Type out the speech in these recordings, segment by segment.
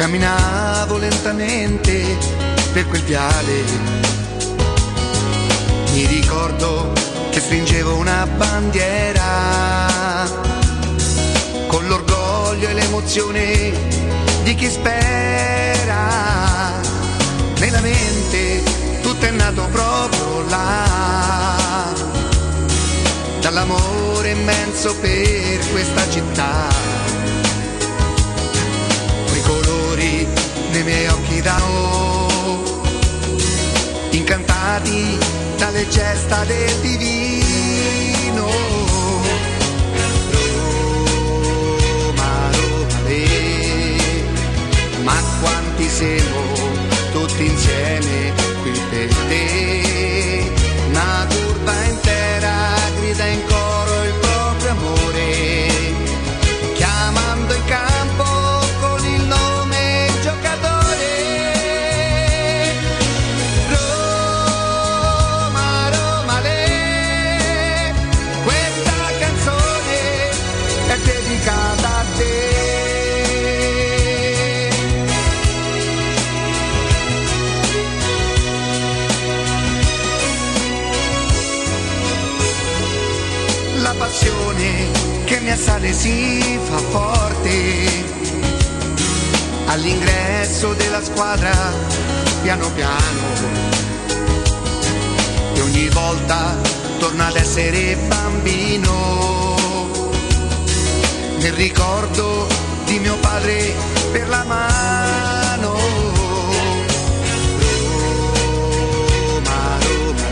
Camminavo lentamente per quel viale, mi ricordo che stringevo una bandiera, con l'orgoglio e l'emozione di chi spera. Nella mente tutto è nato proprio là, dall'amore immenso per questa città. Colori nei miei occhi d'oro, incantati dalle gesta del divino. Roma, Roma, ma quanti siamo tutti insieme qui per te. Una curva intera grida in coro il proprio amore, chiamando in campo che mi assale si fa forte all'ingresso della squadra, piano piano, e ogni volta torna ad essere bambino nel ricordo di mio padre per la mano. Roma, Roma,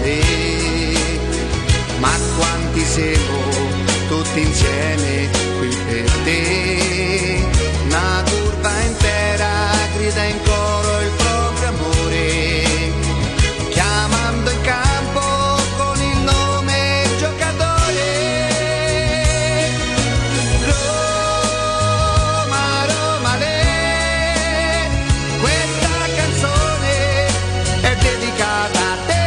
ma quanti siamo tutti insieme qui per te. Una curva intera grida in coro il proprio amore, chiamando in campo con il nome giocatore. Roma, Roma, questa canzone è dedicata a te.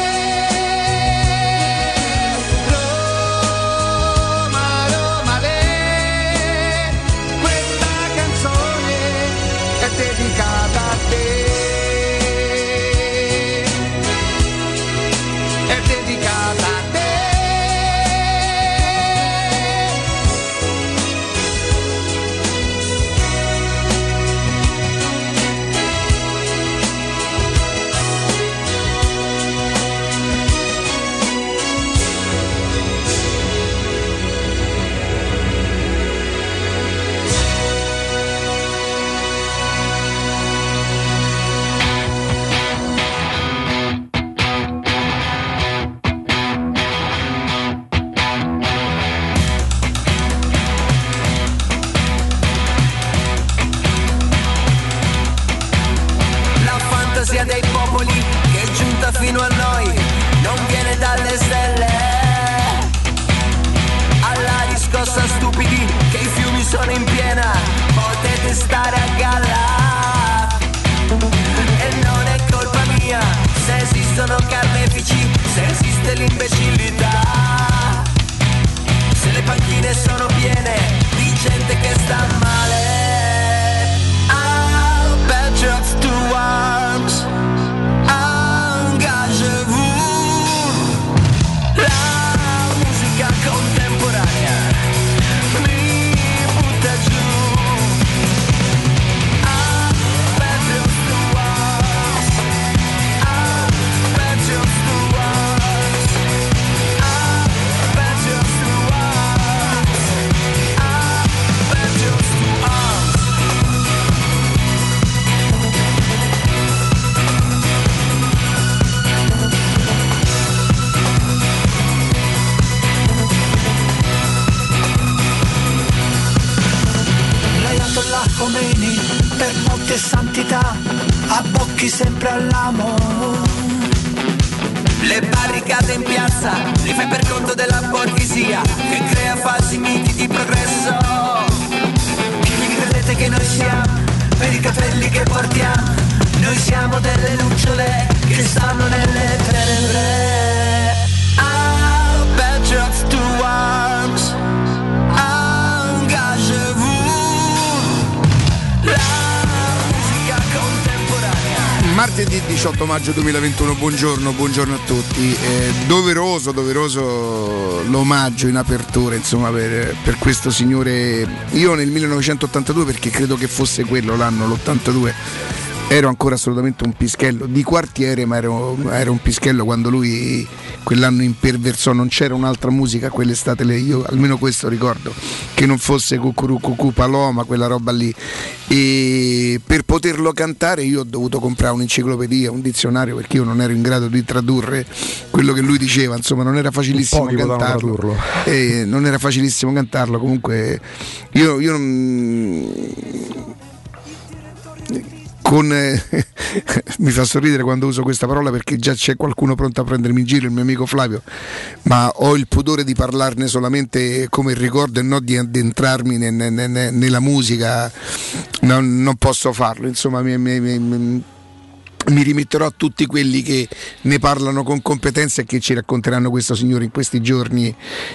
Dedicata a te, è dedicata a te. Dei popoli che è giunta fino a noi non viene dalle stelle, alla riscossa stupidi che i fiumi sono in piena, potete stare a galla. E non è colpa mia se esistono carnefici, se esiste l'imbecillità, se le panchine sono piene di gente che sta male. Drugs to arms, engagez-vous. La musica contemporanea mi butta giù. Drugs to arms, drugs to arms, drugs to arms, drugs to arms. Khomeini, per molte santità, abbocchi sempre all'amo. Le barricate in piazza, li fai per conto della borghesia che crea falsi miti di progresso. Chi credete che noi siamo? Per i capelli che portiamo, noi siamo delle lucciole che stanno nelle tenebre. Bad drugs to arms, engagez-vous. La Martedì 18 maggio 2021, buongiorno a tutti. Doveroso l'omaggio in apertura, insomma, per questo signore. Io nel 1982, perché credo che fosse quello l'anno, l'82, ero ancora assolutamente un pischello di quartiere, ma ero un pischello quando lui quell'anno imperversò. Non c'era un'altra musica quell'estate lì, io almeno questo ricordo, che non fosse Cucurù Cucù Paloma, quella roba lì. E per poterlo cantare io ho dovuto comprare un'enciclopedia, un dizionario, perché io non ero in grado di tradurre quello che lui diceva, insomma non era facilissimo cantarlo. Non era facilissimo cantarlo, comunque io mi fa sorridere quando uso questa parola, perché già c'è qualcuno pronto a prendermi in giro, il mio amico Flavio, ma ho il pudore di parlarne solamente come ricordo e non di addentrarmi nella musica. Non posso farlo, insomma mi rimetterò a tutti quelli che ne parlano con competenza e che ci racconteranno questo signore in questi giorni,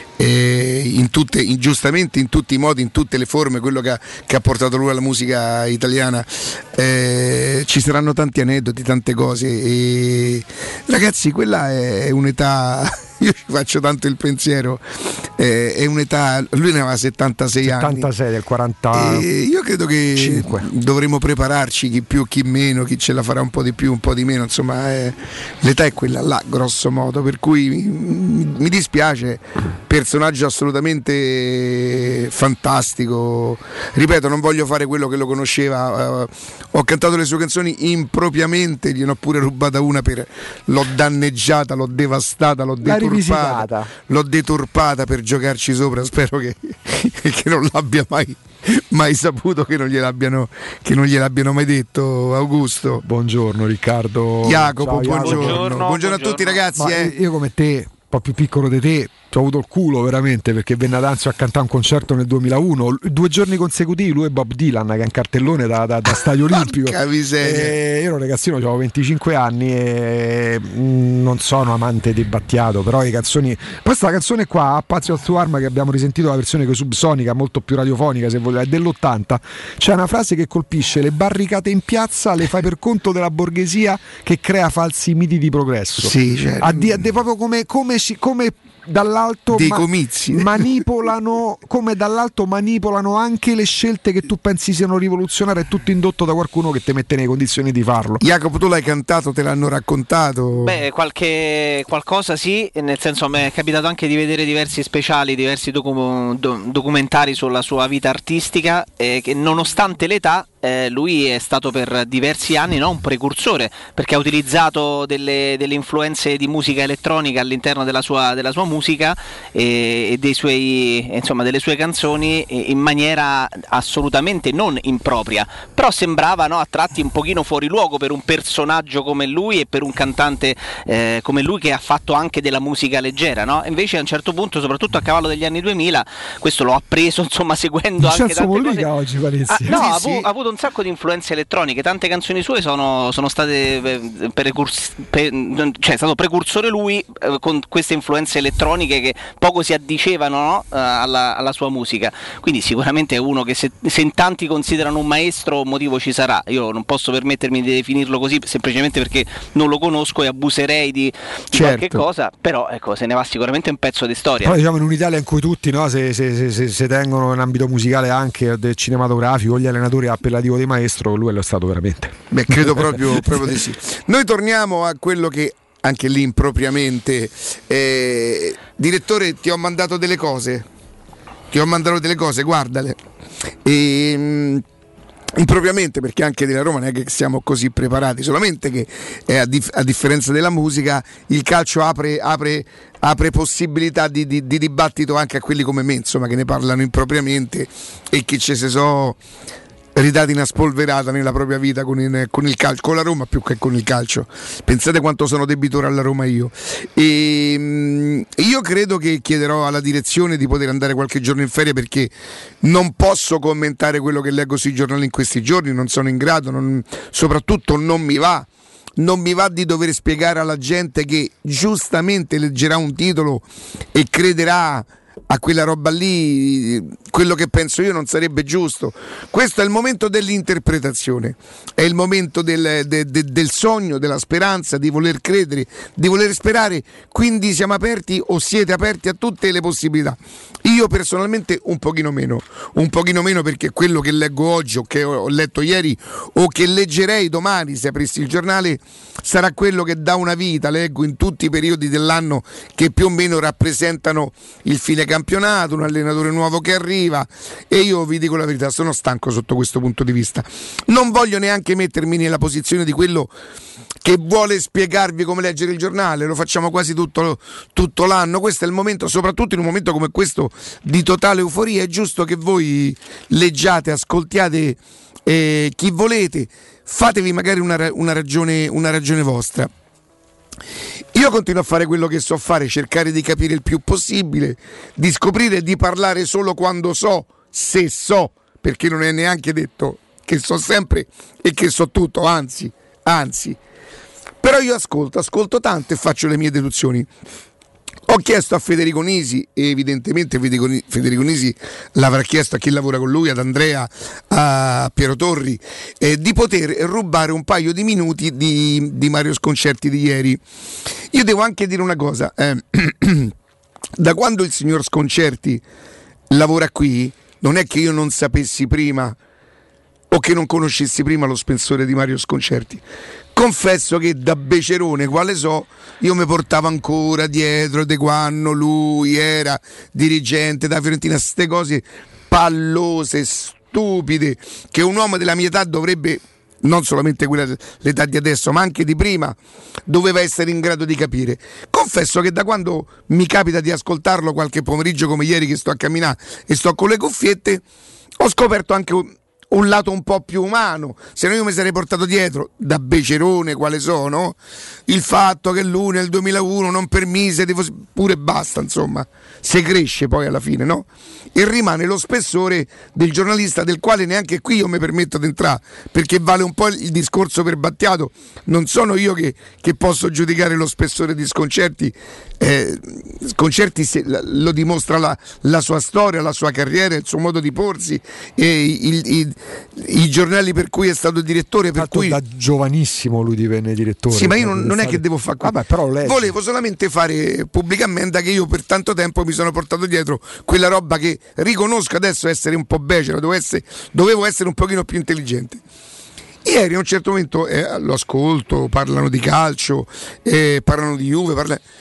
giustamente in tutti i modi, in tutte le forme, quello che ha portato lui alla musica italiana. Ci saranno tanti aneddoti, tante cose, e ragazzi, quella è un'età, io ci faccio tanto il pensiero, è un'età, lui ne aveva 76 anni, del 40. Io credo che dovremo prepararci, chi più chi meno, chi ce la farà un po' di più, un po' di meno, insomma l'età è quella là grosso modo, per cui mi dispiace. Personaggio assolutamente fantastico, ripeto, non voglio fare quello che lo conosceva, ho cantato le sue canzoni impropriamente, gliene ho pure rubata una, l'ho danneggiata, l'ho devastata, l'ho deturpata per giocarci sopra. Spero che non l'abbia mai saputo, che non gliel'abbiano mai detto. Augusto, buongiorno. Riccardo, Jacopo, ciao, buongiorno a tutti ragazzi. Io come te, un po' più piccolo di te, ci ho avuto il culo veramente, perché venne ad Anzio a cantare un concerto nel 2001, 2 giorni consecutivi, lui e Bob Dylan, che è un cartellone da Stadio Olimpico. Io ero ragazzino, avevo 25 anni e non sono amante di Battiato, però le canzoni, poi questa canzone qua, Pazio of Arma, che abbiamo risentito la versione subsonica, molto più radiofonica se vogliamo, è dell'80, c'è una frase che colpisce: le barricate in piazza le fai per conto della borghesia che crea falsi miti di progresso. Sì, certo. Proprio come dall'alto dei comizi manipolano, come dall'alto manipolano anche le scelte che tu pensi siano rivoluzionarie, è tutto indotto da qualcuno che ti mette nelle condizioni di farlo. Jacopo, tu l'hai cantato, te l'hanno raccontato? Beh, qualcosa sì, nel senso mi è capitato anche di vedere diversi speciali, diversi documentari sulla sua vita artistica, che nonostante l'età lui è stato per diversi anni un precursore, perché ha utilizzato delle influenze di musica elettronica all'interno della sua musica e dei suoi, insomma, delle sue canzoni in maniera assolutamente non impropria, però sembrava a tratti un pochino fuori luogo per un personaggio come lui e per un cantante come lui, che ha fatto anche della musica leggera, no? Invece a un certo punto, soprattutto a cavallo degli anni 2000, questo l'ho appreso, insomma, seguendo anche tante cose. Oggi, ha avuto un sacco di influenze elettroniche, tante canzoni sue sono state è stato precursore lui con queste influenze elettroniche che poco si addicevano alla sua musica, quindi sicuramente è uno che se in tanti considerano un maestro, un motivo ci sarà. Io non posso permettermi di definirlo così semplicemente perché non lo conosco e abuserei di qualche cosa, però ecco, se ne va sicuramente un pezzo di storia. Poi diciamo in un'Italia in cui tutti se tengono in ambito musicale, anche del cinematografico, gli allenatori a appellativo di maestro, lui è lo stato veramente. Beh, credo proprio di sì. Noi torniamo a quello che anche lì impropriamente, direttore, ti ho mandato delle cose, guardale. Impropriamente, perché anche della Roma non è che siamo così preparati, solamente che a differenza della musica il calcio apre possibilità di dibattito anche a quelli come me, insomma, che ne parlano impropriamente e che ci si so ridati una spolverata nella propria vita con il calcio, con la Roma più che con il calcio. Pensate quanto sono debitore alla Roma io. E io credo che chiederò alla direzione di poter andare qualche giorno in ferie, perché non posso commentare quello che leggo sui giornali in questi giorni, non sono in grado, soprattutto non mi va di dover spiegare alla gente che giustamente leggerà un titolo e crederà a quella roba lì, quello che penso io non sarebbe giusto. Questo è il momento dell'interpretazione, è il momento del sogno, della speranza, di voler credere, di voler sperare, quindi siamo aperti o siete aperti a tutte le possibilità. Io personalmente un pochino meno perché quello che leggo oggi o che ho letto ieri o che leggerei domani se aprissi il giornale sarà quello che da una vita leggo in tutti i periodi dell'anno che più o meno rappresentano il fine campionato, un allenatore nuovo che arriva, e io vi dico la verità, sono stanco sotto questo punto di vista. Non voglio neanche mettermi nella posizione di quello che vuole spiegarvi come leggere il giornale, lo facciamo quasi tutto l'anno. Questo è il momento, soprattutto in un momento come questo di totale euforia, è giusto che voi leggiate, ascoltiate chi volete, fatevi magari una ragione vostra. Io continuo a fare quello che so fare, cercare di capire il più possibile, di scoprire e di parlare solo quando so, se so, perché non è neanche detto che so sempre e che so tutto, anzi. Però io ascolto tanto e faccio le mie deduzioni. Ho chiesto a Federico Nisi, e evidentemente Federico Nisi l'avrà chiesto a chi lavora con lui, ad Andrea, a Piero Torri, di poter rubare un paio di minuti di Mario Sconcerti di ieri. Io devo anche dire una cosa, da quando il signor Sconcerti lavora qui, non è che io non sapessi prima o che non conoscessi prima lo spessore di Mario Sconcerti. Confesso che da becerone quale so, io mi portavo ancora dietro di quando lui era dirigente da Fiorentina, ste cose pallose, stupide, che un uomo della mia età dovrebbe, non solamente l'età di adesso ma anche di prima, doveva essere in grado di capire. Confesso che da quando mi capita di ascoltarlo qualche pomeriggio come ieri che sto a camminare e sto con le cuffiette, ho scoperto anche un lato un po' più umano. Se no io mi sarei portato dietro, da becerone quale sono, il fatto che lui nel 2001 non permise pure basta, insomma, si cresce poi alla fine, no? E rimane lo spessore del giornalista, del quale neanche qui io mi permetto di entrare, perché vale un po' il discorso per Battiato. Non sono io che posso giudicare lo spessore di Sconcerti. Sconcerti lo dimostra la sua storia, la sua carriera, il suo modo di porsi, i giornali per cui è stato direttore, per cui da giovanissimo lui divenne direttore. Sì, ma io non è che devo fare volevo solamente fare pubblicamente che io per tanto tempo mi sono portato dietro quella roba che riconosco adesso essere un po' becera, dovevo essere un pochino più intelligente. Ieri a un certo momento lo ascolto, parlano di calcio, parlano di Juve,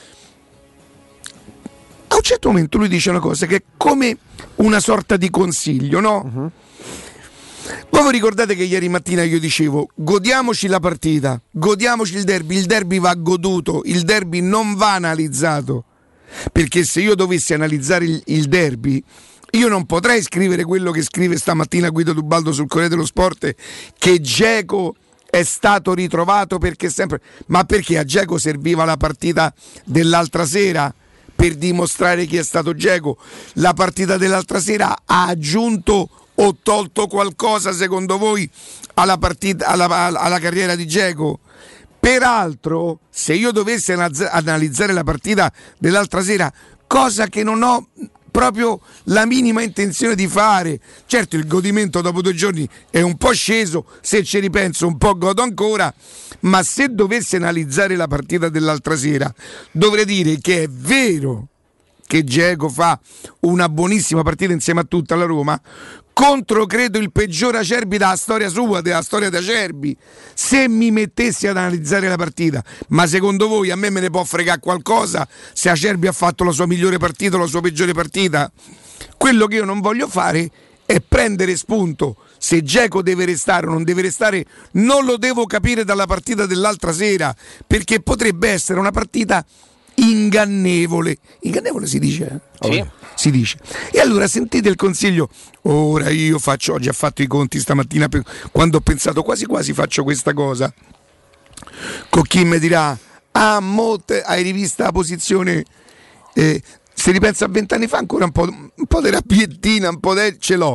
a un certo momento lui dice una cosa che è come una sorta di consiglio, no? Uh-huh. Voi vi ricordate che ieri mattina io dicevo godiamoci la partita, godiamoci il derby va goduto, il derby non va analizzato, perché se io dovessi analizzare il derby io non potrei scrivere quello che scrive stamattina Guido Tubaldo sul Corriere dello Sport, che Dzeko è stato ritrovato perché sempre, ma perché a Dzeko serviva la partita dell'altra sera per dimostrare chi è stato Dzeko? La partita dell'altra sera ha aggiunto o tolto qualcosa secondo voi alla carriera di Dzeko? Peraltro, se io dovessi analizzare la partita dell'altra sera, cosa che non ho proprio la minima intenzione di fare, certo il godimento dopo 2 giorni è un po' sceso, se ci ripenso un po' godo ancora, ma se dovessi analizzare la partita dell'altra sera dovrei dire che è vero che Dzeko fa una buonissima partita insieme a tutta la Roma, contro credo il peggiore Acerbi della storia sua, della storia di Acerbi, se mi mettessi ad analizzare la partita. Ma secondo voi a me ne può fregare qualcosa se Acerbi ha fatto la sua migliore partita o la sua peggiore partita? Quello che io non voglio fare è prendere spunto. Se Dzeko deve restare o non deve restare non lo devo capire dalla partita dell'altra sera, perché potrebbe essere una partita ingannevole si dice? Sì. Si dice. E allora sentite il consiglio. Ora io ho già fatto i conti stamattina quando ho pensato quasi faccio questa cosa, con chi mi dirà hai rivista la posizione, se ripenso a 20 anni fa ancora un po' di rabbiettina, ce l'ho,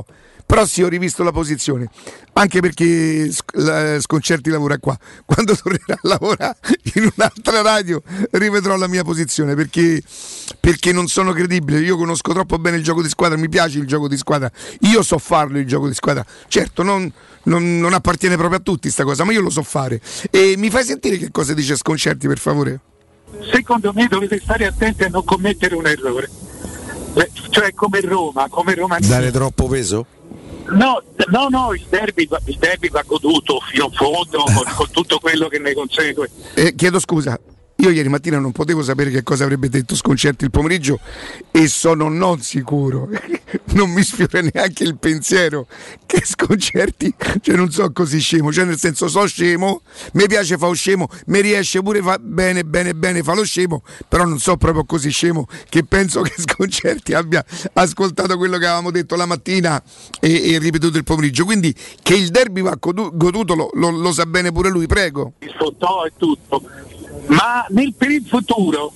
Però sì, ho rivisto la posizione, anche perché Sconcerti lavora qua. Quando tornerà a lavorare in un'altra radio rivedrò la mia posizione, perché non sono credibile. Io conosco troppo bene il gioco di squadra, mi piace il gioco di squadra, io so farlo il gioco di squadra. Certo, non appartiene proprio a tutti sta cosa, ma io lo so fare. E mi fai sentire che cosa dice Sconcerti, per favore? Secondo me dovete stare attenti a non commettere un errore, cioè come Roma dare troppo peso? No, il derby va goduto fino in fondo con tutto quello che ne consegue. Chiedo scusa, io ieri mattina non potevo sapere che cosa avrebbe detto Sconcerti il pomeriggio e sono non sicuro, non mi sfiora neanche il pensiero che Sconcerti, cioè non so così scemo, cioè nel senso so scemo, mi piace fa lo scemo, mi riesce pure fa bene fa lo scemo, però non so proprio così scemo che penso che Sconcerti abbia ascoltato quello che avevamo detto la mattina e ripetuto il pomeriggio, quindi che il derby va goduto lo sa bene pure lui, prego. Il foto e tutto. Ma per il futuro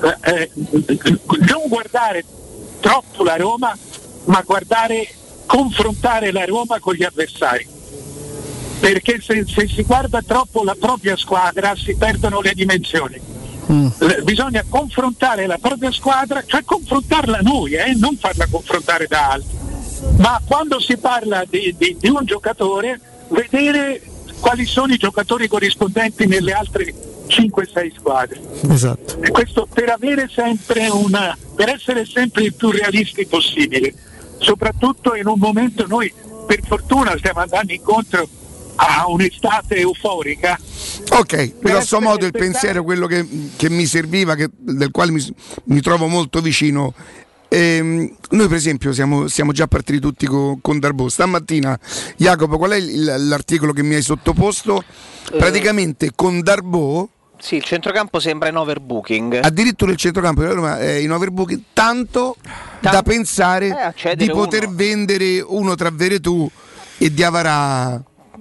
non guardare troppo la Roma, ma confrontare la Roma con gli avversari, perché se si guarda troppo la propria squadra si perdono le dimensioni. Bisogna confrontare la propria squadra, cioè confrontarla noi, non farla confrontare da altri, ma quando si parla di un giocatore vedere quali sono i giocatori corrispondenti nelle altre 5-6 squadre. Esatto. E questo per avere sempre per essere sempre il più realisti possibile, soprattutto in un momento noi per fortuna stiamo andando incontro a un'estate euforica. Ok, grosso modo il pensiero, quello che mi serviva, del quale mi trovo molto vicino. Noi per esempio siamo già partiti tutti con Darboe. Stamattina, Jacopo, qual è l'articolo che mi hai sottoposto? Praticamente con Darboe sì, il centrocampo sembra in overbooking. Addirittura il centrocampo è in overbooking, tanto da pensare di poter vendere uno tra Veretù e Diawara.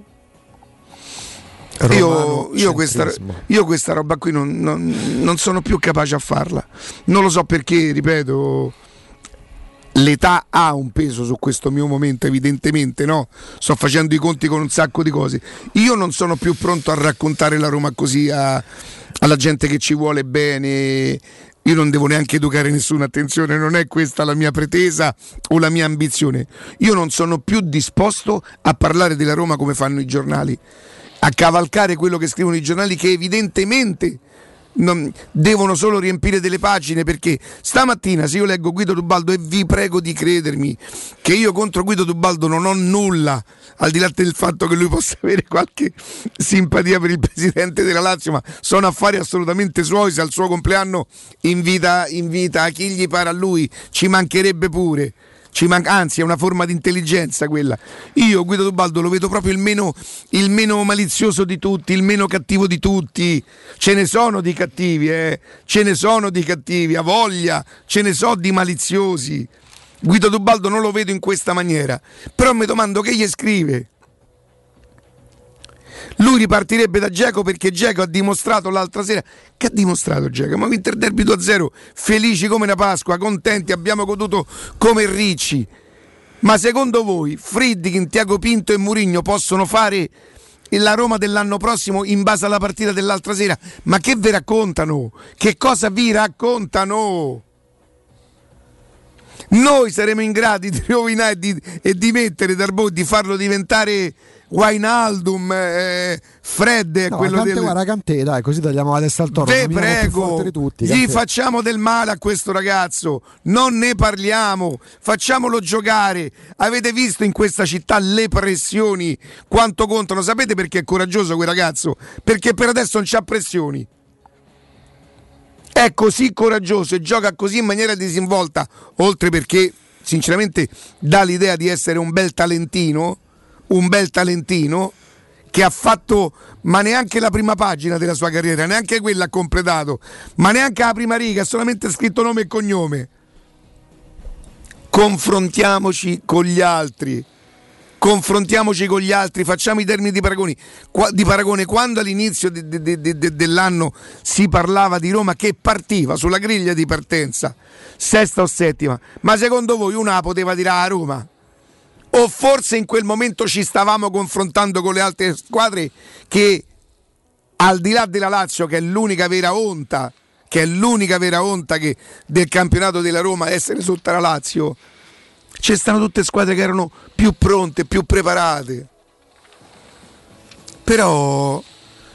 Io questa roba qui non sono più capace a farla. Non lo so perché, ripeto, l'età ha un peso su questo mio momento, evidentemente, no? Sto facendo i conti con un sacco di cose. Io non sono più pronto a raccontare la Roma così alla gente che ci vuole bene. Io non devo neanche educare nessuno, attenzione, non è questa la mia pretesa o la mia ambizione. Io non sono più disposto a parlare della Roma come fanno i giornali, a cavalcare quello che scrivono i giornali, che evidentemente devono solo riempire delle pagine, perché stamattina se io leggo Guido Tubaldo, e vi prego di credermi che io contro Guido Tubaldo non ho nulla, al di là del fatto che lui possa avere qualche simpatia per il presidente della Lazio, ma sono affari assolutamente suoi. Se al suo compleanno invita a chi gli pare a lui, ci mancherebbe pure. Anzi è una forma di intelligenza quella. Io Guido Tubaldo lo vedo proprio il meno malizioso di tutti, il meno cattivo di tutti. Ce ne sono di cattivi, a voglia, ce ne so di maliziosi. Guido Tubaldo non lo vedo in questa maniera, però mi domando che gli scrive. Lui ripartirebbe da Dzeko, perché Dzeko ha dimostrato l'altra sera. Che ha dimostrato Dzeko? Ma vinto il derby 2-0, felici come una Pasqua, contenti, abbiamo goduto come Ricci. Ma secondo voi Friedkin, Tiago Pinto e Mourinho possono fare la Roma dell'anno prossimo in base alla partita dell'altra sera? Ma che vi raccontano? Che cosa vi raccontano? Noi saremo in grado di rovinare e di mettere Darboe, di farlo diventare Wijnaldum, Fred, no, quello guarda Kanté, dai, così tagliamo la testa al toro. Ve prego, tutti, gli facciamo del male a questo ragazzo, non ne parliamo, facciamolo giocare. Avete visto in questa città le pressioni quanto contano? Sapete perché è coraggioso quel ragazzo? Perché per adesso non c'ha pressioni. È così coraggioso e gioca così in maniera disinvolta, oltre perché sinceramente dà l'idea di essere un bel talentino che ha fatto, ma neanche la prima pagina della sua carriera, neanche quella ha completato, ma neanche la prima riga, ha solamente scritto nome e cognome. Confrontiamoci con gli altri, facciamo i termini di paragone. Quando all'inizio dell'anno si parlava di Roma che partiva sulla griglia di partenza, sesta o settima, ma secondo voi una poteva dire a Roma? o forse in quel momento ci stavamo confrontando con le altre squadre che, al di là della Lazio, che è l'unica vera onta del campionato della Roma, essere sotto la Lazio, ci stanno tutte squadre che erano più pronte, più preparate. Però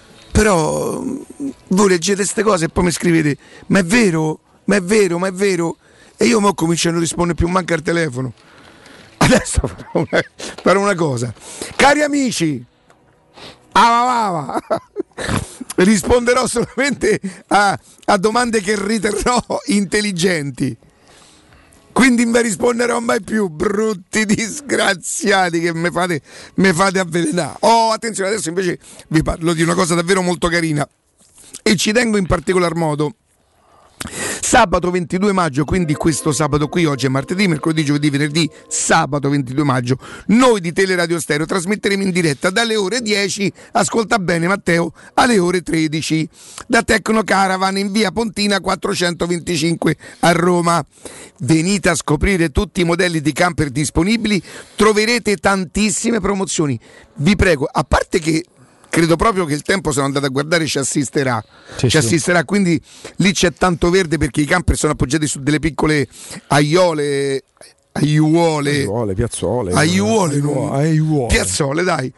voi leggete queste cose e poi mi scrivete: ma è vero? E io mo comincio a non rispondere più manca al telefono. Adesso farò una cosa, cari amici, risponderò solamente a domande che riterrò intelligenti, quindi non vi risponderò mai più, brutti disgraziati che mi fate avvelenare. Attenzione, adesso invece vi parlo di una cosa davvero molto carina e ci tengo in particolar modo. Sabato 22 maggio, quindi questo sabato qui, oggi è martedì, mercoledì, giovedì, venerdì, sabato 22 maggio, noi di Teleradio Stereo trasmetteremo in diretta dalle ore 10, ascolta bene Matteo, alle ore 13, da Tecno Caravan in via Pontina 425 a Roma. Venite a scoprire tutti i modelli di camper disponibili, troverete tantissime promozioni. Vi prego, a parte che credo proprio che il tempo, sono andato a guardare, ci assisterà, quindi lì c'è tanto verde perché i camper sono appoggiati su delle piccole aiuole, piazzole, dai.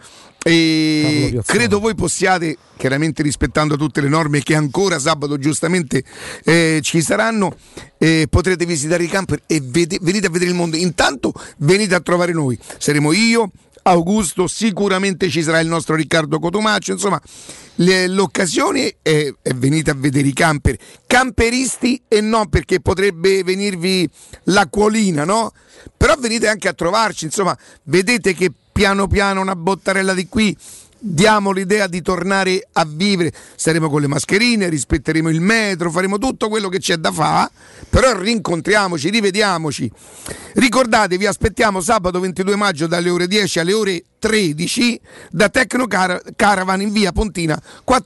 E credo voi possiate, chiaramente rispettando tutte le norme che ancora sabato giustamente ci saranno, potrete visitare i camper e venite a vedere il mondo. Intanto venite a trovare noi, saremo io, Augusto, sicuramente ci sarà il nostro Riccardo Cotomaccio, insomma l'occasione è venite a vedere i camper, camperisti e no, perché potrebbe venirvi l'acquolina, no? Però venite anche a trovarci, insomma vedete che piano piano, una bottarella di qui, diamo l'idea di tornare a vivere. Saremo con le mascherine, rispetteremo il metro, faremo tutto quello che c'è da fare, però rincontriamoci, rivediamoci. Ricordate, vi aspettiamo sabato 22 maggio dalle ore 10 alle ore 13 da Tecno Caravan in via Pontina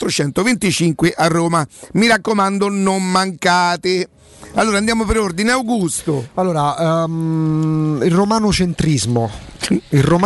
425 a Roma. Mi raccomando, non mancate. Allora andiamo per ordine, Augusto. Allora, il romanocentrismo che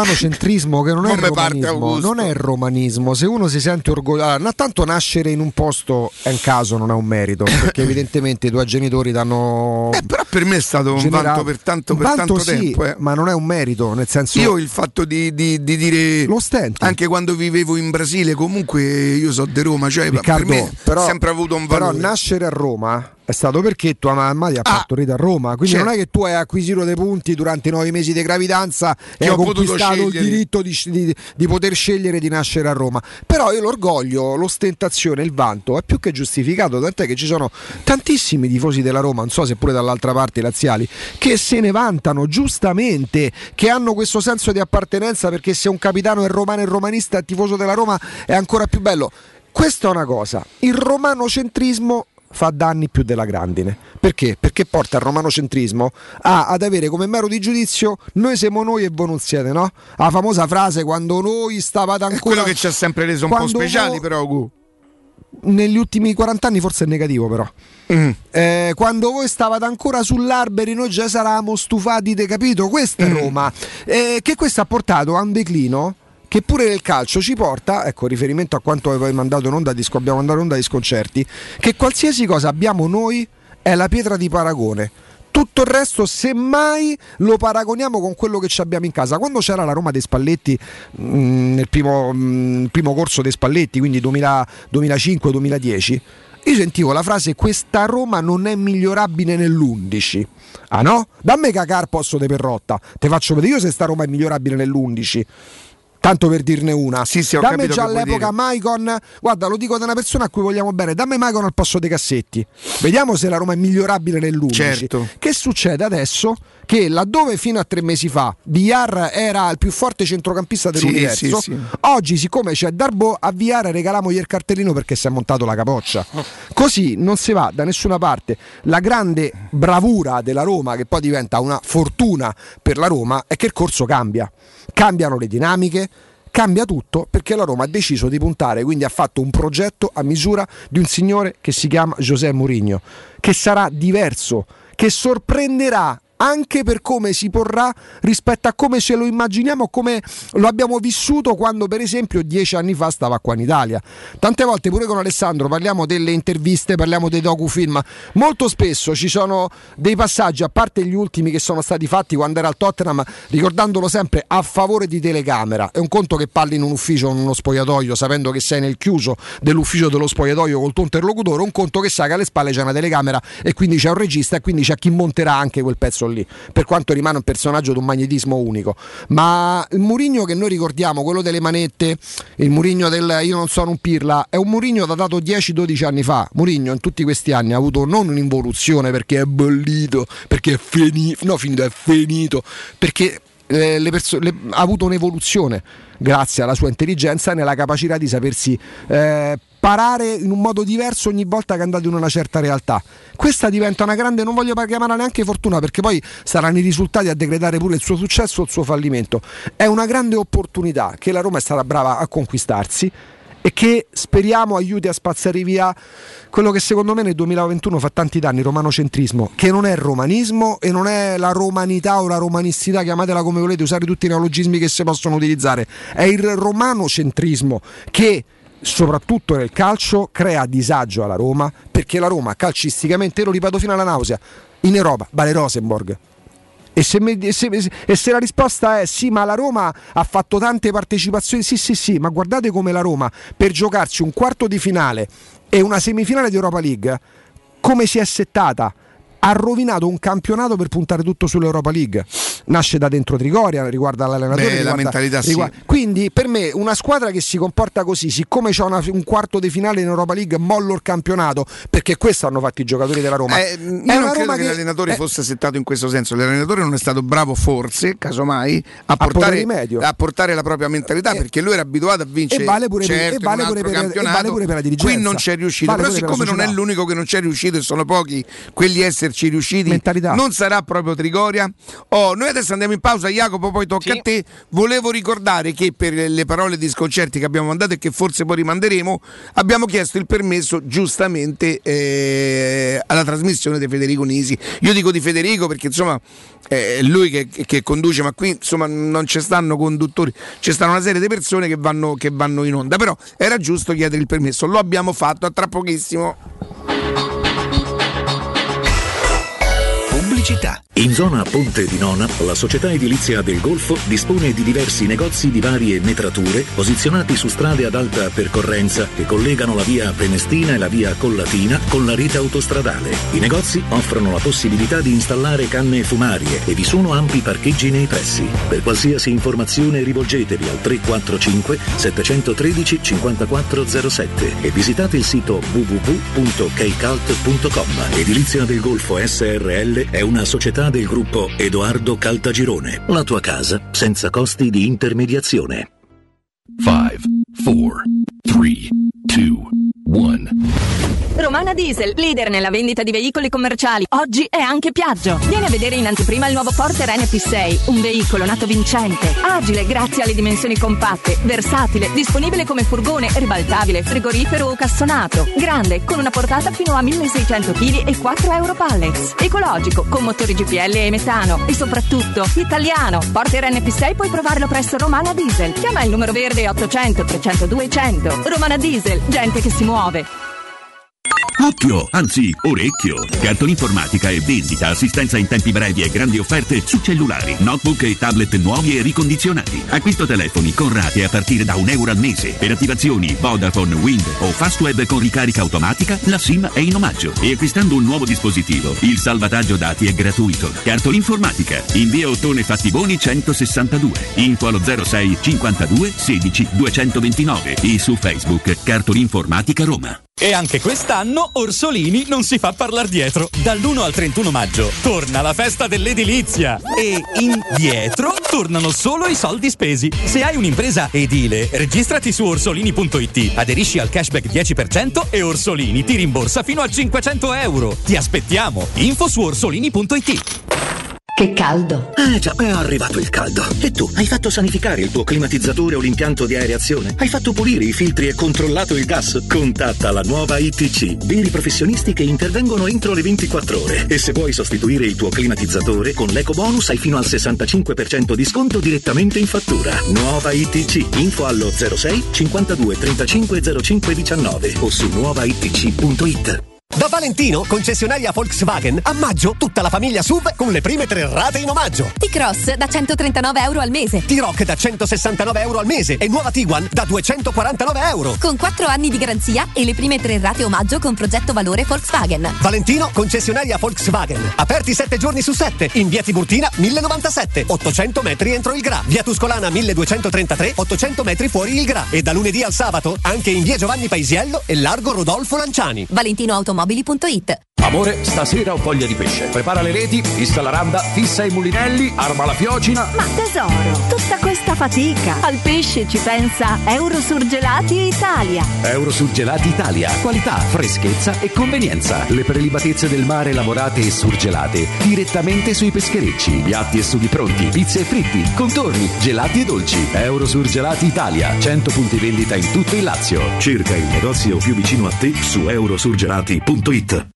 non è il romanismo, non è il romanismo. Se uno si sente orgoglioso, tanto nascere in un posto è un caso, non è un merito, perché evidentemente i tuoi genitori danno. Però per me è stato un vanto per tanto sì, tempo. Ma non è un merito, nel senso. Io il fatto di dire lo stenti. Anche quando vivevo in Brasile, comunque io so di Roma, cioè Riccardo, per me ha sempre avuto un valore. Però nascere a Roma è stato perché tua mamma ti ha partorito a Roma, quindi non è che tu hai acquisito dei punti durante i 9 mesi di gravidanza e hai conquistato il diritto di poter scegliere di nascere a Roma. Però io l'orgoglio, l'ostentazione, il vanto è più che giustificato, tant'è che ci sono tantissimi tifosi della Roma, non so se pure dall'altra parte i laziali, che se ne vantano giustamente, che hanno questo senso di appartenenza, perché se un capitano è romano e romanista, tifoso della Roma, è ancora più bello. Questa è una cosa. Il romanocentrismo fa danni più della grandine. Perché? Perché porta il romanocentrismo ad avere come mero di giudizio noi siamo noi e voi non siete, no? La famosa frase quando noi stavate ancora. È quello che ci ha sempre reso un po' speciali, però negli ultimi 40 anni forse è negativo, però quando voi stavate ancora sull'Arberi noi già saravamo stufati, capito? Questa è Roma, che questo ha portato a un declino che pure nel calcio ci porta, ecco, riferimento a quanto abbiamo mandato in onda di sconcerti, che qualsiasi cosa abbiamo noi è la pietra di paragone. Tutto il resto, semmai, lo paragoniamo con quello che ci abbiamo in casa. Quando c'era la Roma dei Spalletti, nel primo corso dei Spalletti, quindi 2005-2010, io sentivo la frase: questa Roma non è migliorabile nell'11. Ah no? Dammi cacà al posto di Perrotta, te faccio vedere io se sta Roma è migliorabile nell'11. Tanto per dirne una, dammi già all'epoca Maicon, guarda, lo dico da una persona a cui vogliamo bene, dammi Maicon al posto dei Cassetti, vediamo se la Roma è migliorabile nell'11. Certo. Che succede adesso? Che laddove fino a 3 mesi fa Villar era il più forte centrocampista dell'universo, oggi siccome c'è Darboe, a Villar regaliamo il cartellino perché si è montato la capoccia. Così non si va da nessuna parte. La grande bravura della Roma, che poi diventa una fortuna per la Roma, è che il corso cambia. Cambiano le dinamiche, cambia tutto, perché la Roma ha deciso di puntare, quindi ha fatto un progetto a misura di un signore che si chiama José Mourinho, che sarà diverso, che sorprenderà anche per come si porrà rispetto a come ce lo immaginiamo, come lo abbiamo vissuto quando per esempio 10 anni fa stava qua in Italia. Tante volte pure con Alessandro parliamo delle interviste, parliamo dei docufilm, molto spesso ci sono dei passaggi, a parte gli ultimi che sono stati fatti quando era al Tottenham, ricordandolo sempre a favore di telecamera. È un conto che parli in un ufficio, in uno spogliatoio, sapendo che sei nel chiuso dell'ufficio dello spogliatoio col tuo interlocutore, un conto che sai che alle spalle c'è una telecamera e quindi c'è un regista e quindi c'è chi monterà anche quel pezzo lì, per quanto rimane un personaggio di un magnetismo unico. Ma il Mourinho che noi ricordiamo, quello delle manette, il Mourinho del io non sono un pirla, è un Mourinho datato 10-12 anni fa. Mourinho in tutti questi anni ha avuto non un'involuzione perché è bollito, perché è finito, perché ha avuto un'evoluzione grazie alla sua intelligenza e nella capacità di sapersi parare in un modo diverso ogni volta che è andato in una certa realtà. Questa diventa una grande, non voglio chiamarla neanche fortuna, perché poi saranno i risultati a decretare pure il suo successo o il suo fallimento. È una grande opportunità che la Roma è stata brava a conquistarsi e che speriamo aiuti a spazzare via quello che secondo me nel 2021 fa tanti danni, romanocentrismo, che non è romanismo e non è la romanità o la romanistica, chiamatela come volete, usare tutti i neologismi che si possono utilizzare, è il romanocentrismo che soprattutto nel calcio crea disagio alla Roma, perché la Roma calcisticamente, lo ripeto fino alla nausea, in Europa vale Rosenborg. E se la risposta è sì, ma la Roma ha fatto tante partecipazioni, sì, ma guardate come la Roma per giocarsi un quarto di finale e una semifinale di Europa League, come si è settata, ha rovinato un campionato per puntare tutto sull'Europa League. Nasce da dentro Trigoria, riguarda l'allenatore, la mentalità sì. Quindi per me una squadra che si comporta così, siccome c'è un quarto di finale in Europa League, mollo il campionato, perché questo hanno fatto i giocatori della Roma. Io non credo che l'allenatore fosse settato in questo senso. L'allenatore non è stato bravo, forse, casomai, a portare la propria mentalità, perché lui era abituato a vincere, e vale pure per la dirigenza. Qui non c'è riuscito, però siccome non è l'unico che non c'è riuscito e sono pochi quelli esserci riusciti, mentalità. Non sarà proprio Trigoria. Noi adesso andiamo in pausa, Jacopo, poi tocca a te. Volevo ricordare che per le parole di sconcerti che abbiamo mandato e che forse poi rimanderemo, abbiamo chiesto il permesso giustamente alla trasmissione di Federico Nisi. Io dico di Federico perché insomma è lui che conduce, ma qui insomma non ci stanno conduttori, ci stanno una serie di persone che vanno in onda, però era giusto chiedere il permesso, lo abbiamo fatto. A tra pochissimo. Pubblicità. In zona Ponte di Nona, la società edilizia del Golfo dispone di diversi negozi di varie metrature posizionati su strade ad alta percorrenza che collegano la via Prenestina e la via Collatina con la rete autostradale. I negozi offrono la possibilità di installare canne fumarie e vi sono ampi parcheggi nei pressi. Per qualsiasi informazione rivolgetevi al 345 713 5407 e visitate il sito www.keicalt.com. Edilizia del Golfo SRL è una società del gruppo Edoardo Caltagirone. La tua casa senza costi di intermediazione. 5, 4, 3, 2, 1. Romana Diesel, leader nella vendita di veicoli commerciali. Oggi è anche Piaggio. Vieni a vedere in anteprima il nuovo Porter NP6, un veicolo nato vincente, agile grazie alle dimensioni compatte, versatile, disponibile come furgone, ribaltabile, frigorifero o cassonato, grande, con una portata fino a 1600 kg e 4 euro pallets, ecologico, con motori GPL e metano e soprattutto italiano. Porter NP6 puoi provarlo presso Romana Diesel. Chiama il numero verde 800 300 200. Romana Diesel, gente che si muove. Occhio, anzi orecchio. Cartolinformatica e vendita, assistenza in tempi brevi e grandi offerte su cellulari, notebook e tablet nuovi e ricondizionati. Acquisto telefoni con rate a partire da €1 al mese. Per attivazioni Vodafone, Wind o Fastweb con ricarica automatica, la SIM è in omaggio. E acquistando un nuovo dispositivo, il salvataggio dati è gratuito. Cartolinformatica, in via Ottone Fattiboni 162. Info allo 06 52 16 229 e su Facebook Cartolinformatica Roma. E anche quest'anno Orsolini non si fa parlar dietro. Dall'1 al 31 maggio torna la festa dell'edilizia e indietro tornano solo i soldi spesi. Se hai un'impresa edile, registrati su orsolini.it, aderisci al cashback 10% e Orsolini ti rimborsa fino a €500. Ti aspettiamo. Info su orsolini.it. Che caldo! Già, è arrivato il caldo. E tu, hai fatto sanificare il tuo climatizzatore o l'impianto di areazione? Hai fatto pulire i filtri e controllato il gas? Contatta la nuova ITC, veri professionisti che intervengono entro le 24 ore. E se vuoi sostituire il tuo climatizzatore, con l'ecobonus hai fino al 65% di sconto direttamente in fattura. Nuova ITC, info allo 06 52 35 05 19 o su nuovaitc.it. Da Valentino, concessionaria Volkswagen, a maggio tutta la famiglia SUV con le prime 3 rate in omaggio. T-Cross da 139 euro al mese. T-Roc da 169 euro al mese e nuova Tiguan da 249 euro. Con 4 anni di garanzia e le prime 3 rate omaggio con progetto valore Volkswagen. Valentino, concessionaria Volkswagen. Aperti 7 giorni su 7. In via Tiburtina 1097, 800 metri entro il Gra. Via Tuscolana 1233, 800 metri fuori il Gra. E da lunedì al sabato anche in via Giovanni Paisiello e largo Rodolfo Lanciani. Valentino Automobili.it. Amore, stasera ho voglia di pesce. Prepara le reti, fissa la randa, fissa i mulinelli, arma la fiocina. Ma tesoro, tutta questa fatica. Al pesce ci pensa Eurosurgelati Italia. Eurosurgelati Italia. Qualità, freschezza e convenienza. Le prelibatezze del mare lavorate e surgelate direttamente sui pescherecci. Piatti e sughi pronti, pizze e fritti, contorni, gelati e dolci. Eurosurgelati Italia. 100 punti vendita in tutto il Lazio. Cerca il negozio più vicino a te su eurosurgelati.it.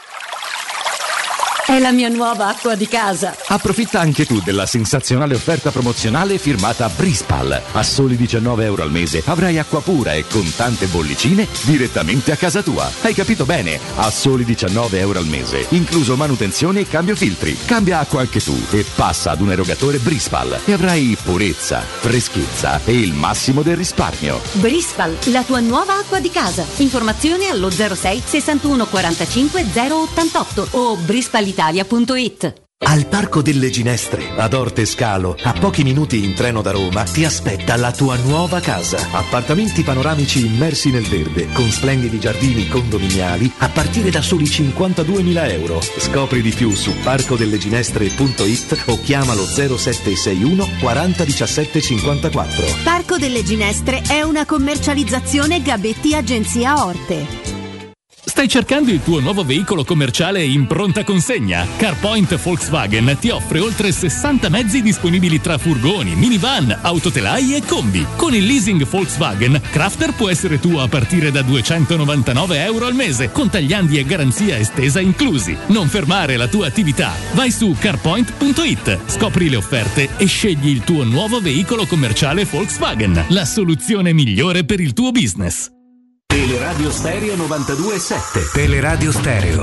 È la mia nuova acqua di casa. Approfitta anche tu della sensazionale offerta promozionale firmata Brispal. A soli 19 euro al mese avrai acqua pura e con tante bollicine direttamente a casa tua. Hai capito bene? A soli 19 euro al mese, incluso manutenzione e cambio filtri. Cambia acqua anche tu e passa ad un erogatore Brispal e avrai purezza, freschezza e il massimo del risparmio. Brispal, la tua nuova acqua di casa. Informazioni allo 06 61 45 088 o brispal.it. Al Parco delle Ginestre, ad Orte Scalo, a pochi minuti in treno da Roma, ti aspetta la tua nuova casa. Appartamenti panoramici immersi nel verde, con splendidi giardini condominiali, a partire da soli 52.000 euro. Scopri di più su parcodelleginestre.it o chiamalo 0761 40 17 54. Parco delle Ginestre è una commercializzazione Gabetti Agenzia Orte. Stai cercando il tuo nuovo veicolo commerciale in pronta consegna? CarPoint Volkswagen ti offre oltre 60 mezzi disponibili tra furgoni, minivan, autotelai e combi. Con il leasing Volkswagen, Crafter può essere tuo a partire da 299 euro al mese, con tagliandi e garanzia estesa inclusi. Non fermare la tua attività. Vai su carpoint.it, scopri le offerte e scegli il tuo nuovo veicolo commerciale Volkswagen, la soluzione migliore per il tuo business. Teleradio Stereo 92.7. Teleradio Stereo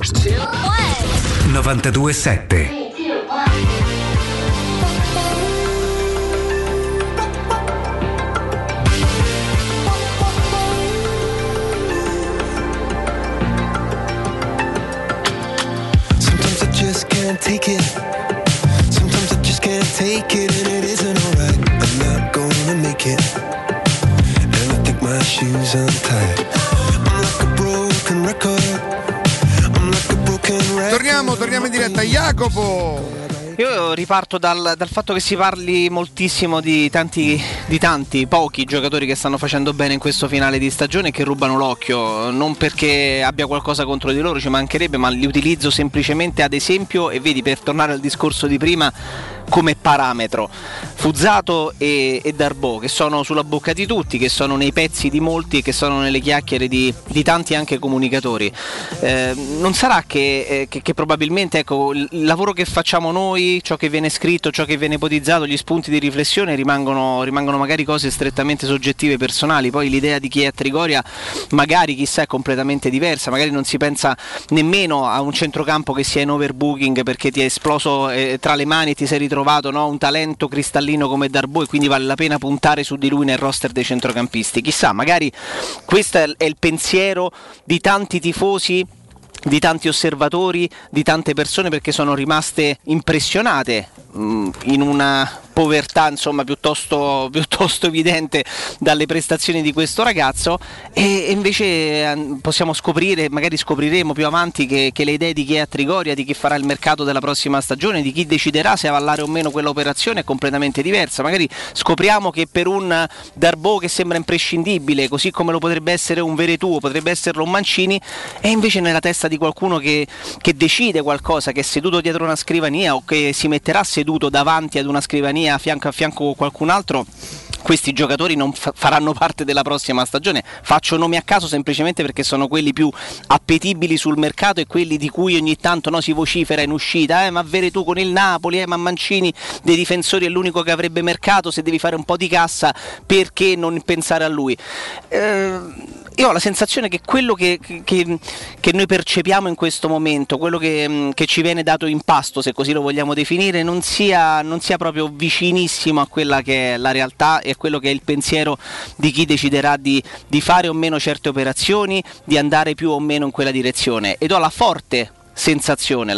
92.7. Sometimes I just can't take it. Sometimes I just can't take it, and it isn't alright. I'm not gonna make it. My shoes untied. I'm like a broken record. I'm like a broken record. Torniamo in diretta. Jacopo. Io riparto dal fatto che si parli moltissimo di pochi giocatori che stanno facendo bene in questo finale di stagione e che rubano l'occhio, non perché abbia qualcosa contro di loro, ci mancherebbe, ma li utilizzo semplicemente ad esempio, e vedi, per tornare al discorso di prima, come parametro. Fuzzato e Darboe, che sono sulla bocca di tutti, che sono nei pezzi di molti e che sono nelle chiacchiere di tanti anche comunicatori. Non sarà che probabilmente, ecco, il lavoro che facciamo noi, ciò che viene scritto, ciò che viene ipotizzato, gli spunti di riflessione rimangono magari cose strettamente soggettive, personali. Poi l'idea di chi è a Trigoria magari, chissà, è completamente diversa, magari non si pensa nemmeno a un centrocampo che sia in overbooking perché ti è esploso tra le mani e ti sei ritrovato, no, un talento cristallino come Darboe, e quindi vale la pena puntare su di lui nel roster dei centrocampisti. Chissà, magari questo è il pensiero di tanti tifosi, di tanti osservatori, di tante persone, perché sono rimaste impressionate in una povertà insomma piuttosto evidente dalle prestazioni di questo ragazzo, e invece possiamo scoprire, magari scopriremo più avanti che le idee di chi è a Trigoria, di chi farà il mercato della prossima stagione, di chi deciderà se avallare o meno quella operazione è completamente diversa. Magari scopriamo che per un Darboe che sembra imprescindibile, così come lo potrebbe essere un Veretout, potrebbe esserlo un Mancini, è invece nella testa di qualcuno che decide qualcosa, che è seduto dietro una scrivania o che si metterà seduto davanti ad una scrivania a fianco con qualcun altro. Questi giocatori non faranno parte della prossima stagione. Faccio nomi a caso semplicemente perché sono quelli più appetibili sul mercato e quelli di cui ogni tanto si vocifera in uscita. Ma Veretout con il Napoli, ma Mancini dei difensori è l'unico che avrebbe mercato. Se devi fare un po' di cassa, perché non pensare a lui? Io ho la sensazione che quello che noi percepiamo in questo momento, quello che ci viene dato in pasto, se così lo vogliamo definire, non sia proprio vicinissimo a quella che è la realtà e a quello che è il pensiero di chi deciderà di fare o meno certe operazioni, di andare più o meno in quella direzione. Ed ho la forte sensazione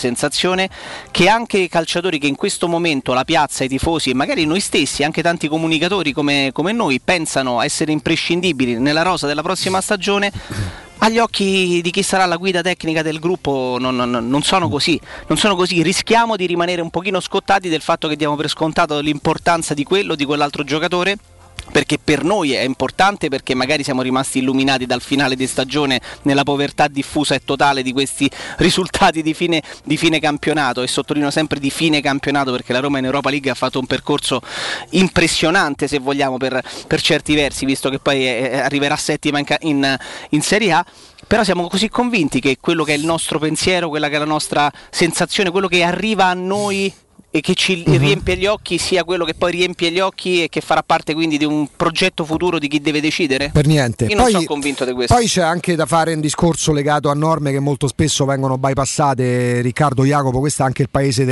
che anche i calciatori che in questo momento la piazza, i tifosi e magari noi stessi, anche tanti comunicatori come noi, pensano essere imprescindibili nella rosa della prossima stagione, agli occhi di chi sarà la guida tecnica del gruppo non sono così. Rischiamo di rimanere un pochino scottati del fatto che diamo per scontato l'importanza di quello, di quell'altro giocatore, perché per noi è importante, perché magari siamo rimasti illuminati dal finale di stagione nella povertà diffusa e totale di questi risultati di fine campionato, e sottolineo sempre di fine campionato perché la Roma in Europa League ha fatto un percorso impressionante, se vogliamo, per certi versi, visto che poi arriverà settima in Serie A. Però siamo così convinti che quello che è il nostro pensiero, quella che è la nostra sensazione, quello che arriva a noi e che ci riempie gli occhi, sia quello che poi riempie gli occhi e che farà parte quindi di un progetto futuro di chi deve decidere? Per niente. Io non sono convinto di questo. Poi c'è anche da fare un discorso legato a norme che molto spesso vengono bypassate. Riccardo, Jacopo, questo è anche il paese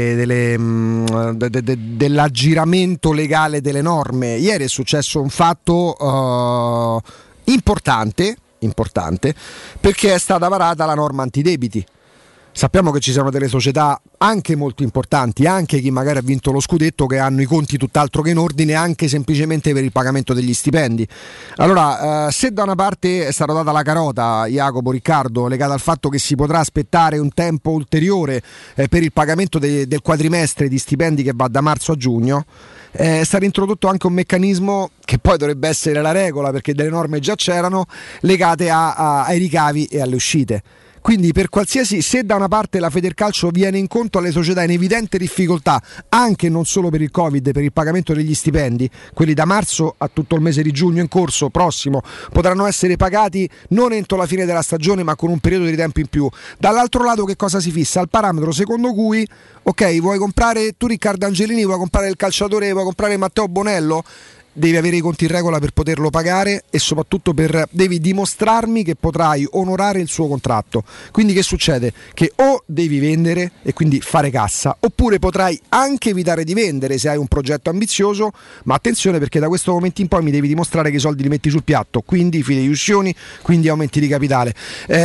dell'aggiramento legale delle norme. Ieri è successo un fatto importante perché è stata varata la norma antidebiti. Sappiamo che ci sono delle società anche molto importanti, anche chi magari ha vinto lo scudetto, che hanno i conti tutt'altro che in ordine, anche semplicemente per il pagamento degli stipendi. Allora, se da una parte è stata data la carota, Jacopo, Riccardo, legata al fatto che si potrà aspettare un tempo ulteriore per il pagamento del quadrimestre di stipendi che va da marzo a giugno, è stato introdotto anche un meccanismo che poi dovrebbe essere la regola, perché delle norme già c'erano, legate ai ricavi e alle uscite. Quindi se da una parte la Federcalcio viene incontro alle società in evidente difficoltà, anche non solo per il Covid, per il pagamento degli stipendi, quelli da marzo a tutto il mese di giugno in corso prossimo potranno essere pagati non entro la fine della stagione ma con un periodo di tempo in più. Dall'altro lato che cosa si fissa? Il parametro secondo cui, ok, vuoi comprare tu Riccardo Angelini, vuoi comprare il calciatore, vuoi comprare Matteo Bonello? Devi avere i conti in regola per poterlo pagare e soprattutto devi dimostrarmi che potrai onorare il suo contratto. Quindi che succede? Che o devi vendere e quindi fare cassa, oppure potrai anche evitare di vendere se hai un progetto ambizioso, ma attenzione, perché da questo momento in poi mi devi dimostrare che i soldi li metti sul piatto, quindi fideiussioni, quindi aumenti di capitale.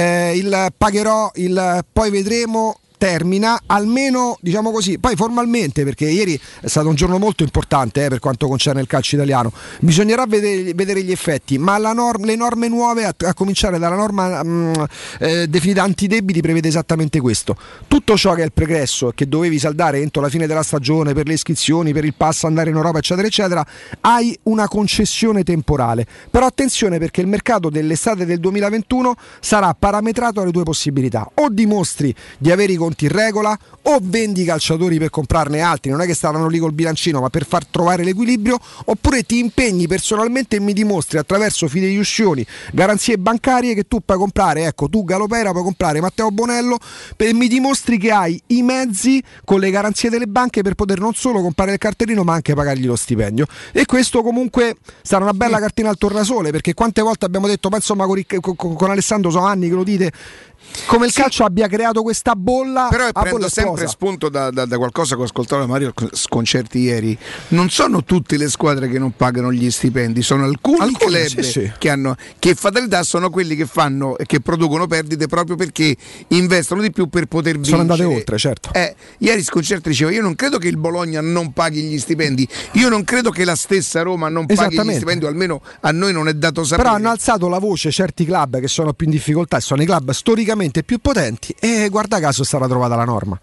Poi vedremo, termina, almeno diciamo così. Poi formalmente, perché ieri è stato un giorno molto importante per quanto concerne il calcio italiano, bisognerà vedere gli effetti, ma le norme nuove, a cominciare dalla norma definita antidebiti, prevede esattamente questo: tutto ciò che è il pregresso che dovevi saldare entro la fine della stagione per le iscrizioni, per il pass, andare in Europa eccetera eccetera, hai una concessione temporale. Però attenzione, perché il mercato dell'estate del 2021 sarà parametrato alle due possibilità: o dimostri di avere i conti in regola, o vendi i calciatori per comprarne altri, non è che stavano lì col bilancino, ma per far trovare l'equilibrio, oppure ti impegni personalmente e mi dimostri attraverso fideiussioni, garanzie bancarie, che tu puoi comprare, ecco, tu Galopera puoi comprare Matteo Bonello, e mi dimostri che hai i mezzi con le garanzie delle banche per poter non solo comprare il cartellino ma anche pagargli lo stipendio. E questo comunque sarà una bella cartina al tornasole, perché quante volte abbiamo detto, ma insomma con Alessandro so anni che lo dite, come il calcio abbia creato questa bolla. Però prendo sempre spunto da qualcosa che ho ascoltato da Mario Sconcerti ieri. Non sono tutte le squadre che non pagano gli stipendi, sono alcuni club che fatalità sono quelli che fanno e che producono perdite proprio perché investono di più per poter vincere. Sono andate oltre, certo. Ieri Sconcerti diceva: io non credo che il Bologna non paghi gli stipendi, io non credo che la stessa Roma non paghi gli stipendi, o almeno a noi non è dato sapere. Però hanno alzato la voce certi club che sono più in difficoltà e sono i club storicamente più potenti, e guarda caso è stata trovata la norma.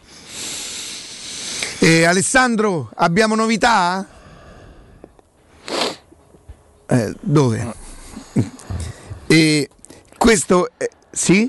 Alessandro, abbiamo novità? Dove? Questo sì?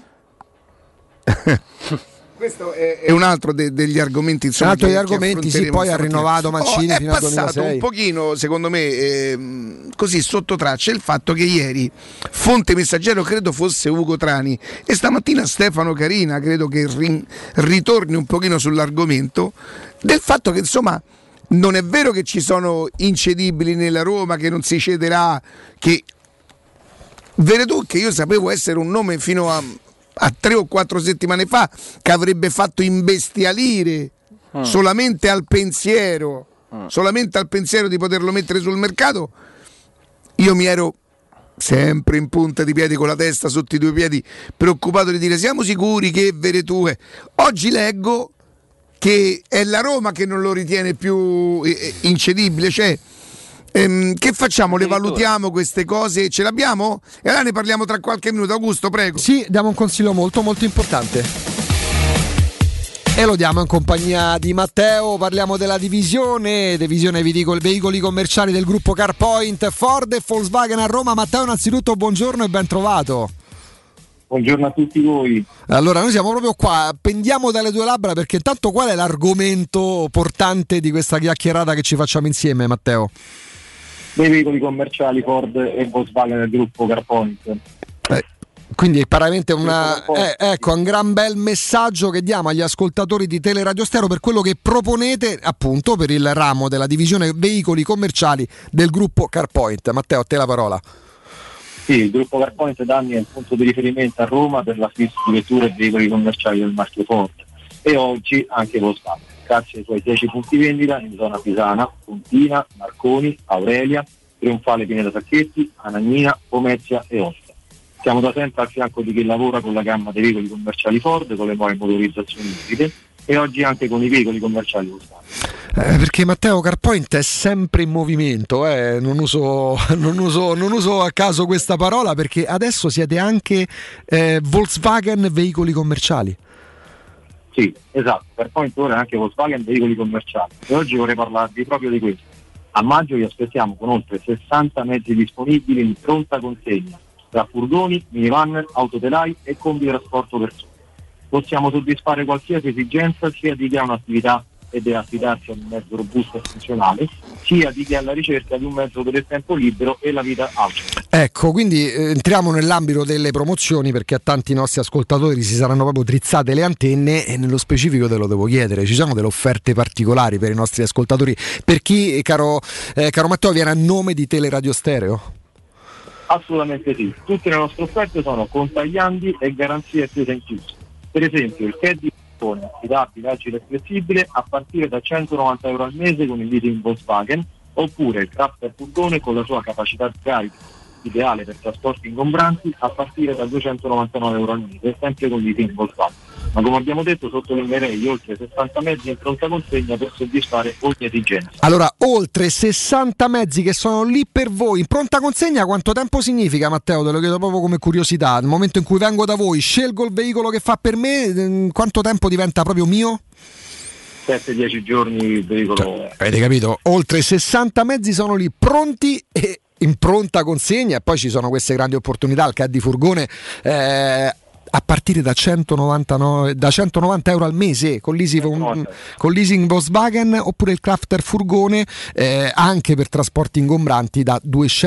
Questo è un altro degli argomenti, insomma, un altro degli argomenti, sì, poi ha rinnovato Mancini fino al 2006. È passato un pochino, secondo me, così sotto traccia il fatto che ieri fonte messaggero credo fosse Ugo Trani e stamattina Stefano Carina credo che ritorni un pochino sull'argomento del fatto che insomma non è vero che ci sono incedibili nella Roma, che non si cederà, che Veretù, che io sapevo essere un nome fino a 3 o 4 settimane fa, che avrebbe fatto imbestialire solamente al pensiero di poterlo mettere sul mercato. Io mi ero sempre in punta di piedi, con la testa sotto i 2 piedi, preoccupato di dire: siamo sicuri che Veretù è? Oggi leggo che è la Roma che non lo ritiene più incedibile, cioè che facciamo? Le valutiamo queste cose? Ce l'abbiamo? E allora ne parliamo tra qualche minuto. Augusto, prego. Sì, diamo un consiglio molto molto importante e lo diamo in compagnia di Matteo. Parliamo della divisione veicoli commerciali del gruppo CarPoint, Ford e Volkswagen a Roma. Matteo, innanzitutto buongiorno e ben trovato. Buongiorno a tutti voi. Allora, noi siamo proprio qua, pendiamo dalle tue labbra, perché intanto qual è l'argomento portante di questa chiacchierata che ci facciamo insieme, Matteo? Dei veicoli commerciali Ford e Volkswagen del gruppo CarPoint. Quindi veramente un gran bel messaggio che diamo agli ascoltatori di Teleradio Stereo per quello che proponete appunto per il ramo della divisione veicoli commerciali del gruppo CarPoint. Matteo, a te la parola. Sì, il gruppo CarPoint da anni è il punto di riferimento a Roma per l'acquisto di vetture e veicoli commerciali del marchio Ford, e oggi anche Volkswagen, grazie ai suoi 10 punti vendita in zona Pisana, Pontina, Marconi, Aurelia, Trionfale Pineta Sacchetti, Anagnina, Pomezia e Ostia. Siamo da sempre al fianco di chi lavora con la gamma dei veicoli commerciali Ford, con le nuove motorizzazioni ibride, e oggi anche con i veicoli commerciali Volkswagen. Perché Matteo, CarPoint è sempre in movimento, non uso a caso questa parola, perché adesso siete anche Volkswagen veicoli commerciali. Sì, esatto, CarPoint ora è anche Volkswagen veicoli commerciali, e oggi vorrei parlarvi proprio di questo. A maggio vi aspettiamo con oltre 60 mezzi disponibili in pronta consegna, tra furgoni, minivan, autotelai e combi di trasporto persone. Possiamo soddisfare qualsiasi esigenza, sia di chi ha un'attività e deve affidarsi a un mezzo robusto e funzionale, sia di chi è alla ricerca di un mezzo per il tempo libero e la vita auto. Ecco, quindi entriamo nell'ambito delle promozioni, perché a tanti nostri ascoltatori si saranno proprio drizzate le antenne, e nello specifico te lo devo chiedere: ci sono delle offerte particolari per i nostri ascoltatori, per chi, caro Matteo, viene a nome di Teleradio Stereo? Assolutamente sì, tutte le nostre offerte sono contaglianti e garanzie attese in chiuso. Per esempio il Caddy affidabile, agile e flessibile a partire da €190 al mese con il leasing Volkswagen, oppure il Crafter furgone con la sua capacità di carica ideale per trasporti ingombranti a partire da €299 al mese, sempre con leasing Volkswagen. Ma come abbiamo detto, sottolineerei oltre 60 mezzi in pronta consegna per soddisfare ogni esigenza. Allora, oltre 60 mezzi che sono lì per voi in pronta consegna. Quanto tempo significa, Matteo? Te lo chiedo proprio come curiosità. Nel momento in cui vengo da voi, scelgo il veicolo che fa per me, quanto tempo diventa proprio mio? 7-10 giorni il veicolo. Avete capito? Oltre 60 mezzi sono lì pronti e in pronta consegna, e poi ci sono queste grandi opportunità, il Caddy furgone a partire da €190 al mese con leasing Volkswagen, oppure il Crafter furgone anche per trasporti ingombranti da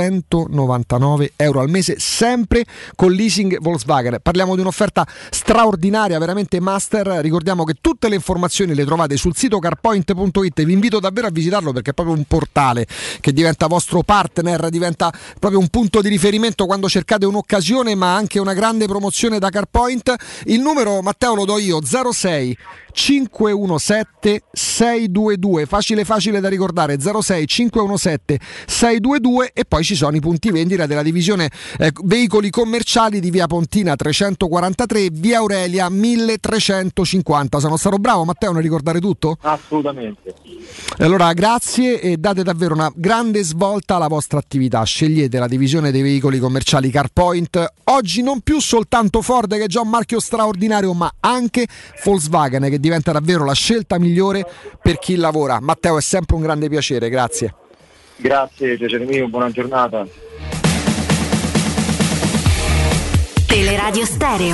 €299 al mese, sempre con leasing Volkswagen. Parliamo di un'offerta straordinaria, veramente master. Ricordiamo che tutte le informazioni le trovate sul sito carpoint.it. Vi invito davvero a visitarlo, perché è proprio un portale che diventa vostro partner, diventa proprio un punto di riferimento quando cercate un'occasione, ma anche una grande promozione da CarPoint. CarPoint. Il numero, Matteo, lo do io: 06 517 622, facile da ricordare, 06 517 622. E poi ci sono i punti vendita della divisione veicoli commerciali di via Pontina 343, via Aurelia 1350. Sono stato bravo, Matteo, nel ricordare tutto? Assolutamente. Allora grazie e date davvero una grande svolta alla vostra attività. Scegliete la divisione dei veicoli commerciali CarPoint. Oggi non più soltanto Ford, che è già un marchio straordinario, ma anche Volkswagen, che diventa davvero la scelta migliore per chi lavora. Matteo, è sempre un grande piacere, grazie. Grazie, piacere mio, buona giornata. Teleradio Stereo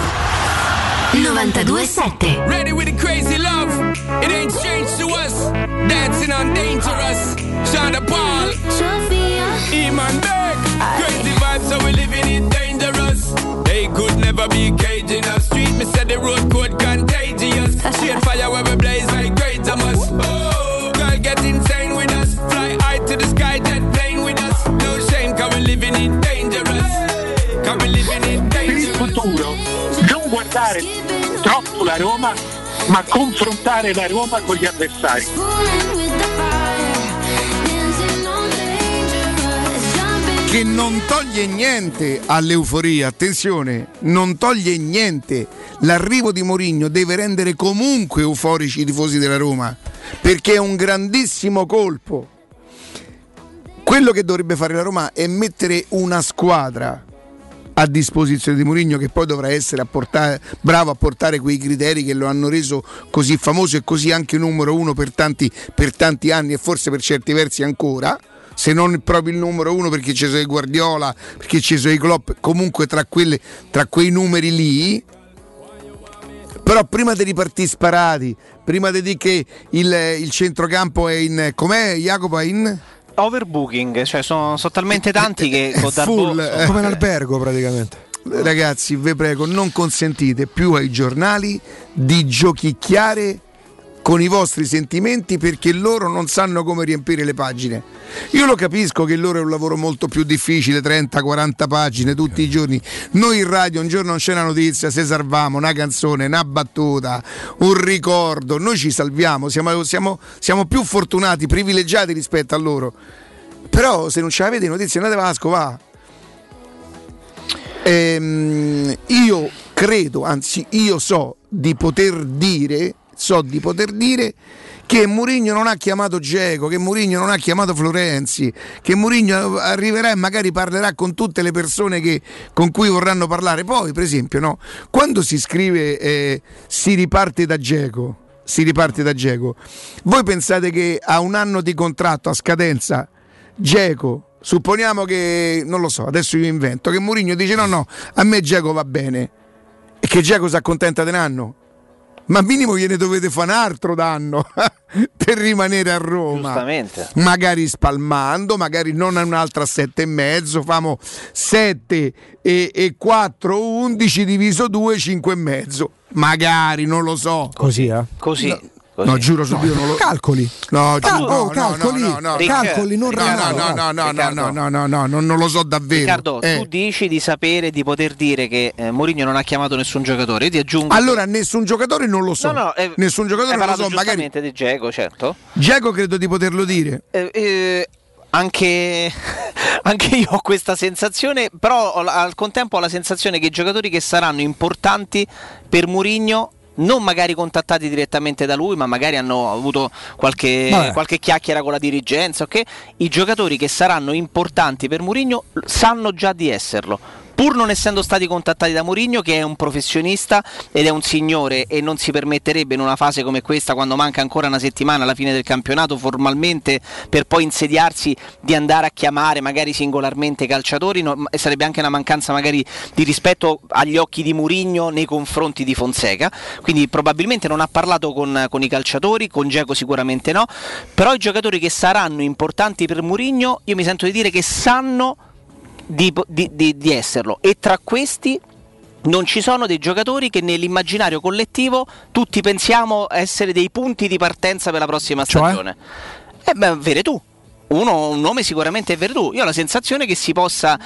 92.7. Ready with the crazy love, it ain't changed to us. Dancing on Dangerous, Shonda Paul, Iman Beck. Crazy vibes, so we living it dangerous. They could never be caging us. Street, me said the road code contagious. Straight fire where we blaze like great Thomas. Oh, girl get insane with us. Fly high to the sky, jet plane with us. No shame, cause we living it dangerous. Cause we living it dangerous. Per il futuro, non guardare troppo la Roma, ma confrontare la Roma con gli avversari. Che non toglie niente all'euforia, attenzione, non toglie niente. L'arrivo di Mourinho deve rendere comunque euforici i tifosi della Roma, perché è un grandissimo colpo. Quello che dovrebbe fare la Roma è mettere una squadra a disposizione di Mourinho, che poi dovrà essere bravo a portare quei criteri che lo hanno reso così famoso e così anche numero uno per tanti anni, e forse per certi versi ancora, se non proprio il numero uno, perché ci sono i Guardiola, perché ci sono i Klopp, comunque tra quei numeri lì. Però prima di ripartire sparati, prima di dire che il centrocampo è in, com'è Jacopo, è in overbooking, cioè sono talmente tanti che full, come l'albergo praticamente. Ragazzi, vi prego, non consentite più ai giornali di giochicchiare con i vostri sentimenti, perché loro non sanno come riempire le pagine. Io lo capisco che loro è un lavoro molto più difficile, 30-40 pagine tutti i giorni. Noi in radio un giorno non c'è una notizia, se salviamo una canzone, una battuta, un ricordo, noi ci salviamo, siamo più fortunati, privilegiati rispetto a loro. Però se non ce l'avete notizie, andate Vasco, va. Io credo, anzi io so di poter dire che Mourinho non ha chiamato Dzeko, che Mourinho non ha chiamato Florenzi, che Mourinho arriverà e magari parlerà con tutte le persone con cui vorranno parlare. Poi, per esempio, no, quando si scrive si riparte da Dzeko, voi pensate che a un anno di contratto a scadenza Dzeko, supponiamo che, non lo so, adesso io invento, che Mourinho dice no, a me Dzeko va bene, e che Dzeko si accontenta di un anno? Ma minimo gliene dovete fare un altro danno per rimanere a Roma. Giustamente. Magari spalmando, magari non a un'altra 7,5, famo 7 e 4, 11 diviso 2, 5,5. Magari, non lo so. Così, Così. No. No, giuro su Dio, non lo calcoli. No, calcoli, non non lo so davvero. Riccardo, tu dici di sapere, di poter dire che Mourinho non ha chiamato nessun giocatore. Io ti aggiungo. Allora, nessun giocatore non lo so. Nessun giocatore non lo so, magari di Dzeko, certo. Dzeko credo di poterlo dire. Anche io ho questa sensazione, però al contempo ho la sensazione che i giocatori che saranno importanti per Mourinho, non magari contattati direttamente da lui, ma magari hanno avuto qualche chiacchiera con la dirigenza, ok? I giocatori che saranno importanti per Mourinho sanno già di esserlo, pur non essendo stati contattati da Mourinho, che è un professionista ed è un signore e non si permetterebbe in una fase come questa, quando manca ancora una settimana alla fine del campionato formalmente, per poi insediarsi, di andare a chiamare magari singolarmente i calciatori, e sarebbe anche una mancanza magari di rispetto agli occhi di Mourinho nei confronti di Fonseca. Quindi probabilmente non ha parlato con i calciatori, con Dzeko sicuramente no, però i giocatori che saranno importanti per Mourinho, io mi sento di dire che sanno di esserlo, e tra questi non ci sono dei giocatori che nell'immaginario collettivo tutti pensiamo essere dei punti di partenza per la prossima stagione. Avere tu un nome sicuramente è Verdù. Io ho la sensazione che si possa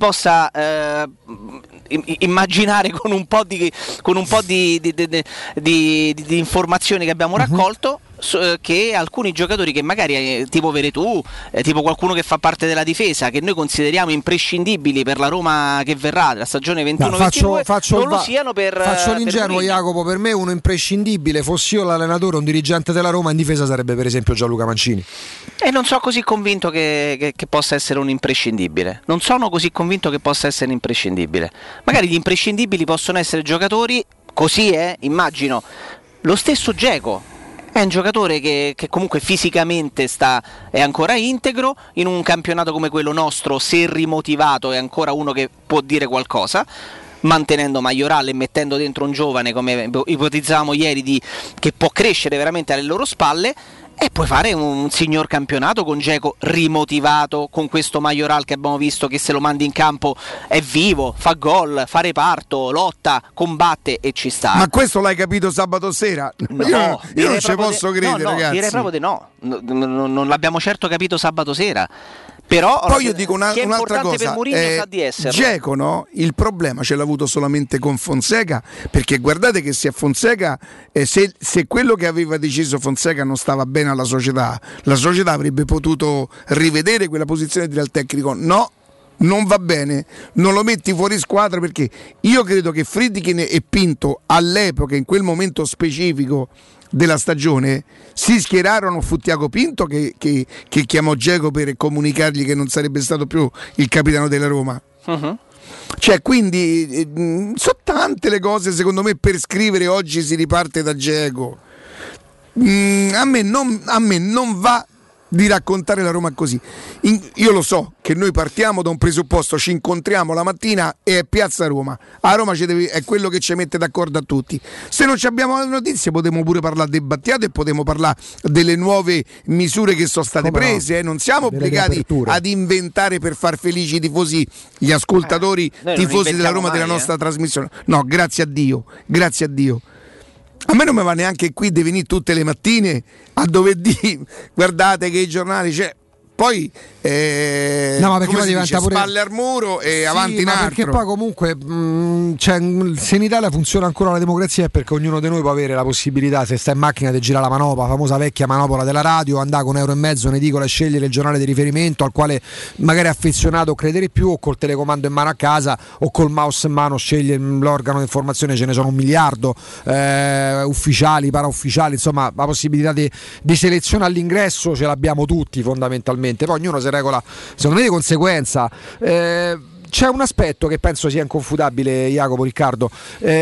immaginare con un po' di informazioni che abbiamo raccolto, che alcuni giocatori che magari tipo Veretù, tipo qualcuno che fa parte della difesa, che noi consideriamo imprescindibili per la Roma che verrà, la stagione 21-22, non lo siano per... Faccio l'ingenuo, Jacopo, per me uno imprescindibile, fossi io l'allenatore, un dirigente della Roma, in difesa sarebbe per esempio Gianluca Mancini. E non sono così convinto che possa essere un imprescindibile. Non sono così convinto che possa essere un imprescindibile. Magari gli imprescindibili possono essere giocatori, così immagino. Lo stesso Dzeko è un giocatore che comunque fisicamente è ancora integro, in un campionato come quello nostro, se rimotivato è ancora uno che può dire qualcosa, mantenendo Majoral e mettendo dentro un giovane, come ipotizzavamo ieri, che può crescere veramente alle loro spalle. E puoi fare un signor campionato con Dzeko rimotivato, con questo Majoral che abbiamo visto che se lo mandi in campo è vivo, fa gol, fa reparto, lotta, combatte e ci sta. Ma questo l'hai capito sabato sera? No, io non ci posso credere, ragazzi. Direi proprio di no. Non l'abbiamo certo capito sabato sera. Però poi io dico un'altra cosa, per Mourinho sa di esserlo. Dzeko, no? Il problema ce l'ha avuto solamente con Fonseca, perché guardate che se a Fonseca se quello che aveva deciso Fonseca non stava bene alla società, la società avrebbe potuto rivedere quella posizione e dire al tecnico no, non va bene, non lo metti fuori squadra, perché io credo che Friedkin e Pinto all'epoca, in quel momento specifico della stagione, si schierarono fu Tiago Pinto che chiamò Dzeko per comunicargli che non sarebbe stato più il capitano della Roma. Cioè, quindi sono tante le cose secondo me per scrivere oggi si riparte da Dzeko. A me non va di raccontare la Roma così. Io lo so che noi partiamo da un presupposto, ci incontriamo la mattina e è Piazza Roma. A Roma è quello che ci mette d'accordo a tutti. Se non abbiamo le notizie potremmo pure parlare del Battiato e potremmo parlare delle nuove misure che sono state prese. Non siamo obbligati ad inventare per far felici i tifosi, gli ascoltatori tifosi della Roma della nostra trasmissione. No, grazie a Dio. A me non mi va neanche qui di venire tutte le mattine a dover dire guardate che i giornali poi no, ma perché poi diventa pure spalle al muro e avanti in altro. Perché poi comunque se in Italia funziona ancora la democrazia è perché ognuno di noi può avere la possibilità, se sta in macchina, di girare la manopola, la famosa vecchia manopola della radio, andare con €1,50 in edicola e scegliere il giornale di riferimento al quale magari è affezionato o credere più, o col telecomando in mano a casa o col mouse in mano sceglie l'organo di informazione. Ce ne sono 1 miliardo, ufficiali, paraufficiali, insomma la possibilità di selezione all'ingresso ce l'abbiamo tutti fondamentalmente. Poi ognuno si regola secondo me di conseguenza. C'è un aspetto che penso sia inconfutabile, Jacopo, Riccardo.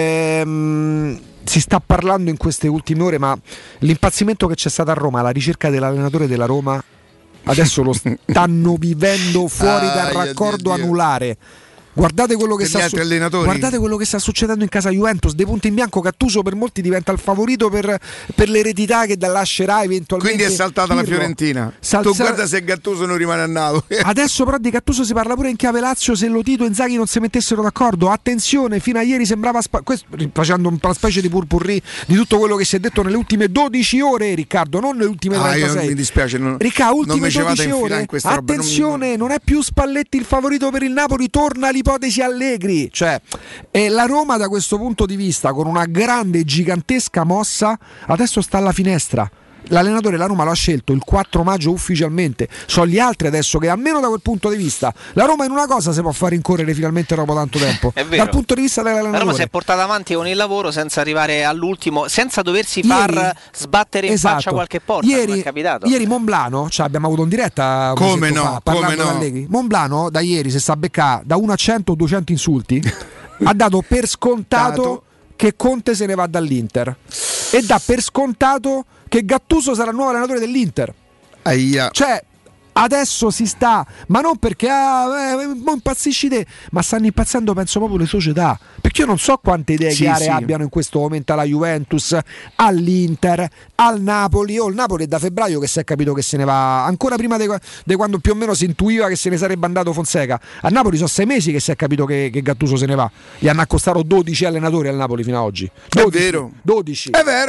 Si sta parlando in queste ultime ore, ma l'impazzimento che c'è stato a Roma, la ricerca dell'allenatore della Roma, adesso lo stanno vivendo fuori dal raccordo anulare. Guardate quello che sta succedendo in casa Juventus, dei punti in bianco. Gattuso per molti diventa il favorito per l'eredità che lascerà eventualmente. Quindi è saltata Pirlo. La Fiorentina. Tu guarda se Gattuso non rimane a Napoli. Adesso però di Gattuso si parla pure in chiave Lazio, se Lotito e Inzaghi non si mettessero d'accordo. Attenzione, fino a ieri sembrava facendo una specie di purpurri di tutto quello che si è detto nelle ultime 12 ore, Riccardo, non nelle ultime 36. Mi dispiace, ultime 12 ore. Attenzione, non è più Spalletti il favorito per il Napoli, torna ipotesi Allegri, cioè la Roma da questo punto di vista, con una grande gigantesca mossa, adesso sta alla finestra. L'allenatore la Roma lo ha scelto il 4 maggio ufficialmente. Sono gli altri adesso che, almeno da quel punto di vista, la Roma in una cosa si può far rincorrere finalmente dopo tanto tempo. Dal punto di vista dell'allenatore, la Roma si è portata avanti con il lavoro senza arrivare all'ultimo, senza doversi far sbattere in faccia qualche porta. Ieri è capitato. Ieri Monblano, cioè abbiamo avuto in diretta parlando di Allegri. Monblano da ieri, se sta beccà da 1 a 100 o 200 insulti, ha dato per scontato che Conte se ne va dall'Inter e dà per scontato che Gattuso sarà il nuovo allenatore dell'Inter. Cioè adesso si sta, ma non perché impazzisci te, ma stanno impazzendo penso proprio le società, perché io non so quante idee chiare abbiano in questo momento alla Juventus, all'Inter, al Napoli. Il Napoli è da febbraio che si è capito che se ne va, ancora prima di quando più o meno si intuiva che se ne sarebbe andato Fonseca. A Napoli sono 6 mesi che si è capito che Gattuso se ne va. Gli hanno accostato 12 allenatori al Napoli fino ad oggi. 12, è vero. 12. È vero.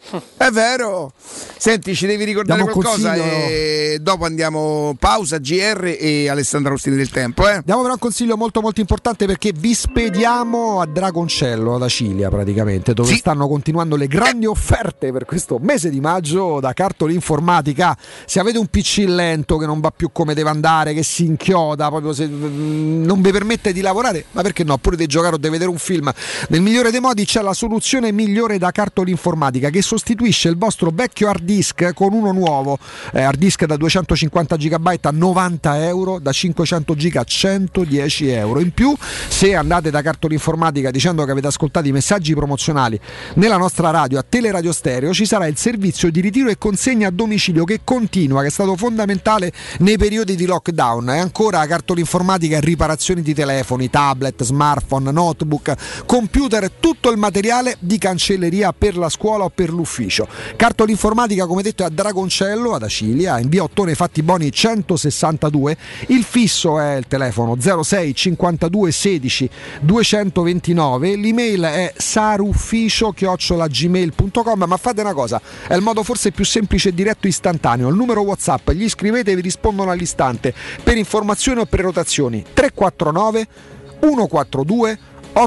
È vero. Senti, ci devi ricordare Diamo qualcosa e dopo andiamo pausa, GR e Alessandra Rostini del Tempo. Diamo però un consiglio molto molto importante, perché vi spediamo a Dragoncello, ad Acilia praticamente, dove stanno continuando le grandi offerte per questo mese di maggio da Cartoli Informatica. Se avete un PC lento che non va più come deve andare, che si inchioda, proprio se non vi permette di lavorare, ma perché no, pure di giocare o di vedere un film, nel migliore dei modi c'è la soluzione migliore da Cartoli Informatica, che sostituisce il vostro vecchio hard disk con uno nuovo. Hard disk da 250 GB a 90 euro, da 500 GB a 110 euro. In più, se andate da Cartoli Informatica dicendo che avete ascoltato i messaggi promozionali nella nostra radio a Teleradio Stereo, ci sarà il servizio di ritiro e consegna a domicilio che continua, che è stato fondamentale nei periodi di lockdown. E ancora Cartoli Informatica e riparazioni di telefoni, tablet, smartphone, notebook, computer, tutto il materiale di cancelleria per la scuola o per l'ufficio. Cartoli Informatica, come detto, è a Dragoncello, ad Acilia, in via Ottone Fattiboni 162. Il fisso è il telefono 06 52 16 229. L'email è sarufficio@gmail.com. Ma fate una cosa, è il modo forse più semplice e diretto, istantaneo. Il numero WhatsApp, gli scrivete e vi rispondono all'istante. Per informazioni o prenotazioni 349 142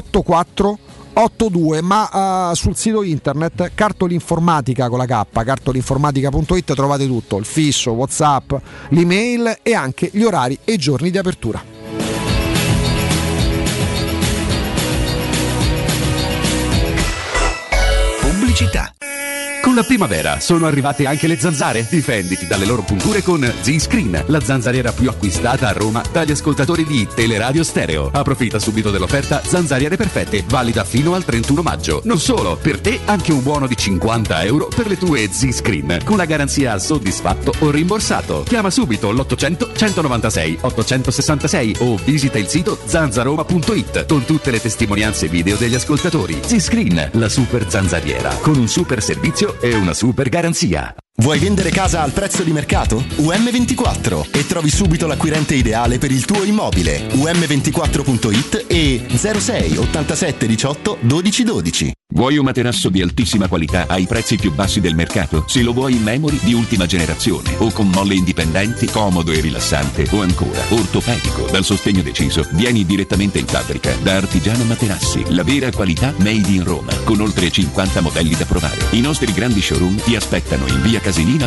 8482, ma sul sito internet Cartolinformatica con la K, cartolinformatica.it, trovate tutto: il fisso, WhatsApp, l'email e anche gli orari e i giorni di apertura. Pubblicità. Con la primavera sono arrivate anche le zanzare. Difenditi dalle loro punture con Z-Screen, la zanzariera più acquistata a Roma dagli ascoltatori di Teleradio Stereo. Approfitta subito dell'offerta Zanzariere Perfette, valida fino al 31 maggio. Non solo, per te anche un buono di 50 euro per le tue Z-Screen, con la garanzia soddisfatto o rimborsato. Chiama subito l'800 196 866 o visita il sito zanzaroma.it con tutte le testimonianze video degli ascoltatori. Z-Screen, la super zanzariera, con un super servizio e una super garanzia. Vuoi vendere casa al prezzo di mercato? UM24 e trovi subito l'acquirente ideale per il tuo immobile. UM24.it e 06 87 18 12 12. Vuoi un materasso di altissima qualità ai prezzi più bassi del mercato? Se lo vuoi in memory di ultima generazione o con molle indipendenti, comodo e rilassante, o ancora ortopedico dal sostegno deciso, vieni direttamente in fabbrica da Artigiana Materassi, la vera qualità made in Roma, con oltre 50 modelli da provare. I nostri grandi showroom ti aspettano in via Casilina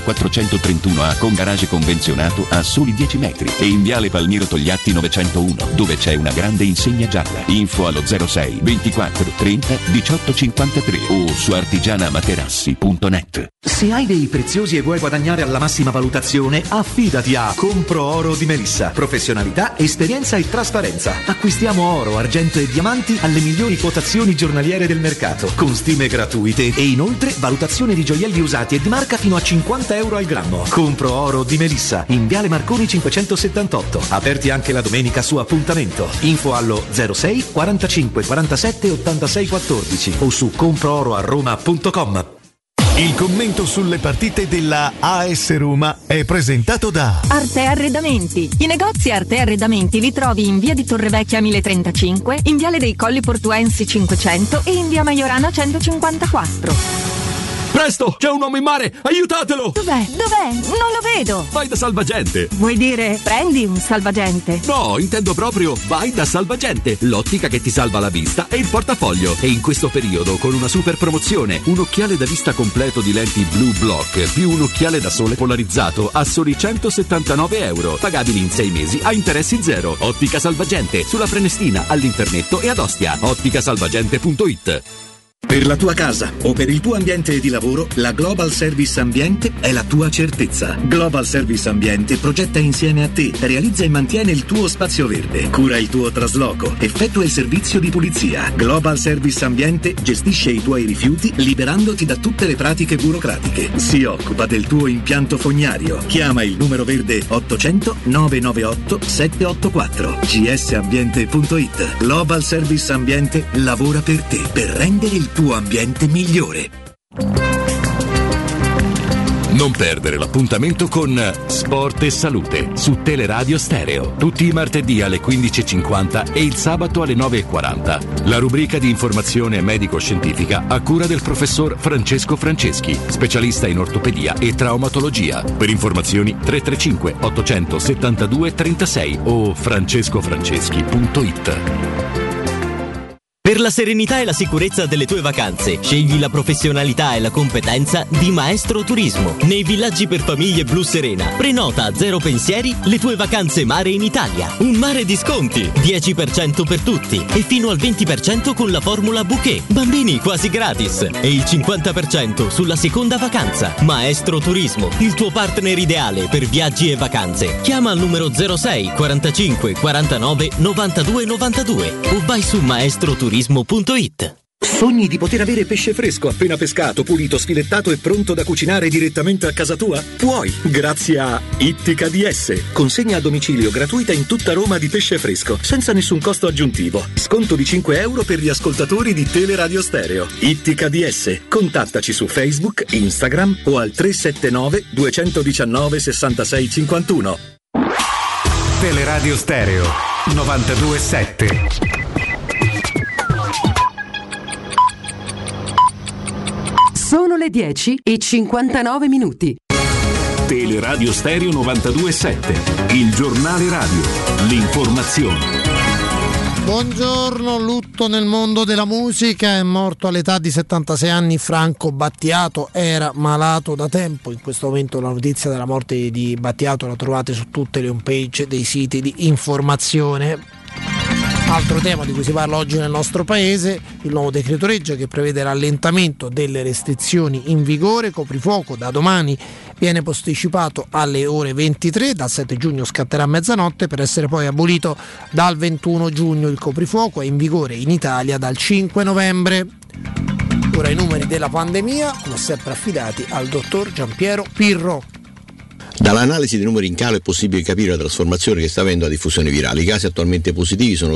431A con garage convenzionato a soli 10 metri e in viale Palmiro Togliatti 901, dove c'è una grande insegna gialla. Info allo 06 24 30 18 53 o su artigianamaterassi.net. Se hai dei preziosi e vuoi guadagnare alla massima valutazione, affidati a Compro Oro di Melissa. Professionalità, esperienza e trasparenza. Acquistiamo oro, argento e diamanti alle migliori quotazioni giornaliere del mercato, con stime gratuite e inoltre valutazione di gioielli usati e di marca fino a 50 euro al grammo. Compro Oro di Melissa, in Viale Marconi 578. Aperti anche la domenica su appuntamento. Info allo 06 45 47 86 14 o su comprooroaroma.com. Il commento sulle partite della AS Roma è presentato da Arte Arredamenti. I negozi Arte Arredamenti li trovi in via di Torrevecchia 1035, in viale dei Colli Portuensi 500 e in via Maiorana 154. Presto, c'è un uomo in mare, aiutatelo! Dov'è? Dov'è? Non lo vedo! Vai da Salvagente! Vuoi dire prendi un salvagente? No, intendo proprio vai da Salvagente, l'ottica che ti salva la vista e il portafoglio. E in questo periodo con una super promozione, un occhiale da vista completo di lenti Blue Block più un occhiale da sole polarizzato a soli 179 euro, pagabili in 6 mesi a interessi zero. Ottica Salvagente, sulla Prenestina, all'Internetto e ad Ostia. otticasalvagente.it. Per la tua casa o per il tuo ambiente di lavoro, la Global Service Ambiente è la tua certezza. Global Service Ambiente progetta insieme a te, realizza e mantiene il tuo spazio verde, cura il tuo trasloco, effettua il servizio di pulizia. Global Service Ambiente gestisce i tuoi rifiuti liberandoti da tutte le pratiche burocratiche. Si occupa del tuo impianto fognario. Chiama il numero verde 800 998 784. gsambiente.it. Global Service Ambiente lavora per te, per rendere il tuo ambiente migliore. Non perdere l'appuntamento con Sport e Salute su Teleradio Stereo, tutti i martedì alle 15.50 e il sabato alle 9.40. La rubrica di informazione medico-scientifica a cura del professor Francesco Franceschi, specialista in ortopedia e traumatologia. Per informazioni 335 872 36 o francescofranceschi.it. Per la serenità e la sicurezza delle tue vacanze, scegli la professionalità e la competenza di Maestro Turismo. Nei villaggi per famiglie Blu Serena, prenota a zero pensieri le tue vacanze mare in Italia. Un mare di sconti, 10% per tutti e fino al 20% con la formula bouquet. Bambini quasi gratis e il 50% sulla seconda vacanza. Maestro Turismo, il tuo partner ideale per viaggi e vacanze. Chiama al numero 06 45 49 92 92 o vai su maestroturismo.it. Sogni di poter avere pesce fresco appena pescato, pulito, sfilettato e pronto da cucinare direttamente a casa tua? Puoi, grazie a Ittica DS. Consegna a domicilio gratuita in tutta Roma di pesce fresco, senza nessun costo aggiuntivo. Sconto di €5 per gli ascoltatori di Teleradio Stereo. Ittica DS. Contattaci su Facebook, Instagram o al 379 219 66 51. Teleradio Stereo 92.7. Sono le 10:59. Teleradio Stereo 92.7, il giornale radio, l'informazione. Buongiorno, lutto nel mondo della musica, è morto all'età di 76 anni Franco Battiato, era malato da tempo. In questo momento la notizia della morte di Battiato la trovate su tutte le homepage dei siti di informazione. Altro tema di cui si parla oggi nel nostro paese, il nuovo decreto legge che prevede rallentamento delle restrizioni in vigore, coprifuoco da domani viene posticipato alle ore 23, dal 7 giugno scatterà a mezzanotte per essere poi abolito dal 21 giugno. Il coprifuoco è in vigore in Italia dal 5 novembre. Ora i numeri della pandemia, come sempre affidati al dottor Giampiero Pirro. Dall'analisi dei numeri in calo è possibile capire la trasformazione che sta avendo la diffusione virale. I casi attualmente positivi sono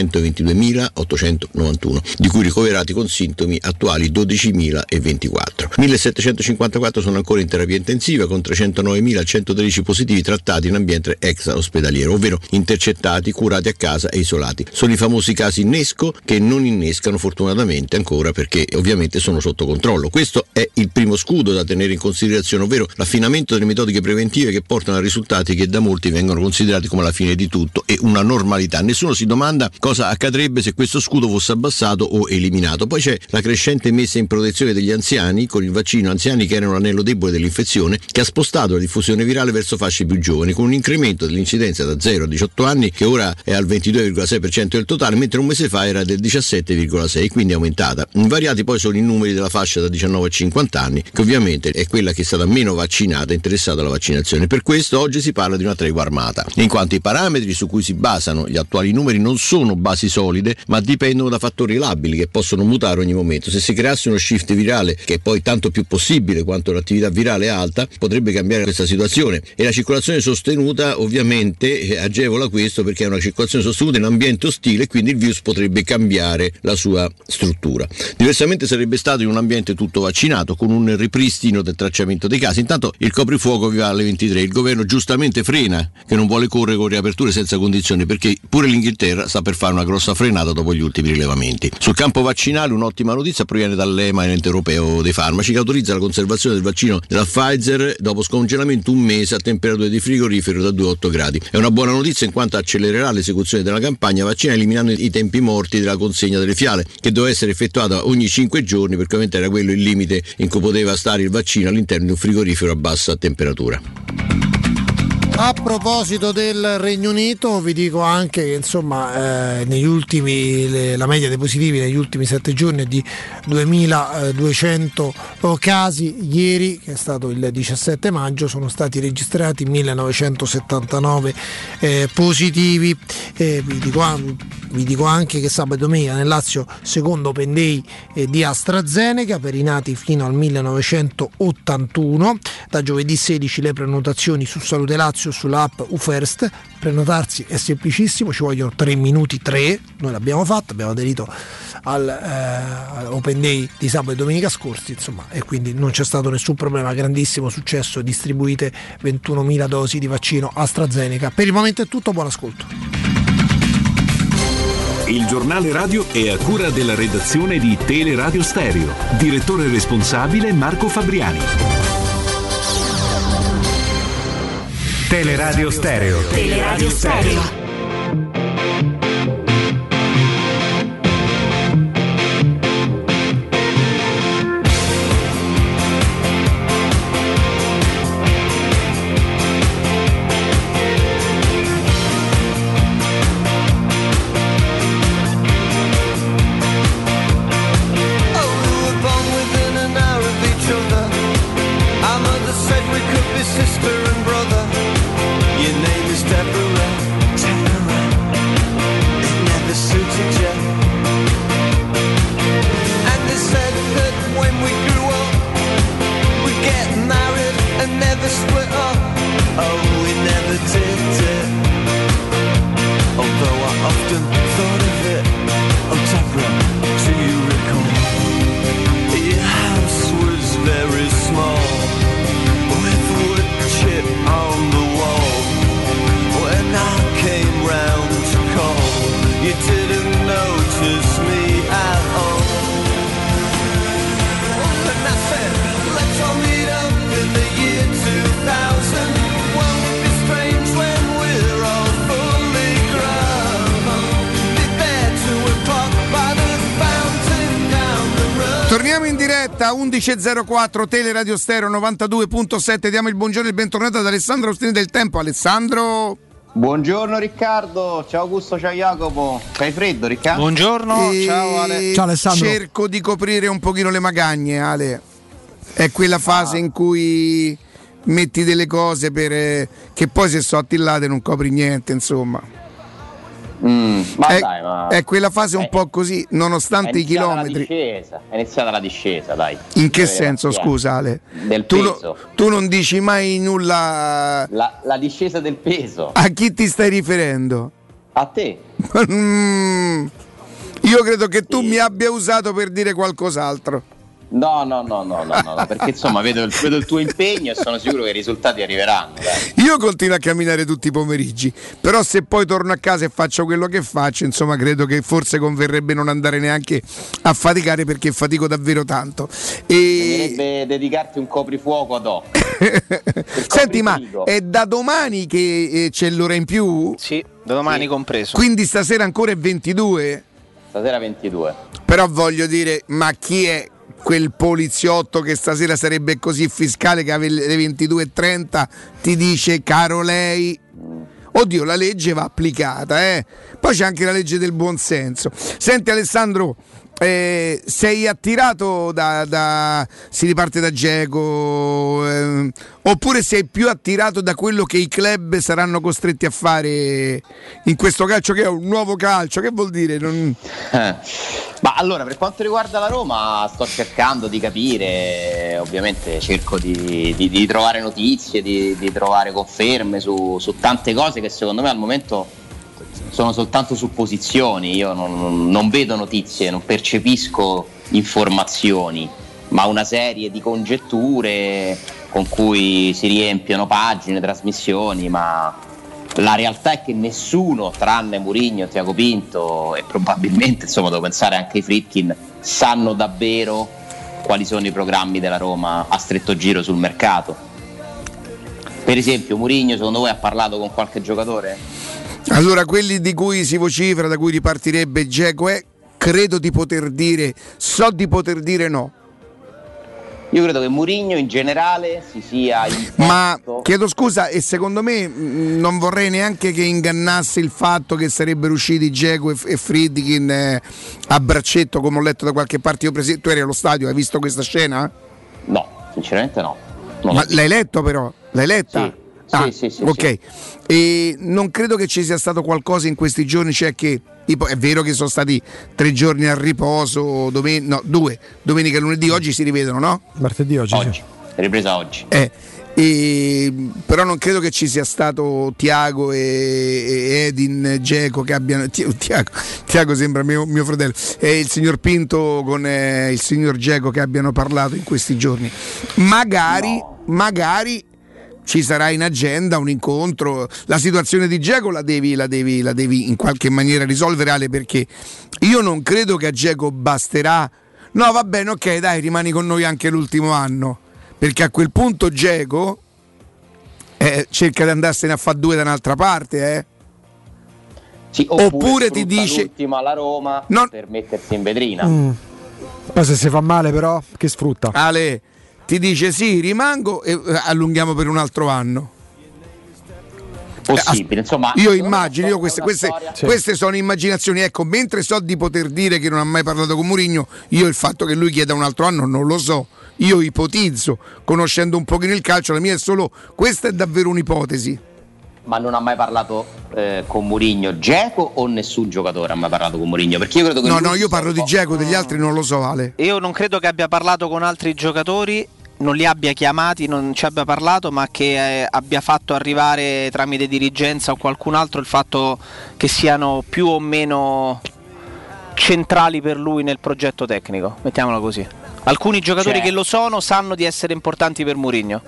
322.891, di cui ricoverati con sintomi attuali 12.024. 1.754 sono ancora in terapia intensiva, con 309.113 positivi trattati in ambiente extra-ospedaliero, ovvero intercettati, curati a casa e isolati. Sono i famosi casi innesco che non innescano fortunatamente ancora, perché ovviamente sono sotto controllo. Questo è il primo scudo da tenere in considerazione, ovvero l'affinamento delle metodiche preventive che portano a risultati che da molti vengono considerati come la fine di tutto e una normalità. Nessuno si domanda cosa accadrebbe se questo scudo fosse abbassato o eliminato. Poi c'è la crescente messa in protezione degli anziani con il vaccino, anziani che erano l'anello debole dell'infezione, che ha spostato la diffusione virale verso fasce più giovani, con un incremento dell'incidenza da 0 a 18 anni che ora è al 22,6% del totale, mentre un mese fa era del 17,6%, quindi è aumentata. Invariati poi sono i numeri della fascia da 19 a 50 anni, che ovviamente è quella che è stata meno vaccinata, interessata alla vaccinazione. Per questo oggi si parla di una tregua armata, in quanto i parametri su cui si basano gli attuali numeri non sono basi solide, ma dipendono da fattori labili che possono mutare ogni momento. Se si creasse uno shift virale, che è poi tanto più possibile quanto l'attività virale è alta, potrebbe cambiare questa situazione, e la circolazione sostenuta ovviamente agevola questo, perché è una circolazione sostenuta in ambiente ostile e quindi il virus potrebbe cambiare la sua struttura. Diversamente sarebbe stato in un ambiente tutto vaccinato, con un ripristino del tracciamento dei casi. Intanto il coprifuoco vi va alle 23. Il governo giustamente frena, che non vuole correre con riaperture senza condizioni, perché pure l'Inghilterra sta per fare una grossa frenata dopo gli ultimi rilevamenti. Sul campo vaccinale un'ottima notizia proviene dall'EMA, l'ente europeo dei farmaci, che autorizza la conservazione del vaccino della Pfizer dopo scongelamento un mese a temperature di frigorifero da 2 a 8 gradi. È una buona notizia in quanto accelererà l'esecuzione della campagna vaccinale, eliminando i tempi morti della consegna delle fiale, che doveva essere effettuata ogni 5 giorni, perché ovviamente era quello il limite in cui poteva stare il vaccino all'interno di un frigorifero a bassa temperatura. A proposito del Regno Unito, vi dico anche che insomma negli ultimi la media dei positivi negli ultimi 7 giorni è di 2.200 casi. Ieri, che è stato il 17 maggio, sono stati registrati 1.979 positivi. Vi dico anche che sabato e domenica nel Lazio secondo Open Day di AstraZeneca per i nati fino al 1981. Da giovedì 16 le prenotazioni su Salute Lazio o sull'app UFirst. Prenotarsi è semplicissimo, ci vogliono 3 minuti, noi l'abbiamo fatto, abbiamo aderito al Open Day di sabato e domenica scorsi, insomma, e quindi non c'è stato nessun problema, grandissimo successo, distribuite 21.000 dosi di vaccino AstraZeneca. Per il momento è tutto, buon ascolto. Il giornale radio è a cura della redazione di Teleradio Stereo. Direttore responsabile Marco Fabriani. Teleradio Stereo. Teleradio Stereo. Torniamo in diretta 11.04 Teleradio Stereo 92.7. Diamo il buongiorno e il bentornato ad Alessandro Austini del Tempo. Alessandro. Buongiorno Riccardo, ciao Augusto, ciao Jacopo. C'hai freddo, Riccardo? Buongiorno, ciao Ale. Ciao Alessandro. Cerco di coprire un pochino le magagne, Ale. È quella fase in cui metti delle cose per che poi se so attillate non copri niente, insomma. È quella fase un po' così, nonostante i chilometri. È iniziata la discesa, dai. In che senso, scusa Ale? Del peso. Tu non dici mai nulla. La discesa del peso. A chi ti stai riferendo? A te. Io credo che tu mi abbia usato per dire qualcos'altro. No, perché insomma vedo il tuo impegno e sono sicuro che i risultati arriveranno. Dai. Io continuo a camminare tutti i pomeriggi, però se poi torno a casa e faccio quello che faccio, insomma credo che forse converrebbe non andare neanche a faticare, perché fatico davvero tanto. Bisognerebbe dedicarti un coprifuoco ad hoc. Senti, ma è da domani che c'è l'ora in più? Sì, da domani compreso. Quindi stasera ancora è 22? Stasera 22. Però voglio dire, ma chi è quel poliziotto che stasera sarebbe così fiscale che alle 22.30 ti dice caro lei? Oddio, la legge va applicata, Poi c'è anche la legge del buonsenso. Senti Alessandro, sei attirato si riparte da Dzeko, oppure sei più attirato da quello che i club saranno costretti a fare in questo calcio, che è un nuovo calcio? Che vuol dire? Ma allora, per quanto riguarda la Roma, sto cercando di capire, ovviamente cerco di trovare notizie, di trovare conferme su tante cose che secondo me al momento sono soltanto supposizioni. Io non vedo notizie, non percepisco informazioni, ma una serie di congetture con cui si riempiono pagine, trasmissioni, ma la realtà è che nessuno, tranne Mourinho, Tiago Pinto e probabilmente, insomma, devo pensare anche ai Friedkin, sanno davvero quali sono i programmi della Roma a stretto giro sul mercato. Per esempio, Mourinho, secondo voi ha parlato con qualche giocatore? Allora, quelli di cui si vocifera, da cui ripartirebbe Dzeko, credo di poter dire, so di poter dire no. Io credo che Mourinho in generale si sia imposto. Ma chiedo scusa, e secondo me non vorrei neanche che ingannasse il fatto che sarebbero usciti Dzeko e Friedkin a braccetto, come ho letto da qualche parte. Tu eri allo stadio, hai visto questa scena? No, sinceramente no. Ma l'hai letto però? L'hai letta? Sì. Ok. Sì. E non credo che ci sia stato qualcosa in questi giorni, cioè che è vero che sono stati 3 giorni a riposo, 2, domenica e lunedì, oggi si rivedono, no? Martedì oggi. Ripresa oggi. Però non credo che ci sia stato Tiago e Edin Dzeko che abbiano Tiago sembra mio fratello, e il signor Pinto con il signor Dzeko che abbiano parlato in questi giorni. Magari ci sarà in agenda un incontro. La situazione di Dzeko la devi in qualche maniera risolvere, Ale, perché io non credo che a Dzeko basterà no va bene, ok, dai, rimani con noi anche l'ultimo anno, perché a quel punto Dzeko cerca di andarsene a fare 2 da un'altra parte, Sì, oppure ti dice l'ultima alla Roma per mettersi in vetrina. Poi se si fa male però che sfrutta? Ale ti dice sì, rimango e allunghiamo per un altro anno. Possibile, insomma. Io immagino, queste sono immaginazioni, ecco, mentre so di poter dire che non ha mai parlato con Mourinho, io il fatto che lui chieda un altro anno non lo so. Io ipotizzo, conoscendo un pochino il calcio, la mia è solo, questa è davvero un'ipotesi. Ma non ha mai parlato con Mourinho Dzeko o nessun giocatore ha mai parlato con Mourinho? Perché io credo che io parlo di Dzeko, degli altri non lo so, Ale. Io non credo che abbia parlato con altri giocatori, non li abbia chiamati, non ci abbia parlato, ma che abbia fatto arrivare tramite dirigenza o qualcun altro il fatto che siano più o meno centrali per lui nel progetto tecnico, mettiamola così. Alcuni giocatori che lo sono sanno di essere importanti per Mourinho.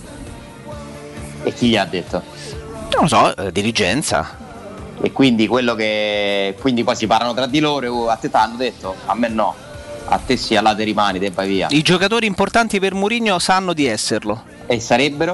E chi gli ha detto? Non lo so, dirigenza. E quindi quindi poi si parlano tra di loro, a te t'hanno detto, a me no, a te sì, là te rimani, te vai via. I giocatori importanti per Mourinho sanno di esserlo. E sarebbero?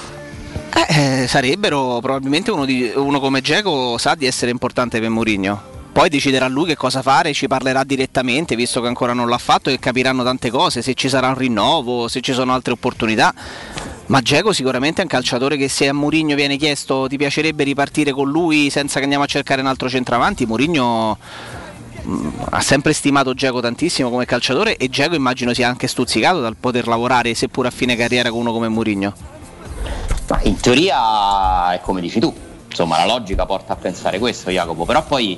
Sarebbero probabilmente uno come Dzeko sa di essere importante per Mourinho. Poi deciderà lui che cosa fare, ci parlerà direttamente, visto che ancora non l'ha fatto, e capiranno tante cose, se ci sarà un rinnovo, se ci sono altre opportunità. Ma Dzeko sicuramente è un calciatore che, se a Mourinho viene chiesto ti piacerebbe ripartire con lui senza che andiamo a cercare un altro centravanti, Mourinho ha sempre stimato Dzeko tantissimo come calciatore, e Dzeko immagino sia anche stuzzicato dal poter lavorare, seppur a fine carriera, con uno come Mourinho. Ma in teoria è come dici tu, insomma la logica porta a pensare questo, Jacopo, però poi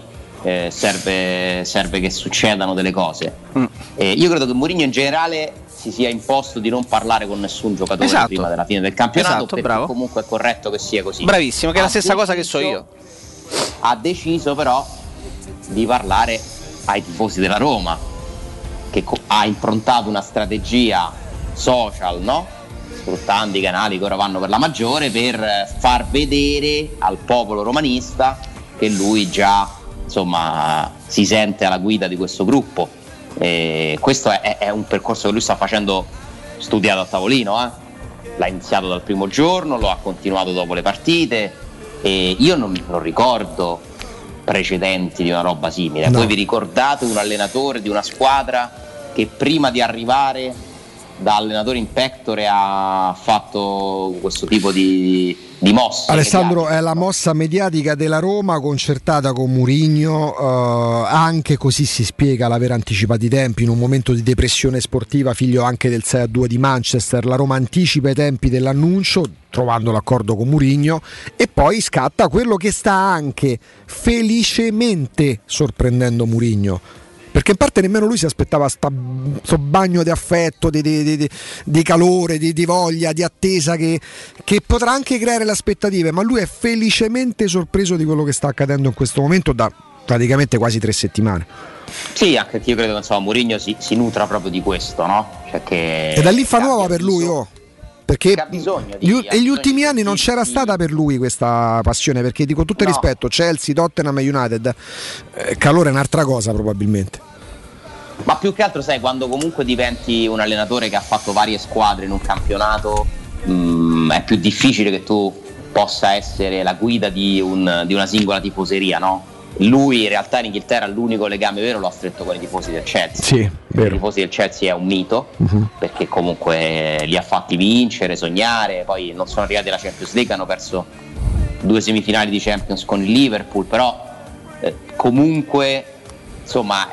serve che succedano delle cose. Io credo che Mourinho in generale si sia imposto di non parlare con nessun giocatore prima della fine del campionato, perché bravo. Comunque è corretto che sia così. Bravissimo, che è la stessa cosa che so io. Ha deciso però di parlare ai tifosi della Roma, che ha improntato una strategia social, no? Sfruttando i canali che ora vanno per la maggiore, per far vedere al popolo romanista che lui già, insomma, si sente alla guida di questo gruppo. Questo è un percorso che lui sta facendo studiato a tavolino, l'ha iniziato dal primo giorno, lo ha continuato dopo le partite, e io non ricordo precedenti di una roba simile. Voi vi ricordate un allenatore di una squadra che prima di arrivare da allenatore in pectore ha fatto questo tipo di mossa? Alessandro, è la mossa mediatica della Roma concertata con Mourinho, anche così si spiega l'aver anticipato i tempi in un momento di depressione sportiva, figlio anche del 6-2 di Manchester. La Roma anticipa i tempi dell'annuncio trovando l'accordo con Mourinho, e poi scatta quello che sta anche felicemente sorprendendo Mourinho, perché in parte nemmeno lui si aspettava sto bagno di affetto, di calore, di voglia, di attesa che potrà anche creare le aspettative, ma lui è felicemente sorpreso di quello che sta accadendo in questo momento da praticamente quasi 3 settimane. Sì, anche io credo che Mourinho si nutra proprio di questo, no? Cioè che e da lì fa nuova per lui, perché negli ultimi anni non c'era stata per lui questa passione, perché dico tutto il rispetto, Chelsea, Tottenham e United, calore è un'altra cosa probabilmente. Ma più che altro, sai, quando comunque diventi un allenatore che ha fatto varie squadre in un campionato, è più difficile che tu possa essere la guida di una singola tifoseria, no? Lui in realtà in Inghilterra l'unico legame vero lo ha stretto con i tifosi del Chelsea. Sì, vero. I tifosi del Chelsea è un mito, perché comunque li ha fatti vincere, sognare, poi non sono arrivati alla Champions League, hanno perso 2 semifinali di Champions con il Liverpool, però comunque insomma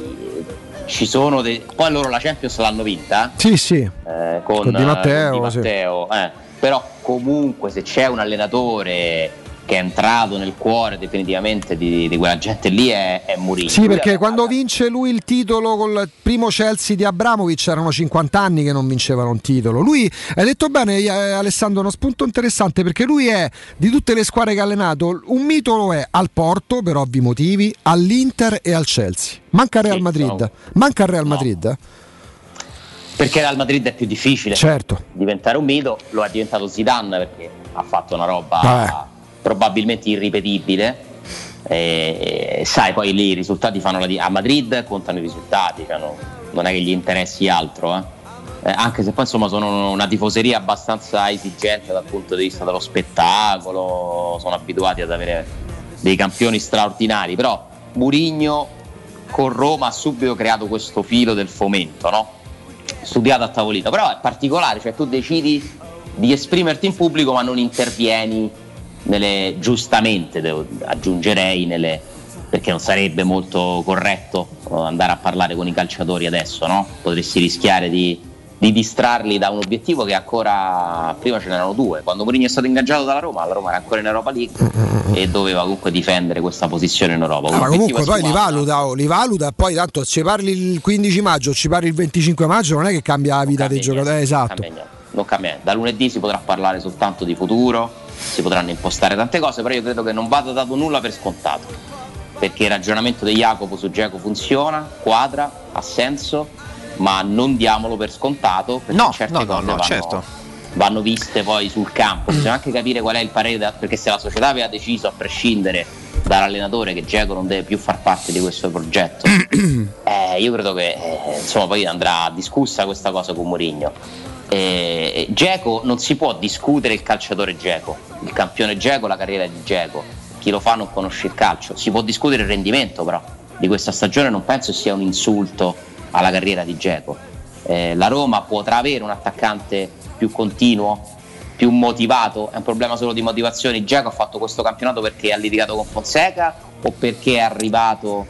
ci sono poi loro la Champions l'hanno vinta, sì. Con Di Matteo, però comunque se c'è un allenatore che è entrato nel cuore definitivamente di quella gente lì è Mourinho. Sì, perché quando vince lui il titolo col primo Chelsea di Abramovich erano 50 anni che non vincevano un titolo. Lui, hai detto bene Alessandro, uno spunto interessante, perché lui è, di tutte le squadre che ha allenato, un mito lo è al Porto per ovvi motivi, all'Inter e al Chelsea. Manca il Real Madrid. Manca il Real Madrid. Perché Real Madrid è più difficile, certo, diventare un mito. Lo è diventato Zidane perché ha fatto una roba probabilmente irripetibile, e sai, poi lì i risultati fanno a Madrid contano i risultati, cioè non è che gli interessi altro, anche se poi insomma sono una tifoseria abbastanza esigente dal punto di vista dello spettacolo, sono abituati ad avere dei campioni straordinari, però Mourinho con Roma ha subito creato questo filo del fomento, no? Studiato a tavolino, però è particolare, cioè tu decidi di esprimerti in pubblico ma non intervieni giustamente, aggiungerei, perché non sarebbe molto corretto andare a parlare con i calciatori adesso, no? Potresti rischiare di distrarli da un obiettivo che ancora prima ce n'erano due. Quando Mourinho è stato ingaggiato dalla Roma, la Roma era ancora in Europa League e doveva comunque difendere questa posizione in Europa. Ma comunque poi li valuta, poi tanto ci parli il 15 maggio, ci parli il 25 maggio, non è che cambia la vita dei giocatori, esatto. Non cambia. Da lunedì si potrà parlare soltanto di futuro, si potranno impostare tante cose, però io credo che non vada dato nulla per scontato, perché il ragionamento di Jacopo su Dzeko funziona, quadra, ha senso, ma non diamolo per scontato, perché certe cose vanno viste poi sul campo. Bisogna anche capire qual è il parere, perché se la società aveva deciso, a prescindere dall'allenatore, che Dzeko non deve più far parte di questo progetto, io credo che insomma poi andrà discussa questa cosa con Mourinho. Dzeko, non si può discutere il calciatore Dzeko, il campione Dzeko, la carriera di Dzeko. Chi lo fa non conosce il calcio. Si può discutere il rendimento, però di questa stagione non penso sia un insulto alla carriera di Dzeko. La Roma potrà avere un attaccante più continuo, più motivato? È un problema solo di motivazioni. Dzeko ha fatto questo campionato perché ha litigato con Fonseca o perché è arrivato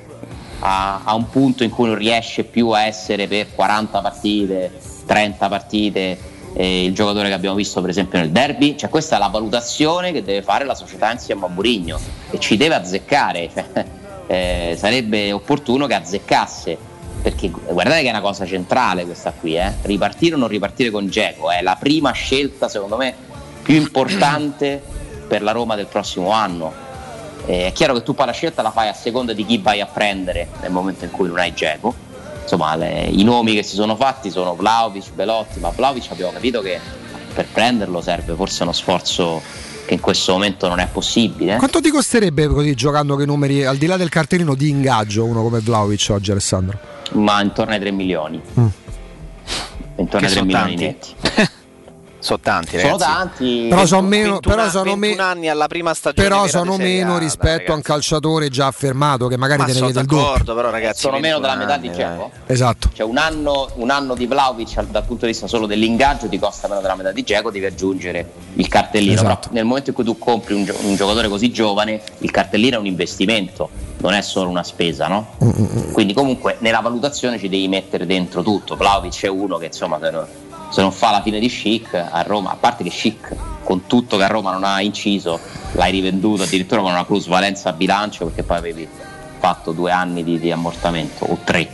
a un punto in cui non riesce più a essere per 40 partite, 30 partite il giocatore che abbiamo visto per esempio nel derby? Cioè, questa è la valutazione che deve fare la società insieme a Mourinho e ci deve azzeccare, sarebbe opportuno che azzeccasse, perché guardate che è una cosa centrale questa qui, ripartire o non ripartire con Dzeko è la prima scelta secondo me più importante per la Roma del prossimo anno. È chiaro che tu poi la scelta la fai a seconda di chi vai a prendere nel momento in cui non hai Dzeko. Insomma, i nomi che si sono fatti sono Vlahovic, Belotti, ma Vlahovic abbiamo capito che per prenderlo serve forse uno sforzo che in questo momento non è possibile. Quanto ti costerebbe così, giocando che numeri, al di là del cartellino, di ingaggio uno come Vlahovic oggi, Alessandro? Ma intorno ai 3 milioni. Intorno ai 3 milioni netti. Sono tanti, sono tanti, però sono meno, 21 anni alla prima stagione, però sono meno rispetto a un calciatore già affermato che magari te ne chiede il doppio. Però ragazzi, sono meno della metà di Dzeko. Esatto. Cioè un anno di Vlahovic dal punto di vista solo dell'ingaggio ti costa meno della metà di Dzeko, devi aggiungere il cartellino. Esatto. Però nel momento in cui tu compri un giocatore così giovane, il cartellino è un investimento, non è solo una spesa, no? Quindi comunque nella valutazione ci devi mettere dentro tutto. Vlahovic è uno che insomma se non fa la fine di Schick a Roma, a parte che Schick con tutto che a Roma non ha inciso, l'hai rivenduto addirittura con una plusvalenza a bilancio, perché poi avevi fatto 2 anni di ammortamento, o 3,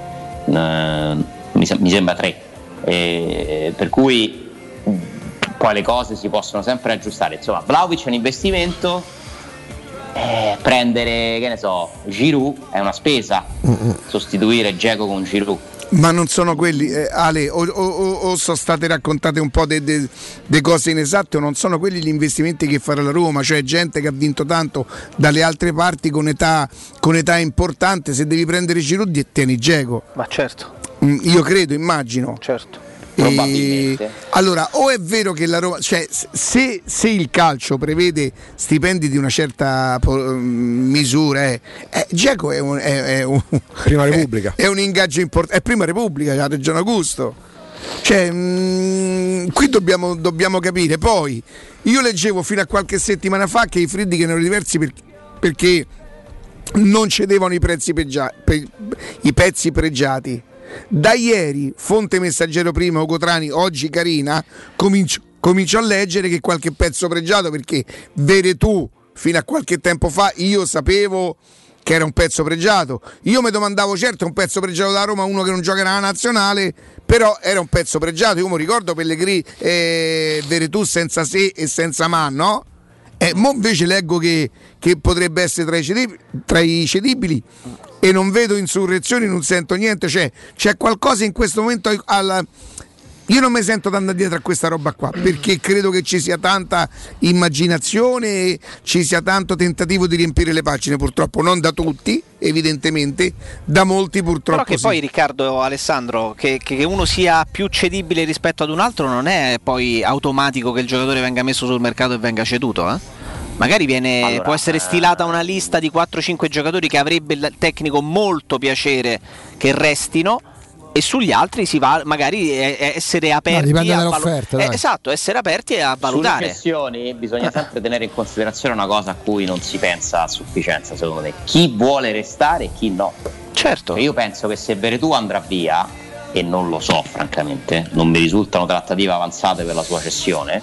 mi sembra 3, per cui poi le cose si possono sempre aggiustare. Insomma, Vlahovic è un investimento, prendere, che ne so, Giroud è una spesa, sostituire Dzeko con Giroud. Ma non sono quelli, Ale, o sono state raccontate un po' de cose inesatte, o non sono quelli gli investimenti che farà la Roma, cioè gente che ha vinto tanto dalle altre parti con età importante. Se devi prendere Giroud tieni Dzeko. Ma certo. Io credo, immagino. Certo. Probabilmente. Allora, o è vero che la Roma, cioè se il calcio prevede stipendi di una certa misura, Dzeko è Prima Repubblica. È un ingaggio importante, è Prima Repubblica, ha ragione Augusto. Cioè, qui dobbiamo capire. Poi io leggevo fino a qualche settimana fa che i Friedkin erano diversi perché non cedevano i pezzi pregiati. Da ieri, fonte Messaggero prima, Ocotrani, oggi Carina, comincio a leggere che qualche pezzo pregiato, perché Veretù fino a qualche tempo fa io sapevo che era un pezzo pregiato. Io mi domandavo, certo è un pezzo pregiato da Roma, uno che non gioca nella nazionale, però era un pezzo pregiato. Io mi ricordo Pellegrini Veretù senza se e senza ma, no? Mo invece leggo che potrebbe essere tra i cedibili e non vedo insurrezioni, non sento niente, c'è qualcosa in questo momento io non mi sento da andare dietro a questa roba qua, perché credo che ci sia tanta immaginazione e ci sia tanto tentativo di riempire le pagine, purtroppo non da tutti, evidentemente, da molti purtroppo. Però che poi Riccardo, Alessandro, che uno sia più cedibile rispetto ad un altro non è poi automatico che il giocatore venga messo sul mercato e venga ceduto, Magari può essere stilata una lista di 4-5 giocatori che avrebbe il tecnico molto piacere che restino, e sugli altri si va magari essere aperti essere aperti a valutare. Sulle cessioni bisogna sempre tenere in considerazione una cosa a cui non si pensa a sufficienza, secondo me: chi vuole restare e chi no. Certo. Io penso che se Veretù andrà via, e non lo so francamente, non mi risultano trattative avanzate per la sua cessione,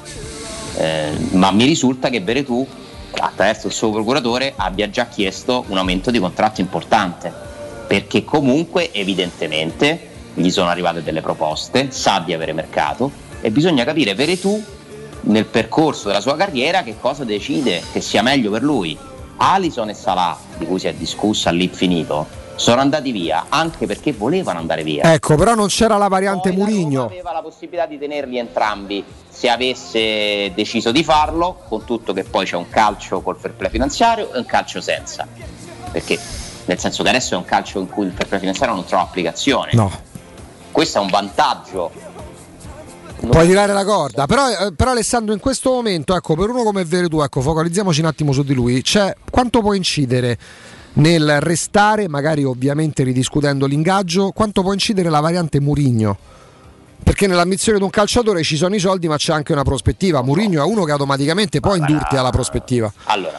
ma mi risulta che Veretù, attraverso il suo procuratore, abbia già chiesto un aumento di contratto importante, perché comunque evidentemente gli sono arrivate delle proposte, sa di avere mercato, e bisogna capire Veretù nel percorso della sua carriera che cosa decide che sia meglio per lui. Alisson e Salah, di cui si è discusso all'infinito, sono andati via anche perché volevano andare via. Ecco, però non c'era la variante Mourinho. Aveva la possibilità di tenerli entrambi se avesse deciso di farlo, con tutto che poi c'è un calcio col fair play finanziario e un calcio senza, perché nel senso che adesso è un calcio in cui il fair play finanziario non trova applicazione. No. Questo è un vantaggio. Puoi tirare la corda, però Alessandro, in questo momento, ecco, per uno come Veretù, ecco, focalizziamoci un attimo su di lui, quanto può incidere nel restare, magari ovviamente ridiscutendo l'ingaggio, quanto può incidere la variante Mourinho? Perché nell'ambizione di un calciatore ci sono i soldi, ma c'è anche una prospettiva. Mourinho è uno che automaticamente può indurti alla prospettiva. Allora,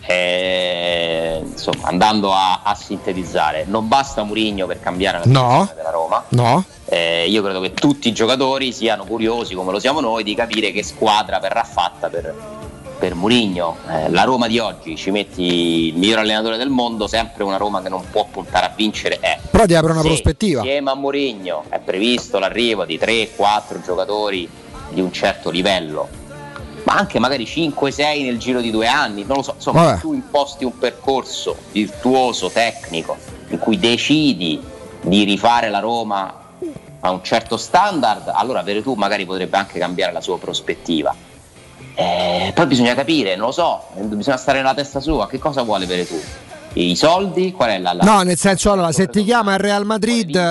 insomma, andando a sintetizzare, non basta Mourinho per cambiare la situazione della Roma. No. Io credo che tutti i giocatori siano curiosi, come lo siamo noi, di capire che squadra verrà fatta per Mourinho. La Roma di oggi, ci metti il miglior allenatore del mondo, sempre una Roma che non può puntare a vincere. Però ti apre una prospettiva. Insieme a Mourinho è previsto l'arrivo di 3-4 giocatori di un certo livello, ma anche magari 5-6 nel giro di 2 anni, non lo so, insomma, tu imposti un percorso virtuoso, tecnico, in cui decidi di rifare la Roma a un certo standard, allora Veretù magari potrebbe anche cambiare la sua prospettiva. Poi bisogna capire, non lo so, bisogna stare nella testa sua, che cosa vuole Veretù? I soldi? Qual è la No, nel senso, allora, se ti chiama il Real Madrid,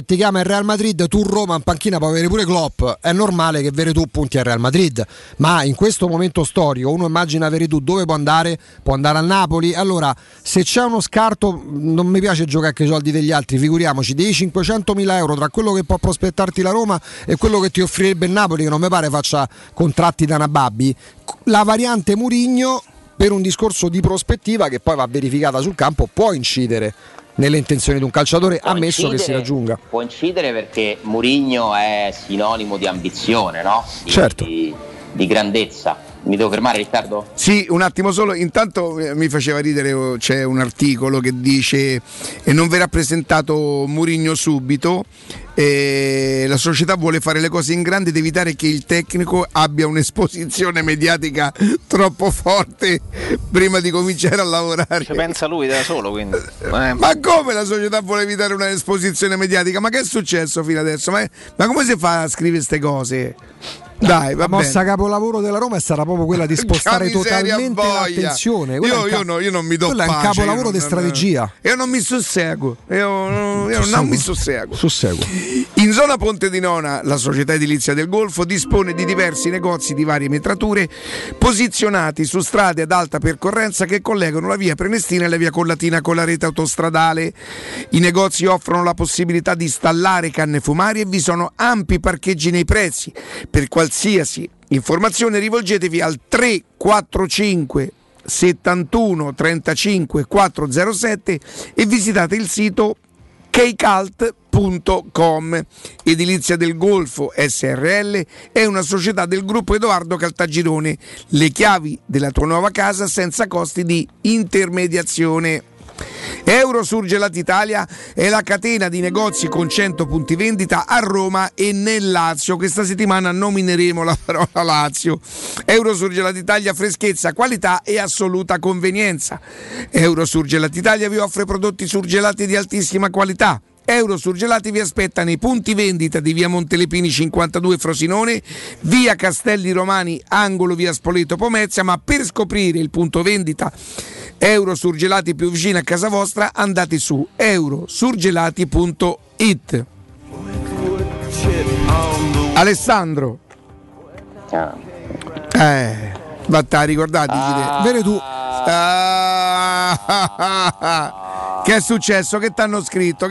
tu Roma in panchina puoi avere pure Klopp, è normale che Veretù punti al Real Madrid, ma in questo momento storico uno immagina Veretù dove può andare? Può andare al Napoli. Allora, se c'è uno scarto, non mi piace giocare con i soldi degli altri, figuriamoci, dei 500.000 euro tra quello che può prospettarti la Roma e quello che ti offrirebbe il Napoli, che non mi pare faccia contratti da Nababbi. La variante Mourinho, per un discorso di prospettiva che poi va verificata sul campo, può incidere nelle intenzioni di un calciatore, ammesso che si raggiunga. Può incidere perché Mourinho è sinonimo di ambizione, no? Certo. Di grandezza. Mi devo fermare, Riccardo? Sì, un attimo solo. Intanto mi faceva ridere, c'è un articolo che dice non verrà presentato Mourinho subito, la società vuole fare le cose in grande ed evitare che il tecnico abbia un'esposizione mediatica troppo forte prima di cominciare a lavorare. Ci pensa lui da solo, quindi. Ma come la società vuole evitare un'esposizione mediatica? Ma che è successo fino adesso? Ma come si fa a scrivere queste cose? Dai, va la mossa bene. Capolavoro della Roma è stata proprio quella di spostare totalmente l'attenzione. Io non mi do pace. Quello è un capolavoro di strategia. Io non mi susseguo. Io non mi susseguo. In zona Ponte di Nona, la società edilizia del Golfo dispone di diversi negozi di varie metrature posizionati su strade ad alta percorrenza che collegano la via Prenestina e la via Collatina con la rete autostradale. I negozi offrono la possibilità di installare canne fumarie e vi sono ampi parcheggi nei pressi. Per qualsiasi informazione rivolgetevi al 345 71 35 407 e visitate il sito kcalt.com. Edilizia del Golfo SRL è una società del gruppo Edoardo Caltagirone. Le chiavi della tua nuova casa senza costi di intermediazione. Eurosurgelati Italia è la catena di negozi con 100 punti vendita a Roma e nel Lazio. Questa settimana nomineremo la parola Lazio. Eurosurgelati Italia, freschezza, qualità e assoluta convenienza. Eurosurgelati Italia vi offre prodotti surgelati di altissima qualità. Eurosurgelati vi aspetta nei punti vendita di via Montelepini 52 Frosinone, via Castelli Romani angolo via Spoleto Pomezia, ma per scoprire il punto vendita Eurosurgelati più vicino a casa vostra andate su eurosurgelati.it. Alessandro, vattà ricordati vero tu? Che è successo? Che t'hanno scritto?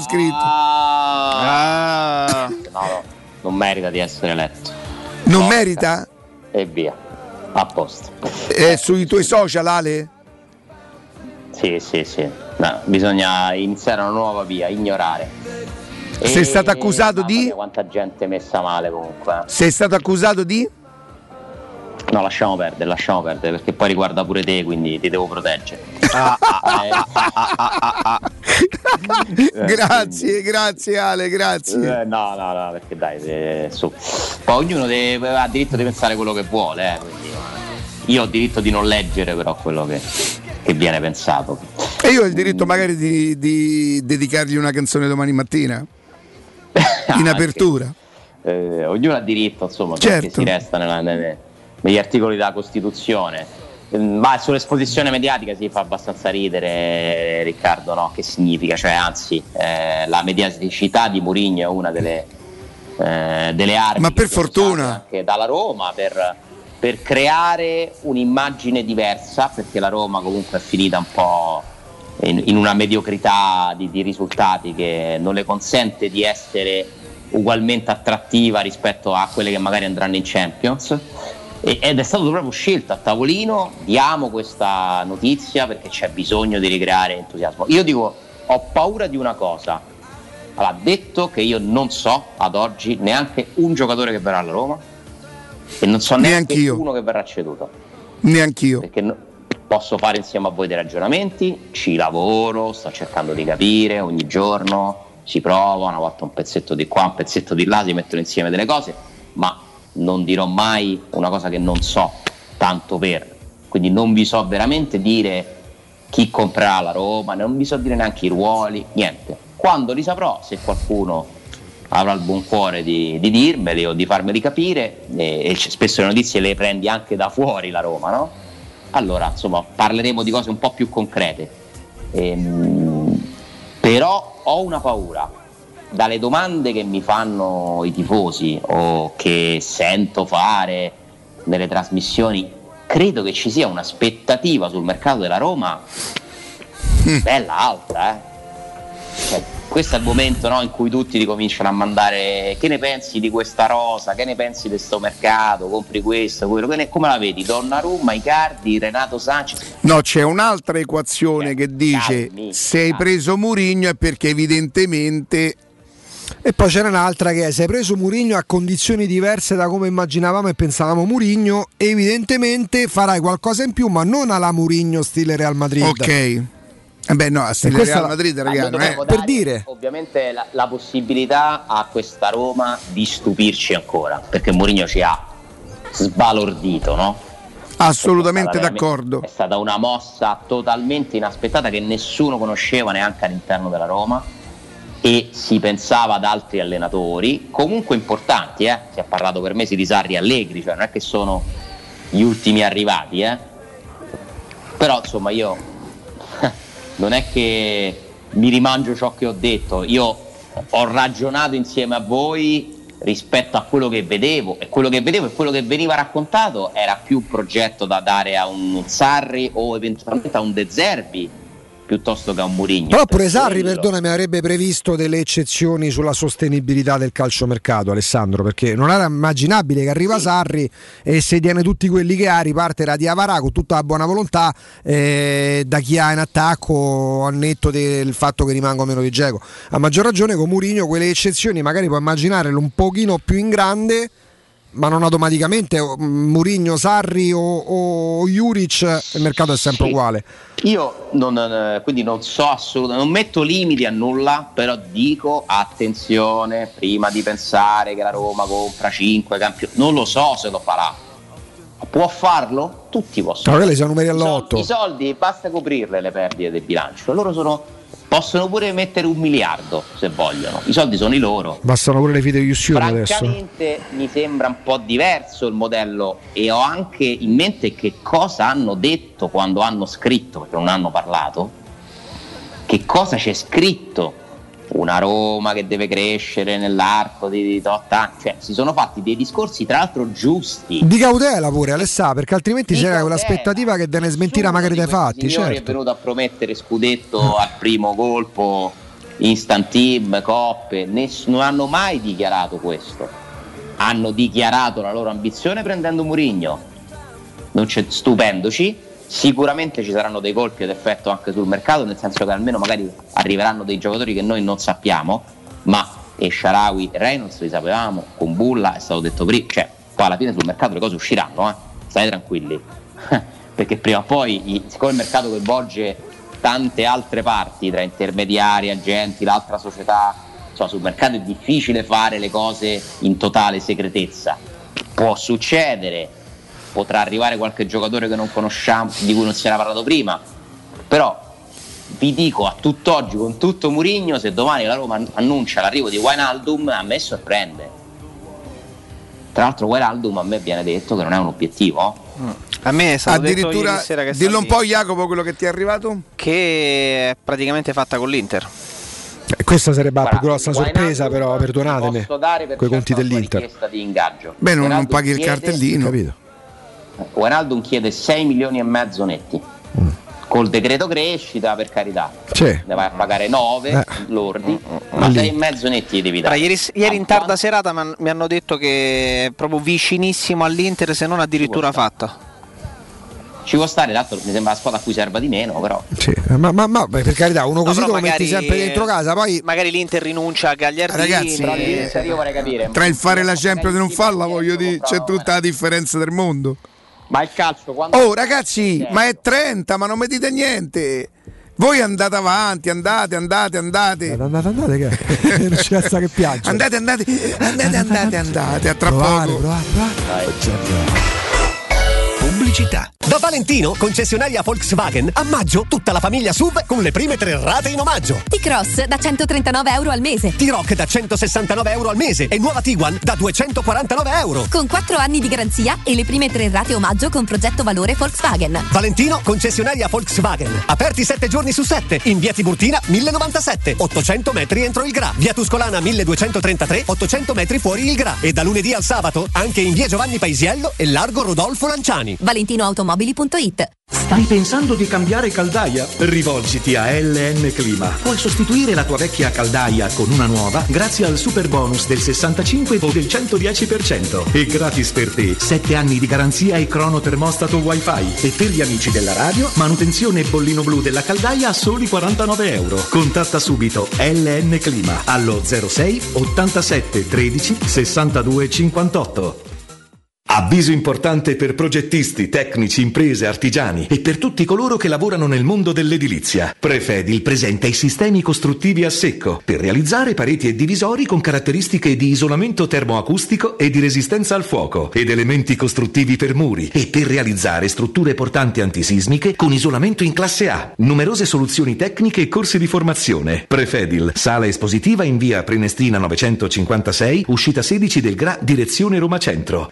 No, non merita di essere letto. Non merita? E via, a posto. Sui tuoi social, Ale? Sì. No, bisogna iniziare una nuova via, ignorare. Sei stato accusato di? Quanta gente messa male comunque. Sei stato accusato di? No, lasciamo perdere perché poi riguarda pure te, quindi ti devo proteggere. Grazie Ale, grazie. No, perché dai, su. Poi ognuno ha diritto di pensare quello che vuole, quindi io ho diritto di non leggere però quello che viene pensato. E io ho il diritto magari di dedicargli una canzone domani mattina in apertura. Ognuno ha diritto, insomma, certo, perché si resta negli articoli della Costituzione. Ma sull'esposizione mediatica si fa abbastanza ridere, Riccardo, no? Che significa? Cioè, anzi, la mediaticità di Mourinho è una delle armi, ma per fortuna, anche dalla Roma per creare un'immagine diversa, perché la Roma comunque è finita un po' in una mediocrità di risultati che non le consente di essere ugualmente attrattiva rispetto a quelle che magari andranno in Champions. Ed è stato proprio scelto a tavolino, diamo questa notizia perché c'è bisogno di ricreare entusiasmo. Io dico, ho paura di una cosa. Allora, detto che io non so ad oggi neanche un giocatore che verrà alla Roma e non so neanche uno che verrà ceduto. Neanch'io. Perché posso fare insieme a voi dei ragionamenti, ci lavoro, sto cercando di capire ogni giorno, si prova, una volta un pezzetto di qua, un pezzetto di là, si mettono insieme delle cose, ma non dirò mai una cosa che non so, tanto per, quindi non vi so veramente dire chi comprerà la Roma, non vi so dire neanche i ruoli, niente. Quando li saprò, se qualcuno avrà il buon cuore di dirmeli o di farmeli capire, e spesso le notizie le prendi anche da fuori la Roma, no? Allora, insomma, parleremo di cose un po' più concrete. Però ho una paura. Dalle domande che mi fanno i tifosi o che sento fare nelle trasmissioni, credo che ci sia un'aspettativa sul mercato della Roma bella alta, Cioè, questo è il momento, no, in cui tutti ti cominciano a mandare: che ne pensi di questa rosa, che ne pensi di questo mercato, compri questo, quello, come la vedi? Donnarumma, Icardi, Renato Sanchez? No, c'è un'altra equazione che dice: se hai preso Mourinho è perché evidentemente. E poi c'era un'altra che è: se hai preso Mourinho a condizioni diverse da come immaginavamo e pensavamo Mourinho, evidentemente farai qualcosa in più, ma non alla Mourinho stile Real Madrid. Ok. No, a stile Real Madrid, ragazzi, per dire. Ovviamente la possibilità a questa Roma di stupirci ancora, perché Mourinho ci ha sbalordito, no? Assolutamente d'accordo. È stata una mossa totalmente inaspettata che nessuno conosceva neanche all'interno della Roma. E si pensava ad altri allenatori comunque importanti, si è parlato per mesi di Sarri e Allegri, cioè non è che sono gli ultimi arrivati, però insomma io non è che mi rimangio ciò che ho detto, io ho ragionato insieme a voi rispetto a quello che vedevo, e quello che vedevo e quello che veniva raccontato era più un progetto da dare a un Sarri o eventualmente a un De Zerbi, piuttosto che a un Mourinho. Però pure Sarri, perdonami, avrebbe previsto delle eccezioni sulla sostenibilità del calciomercato, Alessandro, perché non era immaginabile che arriva Sarri e se tiene tutti quelli che ha, riparte da Diavara con tutta la buona volontà, da chi ha in attacco, al netto del fatto che rimango meno di Dzeko. A maggior ragione con Mourinho quelle eccezioni magari può immaginarle un pochino più in grande, ma non automaticamente Mourinho, Sarri o Juric, il mercato è sempre uguale. Io quindi non so assolutamente, non metto limiti a nulla, però dico attenzione prima di pensare che la Roma compra 5 campioni. Non lo so se lo farà. Può farlo? Tutti possono. Quelli sono numeri all'8. I soldi basta coprirle le perdite del bilancio. Loro possono pure mettere 1 miliardo se vogliono. I soldi sono i loro. Bastano pure le fideiussioni adesso. Francamente mi sembra un po' diverso il modello e ho anche in mente che cosa hanno detto quando hanno scritto, perché non hanno parlato. Che cosa c'è scritto? Una Roma che deve crescere nell'arco di 8 anni, cioè si sono fatti dei discorsi tra l'altro giusti, di cautela pure, Alessà, perché altrimenti c'era quell'aspettativa che te ne smentirà magari dai fatti. Certo, è venuto a promettere scudetto al primo colpo, instant team, coppe, non hanno mai dichiarato questo. Hanno dichiarato la loro ambizione prendendo Mourinho, non c'è stupendoci. Sicuramente ci saranno dei colpi ad effetto anche sul mercato, nel senso che almeno magari arriveranno dei giocatori che noi non sappiamo, ma Shaarawy e Reynolds li sapevamo, con Bulla è stato detto prima, cioè poi alla fine sul mercato le cose usciranno, state tranquilli, perché prima o poi, siccome il mercato coinvolge tante altre parti, tra intermediari, agenti, l'altra società, insomma, sul mercato è difficile fare le cose in totale segretezza. Può succedere, potrà arrivare qualche giocatore che non conosciamo, di cui non si era parlato prima, però vi dico a tutt'oggi, con tutto Mourinho, se domani la Roma annuncia l'arrivo di Wijnaldum, a me sorprende. Tra l'altro Wijnaldum a me viene detto che non è un obiettivo. A me è stato addirittura detto ieri sera che dillo un po', Jacopo, quello che ti è arrivato, che è praticamente fatta con l'Inter. Questa sarebbe la più grossa sorpresa, però perdonatemi, coi conti dell'Inter. Di ingaggio. Beh, non paghi il cartellino, capito? Wijnaldum chiede 6 milioni e mezzo netti. Col decreto crescita, per carità, ne vai a pagare 9 lordi, ma 6 e mezzo netti li devi dare. Ieri in tarda serata mi hanno detto che è proprio vicinissimo all'Inter, se non addirittura fatta. Ci può stare, l'altro mi sembra la squadra a cui serva di meno, però. Sì, ma per carità, uno così lo metti sempre dentro casa, poi magari l'Inter rinuncia a Gagliardini. Ragazzi, io vorrei capire. Tra il fare la Champions e non farla, voglio dire, c'è tutta la differenza del mondo. Ma il calcio quando... Oh ragazzi, ma è 30, ma non mi dite niente. Voi andate avanti, andate che non c'è sta che piace. Andate, a tra poco. Pubblicità. Da Valentino, concessionaria Volkswagen, a maggio tutta la famiglia SUV con le prime 3 rate in omaggio. T-Cross da €139 al mese. T-Roc da €169 al mese e nuova Tiguan da €249. Con 4 anni di garanzia e le prime 3 rate omaggio con progetto valore Volkswagen. Valentino, concessionaria Volkswagen. Aperti 7 giorni su 7. In via Tiburtina 1097, 800 metri entro il Gra. Via Tuscolana 1233, 800 metri fuori il Gra. E da lunedì al sabato anche in via Giovanni Paisiello e largo Rodolfo Lanciani. ValentinoAutomobili.it. Stai pensando di cambiare caldaia? Rivolgiti a LN Clima. Puoi sostituire la tua vecchia caldaia con una nuova grazie al super bonus del 65 o del 110%. E gratis per te 7 anni di garanzia e cronotermostato wifi. E per gli amici della radio, manutenzione e bollino blu della caldaia a soli €49. Contatta subito LN Clima allo 06 87 13 62 58. Avviso importante per progettisti, tecnici, imprese, artigiani e per tutti coloro che lavorano nel mondo dell'edilizia. Prefedil presenta i sistemi costruttivi a secco per realizzare pareti e divisori con caratteristiche di isolamento termoacustico e di resistenza al fuoco ed elementi costruttivi per muri e per realizzare strutture portanti antisismiche con isolamento in classe A. Numerose soluzioni tecniche e corsi di formazione. Prefedil, sala espositiva in via Prenestina 956, uscita 16 del Gra, direzione Roma Centro. Info su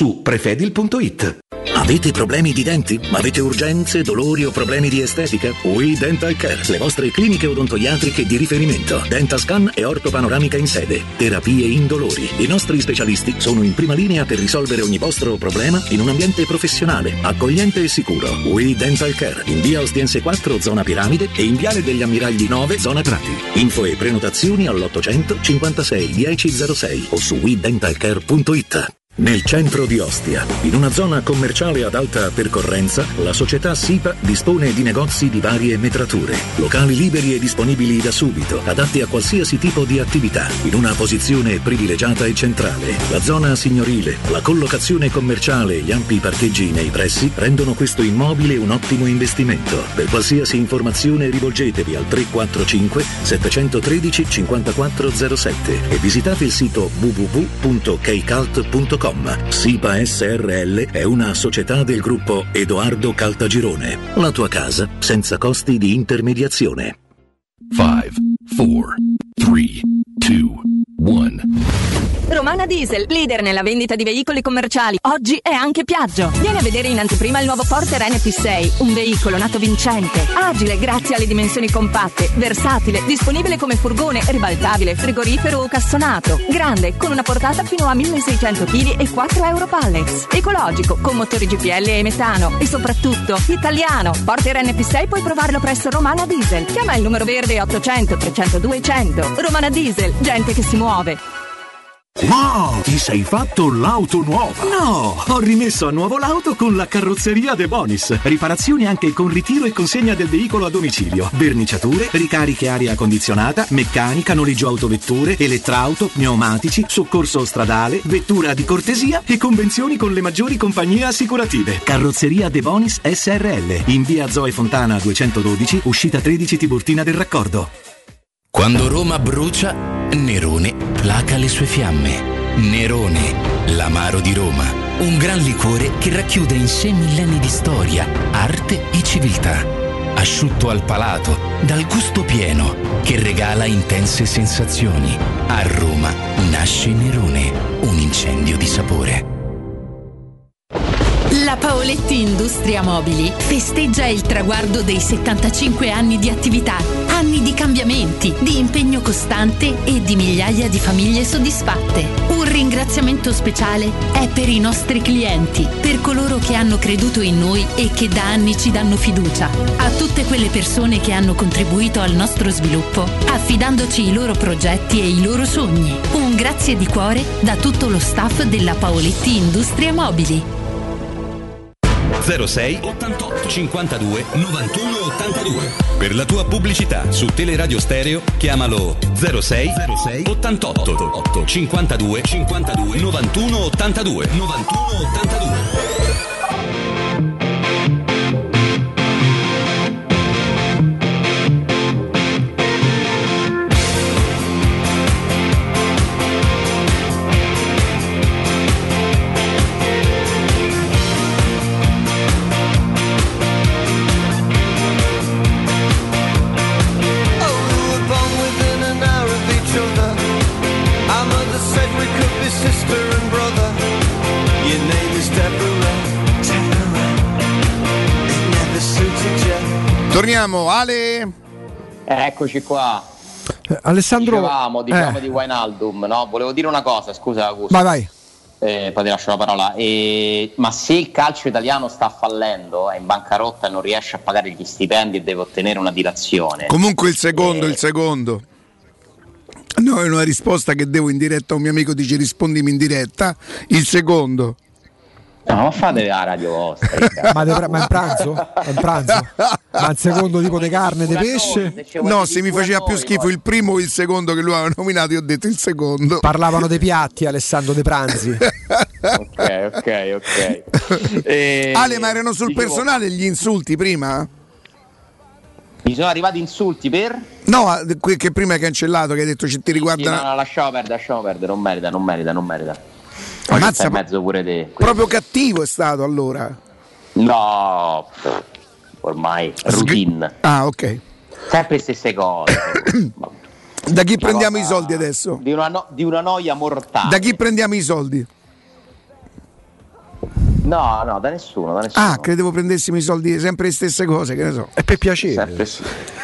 su prefedil.it. Avete problemi di denti? Avete urgenze, dolori o problemi di estetica? We Dental Care, le vostre cliniche odontoiatriche di riferimento. Dentascan e ortopanoramica in sede. Terapie indolori. I nostri specialisti sono in prima linea per risolvere ogni vostro problema in un ambiente professionale, accogliente e sicuro. We Dental Care, in via Ostiense 4, zona Piramide, e in viale degli Ammiragli 9, zona Prati. Info e prenotazioni all'800 56 1006 o su wedentalcare.it. Nel centro di Ostia, in una zona commerciale ad alta percorrenza, la società SIPA dispone di negozi di varie metrature, locali liberi e disponibili da subito, adatti a qualsiasi tipo di attività, in una posizione privilegiata e centrale. La zona signorile, la collocazione commerciale e gli ampi parcheggi nei pressi rendono questo immobile un ottimo investimento. Per qualsiasi informazione rivolgetevi al 345 713 5407 e visitate il sito www.keicalt.com. SIPA SRL è una società del gruppo Edoardo Caltagirone. La tua casa senza costi di intermediazione. 5, 4, 3, 2, 1. Romana Diesel, leader nella vendita di veicoli commerciali. Oggi è anche Piaggio. Vieni a vedere in anteprima il nuovo Porter NP6, un veicolo nato vincente, agile grazie alle dimensioni compatte, versatile, disponibile come furgone, ribaltabile, frigorifero o cassonato, grande, con una portata fino a 1600 kg e 4 euro pallets, ecologico, con motori GPL e metano e soprattutto italiano. Porter NP6 puoi provarlo presso Romana Diesel. Chiama il numero verde 800 302 100. Romana Diesel, gente che si muove. Wow, ti sei fatto l'auto nuova? No, ho rimesso a nuovo l'auto con la carrozzeria De Bonis. Riparazioni anche con ritiro e consegna del veicolo a domicilio, verniciature, ricariche aria condizionata, meccanica, noleggio autovetture, elettrauto, pneumatici, soccorso stradale, vettura di cortesia e convenzioni con le maggiori compagnie assicurative. Carrozzeria De Bonis SRL, in via Zoe Fontana 212, uscita 13 Tiburtina del Raccordo. Quando Roma brucia, Nerone placa le sue fiamme. Nerone, l'amaro di Roma. Un gran liquore che racchiude in sé millenni di storia, arte e civiltà. Asciutto al palato, dal gusto pieno, che regala intense sensazioni. A Roma nasce Nerone, un incendio di sapore. La Paoletti Industria Mobili festeggia il traguardo dei 75 anni di attività, anni di cambiamenti, di impegno costante e di migliaia di famiglie soddisfatte. Un ringraziamento speciale è per i nostri clienti, per coloro che hanno creduto in noi e che da anni ci danno fiducia, a tutte quelle persone che hanno contribuito al nostro sviluppo, affidandoci i loro progetti e i loro sogni. Un grazie di cuore da tutto lo staff della Paoletti Industria Mobili. 06 88 52 91 82. Per la tua pubblicità su Teleradio Stereo chiamalo 06 88 52 91 82. Torniamo, Ale. Eccoci qua. Alessandro, diciamo di Wijnaldum, no? Volevo dire una cosa, scusa Augusto. Vai. Poi ti lascio la parola. Ma se il calcio italiano sta fallendo, è in bancarotta e non riesce a pagare gli stipendi e deve ottenere una dilazione. Comunque il secondo. No, è una risposta che devo in diretta a un mio amico, dice rispondimi in diretta. Il secondo. No, ma fate la radio vostra. ma è pranzo? È pranzo? Ma il secondo tipo di carne, di pesce? No, se mi faceva più schifo il primo o il secondo che lui aveva nominato, io ho detto il secondo. Parlavano dei piatti, Alessandro, dei pranzi. Ok. Ale, ma erano sul personale gli insulti prima? Mi sono arrivati insulti per? No, che prima hai cancellato, che hai detto ci ti riguarda. Sì, no, lasciamo perdere, non merita. Ammazza, mezzo pure te. Proprio cattivo è stato allora. No, ormai routine. Ah, ok. Sempre stesse cose. Da chi prendiamo i soldi adesso? Di una noia mortale. Da chi prendiamo i soldi? No, da nessuno. Ah, credevo prendessimo i soldi, sempre le stesse cose, che ne so. È per piacere. Sempre sì.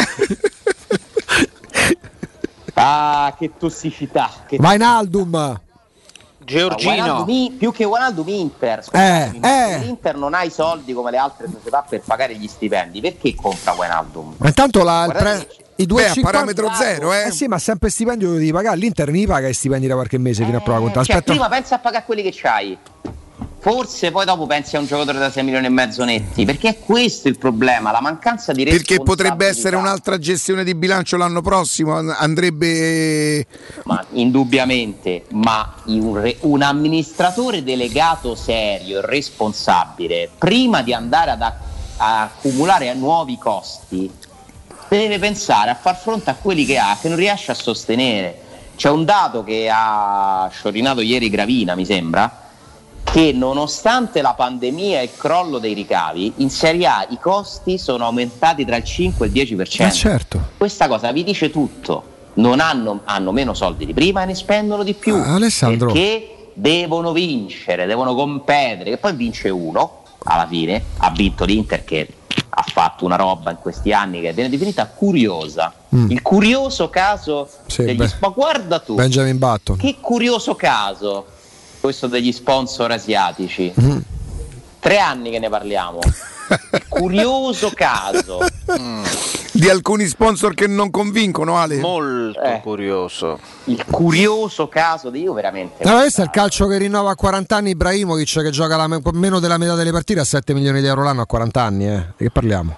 Ah, che tossicità. Wijnaldum. Giorgino. Più che Wijnaldum, Inter. L'Inter non ha i soldi come le altre società per pagare gli stipendi. Perché compra Wijnaldum? Ma intanto i 2,50 parametro zero, sì, ma sempre stipendio lo devi pagare. L'Inter mi paga i stipendi da qualche mese fino a prova conta. Cioè, prima pensa a pagare quelli che c'hai. Forse poi dopo pensi a un giocatore da 6 milioni e mezzo netti, perché è questo il problema, la mancanza di responsabilità. Perché potrebbe essere un'altra gestione di bilancio l'anno prossimo, andrebbe... Ma indubbiamente, ma un amministratore delegato serio e responsabile, prima di andare a accumulare nuovi costi, deve pensare a far fronte a quelli che ha, che non riesce a sostenere. C'è un dato che ha sciorinato ieri Gravina, mi sembra, che nonostante la pandemia e il crollo dei ricavi, in Serie A i costi sono aumentati tra il 5 e il 10%. Certo. Questa cosa vi dice tutto. Non hanno meno soldi di prima e ne spendono di più. Alessandro. Perché devono vincere, devono competere, che poi vince uno, alla fine, ha vinto l'Inter che ha fatto una roba in questi anni che viene definita curiosa. Il curioso caso ma guarda tu, Benjamin Button. Che curioso caso questo degli sponsor asiatici. 3 anni che ne parliamo. Curioso caso di alcuni sponsor che non convincono, Ale. Molto curioso. Il curioso caso di io veramente. No, questo è il calcio che rinnova a 40 anni Ibrahimovic, che gioca meno della metà delle partite a 7 milioni di euro l'anno a 40 anni. Di che parliamo?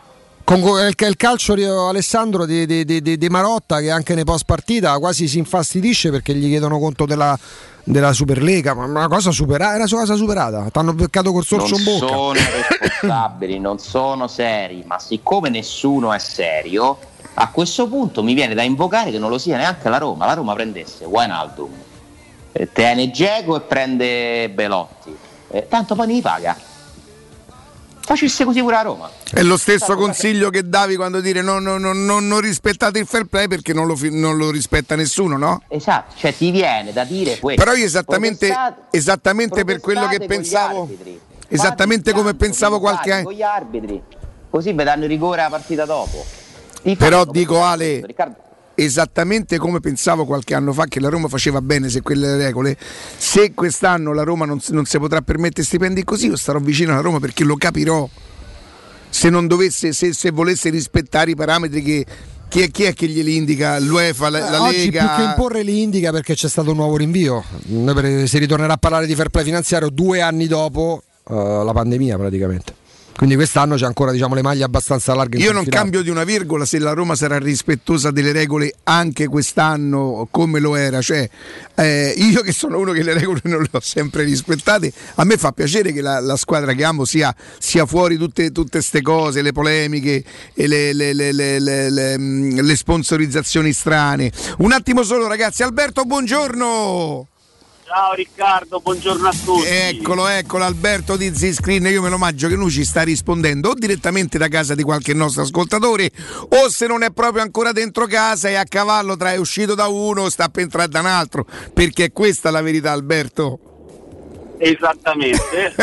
Il calcio di Alessandro di Marotta, che anche nei post partita quasi si infastidisce perché gli chiedono conto della Superlega, ma una cosa superata, era una cosa superata, t'hanno beccato col sorcio in bocca. Non sono responsabili, non sono seri, ma siccome nessuno è serio, a questo punto mi viene da invocare che non lo sia neanche la Roma. La Roma prendesse Wijnaldum, tiene Dzeko e prende Belotti, tanto poi ne paga. Facesse così pure a Roma. È lo stesso consiglio che davi quando dire non rispettate il fair play, perché non lo rispetta nessuno, no? Esatto, cioè ti viene da dire questo. Però io esattamente per quello che pensavo, esattamente come pensavo qualche anno. Con gli arbitri, così vedranno il rigore la partita dopo. Però dico, Ale, Riccardo, esattamente come pensavo qualche anno fa che la Roma faceva bene se quelle regole, se quest'anno la Roma non si potrà permettere stipendi così, io starò vicino alla Roma perché lo capirò. Se non dovesse, se volesse rispettare i parametri chi è che glieli indica? L'UEFA, la oggi Lega? Più che imporre li indica, perché c'è stato un nuovo rinvio. Si ritornerà a parlare di fair play finanziario 2 anni dopo la pandemia praticamente. Quindi quest'anno c'è ancora, diciamo, le maglie abbastanza larghe. Io non cambio di una virgola se la Roma sarà rispettosa delle regole anche quest'anno come lo era. Cioè, io che sono uno che le regole non le ho sempre rispettate, a me fa piacere che la squadra che amo sia fuori tutte ste cose, le polemiche e le sponsorizzazioni strane. Un attimo solo, ragazzi. Alberto, buongiorno. Ciao Riccardo, buongiorno a tutti. Eccolo Alberto di Z-Screen. Io me lo mangio che lui ci sta rispondendo o direttamente da casa di qualche nostro ascoltatore, o se non è proprio ancora dentro casa è a cavallo tra è uscito da uno o sta per entrare da un altro, perché è questa la verità, Alberto. Esattamente.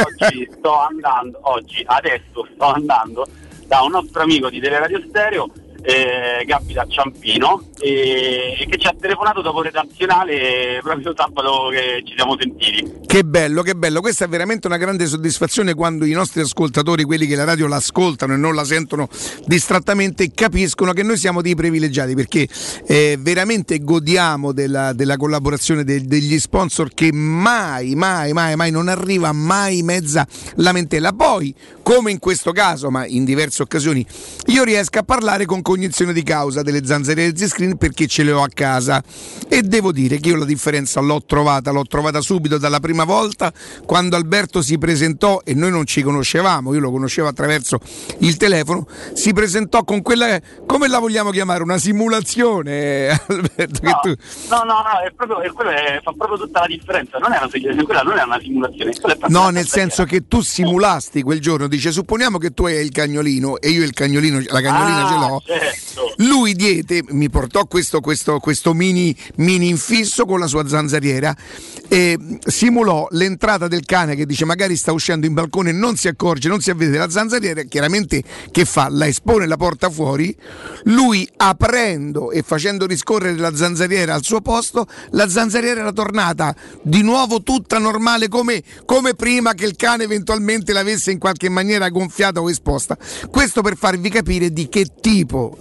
Adesso sto andando da un nostro amico di Teleradio Stereo che abita a Ciampino e che ci ha telefonato dopo redazionale proprio sabato che ci siamo sentiti. Che bello, questa è veramente una grande soddisfazione quando i nostri ascoltatori, quelli che la radio l'ascoltano e non la sentono distrattamente, capiscono che noi siamo dei privilegiati, perché veramente godiamo della collaborazione degli sponsor, che mai non arriva mai mezza lamentela. Poi, come in questo caso, ma in diverse occasioni, io riesco a parlare con cognizione di causa delle zanzariere Z-Screen perché ce le ho a casa, e devo dire che io la differenza l'ho trovata subito dalla prima volta quando Alberto si presentò, e noi non ci conoscevamo, io lo conoscevo attraverso il telefono, si presentò con quella, come la vogliamo chiamare, una simulazione, Alberto? No, è proprio, fa proprio tutta la differenza. Quella non è una simulazione. No, nel senso che tu simulasti quel giorno, dice, supponiamo che tu hai il cagnolino e io la cagnolina ce l'ho, certo. certo. Lui diede, mi portò questo mini infisso con la sua zanzariera e simulò l'entrata del cane che dice magari sta uscendo in balcone, non si accorge, non si avvede la zanzariera, chiaramente che fa? La espone, la porta fuori, lui aprendo e facendo riscorrere la zanzariera al suo posto, la zanzariera era tornata di nuovo tutta normale come prima che il cane eventualmente l'avesse in qualche maniera gonfiata o esposta. Questo per farvi capire di che tipo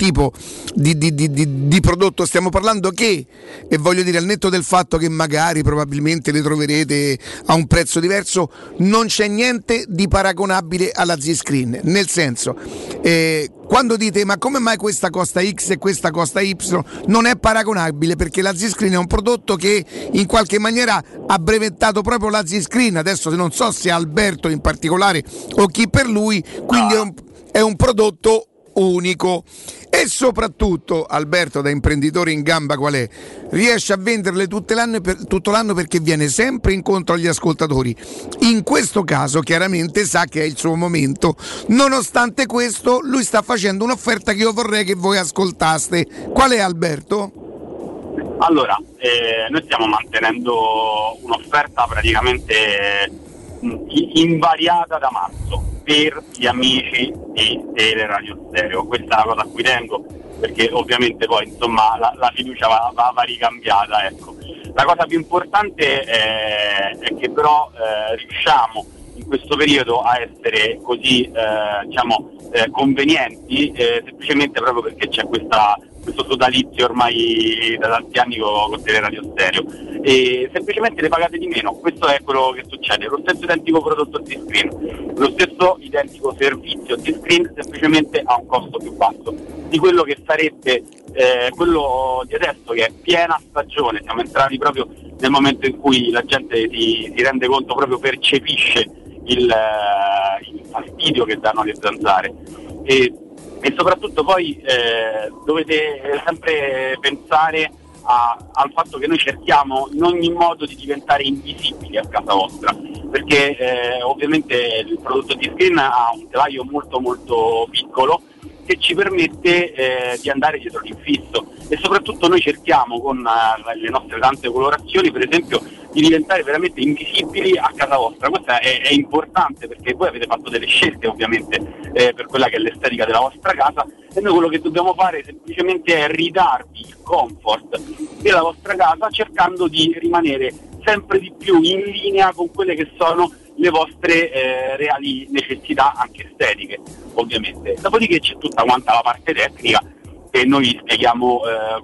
di prodotto stiamo parlando, che, e voglio dire, al netto del fatto che magari probabilmente le troverete a un prezzo diverso, non c'è niente di paragonabile alla Z-Screen, nel senso, quando dite ma come mai questa costa X e questa costa Y, non è paragonabile, perché la Z-Screen è un prodotto che in qualche maniera ha brevettato proprio la Z-Screen. Adesso non so se Alberto in particolare o chi per lui, quindi è un prodotto unico. E soprattutto Alberto, da imprenditore in gamba qual è, riesce a venderle tutto l'anno perché viene sempre incontro agli ascoltatori. In questo caso chiaramente sa che è il suo momento, nonostante questo lui sta facendo un'offerta che io vorrei che voi ascoltaste. Qual è, Alberto? Allora, noi stiamo mantenendo un'offerta praticamente invariata da marzo per gli amici di Teleradio Stereo. Questa è la cosa a cui tengo, perché ovviamente poi insomma la fiducia va ricambiata, ecco. La cosa più importante è che però riusciamo in questo periodo a essere così convenienti, semplicemente proprio perché c'è questo sodalizio ormai da tanti anni con Teleradio Stereo, e semplicemente le pagate di meno. Questo è quello che succede. Lo stesso identico prodotto Z-Screen, lo stesso identico servizio Z-Screen, semplicemente a un costo più basso di quello che sarebbe quello di adesso, che è piena stagione. Siamo entrati proprio nel momento in cui la gente si rende conto, proprio percepisce il fastidio che danno le zanzare, e soprattutto poi dovete sempre pensare al fatto che noi cerchiamo in ogni modo di diventare invisibili a casa vostra, perché ovviamente il prodotto di Z-Screen ha un telaio molto molto piccolo che ci permette di andare dietro l'infisso, e soprattutto noi cerchiamo con le nostre tante colorazioni, per esempio, di diventare veramente invisibili a casa vostra. Questo è importante, perché voi avete fatto delle scelte ovviamente per quella che è l'estetica della vostra casa, e noi quello che dobbiamo fare semplicemente è ridarvi il comfort della vostra casa, cercando di rimanere sempre di più in linea con quelle che sono le vostre reali necessità, anche estetiche ovviamente. Dopodiché c'è tutta quanta la parte tecnica che noi spieghiamo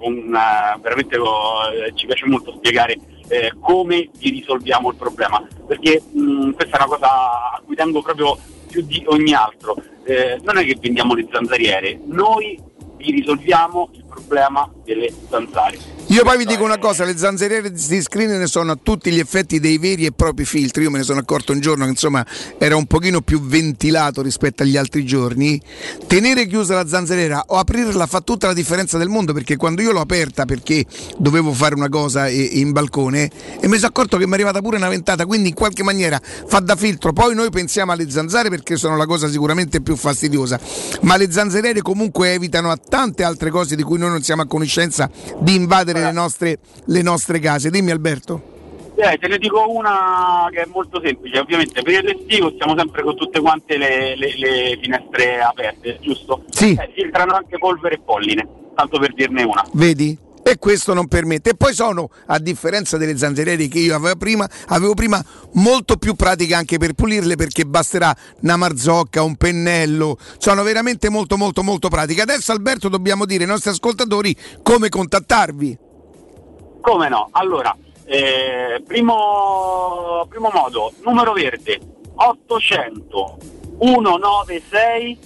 veramente ci piace molto spiegare come vi risolviamo il problema, perché questa è una cosa a cui tengo proprio più di ogni altro. Non è che vendiamo le zanzariere, noi vi risolviamo il problema delle zanzare. Io poi vi dico una cosa, le zanzariere di Z-Screen ne sono a tutti gli effetti dei veri e propri filtri. Io me ne sono accorto un giorno che insomma era un pochino più ventilato rispetto agli altri giorni. Tenere chiusa la zanzariera o aprirla fa tutta la differenza del mondo, perché quando io l'ho aperta perché dovevo fare una cosa in balcone, e mi sono accorto che mi è arrivata pure una ventata, quindi in qualche maniera fa da filtro. Poi noi pensiamo alle zanzare perché sono la cosa sicuramente più fastidiosa, ma le zanzariere comunque evitano a tante altre cose di cui noi non siamo a conoscenza di invadere le nostre case. Dimmi, Alberto. Te ne dico una che è molto semplice. Ovviamente per il estivo stiamo sempre con tutte quante le finestre aperte, giusto? Sì. Filtrano anche polvere e polline, tanto per dirne una. Vedi? E questo non permette. E poi sono, a differenza delle zanzariere che io avevo prima, molto più pratiche anche per pulirle, perché basterà una marzocca, un pennello. Sono veramente molto molto molto pratiche. Adesso, Alberto, dobbiamo dire ai nostri ascoltatori come contattarvi. Come no? Allora, primo modo, numero verde 800 196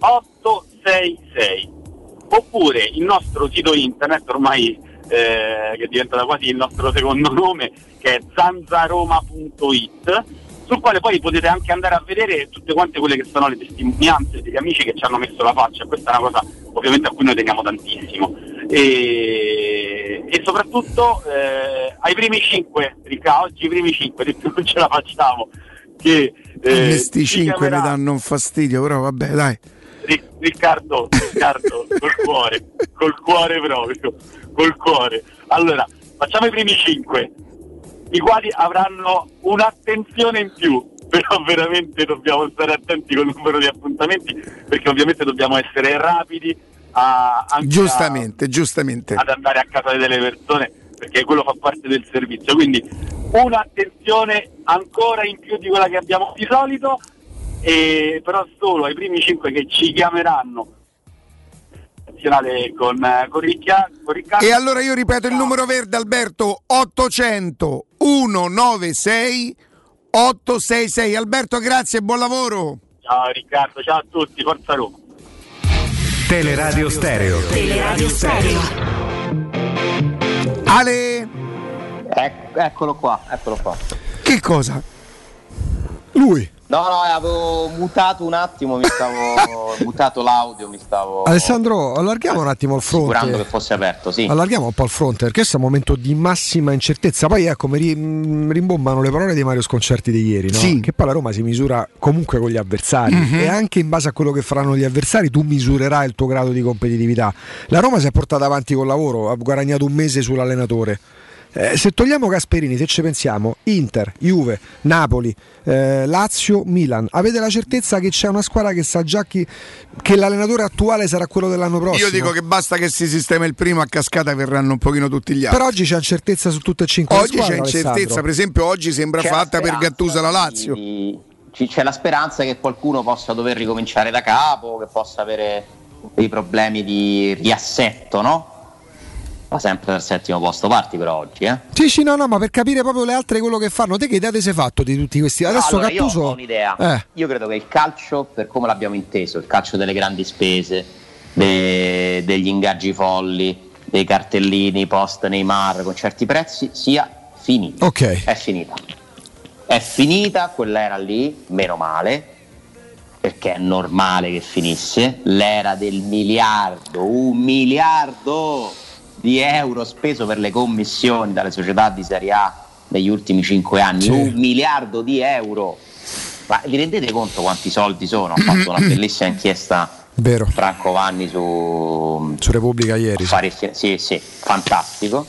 866, oppure il nostro sito internet ormai che è diventato quasi il nostro secondo nome, che è zanzaroma.it, sul quale poi potete anche andare a vedere tutte quante quelle che sono le testimonianze degli amici che ci hanno messo la faccia. Questa è una cosa ovviamente a cui noi teniamo tantissimo, e soprattutto ai primi 5, Ricca, oggi i primi 5, di più non ce la facciamo, che questi 5 mi danno un fastidio, però vabbè, dai. Riccardo, col cuore proprio, col cuore. Allora, facciamo i primi 5, i quali avranno un'attenzione in più, però veramente dobbiamo stare attenti col numero di appuntamenti, perché ovviamente dobbiamo essere rapidi giustamente ad andare a casa delle persone, perché quello fa parte del servizio. Quindi un'attenzione ancora in più di quella che abbiamo di solito, però solo ai primi 5 che ci chiameranno con Riccardo. E allora io ripeto il numero verde, Alberto: 800 196 866. Alberto, grazie e buon lavoro. Ciao Riccardo, ciao a tutti, forza Roma. Teleradio Stereo. Teleradio Stereo. Ale, Eccolo qua. che cosa? Lui. No, avevo mutato un attimo, mutato l'audio, Alessandro, allarghiamo un attimo il fronte. Assicurando che fosse aperto, sì. Allarghiamo un po' il fronte, perché questo è un momento di massima incertezza. Poi ecco, mi rimbombano le parole di Mario Sconcerti di ieri, no? Sì. Che poi la Roma si misura comunque con gli avversari, e anche in base a quello che faranno gli avversari tu misurerai il tuo grado di competitività. La Roma si è portata avanti col lavoro, ha guadagnato un mese sull'allenatore. Se togliamo Gasperini, se ci pensiamo, Inter, Juve, Napoli, Lazio, Milan, avete la certezza che c'è una squadra che sa già che l'allenatore attuale sarà quello dell'anno prossimo? Io dico che basta che si sistema il primo, a cascata verranno un pochino tutti gli altri. Per oggi c'è incertezza su tutte e 5 le squadre. Oggi c'è incertezza, Alessandro. per esempio oggi sembra fatta per Gattuso la Lazio. C'è la speranza che qualcuno possa dover ricominciare da capo, che possa avere dei problemi di riassetto, no? Ma sempre dal settimo posto parti per oggi, Sì, no, ma per capire proprio le altre quello che fanno. Te che idea ti sei fatto di tutti questi? Adesso allora, Gattuso... io ho un'idea. Io credo che il calcio, per come l'abbiamo inteso, il calcio delle grandi spese, degli ingaggi folli, dei cartellini post Neymar con certi prezzi, sia finito. Ok. È finita quell'era lì, meno male, perché è normale che finisse. L'era del miliardo, 1 miliardo di euro speso per le commissioni dalle società di Serie A negli ultimi 5 anni, sì. 1 miliardo di euro. Ma vi rendete conto quanti soldi sono? Ha fatto una bellissima inchiesta Franco Vanni su Repubblica ieri. Sì, fantastico.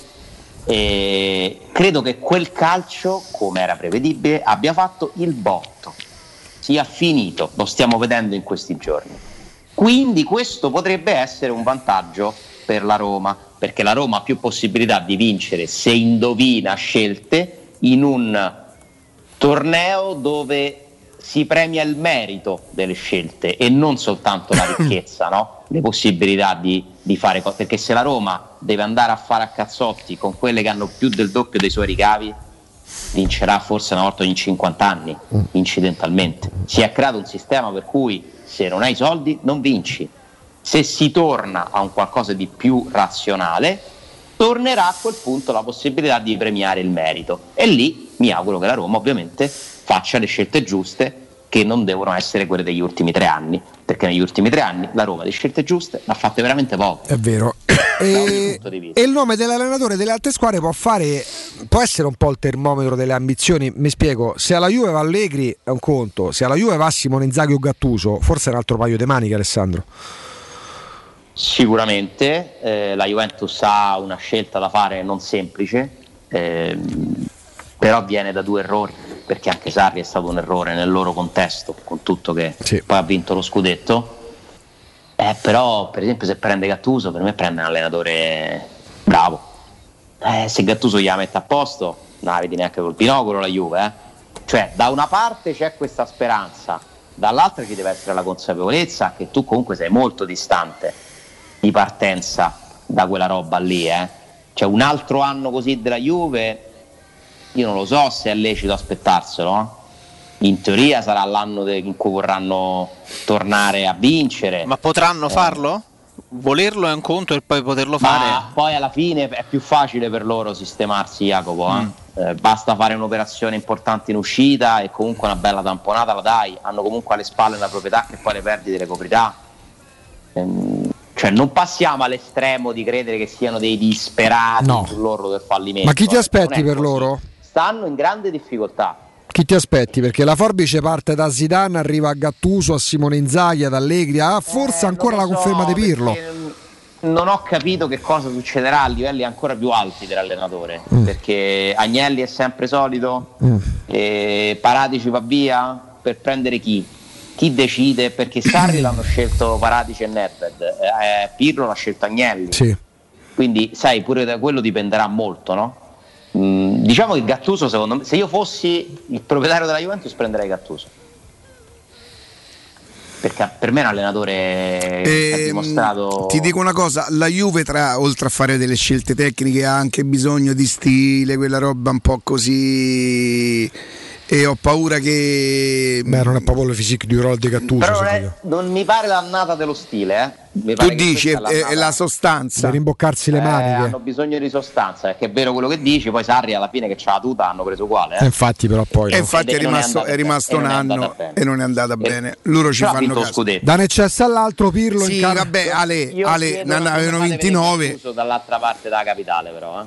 E credo che quel calcio, come era prevedibile, abbia fatto il botto, sia finito, lo stiamo vedendo in questi giorni. Quindi questo potrebbe essere un vantaggio per la Roma, perché la Roma ha più possibilità di vincere se indovina scelte in un torneo dove si premia il merito delle scelte e non soltanto la ricchezza, no? Le possibilità di fare cose, perché se la Roma deve andare a fare a cazzotti con quelle che hanno più del doppio dei suoi ricavi, vincerà forse una volta ogni 50 anni, incidentalmente. Si è creato un sistema per cui se non hai soldi non vinci. Se si torna a un qualcosa di più razionale, tornerà a quel punto la possibilità di premiare il merito, e lì mi auguro che la Roma ovviamente faccia le scelte giuste, che non devono essere quelle degli ultimi 3 anni, perché negli ultimi 3 anni la Roma le scelte giuste l'ha fatte veramente poco. È vero. E il nome dell'allenatore delle altre squadre può essere un po' il termometro delle ambizioni. Mi spiego: se alla Juve va Allegri è un conto, se alla Juve va Simone Inzaghi o Gattuso forse è un altro paio di maniche, Alessandro. Sicuramente la Juventus ha una scelta da fare non semplice, però viene da 2 errori, perché anche Sarri è stato un errore nel loro contesto, con tutto che poi ha vinto lo scudetto. Però per esempio se prende Gattuso, per me prende un allenatore bravo. Se Gattuso gliela mette a posto, non la vedi neanche col binocolo la Juve, Cioè da una parte c'è questa speranza, dall'altra ci deve essere la consapevolezza che tu comunque sei molto distante di partenza da quella roba lì, Cioè un altro anno così della Juve, io non lo so se è lecito aspettarselo, In teoria sarà l'anno in cui vorranno tornare a vincere. Ma potranno farlo? Volerlo è un conto e poi poterlo fare. Ma poi alla fine è più facile per loro sistemarsi, Jacopo. Basta fare un'operazione importante in uscita e comunque una bella tamponata la dai. Hanno comunque alle spalle una proprietà che poi le perdite le coprirà. Cioè non passiamo all'estremo di credere che siano dei disperati sull'orlo del fallimento. Ma chi ti aspetti per loro? Stanno in grande difficoltà. Chi ti aspetti? Perché la forbice parte da Zidane, arriva a Gattuso, a Simone Inzaghi, ad Allegri, forse ancora la conferma di Pirlo. Non ho capito che cosa succederà a livelli ancora più alti dell'allenatore, perché Agnelli è sempre solito, Paratici va via per prendere chi decide, perché Sarri l'hanno scelto Paratici e Nedved, Pirlo l'ha scelto Agnelli, sì. Quindi sai, pure da quello dipenderà molto, no? Diciamo che Gattuso, secondo me, se io fossi il proprietario della Juventus prenderei Gattuso, perché per me è un allenatore che ha dimostrato. Ti dico una cosa, la Juve oltre a fare delle scelte tecniche ha anche bisogno di stile, quella roba un po' così, e ho paura che non è proprio il physique di ruolo di Gattuso, però non mi pare l'annata dello stile, Tu dici è la sostanza, per rimboccarsi le maniche. Hanno bisogno di sostanza, perché è vero quello che dici. Poi Sarri alla fine, che c'ha la tuta, hanno preso uguale, infatti, però poi infatti è rimasto un anno e non è andata bene. Loro ci fanno caso. Da un eccesso all'altro Pirlo sì, vabbè, Ale avevano 29 dall'altra parte della capitale, però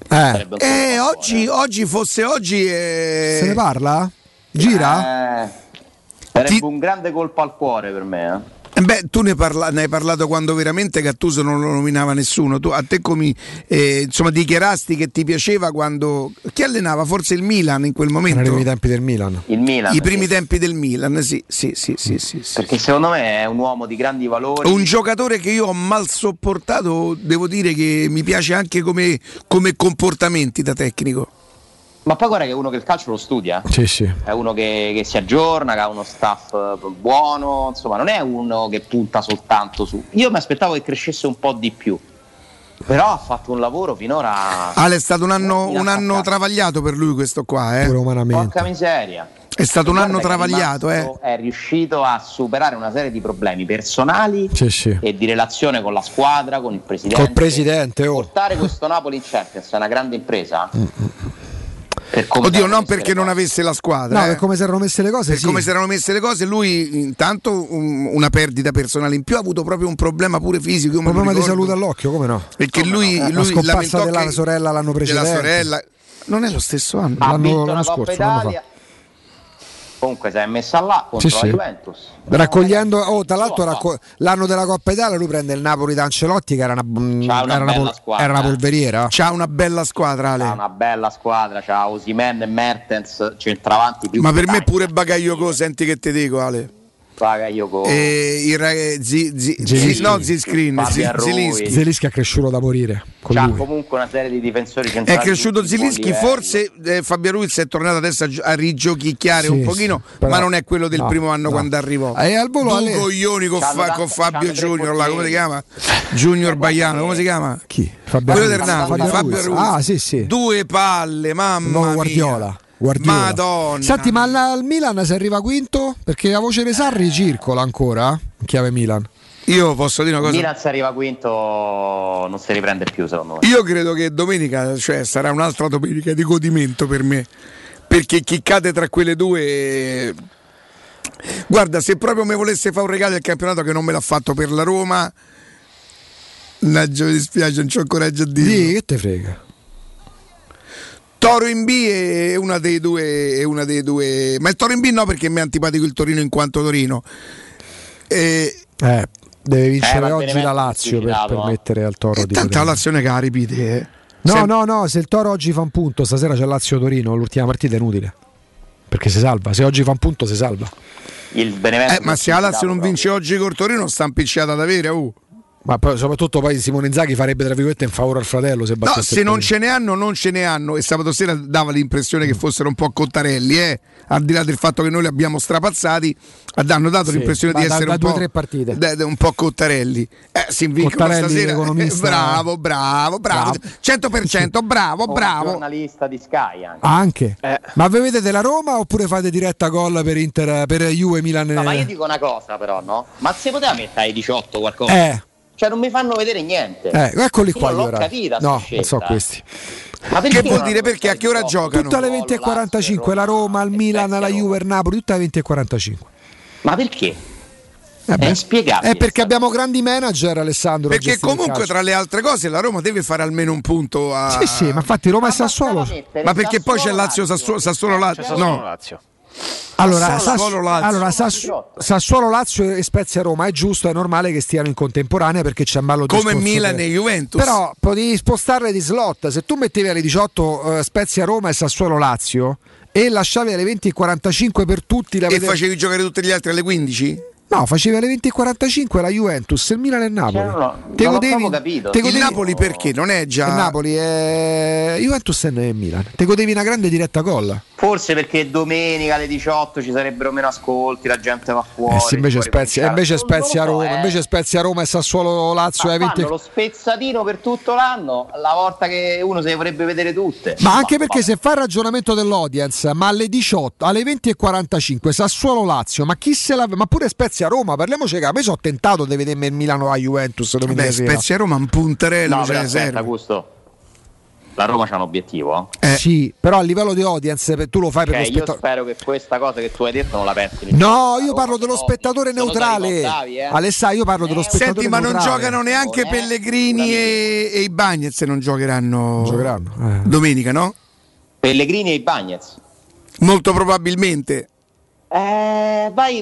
oggi fosse oggi se ne parla? Gira? Sarebbe un grande colpo al cuore per me, tu ne hai parlato quando veramente Gattuso non lo nominava nessuno. A te come dichiarasti che ti piaceva quando chi allenava forse il Milan in quel momento? Erano i primi tempi del Milan. I primi tempi del Milan, sì. Perché secondo me è un uomo di grandi valori. Un giocatore che io ho mal sopportato, devo dire che mi piace anche come comportamenti da tecnico. Ma poi guarda che è uno che il calcio lo studia, sì. È uno che si aggiorna, che ha uno staff buono, insomma non è uno che punta soltanto su. Io mi aspettavo che crescesse un po' di più, però ha fatto un lavoro finora. Ale, è stato un anno travagliato per lui questo qua, pure umanamente. Porca miseria. È stato un anno travagliato, È riuscito a superare una serie di problemi personali e di relazione con la squadra, con il presidente. Col presidente, Portare questo Napoli in Champions è una grande impresa. Oddio, non perché non avesse la squadra, no, per come si erano messe le cose. Come si erano messe le cose, lui intanto una perdita personale in più, ha avuto proprio un problema pure fisico. Un problema di salute all'occhio, come no? Perché lui la scomparsa della sorella l'anno precedente. Della sorella non è lo stesso anno. L'anno scorso, l'anno fa. Comunque si è messa là contro la Juventus, raccogliendo tra l'altro l'anno della Coppa Italia lui prende il Napoli da Ancelotti, che era una polveriera. C'ha una bella squadra, Ale. C'ha una bella squadra, c'ha Osimhen e Mertens, centravanti più. Ma per me pure Bakayoko, senti che ti dico, Ale. Bakayoko Zielinski è cresciuto da morire. C'ha comunque una serie di difensori centrali. È cresciuto Zielinski, forse Fabio Ruiz è tornato adesso a rigiochicchiare un pochino, però, ma non è quello del primo anno quando arrivò. Al volo due coglioni con Fabio Junior là, come si chiama? Junior Baiano, come si chiama? Chi? Quello del Napoli, Fabio Ruiz. Sì. Due palle, mamma mia. Guardiola. Madonna. Senti, ma al Milan si arriva quinto? Perché la voce dei Sarri circola ancora in chiave Milan. Io posso dire una cosa. Milan si arriva quinto, non si riprende più, secondo me. Io credo che domenica, sarà un'altra domenica di godimento per me, perché chi cade tra quelle due, guarda, se proprio mi volesse fare un regalo del campionato, che non me l'ha fatto per la Roma, mi dispiace, non c'ho coraggio a dirlo. Sì, che te frega. Toro in B è una dei due, ma il Toro in B no, perché mi è antipatico il Torino in quanto Torino. Deve vincere oggi la Lazio per permettere al Toro di tanta la Lazio che la ripete. No, se il Toro oggi fa un punto, stasera c'è Lazio-Torino, l'ultima partita è inutile, perché si salva, se oggi fa un punto si salva. Ma se la Lazio non vince oggi col Torino sta impicciata da avere, Ma poi, soprattutto poi Simone Inzaghi farebbe tra virgolette in favore al fratello se battesse. No, se non ce ne hanno, e sabato sera dava l'impressione che fossero un po' cottarelli, al di là del fatto che noi li abbiamo strapazzati, hanno dato l'impressione di essere un po' 2-3 partite. Un po' cottarelli. Si vincono stasera. Bravo, 100%, bravo. Giornalista di Sky anche. Ma voi vedete la Roma oppure fate diretta gol per Juve Milan? No, ma io dico una cosa però, no? Ma se poteva mettere ai 18 qualcosa? Cioè non mi fanno vedere niente. Eccoli qua. Io non l'ho capita. No, non so questi. Ma che vuol dire? Perché a che ora giocano? Tutte alle 20:45, la Roma, il Milan, la Juve, il Napoli, tutte alle 20:45. Ma perché? È inspiegabile. È perché abbiamo grandi manager, Alessandro. Perché comunque tra le altre cose la Roma deve fare almeno un punto a... Sì, ma infatti Roma e Sassuolo. Ma perché poi c'è Sassuolo-Lazio? No. Allora, Sassuolo-Lazio e Spezia-Roma è giusto, è normale che stiano in contemporanea perché c'è un ballo di come Milan e Juventus. Però potevi spostarle di slot. Se tu mettevi alle 18 Spezia-Roma e Sassuolo-Lazio e lasciavi alle 20:45 per tutti e facevi giocare tutti gli altri alle 15? No, facevi alle 20:45 la Juventus, il Milan e il Napoli. Non l'ho proprio capito. Il Napoli perché? Non è già... Il Napoli è Juventus e Milan. Te godevi una grande diretta gol. Forse perché domenica alle 18 ci sarebbero meno ascolti, la gente va fuori. Sì, invece Spezia Roma e Sassuolo Lazio fanno lo spezzatino per tutto l'anno, la volta che uno se le vorrebbe vedere tutte. Ma anche perché se fa il ragionamento dell'audience, ma alle 18, alle 20:45 Sassuolo Lazio, ma chi se la... ma pure Spezia Roma, parliamoci che a me sono tentato di vedermi il Milano a Juventus domenica sera. Spezia Roma un punterello, no, ce ne serve. Gusto. La Roma c'ha un obiettivo? Sì, però a livello di audience tu lo fai per lo spettatore. Io spero che questa cosa che tu hai detto non la pensi. No, io parlo dello spettatore neutrale. Alessà, io parlo dello spettatore neutrale. Senti, ma non giocano neanche Pellegrini e i Bagnez, non giocheranno. Domenica, no? Pellegrini e i Bagnez. Molto probabilmente. Vai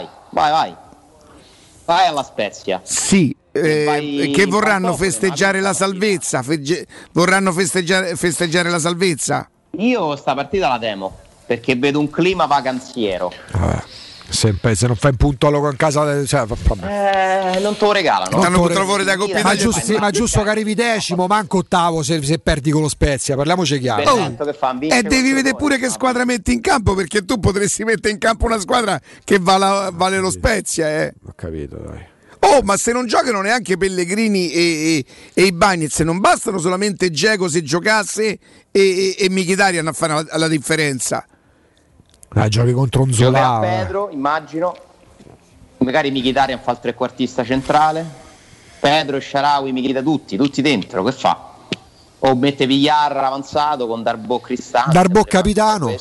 alla Spezia. Sì. Che vorranno festeggiare la salvezza? Vorranno festeggiare la salvezza? Io sta partita la temo perché vedo un clima vacanziero. Se non fai un puntologo in casa, non te lo regalano. T'hanno buttato fuori da Coppa Italia. Ma giusto che arrivi decimo, manco ottavo se perdi con lo Spezia, parliamoci chiaro. E devi vedere pure che squadra metti in campo, perché tu potresti mettere in campo una squadra che vale lo Spezia. Ho capito, dai. Ma se non giocano neanche Pellegrini e i Bagnez, non bastano solamente Dzeko se giocasse e Mkhitaryan a fare la differenza. Giochi contro un Zola. Pedro, immagino. Magari Mkhitaryan fa il trequartista centrale. Pedro e Shaarawy, Milita tutti dentro. Che fa? O mette Villar avanzato con Darboe Cristante. Darboe capitano.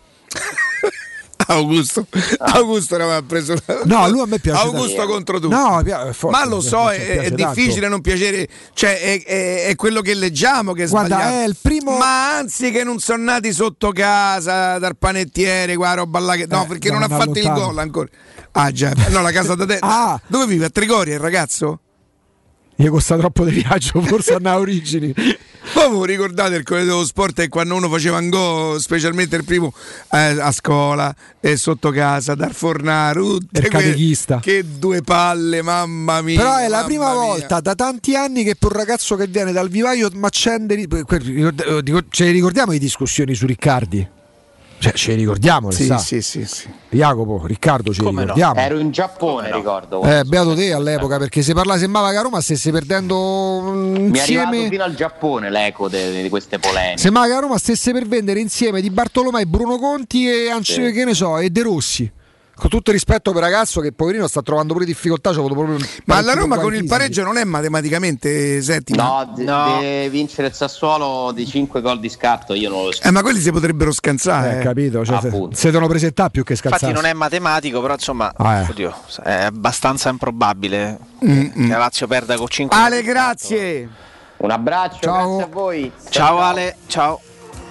Augusto non mi ha preso. No, lui a me piace. Augusto contro tutti. No, ma lo so, è difficile non piacere. Cioè, è quello che leggiamo che è sbagliato. È il primo. Ma anzi, che non sono nati sotto casa dal panettiere, qua roba là. No, perché non ha fatto il gol ancora. Ah, già. No, la casa da te. Dove vive? A Trigoria il ragazzo? Gli costa troppo di viaggio, forse a origini. Poi ricordate il Corriere dello Sport è quando uno faceva un gol, specialmente il primo a scuola e sotto casa, dal fornaro, il catechista. Che due palle, mamma mia. Però è la prima volta da tanti anni che per un ragazzo che viene dal vivaio accende. Ce ne ricordiamo di discussioni su Riccardi? Cioè, ce ne ricordiamo, sì. Jacopo, Riccardo, ce ne ricordiamo. Ero in Giappone, ricordo. Beato te all'epoca, perché se sembrava che a Roma stesse perdendo insieme. Mi è arrivato fino al Giappone l'eco di queste polemiche. Sembrava che a Roma stesse per vendere insieme Di Bartolomei, Bruno Conti e che ne so, e De Rossi. Con tutto il rispetto per ragazzo che poverino sta trovando pure difficoltà, ma la Roma con il pareggio non è matematicamente settima. No, deve vincere il Sassuolo di 5 gol di scarto, io non lo so. Ma quelli si potrebbero scansare. Capito, si devono presentare più che scansare. Infatti non è matematico, però insomma, oddio, è abbastanza improbabile che la Lazio perda con 5 gol. Ale, grazie. Un abbraccio, grazie a voi. Ciao Ale, ciao.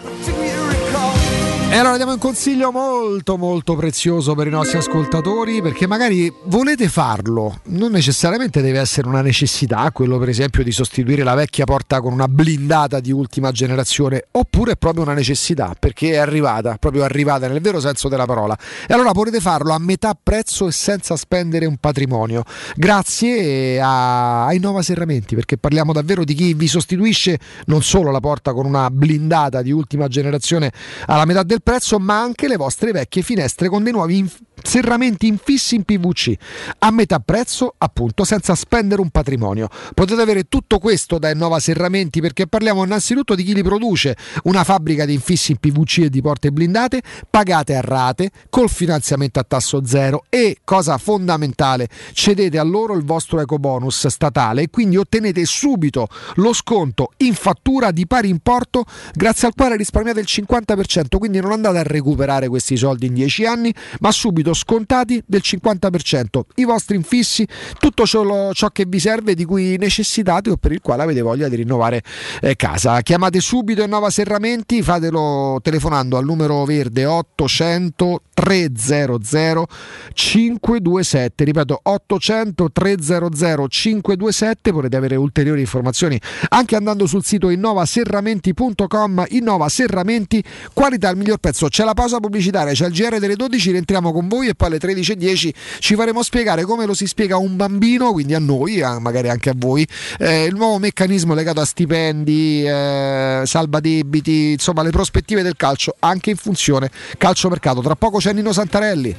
E allora diamo un consiglio molto molto prezioso per i nostri ascoltatori, perché magari volete farlo, non necessariamente deve essere una necessità, quello per esempio di sostituire la vecchia porta con una blindata di ultima generazione, oppure è proprio una necessità perché è proprio arrivata nel vero senso della parola, e allora potete farlo a metà prezzo e senza spendere un patrimonio, grazie a Innova Serramenti, perché parliamo davvero di chi vi sostituisce non solo la porta con una blindata di ultima generazione alla metà del prezzo, ma anche le vostre vecchie finestre con dei nuovi serramenti infissi in PVC a metà prezzo, appunto, senza spendere un patrimonio. Potete avere tutto questo da Innova Serramenti, perché parliamo innanzitutto di chi li produce, una fabbrica di infissi in PVC e di porte blindate pagate a rate col finanziamento a tasso zero e, cosa fondamentale, cedete a loro il vostro ecobonus statale e quindi ottenete subito lo sconto in fattura di pari importo, grazie al quale risparmiate il 50%, quindi non andate a recuperare questi soldi in 10 anni, ma subito subito scontati del 50%, i vostri infissi, tutto ciò che vi serve, di cui necessitate o per il quale avete voglia di rinnovare casa. Chiamate subito Innova Serramenti, fatelo telefonando al numero verde 800 300 527, ripeto 800 300 527. Potete avere ulteriori informazioni anche andando sul sito innovaserramenti.com. Innova Serramenti, qualità al miglior prezzo. C'è la pausa pubblicitaria, c'è il GR delle 12, rientriamo con voi e poi alle 13:10 ci faremo spiegare come lo si spiega a un bambino, quindi a noi, magari anche a voi, il nuovo meccanismo legato a stipendi, salvadebiti, insomma le prospettive del calcio anche in funzione calciomercato. Tra poco c'è Nino Santarelli.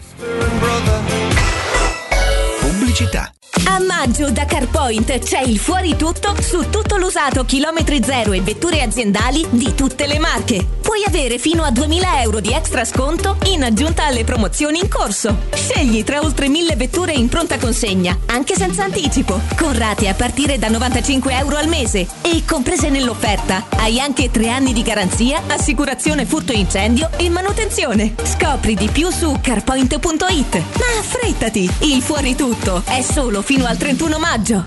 Pubblicità. A maggio da CarPoint c'è il fuori tutto su tutto l'usato chilometri zero e vetture aziendali di tutte le marche. Puoi avere fino a 2.000 euro di extra sconto in aggiunta alle promozioni in corso. Scegli tra oltre 1.000 vetture in pronta consegna, anche senza anticipo, con rate a partire da 95 euro al mese. E comprese nell'offerta hai anche 3 anni di garanzia, assicurazione furto incendio e manutenzione. Scopri di più su carpoint.it. Ma affrettati, il fuori tutto è solo fino al 31 maggio.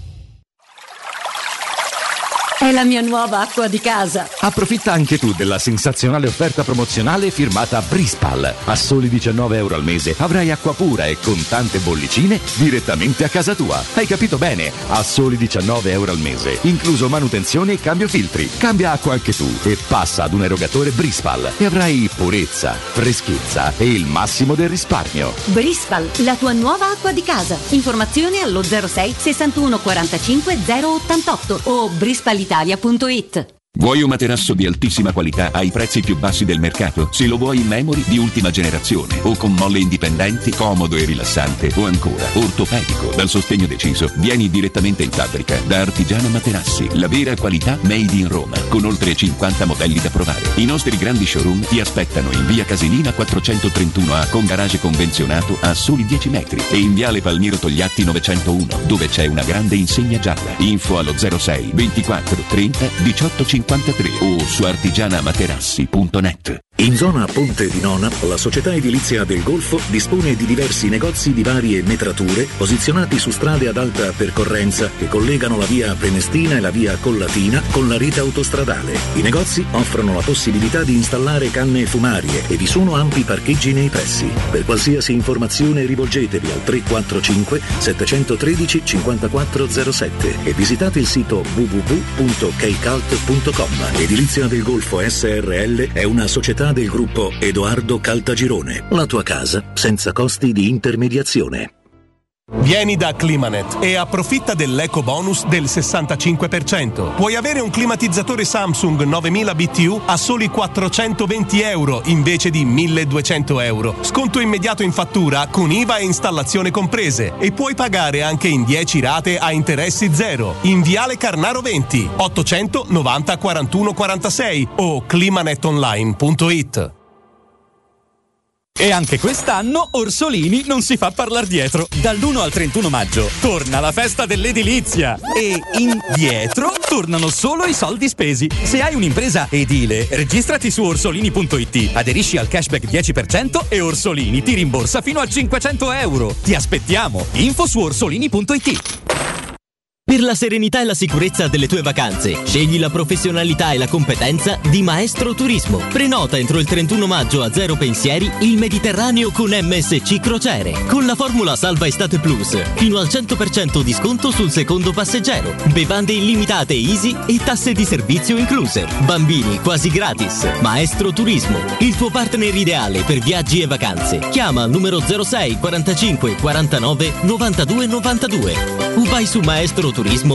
È la mia nuova acqua di casa. Approfitta anche tu della sensazionale offerta promozionale firmata Brispal. A soli 19 euro al mese avrai acqua pura e con tante bollicine direttamente a casa tua. Hai capito bene? A soli 19 euro al mese, incluso manutenzione e cambio filtri. Cambia acqua anche tu e passa ad un erogatore Brispal e avrai purezza, freschezza e il massimo del risparmio. Brispal, la tua nuova acqua di casa. Informazioni allo 06 61 45 088 o brispalitalia.it. Vuoi un materasso di altissima qualità ai prezzi più bassi del mercato? Se lo vuoi in memory di ultima generazione o con molle indipendenti, comodo e rilassante, o ancora ortopedico dal sostegno deciso, vieni direttamente in fabbrica da Artigiana Materassi, la vera qualità made in Roma, con oltre 50 modelli da provare. I nostri grandi showroom ti aspettano in via Casilina 431A con garage convenzionato a soli 10 metri e in viale Palmiro Togliatti 901, dove c'è una grande insegna gialla. Info allo 06 24 30 18 53 o su artigianamaterassi.net. In zona Ponte di Nona, la società edilizia del Golfo dispone di diversi negozi di varie metrature posizionati su strade ad alta percorrenza che collegano la via Prenestina e la via Collatina con la rete autostradale. I negozi offrono la possibilità di installare canne fumarie e vi sono ampi parcheggi nei pressi. Per qualsiasi informazione rivolgetevi al 345 713 5407 e visitate il sito www.keicalt.com. Edilizia del Golfo SRL è una società del gruppo Edoardo Caltagirone. La tua casa senza costi di intermediazione. Vieni da Climanet e approfitta dell'eco bonus del 65%. Puoi avere un climatizzatore Samsung 9000 BTU a soli 420 euro invece di 1200 euro. Sconto immediato in fattura con IVA e installazione comprese e puoi pagare anche in 10 rate a interessi zero. In Viale Carnaro 20 890 41 46 o climanetonline.it. E anche quest'anno Orsolini non si fa parlar dietro. Dall'1 al 31 maggio torna la festa dell'edilizia e indietro tornano solo i soldi spesi. Se hai un'impresa edile, registrati su orsolini.it, aderisci al cashback 10% e Orsolini ti rimborsa fino a 500 euro. Ti aspettiamo. Info su orsolini.it. Per la serenità e la sicurezza delle tue vacanze, scegli la professionalità e la competenza di Maestro Turismo. Prenota entro il 31 maggio a zero pensieri il Mediterraneo con MSC Crociere. Con la formula Salva Estate Plus, fino al 100% di sconto sul secondo passeggero. Bevande illimitate easy e tasse di servizio incluse. Bambini quasi gratis. Maestro Turismo, il tuo partner ideale per viaggi e vacanze. Chiama al numero 06 45 49 92 92 o vai su maestroturismo.it.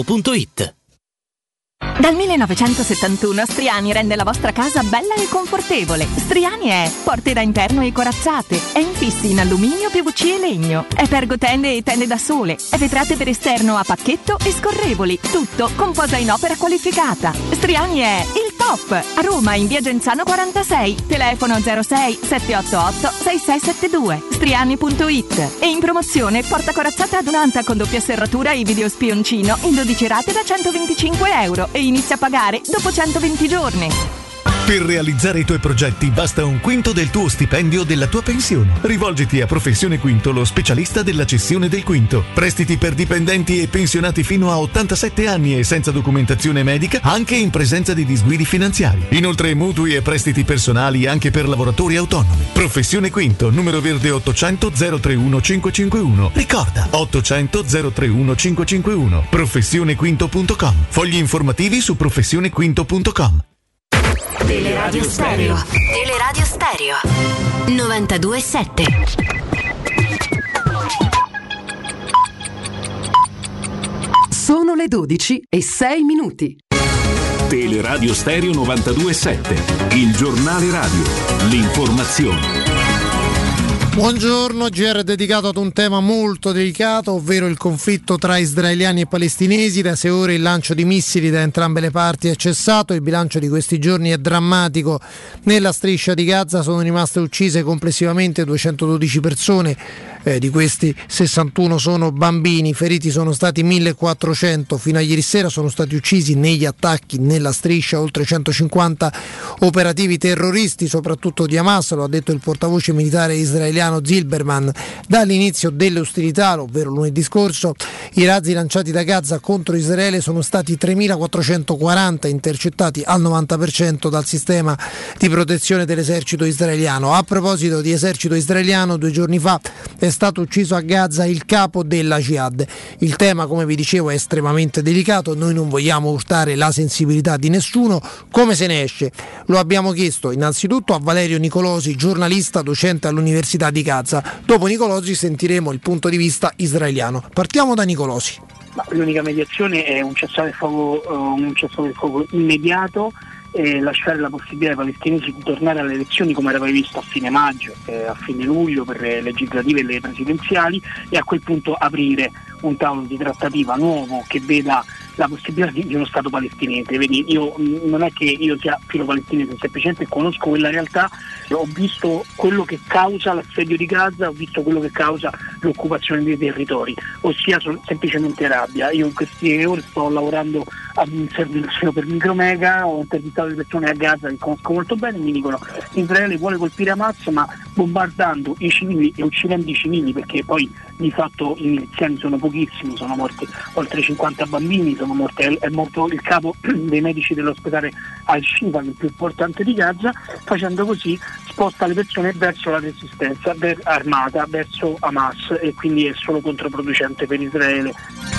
Dal 1971 Striani rende la vostra casa bella e confortevole. Striani è porte da interno e corazzate, è infissi in alluminio, PVC e legno, è pergotende e tende da sole, è vetrate per esterno a pacchetto e scorrevoli, tutto con posa in opera qualificata. Striani è il top! A Roma in via Genzano 46, telefono 06 788 6672, striani.it. E in promozione porta corazzata adunata con doppia serratura e video spioncino in 12 rate da 125 euro e inizia a pagare dopo 120 giorni. Per realizzare i tuoi progetti basta un quinto del tuo stipendio o della tua pensione. Rivolgiti a Professione Quinto, lo specialista della cessione del quinto. Prestiti per dipendenti e pensionati fino a 87 anni e senza documentazione medica, anche in presenza di disguidi finanziari. Inoltre mutui e prestiti personali anche per lavoratori autonomi. Professione Quinto, numero verde 800 031 551. Ricorda, 800 031 551. Professionequinto.com. Fogli informativi su professionequinto.com. Teleradio Stereo. Teleradio Stereo 92.7. Sono le 12:06. Teleradio Stereo 92.7, il giornale radio, l'informazione. Buongiorno, GR dedicato ad un tema molto delicato, ovvero il conflitto tra israeliani e palestinesi. Da 6 ore il lancio di missili da entrambe le parti è cessato. Il bilancio di questi giorni è drammatico. Nella striscia di Gaza sono rimaste uccise complessivamente 212 persone, di questi 61 sono bambini. Feriti sono stati 1400. Fino a ieri sera sono stati uccisi negli attacchi nella striscia oltre 150 operativi terroristi, soprattutto di Hamas, lo ha detto il portavoce militare israeliano Zilberman. Dall'inizio delle ostilità, ovvero lunedì scorso, i razzi lanciati da Gaza contro Israele sono stati 3440, intercettati al 90% dal sistema di protezione dell'esercito israeliano. A proposito di esercito israeliano, 2 giorni fa è stato ucciso a Gaza il capo della Jihad. Il tema, come vi dicevo, è estremamente delicato. Noi non vogliamo urtare la sensibilità di nessuno. Come se ne esce? Lo abbiamo chiesto innanzitutto a Valerio Nicolosi, giornalista, docente all'Università di Gaza. Dopo Nicolosi sentiremo il punto di vista israeliano. Partiamo da Nicolosi. L'unica mediazione è un cessate il fuoco immediato, e lasciare la possibilità ai palestinesi di tornare alle elezioni come era previsto a fine maggio, a fine luglio per le legislative e le presidenziali, e a quel punto aprire un tavolo di trattativa nuovo che veda la possibilità di uno Stato palestinese. Vedi, io non è che io sia filo palestinese, semplicemente conosco quella realtà, ho visto quello che causa l'assedio di Gaza, ho visto quello che causa l'occupazione dei territori, ossia semplicemente rabbia. Io in queste ore sto lavorando ad un servizio per Micromega, ho intervistato le persone a Gaza che conosco molto bene, mi dicono Israele vuole colpire Hamas ma bombardando i civili e uccidendo i civili, perché poi di fatto i miliziani sono pochissimi, sono morti oltre 50 bambini, è morto il capo dei medici dell'ospedale Al-Shifa, che è il più importante di Gaza. Facendo così sposta le persone verso la resistenza armata, verso Hamas, e quindi è solo controproducente per Israele.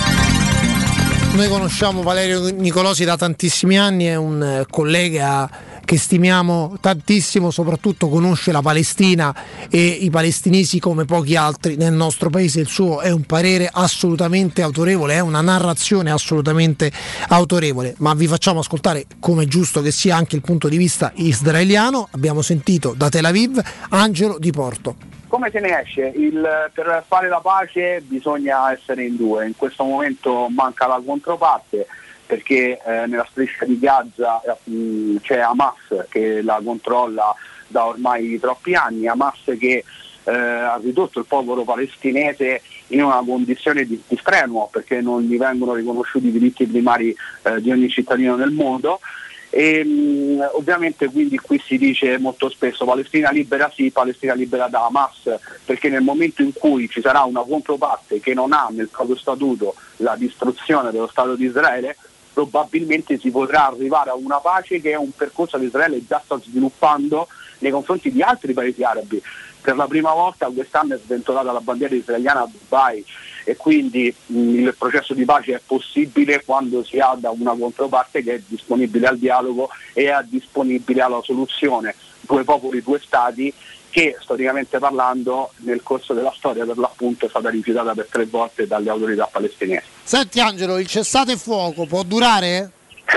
Noi conosciamo Valerio Nicolosi da tantissimi anni, è un collega che stimiamo tantissimo, soprattutto conosce la Palestina e i palestinesi come pochi altri nel nostro paese. Il suo è un parere assolutamente autorevole, è una narrazione assolutamente autorevole, ma vi facciamo ascoltare, come è giusto che sia, anche il punto di vista israeliano. Abbiamo sentito da Tel Aviv Angelo Di Porto. Come se ne esce? Per fare la pace bisogna essere in due. In questo momento manca la controparte, perché nella striscia di Gaza c'è Hamas che la controlla da ormai troppi anni, Hamas che ha ridotto il popolo palestinese in una condizione di strenuo, perché non gli vengono riconosciuti i diritti primari di ogni cittadino nel mondo. E ovviamente quindi qui si dice molto spesso Palestina libera sì, Palestina libera da Hamas, perché nel momento in cui ci sarà una controparte che non ha nel proprio statuto la distruzione dello Stato di Israele, probabilmente si potrà arrivare a una pace, che è un percorso che Israele già sta sviluppando nei confronti di altri paesi arabi. Per la prima volta quest'anno è sventolata la bandiera israeliana a Dubai, e quindi il processo di pace è possibile quando si ha da una controparte che è disponibile al dialogo e è disponibile alla soluzione. 2 popoli, 2 stati, che storicamente parlando nel corso della storia per l'appunto è stata rifiutata per 3 volte dalle autorità palestinesi. Senti Angelo, il cessate fuoco può durare?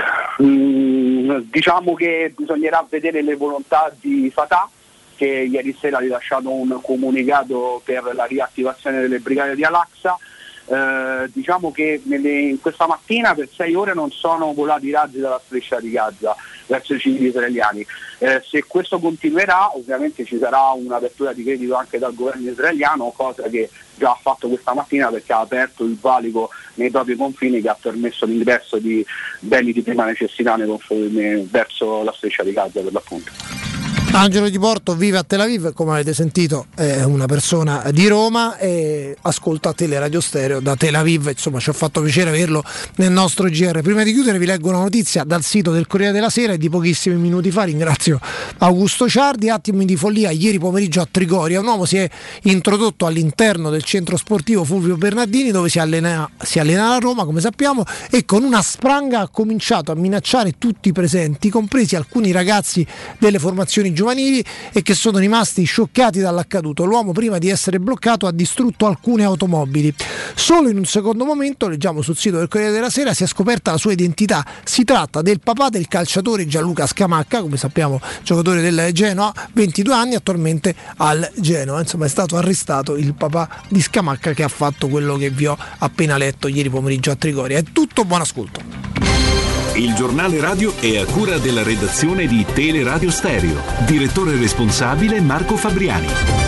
Diciamo che bisognerà vedere le volontà di Fatah, che ieri sera ha rilasciato un comunicato per la riattivazione delle brigate di Al-Aqsa. diciamo che in questa mattina per 6 ore non sono volati razzi dalla striscia di Gaza verso i civili israeliani. Se questo continuerà, ovviamente ci sarà un'apertura di credito anche dal governo israeliano, cosa che già ha fatto questa mattina, perché ha aperto il valico nei propri confini, che ha permesso l'ingresso di beni di prima necessità verso la striscia di Gaza, per l'appunto. Angelo Di Porto vive a Tel Aviv, come avete sentito è una persona di Roma e ascolta Teleradio Stereo da Tel Aviv, insomma ci ha fatto piacere averlo nel nostro GR. Prima di chiudere vi leggo una notizia dal sito del Corriere della Sera, e di pochissimi minuti fa ringrazio Augusto Ciardi. Attimi di follia ieri pomeriggio a Trigoria, un uomo si è introdotto all'interno del centro sportivo Fulvio Bernardini, dove si allena a Roma, come sappiamo, e con una spranga ha cominciato a minacciare tutti i presenti, compresi alcuni ragazzi delle formazioni giovanili, e che sono rimasti scioccati dall'accaduto. L'uomo, prima di essere bloccato, ha distrutto alcune automobili. Solo in un secondo momento, leggiamo sul sito del Corriere della Sera, si è scoperta la sua identità. Si tratta del papà del calciatore Gianluca Scamacca, come sappiamo giocatore del Genoa, 22 anni, attualmente al Genoa. Insomma, è stato arrestato il papà di Scamacca, che ha fatto quello che vi ho appena letto ieri pomeriggio a Trigoria. È tutto, buon ascolto. Il giornale radio è a cura della redazione di Teleradio Stereo. Direttore responsabile Marco Fabriani.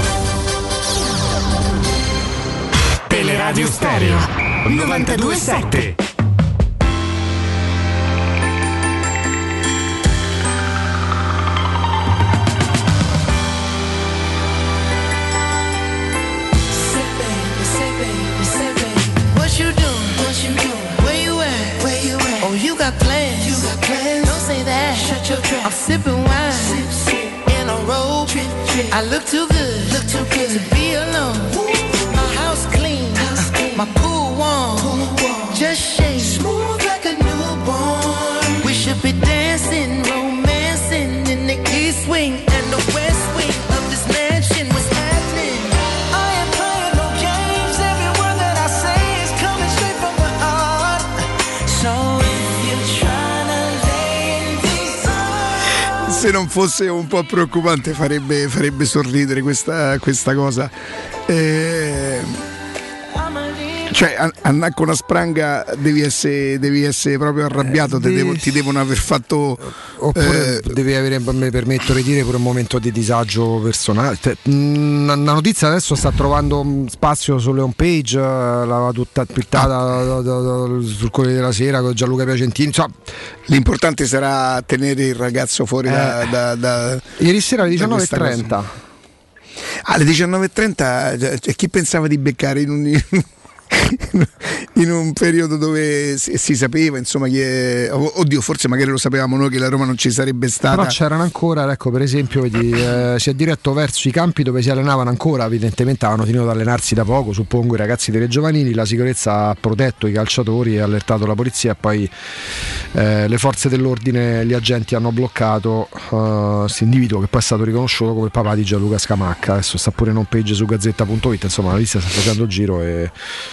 Teleradio Stereo 92.7. I'm sipping wine in a robe. I look too good to be alone. My house clean, my pool warm. Just shake smooth like a newborn. We should be dancing, romancing in the east wing and the west wing of this mansion. What's happening? I ain't playing no games. Every word that I say is coming straight from the heart. So if you're trying to lay in these arms. Se non fosse un po' preoccupante farebbe sorridere questa cosa. Cioè, andare con una spranga devi essere proprio arrabbiato, ti devono aver fatto. Oppure devi avere, per me di dire, pure un momento di disagio personale. Una notizia adesso sta trovando spazio sulle home page, l'aveva tutta twittata sul Corriere della Sera con Gianluca Piacentini. Insomma, l'importante sarà tenere il ragazzo fuori da ieri sera alle 19:30. Alle 19:30 chi pensava di beccare in un periodo dove si sapeva, insomma, oddio, forse magari lo sapevamo noi che la Roma non ci sarebbe stata, però c'erano ancora, ecco, per esempio, vedi, si è diretto verso i campi dove si allenavano ancora, evidentemente avevano finito ad allenarsi da poco, suppongo, i ragazzi delle giovanili. La sicurezza ha protetto i calciatori e ha allertato la polizia, e poi le forze dell'ordine, gli agenti hanno bloccato questo individuo, che poi è stato riconosciuto come il papà di Gianluca Scamacca. Adesso sta pure in home page su Gazzetta.it, insomma la lista sta facendo giro e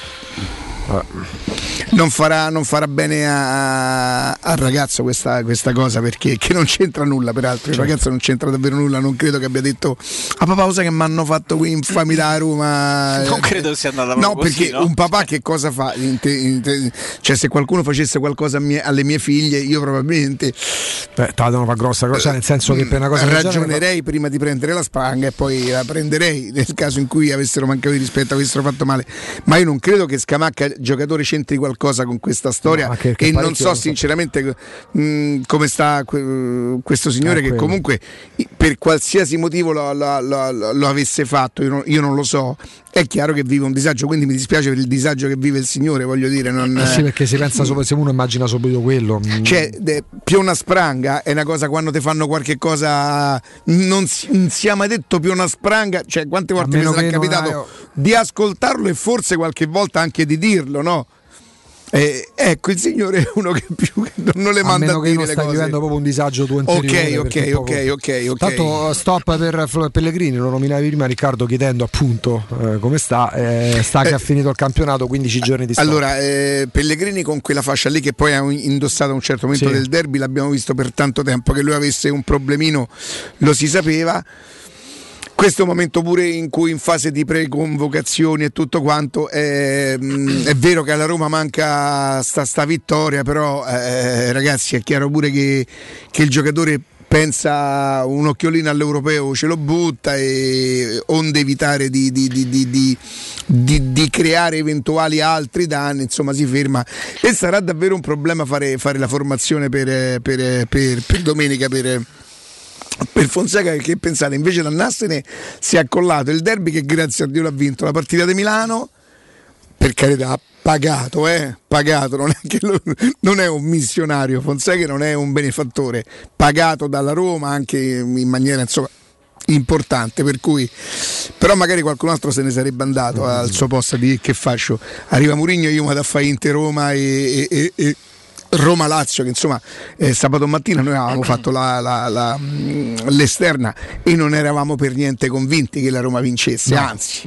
non farà bene al ragazzo questa cosa, perché che non c'entra nulla, peraltro il ragazzo non c'entra davvero nulla. Non credo che abbia detto papà, cosa che mi hanno fatto qui infami da Roma. Non credo sia andata proprio così, perché un papà che cosa fa? Cioè, se qualcuno facesse qualcosa alle mie figlie, io probabilmente non fa grossa cosa, nel senso che per una cosa ragionerei prima di prendere la spranga, e poi la prenderei nel caso in cui avessero mancato di rispetto, avessero fatto male. Ma io non credo che Scamacca giocatore c'entri qualcosa con questa storia, e non so sinceramente come sta questo signore, che comunque per qualsiasi motivo lo avesse fatto, io non lo so. È chiaro che vive un disagio, quindi mi dispiace per il disagio che vive il signore, voglio dire. Sì, perché si pensa se uno immagina subito quello. Cioè, più una spranga è una cosa quando ti fanno qualche cosa, non si è mai detto più una spranga, cioè quante volte mi sarà capitato di ascoltarlo e forse qualche volta anche di dirlo, no? Ecco, il signore è uno che più non le manda a dire le cose. Stai vivendo proprio un disagio tuo interiore. Ok. Tanto stop per Pellegrini, lo nominavi prima, Riccardo, chiedendo appunto come sta. Sta che ha finito il campionato, 15 giorni di stop. Allora, Pellegrini con quella fascia lì che poi ha indossato a un certo momento del derby, l'abbiamo visto per tanto tempo, che lui avesse un problemino lo si sapeva. questo è un momento pure in cui in fase di preconvocazioni e tutto quanto è vero che alla Roma manca sta vittoria, però ragazzi, è chiaro pure che il giocatore pensa un occhiolino all'europeo, ce lo butta, e onde evitare di creare eventuali altri danni, insomma si ferma, e sarà davvero un problema fare la formazione per domenica per Fonseca, perché pensate, invece d'andarsene si è accollato il derby che grazie a Dio l'ha vinto, la partita di Milano, per carità, pagato, non è un missionario, Fonseca non è un benefattore, pagato dalla Roma anche in maniera, insomma, importante, per cui però magari qualcun altro se ne sarebbe andato al suo posto, di che faccio, arriva Mourinho, io vado a fare Inter-Roma e Roma-Lazio, che insomma sabato mattina noi avevamo fatto l'esterna e non eravamo per niente convinti che la Roma vincesse, anzi.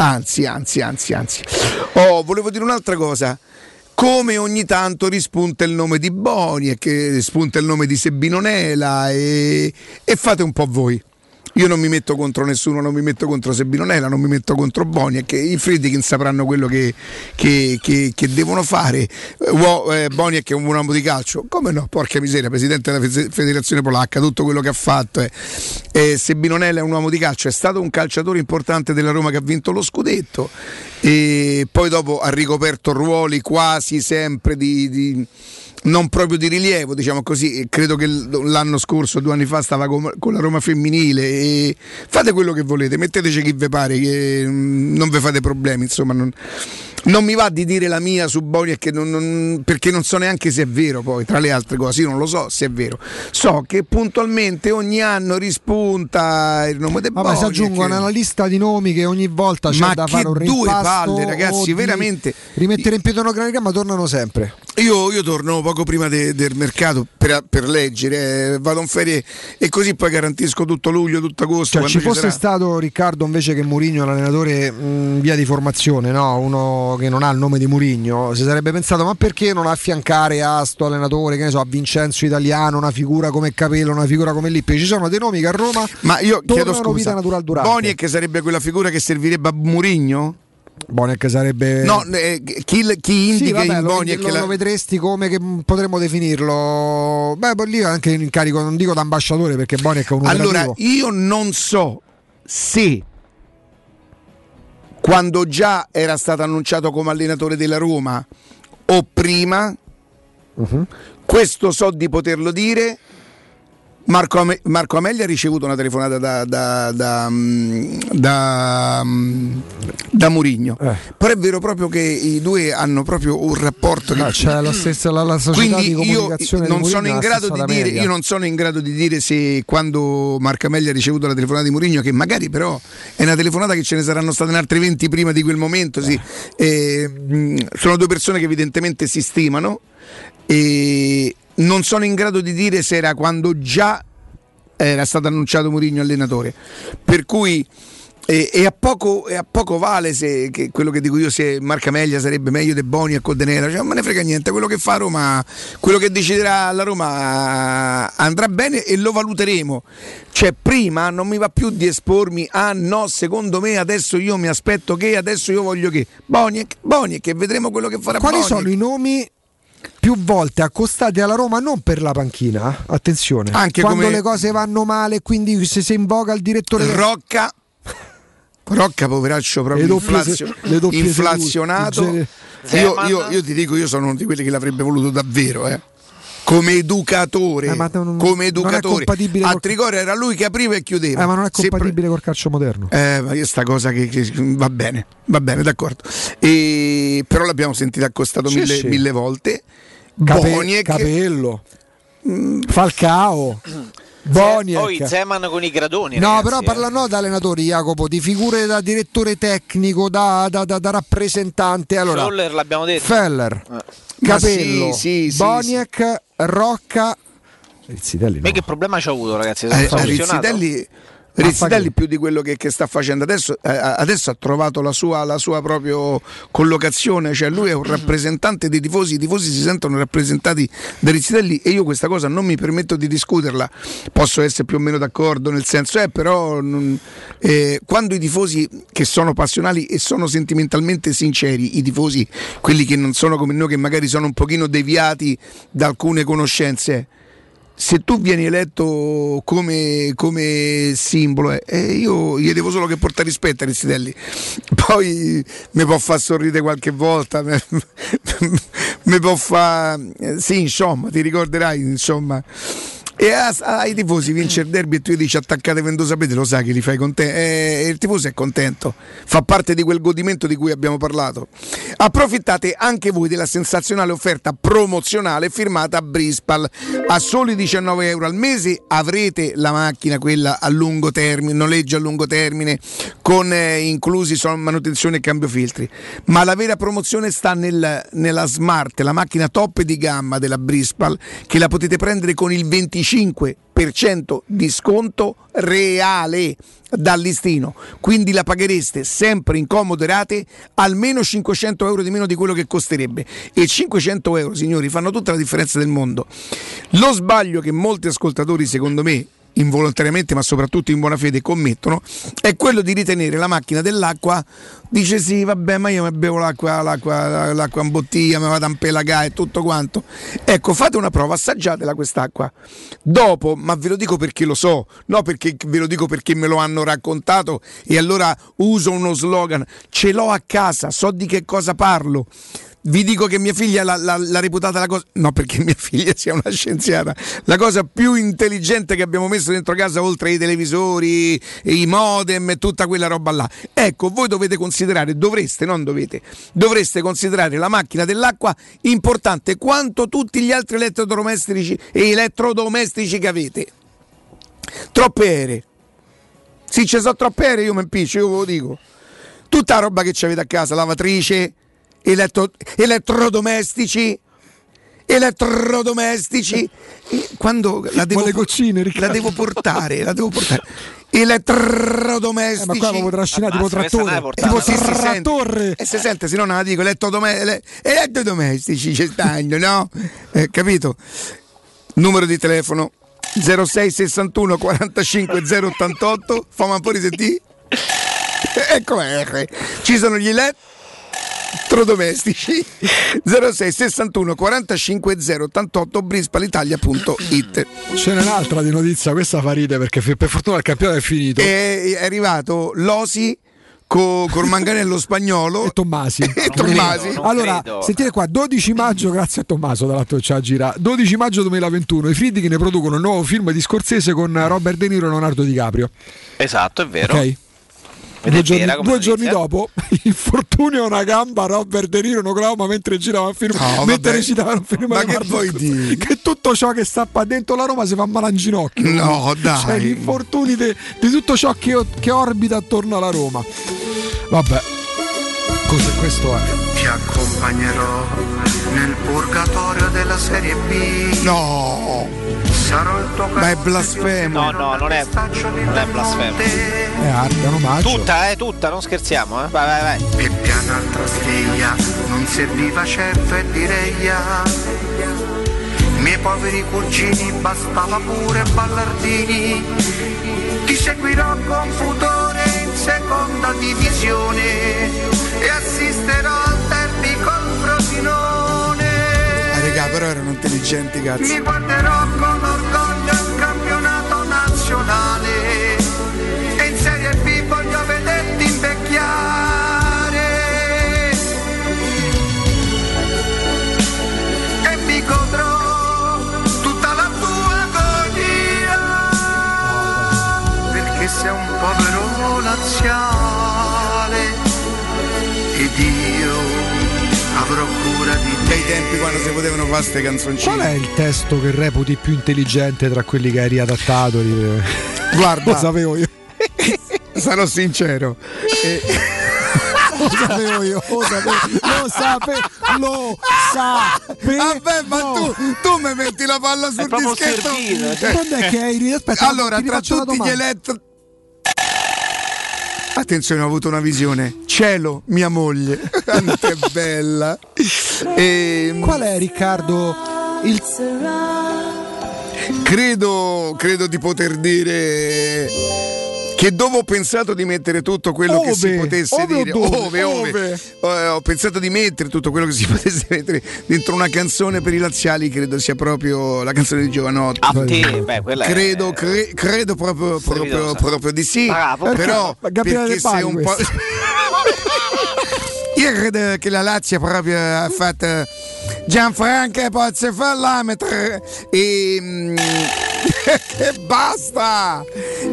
Volevo dire un'altra cosa, come ogni tanto rispunta il nome di Boni e che spunta il nome di Sebinonela e fate un po' voi. Io non mi metto contro nessuno, non mi metto contro Sebinonela, non mi metto contro Boni, e che i Friedkin sapranno quello che devono fare. Boni è che è un buon uomo di calcio, come no, porca miseria, presidente della federazione polacca, tutto quello che ha fatto. Sebinonela è un uomo di calcio, è stato un calciatore importante della Roma che ha vinto lo scudetto, e poi dopo ha ricoperto ruoli quasi sempre non proprio di rilievo, diciamo così. Credo che l'anno scorso, 2 anni fa, stava con la Roma femminile, e fate quello che volete, metteteci chi vi pare, che non vi fate problemi, insomma. Non mi va di dire la mia su Boni, perché non so neanche se è vero, poi tra le altre cose io non lo so se è vero, so che puntualmente ogni anno rispunta il nome di Boni, si aggiungono una lista di nomi che ogni volta c'è da fare un rimpasto, due palle, ragazzi, veramente rimettere in piedi un organigramma, tornano sempre. Io torno poco prima del mercato per leggere, vado in ferie e così poi garantisco tutto luglio, tutto agosto. Cioè, ci fosse stato Riccardo invece che Mourinho, l'allenatore in via di formazione, no? Uno che non ha il nome di Mourinho, si sarebbe pensato, ma perché non affiancare a sto allenatore, che ne so, a Vincenzo Italiano, una figura come Capello, una figura come Lippi? Ci sono dei nomi che a Roma, ma io chiedo scusa, vita natural durante. Boni, che sarebbe quella figura che servirebbe a Mourinho? Boniek sarebbe chi indica in Boniek lo vedresti come, che potremmo definirlo, lì anche in carico, non dico da ambasciatore, perché Boniek è un operativo. Allora io non so se quando già era stato annunciato come allenatore della Roma o prima, questo so di poterlo dire. Marco Amelli ha ricevuto una telefonata da Mourinho, però è vero proprio che i due hanno proprio un rapporto c'è la stessa la società di comunicazione. Non sono in grado di dire, io non sono in grado di dire se quando Marco Amelli ha ricevuto la telefonata di Mourinho, che magari però è una telefonata che ce ne saranno state in altri 20 prima di quel momento, sono due persone che evidentemente si stimano, e non sono in grado di dire se era quando già era stato annunciato Mourinho allenatore, per cui e a poco vale se che quello che dico io, se Marco Amelli sarebbe meglio De Boni e Codenera, cioè, non me ne frega niente, quello che fa Roma, quello che deciderà la Roma andrà bene e lo valuteremo. Cioè, prima non mi va più di espormi no, secondo me adesso io mi aspetto che, adesso io voglio che Boni, che vedremo quello che farà. Quali Boniek. sono i nomi più volte accostati alla Roma, non per la panchina, attenzione, anche quando come le cose vanno male, quindi se si invoca il direttore Rocca, poveraccio, proprio inflazionato. Io ti dico, io sono uno di quelli che l'avrebbe voluto davvero, come educatore, a Trigoria era lui che apriva e chiudeva, ma non è compatibile col calcio moderno. Ma io sta cosa che va bene, d'accordo, però l'abbiamo sentito accostato mille volte. Boniek, Capello, Falcao, Boniek. Poi Zeman con i gradoni. No, ragazzi, però parla da allenatori, Jacopo, di figure da direttore tecnico, da rappresentante. Allora, Feller l'abbiamo detto. Feller, Capello, Boniek, Rocca. Rizzitelli, che problema ci ha avuto, ragazzi? Rizzitelli Rizzitelli più di quello che sta facendo adesso ha trovato la sua proprio collocazione, cioè lui è un rappresentante dei tifosi, i tifosi si sentono rappresentati da Rizzitelli e io questa cosa non mi permetto di discuterla, posso essere più o meno d'accordo, nel senso però quando i tifosi che sono passionali e sono sentimentalmente sinceri, i tifosi quelli che non sono come noi, che magari sono un pochino deviati da alcune conoscenze, se tu vieni eletto come simbolo, io gli devo solo che portare rispetto a Rizzitelli, poi mi può far sorridere qualche volta, mi può fare sì, insomma, ti ricorderai, insomma. E ai tifosi vince il derby e tu gli dici attaccate quando sapete, lo sai che li fai contenti, e il tifoso è contento, fa parte di quel godimento di cui abbiamo parlato. Approfittate anche voi della sensazionale offerta promozionale firmata a Brispal. A soli 19 euro al mese avrete la macchina, quella a lungo termine, noleggio a lungo termine, con inclusi manutenzione e cambio filtri. Ma la vera promozione sta nella Smart, la macchina top di gamma della Brispal, che la potete prendere con il 25% di sconto reale dal listino, quindi la paghereste sempre in comode rate, almeno 500 euro di meno di quello che costerebbe, e 500 euro, signori, fanno tutta la differenza del mondo. Lo sbaglio che molti ascoltatori, secondo me involontariamente ma soprattutto in buona fede, commettono è quello di ritenere la macchina dell'acqua, dice sì vabbè ma io mi bevo l'acqua in bottiglia, mi vado a impelagare e tutto quanto. Ecco, fate una prova, assaggiatela quest'acqua dopo, ma ve lo dico perché lo so, no perché ve lo dico perché me lo hanno raccontato e allora uso uno slogan, ce l'ho a casa, so di che cosa parlo. Vi dico che mia figlia l'ha reputata la cosa, no perché mia figlia sia una scienziata, la cosa più intelligente che abbiamo messo dentro casa, oltre ai televisori, i modem e tutta quella roba là. Ecco, voi dovete considerare, dovreste considerare la macchina dell'acqua importante quanto tutti gli altri elettrodomestici che avete. Troppe ere. Sì, ci sono troppe ere, io mi impiccio, io ve lo dico. Tutta la roba che ci avete a casa, lavatrice, elettrodomestici, quando la devo, la devo portare elettrodomestici, ma qua avevo trascinato tipo trattore, e si sente, se no non la dico, elettrodomestici ci stanno, no? Capito? Numero di telefono 06 61 45 088, fammi un po' risentire. Ecco, ci sono gli elettrodomestici 06 61 45 088 brispalitalia.it. Ce n'è un'altra di notizia, questa fa ride perché per fortuna il campionato è finito. È arrivato l'Osi con Manganello Spagnolo e Tommasi. Allora, sentite qua, 12 maggio, grazie a Tommaso dall'atto ci ha girato. 12 maggio 2021 i Friedkin ne producono un nuovo film di Scorsese con Robert De Niro e Leonardo DiCaprio. Esatto, è vero. Ok. Due giorni dopo, infortunio a una gamba, Robert De Niro non clama mentre girava il film, mentre recitava un film. Ma che vuoi dire? Che tutto ciò che sta qua dentro la Roma si fa male in ginocchio. No, dai. Cioè, gli infortuni di tutto ciò che orbita attorno alla Roma. Vabbè, questo è. Ti accompagnerò nel purgatorio della Serie B. No, sarò il tuo ma è blasfemo. No, non è blasfemo. È arte, un omaggio. Tutta, non scherziamo, vai. E piano altra steglia non serviva certo e direia. Miei poveri cugini bastava pure ballardini. Ti seguirò con pudore in seconda divisione e assisterò al derby col Frosinone. Raga, però erano intelligenti, cazzo. Mi guarderò con orgoglio il campionato nazionale e in Serie B voglio vederti invecchiare e mi godrò tutta la tua agonia perché sei un povero laziale ed io avrò cura di te. Bei tempi quando si potevano fare ste canzoncine. Qual è il testo che reputi più intelligente tra quelli che hai riadattato? Guarda, lo sapevo io. Sarò sincero. Lo sapevo io. Vabbè, ma tu mi metti la palla sul dischetto. Quando è che hai riadattato? Allora, tra tutti gli attenzione, ho avuto una visione. Cielo, mia moglie. Quanto è bella. Qual è, Riccardo, il... Credo di poter dire che dopo ho pensato di mettere tutto quello che si potesse dire. Ho pensato di mettere tutto quello che si potesse mettere dentro una canzone per i laziali. Credo sia proprio la canzone di Giovanotti. Quella credo proprio di sì. Bravo. Però perché sei un po'. Io credo che la Lazio proprio ha fatto Gianfranco Pozzo Fallametro e basta.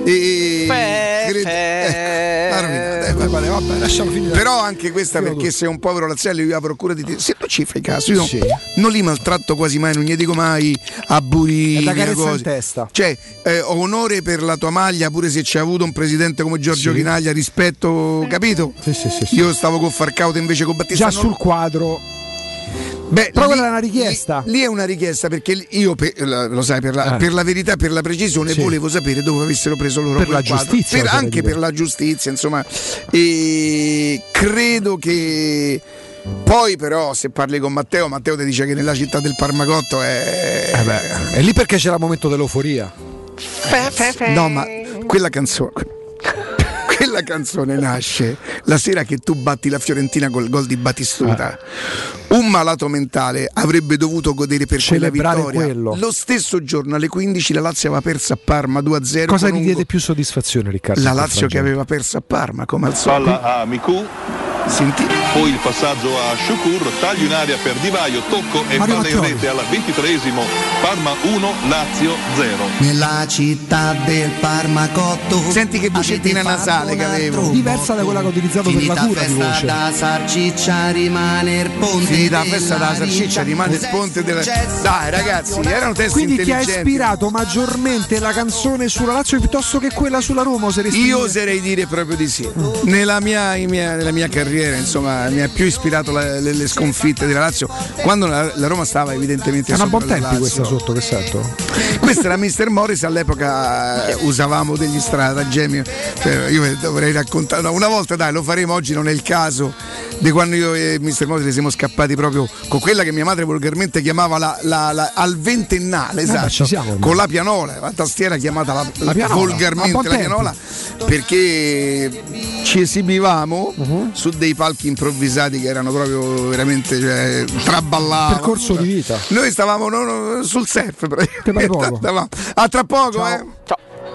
Vabbè, lasciamo finire. Però anche questa, perché sei un povero laziale, io avrò cura di te. Se tu ci fai caso, io non li maltratto quasi mai, non gli dico mai a burini, la carezza in testa. Cioè, ho onore per la tua maglia, pure se c'è avuto un presidente come Giorgio Chinaglia, rispetto, capito? Sì. Io stavo con Farcauto invece con Battista. Già sul quadro. Beh, però quella è una richiesta. Lì è una richiesta, perché io lo sai, per la verità, per la precisione, volevo sapere dove avessero preso loro per quel la giustizia, anche per la giustizia, insomma. E credo che poi però se parli con Matteo ti dice che nella città del Parmacotto è lì perché c'era il momento dell'euforia. No, ma quella canzone nasce la sera che tu batti la Fiorentina col gol di Batistuta. Un malato mentale avrebbe dovuto godere per celebrare quella vittoria. Quello. Lo stesso giorno alle 15 la Lazio aveva perso a Parma 2-0. Cosa ti diede più soddisfazione, Riccardo? La Lazio che aveva perso a Parma, come al solito. Palla a Miku. Senti. Poi il passaggio a Shukur, taglio in aria per Di Vaio, tocco e palla in rete al 23esimo. Parma 1, Lazio 0. Nella città del Parmacotto. Senti che vocettina nasale che avevo. Diversa da quella che ho utilizzato per la cura di voce. Da Sarciccia rimane il ponte. Finita la festa della Sarciccia rimane il ponte della. Dai ragazzi, erano testi quindi intelligenti. Ti ha ispirato maggiormente la canzone sulla Lazio piuttosto che quella sulla Roma? Io oserei dire proprio di sì. Nella mia carriera, insomma, mi ha più ispirato le sconfitte della Lazio quando la Roma stava evidentemente sopra. È una buon tempi questa sotto, che sento? Questa era Mr. Morris, all'epoca usavamo degli stratagemmi, cioè, io dovrei raccontare, no, una volta dai lo faremo, oggi non è il caso, di quando io e Mr. Morris siamo scappati proprio con quella che mia madre volgarmente chiamava al ventennale, esatto, con la pianola, la tastiera chiamata la pianola, volgarmente la pianola, perché ci esibivamo su dei palchi improvvisati che erano proprio veramente, cioè, traballavano. Percorso di vita. Noi stavamo sul surf, a tra poco. Ciao.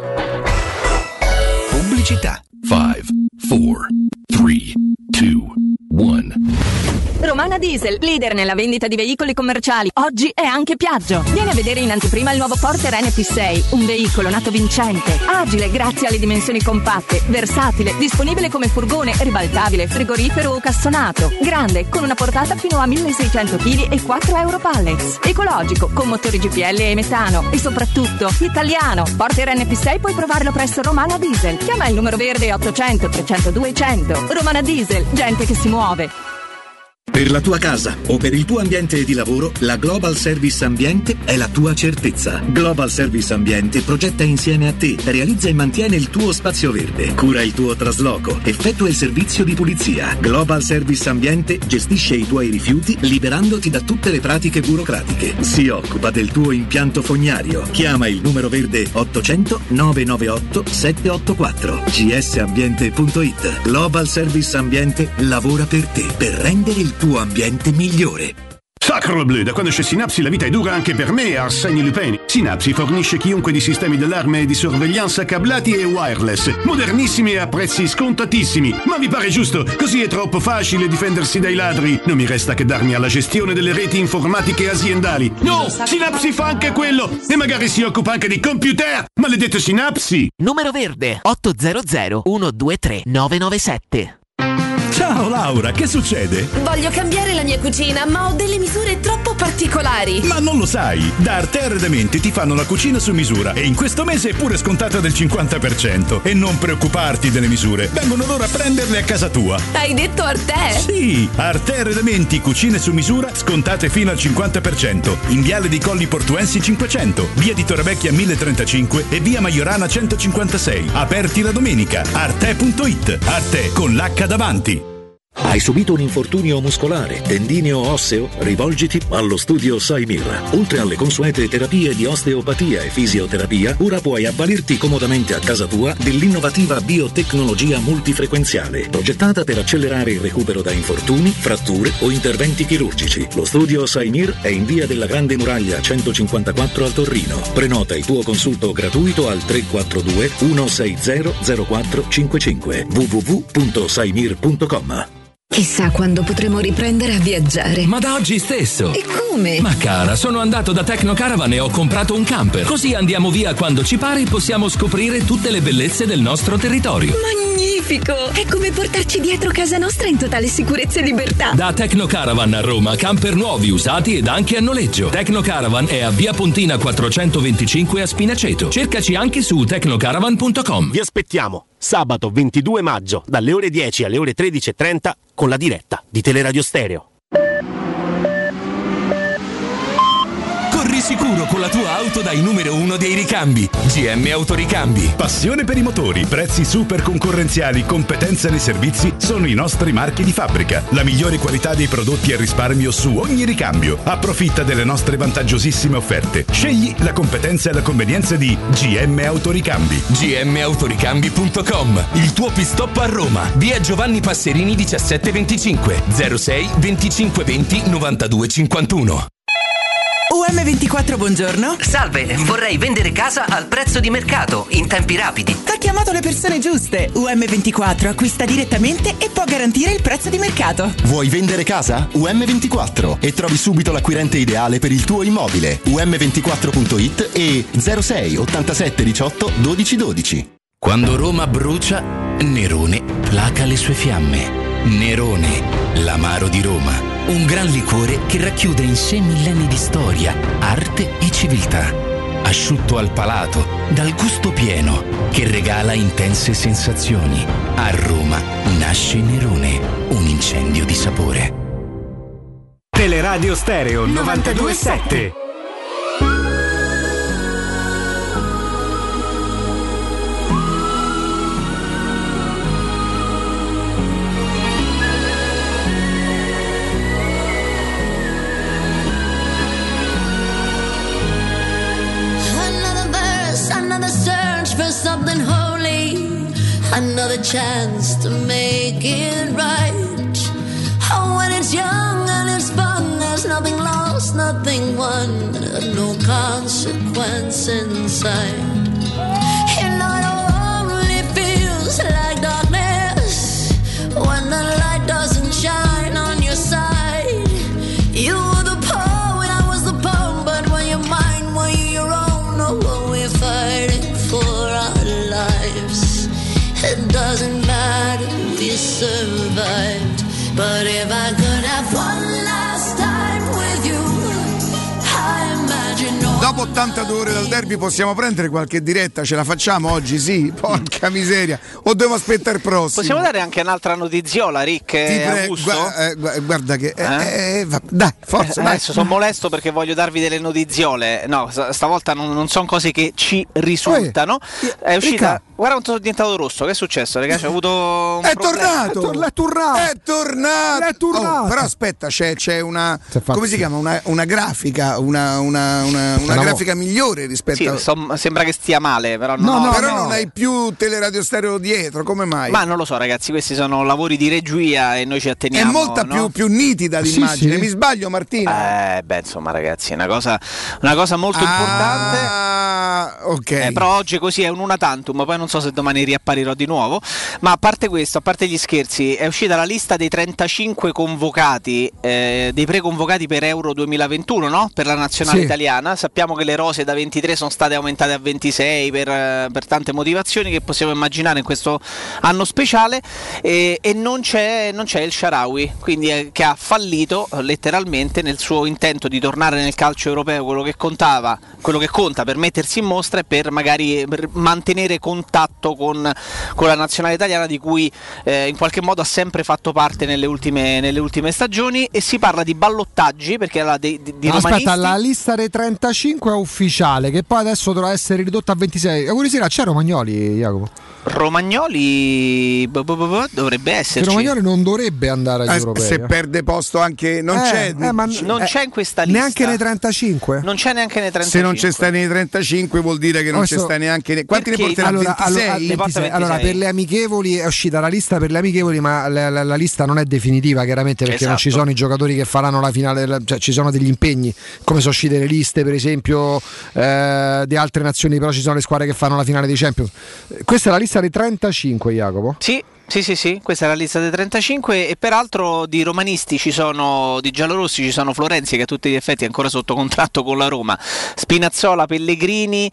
Pubblicità. 5, 4, 3, 2, 1. Romana Diesel, leader nella vendita di veicoli commerciali. Oggi è anche Piaggio. Vieni a vedere in anteprima il nuovo Porter NP6, un veicolo nato vincente, agile grazie alle dimensioni compatte, versatile, disponibile come furgone, ribaltabile, frigorifero o cassonato, grande, con una portata fino a 1600 kg e 4 euro pallets, ecologico, con motori GPL e metano e soprattutto italiano. Porter NP6 puoi provarlo presso Romana Diesel. Chiama il numero verde 800 302 100. Romana Diesel, gente che si muove. Per la tua casa o per il tuo ambiente di lavoro, la Global Service Ambiente è la tua certezza. Global Service Ambiente progetta insieme a te, realizza e mantiene il tuo spazio verde, cura il tuo trasloco, effettua il servizio di pulizia. Global Service Ambiente gestisce i tuoi rifiuti liberandoti da tutte le pratiche burocratiche. Si occupa del tuo impianto fognario. Chiama il numero verde 800 998 784. gsambiente.it. Global Service Ambiente lavora per te, per rendere il tuo ambiente migliore. Sacre bleu, da quando c'è Synapsi la vita è dura anche per me, Arsène Lupin. Synapsi fornisce chiunque di sistemi d'allarme e di sorveglianza cablati e wireless, modernissimi e a prezzi scontatissimi. Ma vi pare giusto? Così è troppo facile difendersi dai ladri. Non mi resta che darmi alla gestione delle reti informatiche aziendali. No, Synapsi fa anche quello e magari si occupa anche di computer. Maledetto Synapsi. Numero verde 800 123 997. Ciao Laura, che succede? Voglio cambiare la mia cucina, ma ho delle misure troppo particolari. Ma non lo sai, da Arte Arredamenti ti fanno la cucina su misura e in questo mese è pure scontata del 50%. E non preoccuparti delle misure, vengono loro a prenderle a casa tua. Hai detto Arte? Sì, Arte Arredamenti, cucine su misura scontate fino al 50%. In Viale dei Colli Portuensi 500, via di Torrevecchia 1035 e via Maiorana 156. Aperti la domenica. Arte.it. Arte con l'H davanti. Hai subito un infortunio muscolare, tendineo o osseo? Rivolgiti allo studio Saimir. Oltre alle consuete terapie di osteopatia e fisioterapia, ora puoi avvalerti comodamente a casa tua dell'innovativa biotecnologia multifrequenziale, progettata per accelerare il recupero da infortuni, fratture o interventi chirurgici. Lo studio Saimir è in via della Grande Muraglia 154 al Torrino. Prenota il tuo consulto gratuito al 342 160 0455 www.saimir.com. Chissà quando potremo riprendere a viaggiare. Ma da oggi stesso. E come? Ma cara, sono andato da Tecnocaravan e ho comprato un camper. Così andiamo via quando ci pare e possiamo scoprire tutte le bellezze del nostro territorio. Magnifico! È come portarci dietro casa nostra in totale sicurezza e libertà. Da Tecnocaravan a Roma, camper nuovi, usati ed anche a noleggio. Tecnocaravan è a via Pontina 425 a Spinaceto. Cercaci anche su tecnocaravan.com. Vi aspettiamo sabato 22 maggio dalle ore 10 alle ore 13:30 con la diretta di Teleradio Stereo. Corri sicuro con la tua auto dai numero 1 dei ricambi. GM Autoricambi. Passione per i motori, prezzi super concorrenziali, competenza nei servizi sono i nostri marchi di fabbrica. La migliore qualità dei prodotti e risparmio su ogni ricambio. Approfitta delle nostre vantaggiosissime offerte. Scegli la competenza e la convenienza di GM Autoricambi. gmautoricambi.com. Il tuo pit-stop a Roma. Via Giovanni Passerini 1725 06 25 20 92 51. UM24, buongiorno. Salve, vorrei vendere casa al prezzo di mercato, in tempi rapidi. Ha chiamato le persone giuste. UM24 acquista direttamente e può garantire il prezzo di mercato. Vuoi vendere casa? UM24 e trovi subito l'acquirente ideale per il tuo immobile. UM24.it e 06 87 18 12 12. Quando Roma brucia, Nerone placa le sue fiamme. Nerone, l'amaro di Roma. Un gran liquore che racchiude in sé millenni di storia, arte e civiltà. Asciutto al palato, dal gusto pieno, che regala intense sensazioni. A Roma nasce Nerone, un incendio di sapore. Teleradio Stereo 92.7. Something holy, another chance to make it right. Oh, when it's young and it's fun, there's nothing lost, nothing won, no consequence inside. You know it only feels like darkness when the light doesn't shine on your side. You were the poet, I was the poem, but when you're mine, were you your own, or were we fighting for our lives? It doesn't matter, we survived. But if I could have one last time with you, I imagine all. Dopo 82 ore dal derby possiamo prendere qualche diretta, ce la facciamo oggi? Sì, porca miseria. O devo aspettare il prossimo? Possiamo dare anche un'altra notiziola, Rick? Guarda che dai, forza. Adesso sono molesto perché voglio darvi delle notiziole. No, stavolta non sono cose che ci risultano. È uscita. Ricca. Guarda quanto sono diventato rosso. Che è successo, ragazzi? Ho avuto un problema. È tornato. Oh, però aspetta, c'è una. Come si chiama? Una grafica. Una grafica migliore rispetto a. Sembra che stia male, però non hai più Teleradio Stereo dietro, come mai? Ma non lo so, ragazzi, questi sono lavori di regia e noi ci atteniamo. È molta più nitida l'immagine. Sì. Mi sbaglio, Martina? Insomma, ragazzi, è una cosa molto importante. Ok. Però oggi così è un una tantum, poi non non so se domani riapparirò di nuovo, ma a parte questo, a parte gli scherzi, è uscita la lista dei 35 convocati, dei preconvocati per Euro 2021, no? Per la nazionale italiana. Sappiamo che le rose da 23 sono state aumentate a 26 per tante motivazioni che possiamo immaginare in questo anno speciale, e non c'è El Shaarawy, quindi che ha fallito letteralmente nel suo intento di tornare nel calcio europeo. Quello che conta per mettersi in mostra e per magari mantenere contatto con la nazionale italiana, di cui in qualche modo ha sempre fatto parte nelle ultime stagioni. E si parla di ballottaggi, perché di romanisti. Aspetta, la lista dei 35 è ufficiale, che poi adesso dovrà essere ridotta a 26. Ieri sera c'è Romagnoli, Jacopo? Romagnoli dovrebbe esserci. Romagnoli non dovrebbe andare agli europei. Se perde posto anche non c'è in questa lista. Neanche nei 35. Non c'è neanche nei 35. Se non c'è sta nei 35 vuol dire che non c'è sta neanche nei... Quanti ne porterà? 26? Allora, per le amichevoli è uscita la lista per le amichevoli, ma la lista non è definitiva, chiaramente, perché non ci sono i giocatori che faranno la finale, cioè ci sono degli impegni, come sono uscite le liste per esempio di altre nazioni, però ci sono le squadre che fanno la finale dei Champions. Questa è la lista dei 35, Jacopo? Sì, questa è la lista dei 35, e peraltro di romanisti di giallorossi ci sono Florenzi, che a tutti gli effetti è ancora sotto contratto con la Roma, Spinazzola, Pellegrini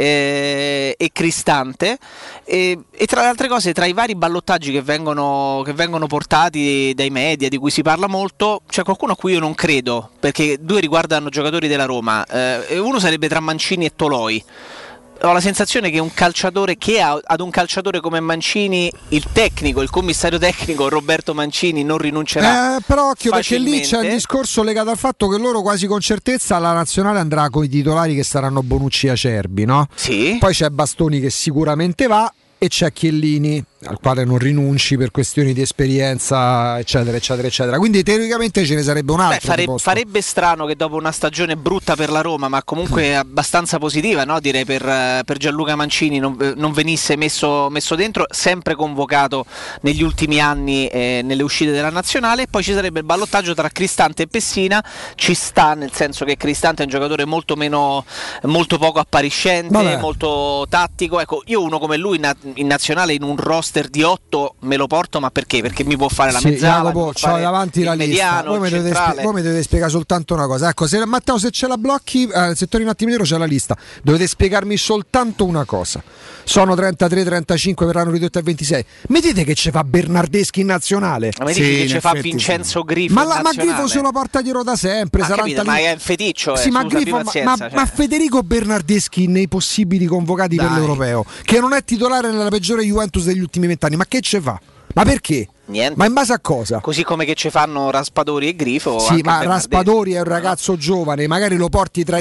e Cristante, e tra le altre cose, tra i vari ballottaggi che vengono portati dai media, di cui si parla molto, c'è qualcuno a cui io non credo, perché due riguardano giocatori della Roma, uno sarebbe tra Mancini e Toloi. Ho la sensazione che un calciatore ad un calciatore come Mancini, il commissario tecnico Roberto Mancini non rinuncerà. Però occhio, perché lì c'è il discorso legato al fatto che loro quasi con certezza la nazionale andrà con i titolari che saranno Bonucci e Acerbi, no? Sì. Poi c'è Bastoni che sicuramente va, e c'è Chiellini, al quale non rinunci per questioni di esperienza, eccetera. Quindi teoricamente ce ne sarebbe un altro. Farebbe strano che dopo una stagione brutta per la Roma, ma comunque abbastanza positiva, no? Direi per Gianluca Mancini, non venisse messo dentro, sempre convocato negli ultimi anni nelle uscite della nazionale. Poi ci sarebbe il ballottaggio tra Cristante e Pessina. Ci sta, nel senso che Cristante è un giocatore molto poco appariscente, molto tattico. Ecco, io uno come lui in nazionale, in un roster di 8 me lo porto, ma perché? Perché mi può fare la mezzala, c'ho davanti la lista. Voi mi dovete spiegare soltanto una cosa. Ecco, Matteo, se ce la blocchi, se torni un attimino c'è la lista, dovete spiegarmi soltanto una cosa. Sono 33-35, verranno ridotti a 26. Mi dite che ci fa Bernardeschi in nazionale? Ma mi dite che ci fa Vincenzo Grifo? Ma Grifo se lo porta dietro da sempre. Ma è un feticcio. Sì, ma Grifo, ma Federico Bernardeschi nei possibili convocati per l'Europeo, che non è titolare nella peggiore Juventus degli ultimi 20 anni, ma che ce fa? Ma perché? Niente. Ma in base a cosa? Così come che ci fanno Raspadori e Grifo. Sì, ma Raspadori è un ragazzo giovane, magari lo porti tra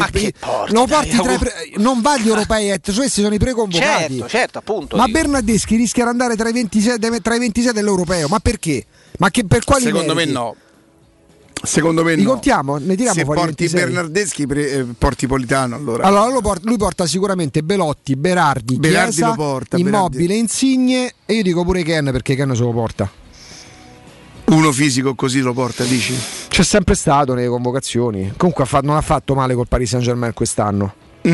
non va agli europei, questi sono i preconvocati. Certo, appunto. Ma Bernardeschi rischia di andare tra i 26 dell'Europeo, ma perché? Ma che per quali Secondo meriti? me no. Secondo me no. Contiamo, ne tiriamo se fuori porti 26. Bernardeschi porti Politano allora lui porta sicuramente Belotti, Berardi Chiesa, lo porta, Immobile, Insigne, e io dico pure Ken, perché Ken se lo porta. Uno fisico così lo porta, dici? C'è sempre stato nelle convocazioni. Comunque non ha fatto male col Paris Saint-Germain quest'anno.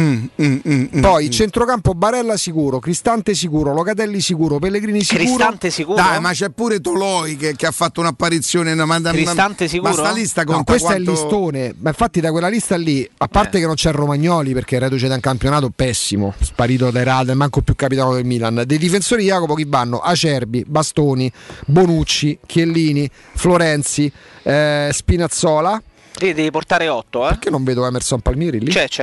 Poi centrocampo Barella sicuro, Cristante sicuro, Locatelli sicuro, Pellegrini sicuro. Cristante sicuro? Dai, ma c'è pure Toloi che ha fatto un'apparizione. Cristante sicuro? Ma sta lista conta questo è il listone. Ma infatti da quella lista lì, a parte che non c'è Romagnoli, perché è reduce da un campionato pessimo, sparito dai radar, manco più capitano del Milan. Dei difensori Jacopo chi vanno? Acerbi, Bastoni, Bonucci, Chiellini, Florenzi, Spinazzola. Devi portare 8, Perché non vedo Emerson Palmieri lì? C'è.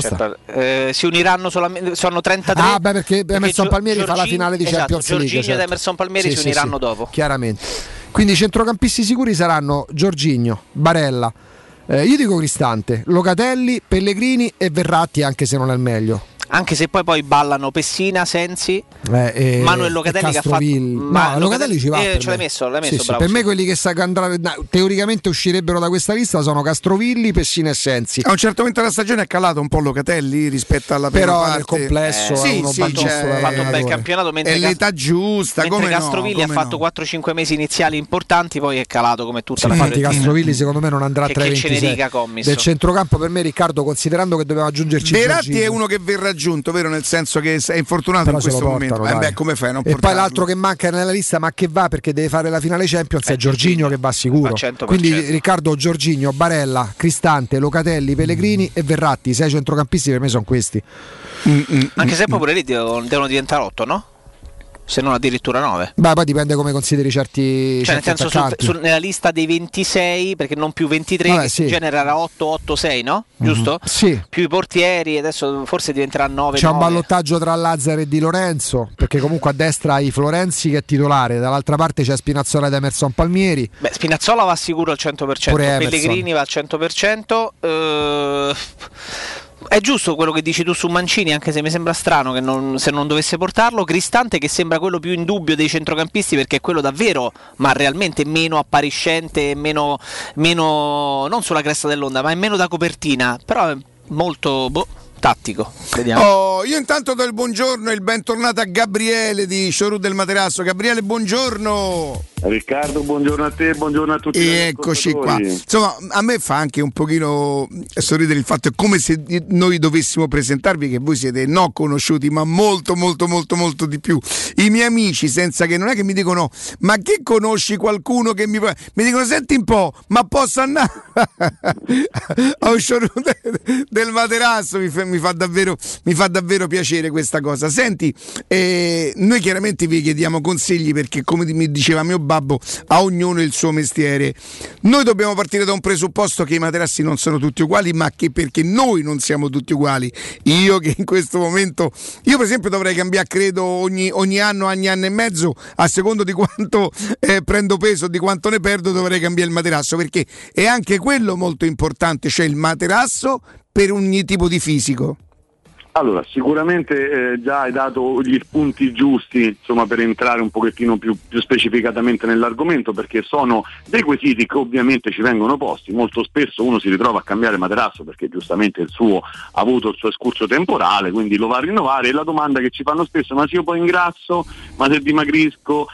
Si uniranno solamente, sono 33. Perché Emerson Palmieri fa la finale di Champions League. Jorginho ed Emerson Palmieri si uniranno dopo. Chiaramente. Quindi i centrocampisti sicuri saranno Jorginho, Barella, io dico Cristante, Locatelli, Pellegrini e Verratti, anche se non è il meglio. Anche se poi ballano Pessina, Sensi, Manuel Locatelli che ha fatto. No, Locatelli ci va. Ce l'hai messo, sì, per me quelli che teoricamente uscirebbero da questa lista sono Castrovilli, Pessina e Sensi. A un certo momento della stagione è calato un po' Locatelli rispetto alla prima parte. Nel complesso ha fatto un bel campionato, mentre è l'età giusta. Mentre Castrovilli ha fatto 4-5 mesi iniziali importanti, poi è calato come tutta la Fiorentina. Castrovilli secondo me non andrà tra i 26. Commisso. Del centrocampo per me, Riccardo, considerando che doveva aggiungerci Verratti è uno che verrà giù aggiunto, vero? Nel senso che è infortunato però in questo momento. Come fai a non e portarlo? poi l'altro che manca nella lista, ma che va perché deve fare la finale Champions, è Jorginho, che va sicuro. Quindi Riccardo, Jorginho, Barella, Cristante, Locatelli, Pellegrini e Verratti, i 6 centrocampisti per me sono questi. Anche se pure lì devono diventare 8, no? Se non addirittura 9. Beh, poi dipende come consideri certi. Cioè, nel senso, nella lista dei 26, perché non più 23, vabbè, sì. In genere era 8-8-6, no? Giusto? Sì. Più i portieri, adesso forse diventerà 9. C'è un ballottaggio tra Lazzaro e Di Lorenzo, perché comunque a destra hai Florenzi che è titolare, dall'altra parte c'è Spinazzola ed Emerson Palmieri. Beh, Spinazzola va sicuro al 100%, Pellegrini va al 100%. È giusto quello che dici tu su Mancini, anche se mi sembra strano che se non dovesse portarlo. Cristante, che sembra quello più in dubbio dei centrocampisti, perché è quello davvero, ma realmente meno appariscente, meno non sulla cresta dell'onda, ma è meno da copertina, però è molto tattico. Vediamo. Io intanto do il buongiorno e il bentornato a Gabriele di Showroom del Materasso. Gabriele, buongiorno. Riccardo, buongiorno a te, buongiorno a tutti. E eccoci qua. Insomma, a me fa anche un pochino sorridere il fatto, è come se noi dovessimo presentarvi che voi siete non conosciuti, ma molto molto molto molto di più. I miei amici, senza che non è che mi dicono "ma che conosci qualcuno che mi dicono "senti un po', ma posso andare a un showroom del Materasso"?" Mi fa davvero piacere questa cosa. Senti, noi chiaramente vi chiediamo consigli, perché come mi diceva mio babbo, a ognuno il suo mestiere. Noi dobbiamo partire da un presupposto che i materassi non sono tutti uguali, ma che perché noi non siamo tutti uguali. Io che in questo momento, io per esempio dovrei cambiare credo ogni anno e mezzo, a secondo di quanto prendo peso, di quanto ne perdo, dovrei cambiare il materasso, perché è anche quello molto importante, cioè il materasso per ogni tipo di fisico. Allora, sicuramente già hai dato gli spunti giusti, insomma, per entrare un pochettino più specificatamente nell'argomento, perché sono dei quesiti che ovviamente ci vengono posti. Molto spesso uno si ritrova a cambiare materasso perché giustamente il suo ha avuto il suo escurso temporale, quindi lo va a rinnovare, e la domanda che ci fanno spesso: ma se io poi ingrasso, ma se dimagrisco,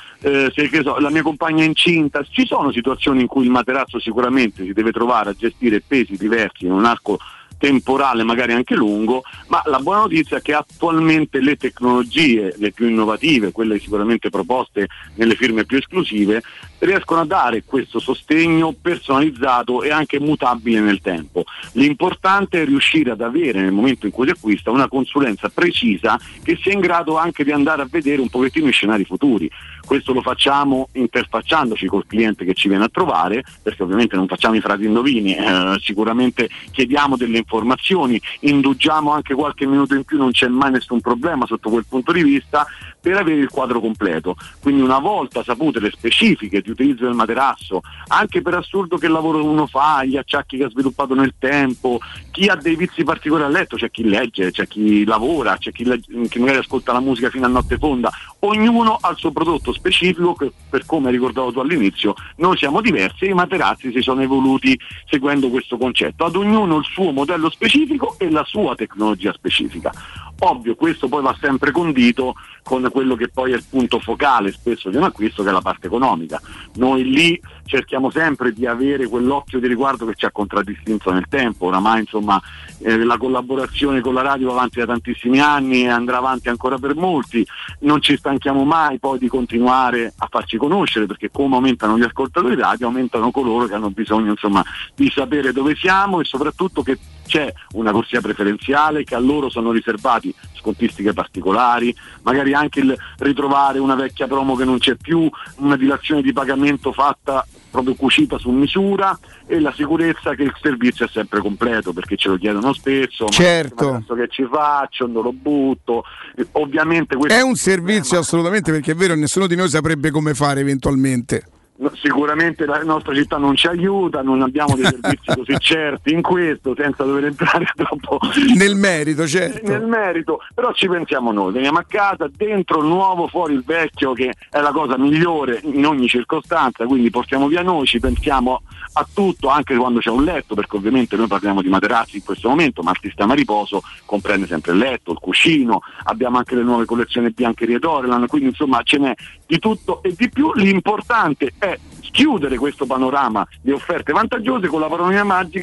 la mia compagna è incinta? Ci sono situazioni in cui il materasso sicuramente si deve trovare a gestire pesi diversi in un arco temporale magari anche lungo, ma la buona notizia è che attualmente le tecnologie, le più innovative, quelle sicuramente proposte nelle firme più esclusive, riescono a dare questo sostegno personalizzato e anche mutabile nel tempo. L'importante è riuscire ad avere, nel momento in cui si acquista, una consulenza precisa che sia in grado anche di andare a vedere un pochettino i scenari futuri. Questo lo facciamo interfacciandoci col cliente che ci viene a trovare, perché ovviamente non facciamo i frasi indovini, sicuramente chiediamo delle informazioni, indugiamo anche qualche minuto in più, non c'è mai nessun problema sotto quel punto di vista, per avere il quadro completo. Quindi una volta sapute le specifiche di utilizzo del materasso, anche per assurdo che lavoro uno fa, gli acciacchi che ha sviluppato nel tempo, chi ha dei vizi particolari a letto, c'è chi legge, c'è chi lavora, c'è chi magari ascolta la musica fino a notte fonda, ognuno ha il suo prodotto specifico, che per come hai ricordato tu all'inizio, noi siamo diversi e i materassi si sono evoluti seguendo questo concetto. Ad ognuno il suo modello specifico e la sua tecnologia specifica. Ovvio, questo poi va sempre condito con quello che poi è il punto focale spesso di un acquisto, che è la parte economica. Noi lì cerchiamo sempre di avere quell'occhio di riguardo che ci ha contraddistinto nel tempo. Oramai insomma la collaborazione con la radio va avanti da tantissimi anni e andrà avanti ancora per molti. Non ci stanchiamo mai poi di continuare a farci conoscere, perché come aumentano gli ascoltatori radio, aumentano coloro che hanno bisogno insomma di sapere dove siamo, e soprattutto che c'è una corsia preferenziale, che a loro sono riservati scontistiche particolari, magari anche il ritrovare una vecchia promo che non c'è più, una dilazione di pagamento fatta proprio cucita su misura, e la sicurezza che il servizio è sempre completo, perché ce lo chiedono spesso. Certo. Ma che ci faccio, non lo butto. Ovviamente questo è un servizio assolutamente, perché è vero, nessuno di noi saprebbe come fare eventualmente. Sicuramente la nostra città non ci aiuta, non abbiamo dei servizi così certi in questo, senza dover entrare troppo nel merito, certo. Nel merito, però ci pensiamo noi, veniamo a casa, dentro il nuovo, fuori il vecchio, che è la cosa migliore in ogni circostanza, quindi portiamo via noi, ci pensiamo a tutto, anche quando c'è un letto, perché ovviamente noi parliamo di materassi in questo momento, ma il sistema riposo comprende sempre il letto, il cuscino, abbiamo anche le nuove collezioni Biancheria Dorelan, quindi insomma ce n'è di tutto e di più. L'importante è chiudere questo panorama di offerte vantaggiose con la parola magica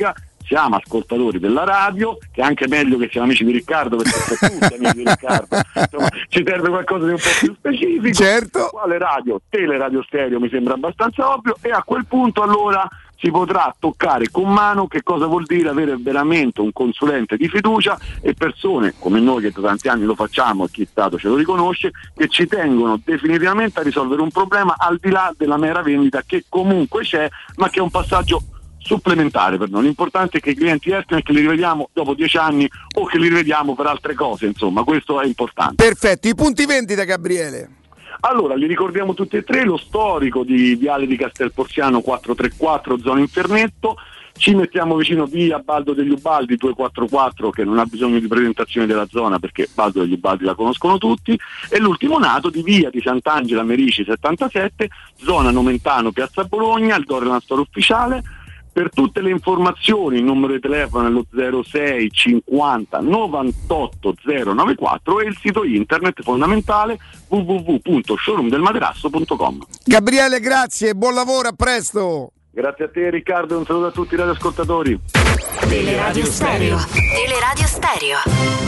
siamo ascoltatori della radio, che è anche meglio che siamo amici di Riccardo, perché siamo tutti amici di Riccardo, insomma, ci serve qualcosa di un po' più specifico. Certo. Quale radio? Teleradio Stereo, mi sembra abbastanza ovvio, e a quel punto allora si potrà toccare con mano che cosa vuol dire avere veramente un consulente di fiducia e persone come noi che da tanti anni lo facciamo, e chi è stato ce lo riconosce, che ci tengono definitivamente a risolvere un problema al di là della mera vendita, che comunque c'è, ma che è un passaggio supplementare per noi. L'importante è che i clienti escano e che li rivediamo dopo 10 anni o che li rivediamo per altre cose, insomma, questo è importante. Perfetto, i punti vendita, Gabriele. Allora, li ricordiamo tutti e tre: lo storico di Viale di Castelporziano 434, zona Infernetto. Ci mettiamo vicino via Baldo degli Ubaldi 244, che non ha bisogno di presentazione della zona perché Baldo degli Ubaldi la conoscono tutti, e l'ultimo nato di via di Sant'Angela Merici 77, zona Nomentano, piazza Bologna, il Dorelan Store ufficiale. Per tutte le informazioni il numero di telefono è lo 06 50 98 094 e il sito internet fondamentale www.showroomdelmaterasso.com. Gabriele, grazie, buon lavoro, a presto. Grazie a te Riccardo e un saluto a tutti i radioascoltatori. Teleradio Stereo. Teleradio Stereo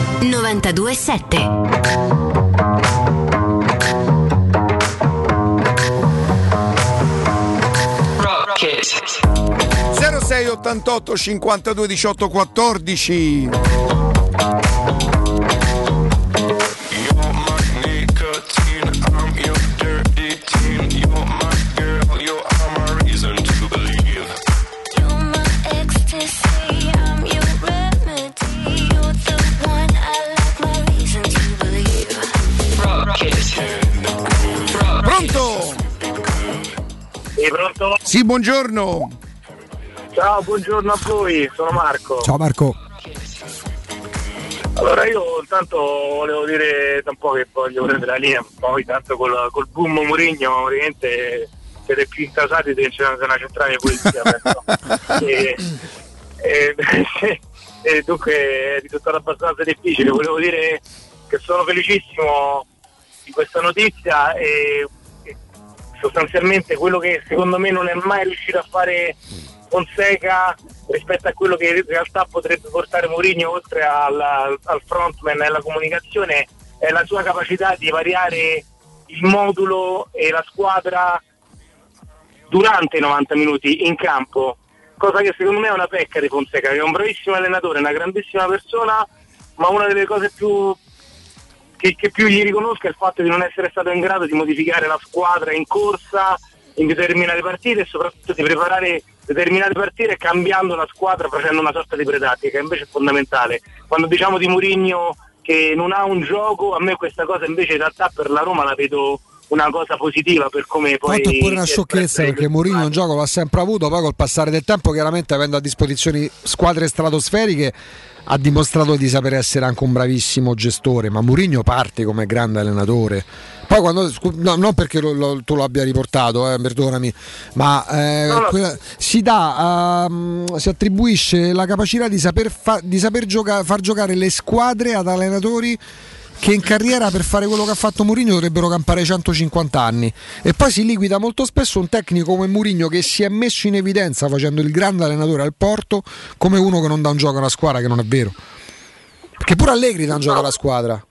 92.7. 06 88 52 18 14. Pronto? Pronto? Sì, buongiorno. Ciao, buongiorno a voi, sono Marco. Ciao Marco. Allora io intanto volevo dire da un po' che voglio prendere la linea, poi tanto col boom Mourinho ovviamente siete più intasati di una centrale di polizia. E dunque è risultato abbastanza difficile. Volevo dire che sono felicissimo di questa notizia e sostanzialmente quello che secondo me non è mai riuscito a fare Fonseca rispetto a quello che in realtà potrebbe portare Mourinho oltre al frontman e alla comunicazione è la sua capacità di variare il modulo e la squadra durante i 90 minuti in campo, cosa che secondo me è una pecca di Fonseca, che è un bravissimo allenatore, una grandissima persona, ma una delle cose più che più gli riconosco è il fatto di non essere stato in grado di modificare la squadra in corsa in determinate partite e soprattutto di preparare determinate partite cambiando la squadra, facendo una sorta di pretattica, che invece è fondamentale. Quando diciamo di Mourinho che non ha un gioco, a me questa cosa invece in realtà per la Roma la vedo una cosa positiva, per come poi fatto pure una sciocchezza, perché Mourinho un gioco l'ha sempre avuto, poi col passare del tempo chiaramente avendo a disposizione squadre stratosferiche ha dimostrato di saper essere anche un bravissimo gestore, ma Mourinho parte come grande allenatore. Poi quando non perché tu lo abbia riportato, perdonami, ma si attribuisce la capacità di saper far giocare le squadre ad allenatori che in carriera per fare quello che ha fatto Mourinho dovrebbero campare 150 anni, e poi si liquida molto spesso un tecnico come Mourinho che si è messo in evidenza facendo il grande allenatore al Porto come uno che non dà un gioco alla squadra, che non è vero, perché pure Allegri dà un gioco alla squadra.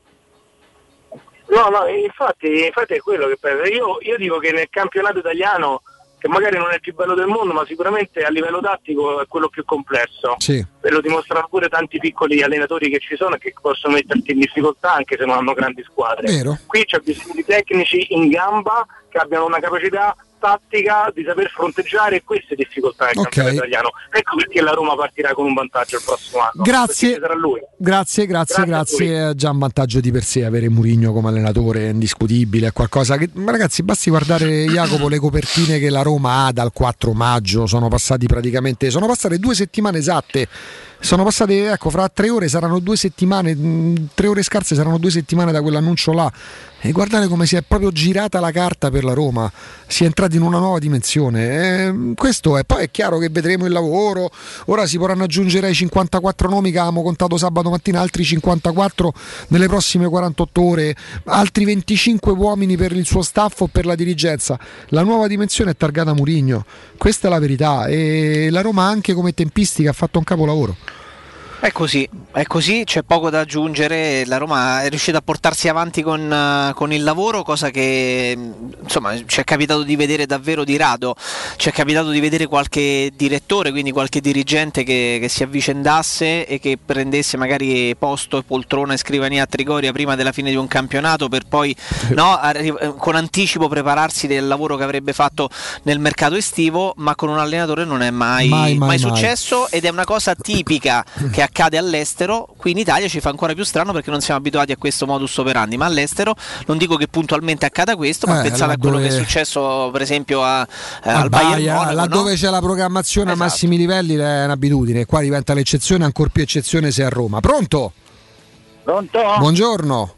No, infatti è quello che penso. Io dico che nel campionato italiano, che magari non è il più bello del mondo, ma sicuramente a livello tattico è quello più complesso. Sì. E lo dimostrano pure tanti piccoli allenatori che ci sono e che possono metterti in difficoltà anche se non hanno grandi squadre. Vero. Qui c'è bisogno di tecnici in gamba che abbiano una capacità tattica di saper fronteggiare queste difficoltà nel campionato italiano. Ecco perché la Roma partirà con un vantaggio il prossimo anno. Grazie. Sarà lui. Grazie. È già un vantaggio di per sé avere Mourinho come allenatore, è indiscutibile, è qualcosa che, ma ragazzi, basti guardare, Jacopo, le copertine che la Roma ha dal 4 maggio, sono passate 2 settimane esatte Sono passate, ecco, fra 3 ore saranno 2 settimane, 3 ore scarse saranno 2 settimane da quell'annuncio là. E guardate come si è proprio girata la carta per la Roma, si è entrati in una nuova dimensione. Questo è, poi è chiaro che vedremo il lavoro, ora si potranno aggiungere ai 54 nomi che avevamo contato sabato mattina, altri 54 nelle prossime 48 ore, altri 25 uomini per il suo staff o per la dirigenza. La nuova dimensione è targata Mourinho, questa è la verità, e la Roma anche come tempistica ha fatto un capolavoro. È così, c'è poco da aggiungere, la Roma è riuscita a portarsi avanti con il lavoro, cosa che insomma ci è capitato di vedere davvero di rado, ci è capitato di vedere qualche direttore, quindi qualche dirigente che si avvicendasse e che prendesse magari posto e poltrona e scrivania a Trigoria prima della fine di un campionato per poi con anticipo prepararsi del lavoro che avrebbe fatto nel mercato estivo, ma con un allenatore non è mai successo, ed è una cosa tipica che accade all'estero. Qui in Italia ci fa ancora più strano perché non siamo abituati a questo modus operandi, ma all'estero non dico che puntualmente accada questo, ma pensate a quello che è successo per esempio al Bayern Monaco, laddove c'è la programmazione a massimi livelli è un'abitudine, qua diventa l'eccezione, ancor più eccezione se a Roma. Pronto? Buongiorno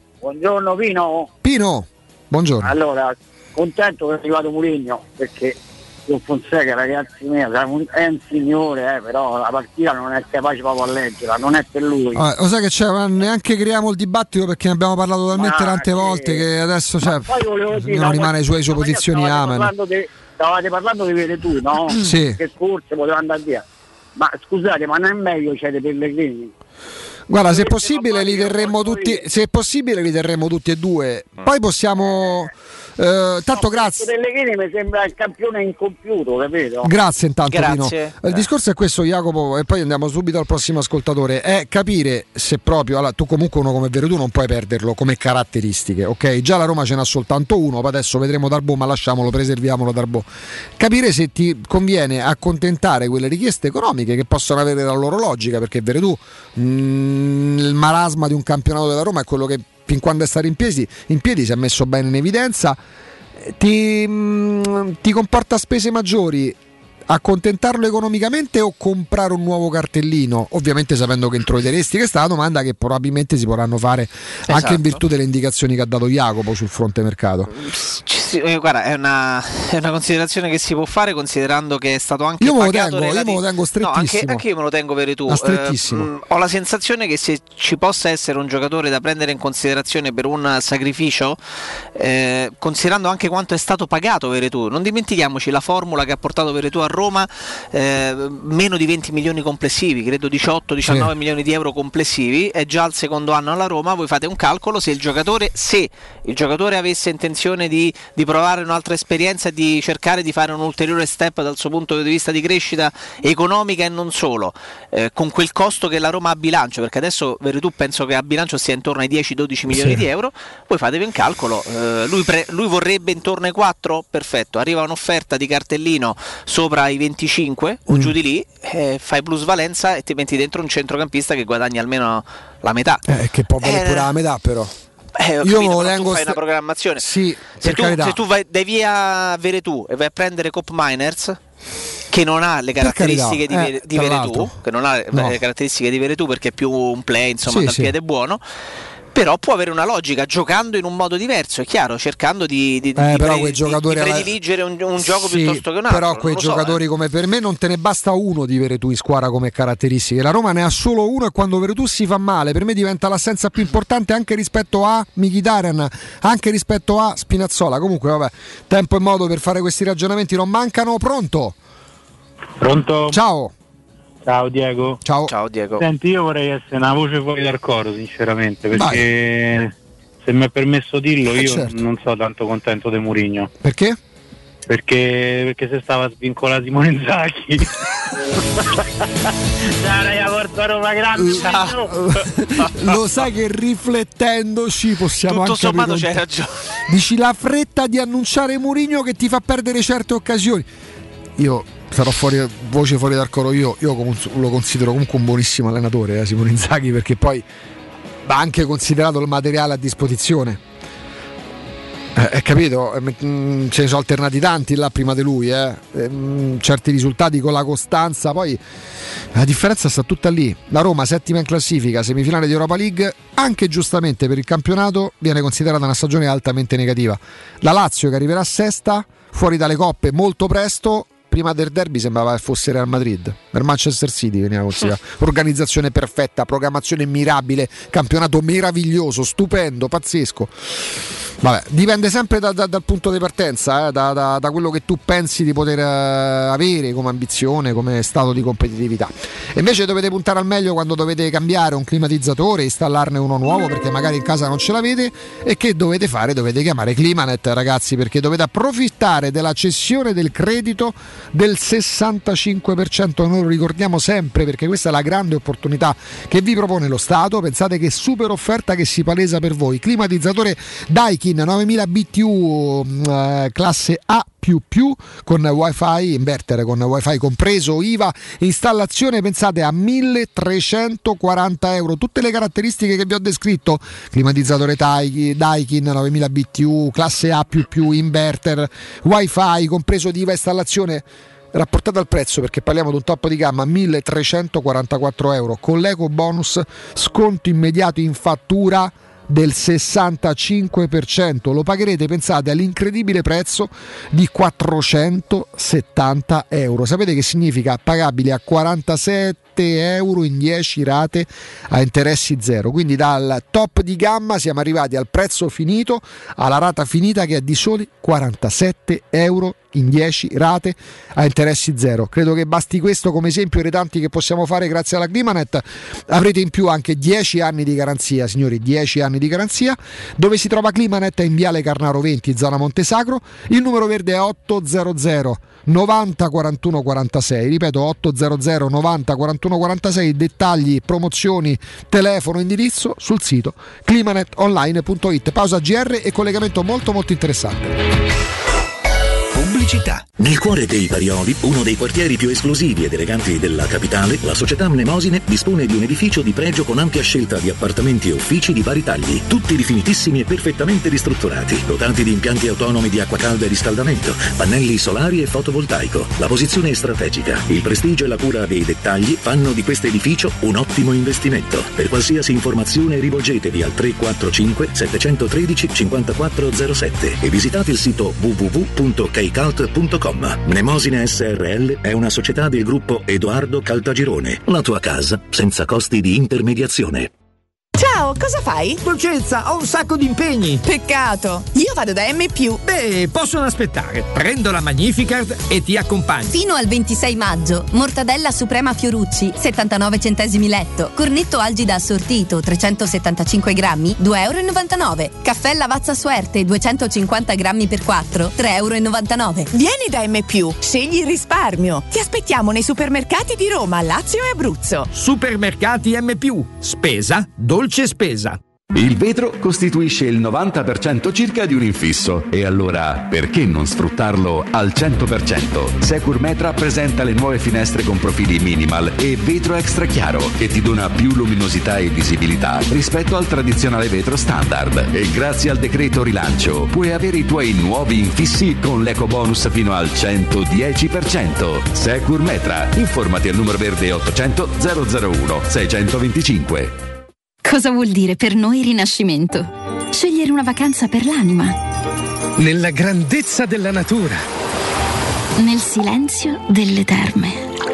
Pino, buongiorno. Allora, contento che è arrivato Mourinho, perché Fonseca, ragazzi miei, è un signore, però la partita non è capace proprio a leggerla, non è per lui. Lo sai che c'è, neanche creiamo il dibattto perché ne abbiamo parlato talmente tante volte che adesso non rimane ai suoi posizioni. Stavate parlando di Veretù, no? Sì. Che forse poteva andare via. Ma scusate, ma non è meglio dei Pellegrini? Guarda, se è possibile li terremmo tutti, tutti e due. Poi possiamo tanto grazie. Pellegrini mi sembra il campione incompiuto, capito? Grazie intanto, Pino. Il discorso è questo, Jacopo, e poi andiamo subito al prossimo ascoltatore, è capire se proprio, allora, tu comunque uno come Veretù non puoi perderlo come caratteristiche, ok? Già la Roma ce n'ha soltanto uno, poi adesso vedremo Darboe, ma preserviamolo Darboe. Capire se ti conviene accontentare quelle richieste economiche che possono avere la loro logica, perché Veretù il marasma di un campionato della Roma è quello che fin quando è stato in piedi si è messo bene in evidenza, ti comporta spese maggiori accontentarlo economicamente o comprare un nuovo cartellino, ovviamente sapendo che introiteresti. Questa è una domanda che probabilmente si potranno fare anche in virtù delle indicazioni che ha dato Jacopo sul fronte mercato. Guarda, è una considerazione che si può fare, considerando che è stato anche io me lo tengo strettissimo. No, anche io me lo tengo Veretù. Ho la sensazione che se ci possa essere un giocatore da prendere in considerazione per un sacrificio, considerando anche quanto è stato pagato Veretù, non dimentichiamoci la formula che ha portato Veretù a Roma, meno di 20 milioni complessivi, credo 18-19 milioni di euro complessivi, è già il secondo anno alla Roma. Voi fate un calcolo, se il giocatore avesse intenzione di provare un'altra esperienza e di cercare di fare un ulteriore step dal suo punto di vista di crescita economica e non solo, con quel costo che la Roma ha a bilancio, perché adesso Veretù penso che a bilancio sia intorno ai 10-12 milioni di euro, voi fatevi un calcolo, lui vorrebbe intorno ai 4, perfetto, arriva un'offerta di cartellino sopra i 25 o giù di lì, fai plusvalenza e ti metti dentro un centrocampista che guadagna almeno la metà, che può valere pure la metà, però io lo tengo, tu fai una programmazione. Sì, se tu dai via Veretù e vai a prendere Cop Miners, che non ha le caratteristiche di Veretù, le caratteristiche di Veretù, perché è più un play, insomma, dal piede buono, però può avere una logica giocando in un modo diverso, è chiaro, cercando di prediligere un gioco piuttosto che un altro. Però quei giocatori come per me non te ne basta uno di Veretù in squadra come caratteristiche. La Roma ne ha solo uno e quando Veretù si fa male per me diventa l'assenza più importante anche rispetto a Mkhitaryan, anche rispetto a Spinazzola. Comunque vabbè, tempo e modo per fare questi ragionamenti non mancano. Pronto? Ciao Diego. Ciao Diego. Senti, io vorrei essere una voce fuori dal coro, sinceramente, perché se mi è permesso dirlo, io non sono tanto contento di Mourinho. Perché? Perché se stava a svincolare Simone Inzaghi. Lo sai che riflettendoci possiamo tutto anche sommato c'hai ragione. Dici la fretta di annunciare Mourinho che ti fa perdere certe occasioni. Io sarò voce fuori dal coro, io lo considero comunque un buonissimo allenatore, Simone Inzaghi, perché poi va anche considerato il materiale a disposizione. Capito? Ce ne sono alternati tanti là prima di lui, certi risultati con la costanza, poi la differenza sta tutta lì. La Roma, settima in classifica, semifinale di Europa League, anche giustamente per il campionato viene considerata una stagione altamente negativa. La Lazio che arriverà sesta, fuori dalle coppe molto presto. Prima del derby sembrava che fosse Real Madrid, per Manchester City veniva considerata. Organizzazione perfetta, programmazione mirabile, campionato meraviglioso, stupendo, pazzesco. Vabbè, dipende sempre dal punto di partenza, da quello che tu pensi di poter avere come ambizione, come stato di competitività. E invece dovete puntare al meglio quando dovete cambiare un climatizzatore, installarne uno nuovo perché magari in casa non ce l'avete. E che dovete fare? Dovete chiamare Climanet, ragazzi, perché dovete approfittare della cessione del credito del 65%. Noi lo ricordiamo sempre perché questa è la grande opportunità che vi propone lo Stato. Pensate che super offerta che si palesa per voi. Climatizzatore Daikin 9000 BTU classe A++ con wifi, inverter con wifi compreso, IVA, installazione pensate a 1340 euro, tutte le caratteristiche che vi ho descritto: climatizzatore Daikin 9000 BTU classe A++, inverter, wifi compreso di IVA, installazione rapportata al prezzo, perché parliamo di un top di gamma, 1344 euro con l'eco bonus, sconto immediato in fattura del 65%, lo pagherete, pensate, all'incredibile prezzo di 470 euro. Sapete che significa? Pagabile a 47 euro in 10 rate a interessi zero. Quindi dal top di gamma siamo arrivati al prezzo finito, alla rata finita che è di soli 47 euro in 10 rate a interessi zero. Credo che basti questo come esempio dei tanti che possiamo fare grazie alla Climanet. Avrete in più anche 10 anni di garanzia, signori, 10 anni di garanzia. Dove si trova Climanet? È in Viale Carnaro 20, zona Montesacro. Il numero verde è 800 90 41 46, ripeto 800 90 41 46. Dettagli, promozioni, telefono, indirizzo sul sito climanetonline.it. Pausa GR e collegamento molto interessante. Pubblicità. Nel cuore dei Parioli, uno dei quartieri più esclusivi ed eleganti della capitale, la società Mnemosine dispone di un edificio di pregio con ampia scelta di appartamenti e uffici di vari tagli, tutti rifinitissimi e perfettamente ristrutturati, dotati di impianti autonomi di acqua calda e riscaldamento, pannelli solari e fotovoltaico. La posizione è strategica, il prestigio e la cura dei dettagli fanno di questo edificio un ottimo investimento. Per qualsiasi informazione rivolgetevi al 345 713 5407 e visitate il sito www.kcalt.com. Mnemosine SRL è una società del gruppo Edoardo Caltagirone. La tua casa senza costi di intermediazione. Ciao, cosa fai? Dolcezza, ho un sacco di impegni. Peccato, io vado da M+. Beh, possono aspettare. Prendo la Magnificard e ti accompagno. Fino al 26 maggio, mortadella suprema Fiorucci, 79 centesimi letto. Cornetto algida assortito, 375 grammi, 2,99 €. Caffè Lavazza Suerte, 250 grammi per 4, 3,99 €. Vieni da M+, scegli il risparmio. Ti aspettiamo nei supermercati di Roma, Lazio e Abruzzo. Supermercati M+, spesa, dolce spesa. Il vetro costituisce il 90% circa di un infisso e allora perché non sfruttarlo al 100%? Securmetra presenta le nuove finestre con profili minimal e vetro extra chiaro che ti dona più luminosità e visibilità rispetto al tradizionale vetro standard, e grazie al decreto rilancio puoi avere i tuoi nuovi infissi con l'eco bonus fino al 110%. Securmetra, informati al numero verde 800 001 625. Cosa vuol dire per noi rinascimento? Scegliere una vacanza per l'anima. Nella grandezza della natura. Nel silenzio delle terme.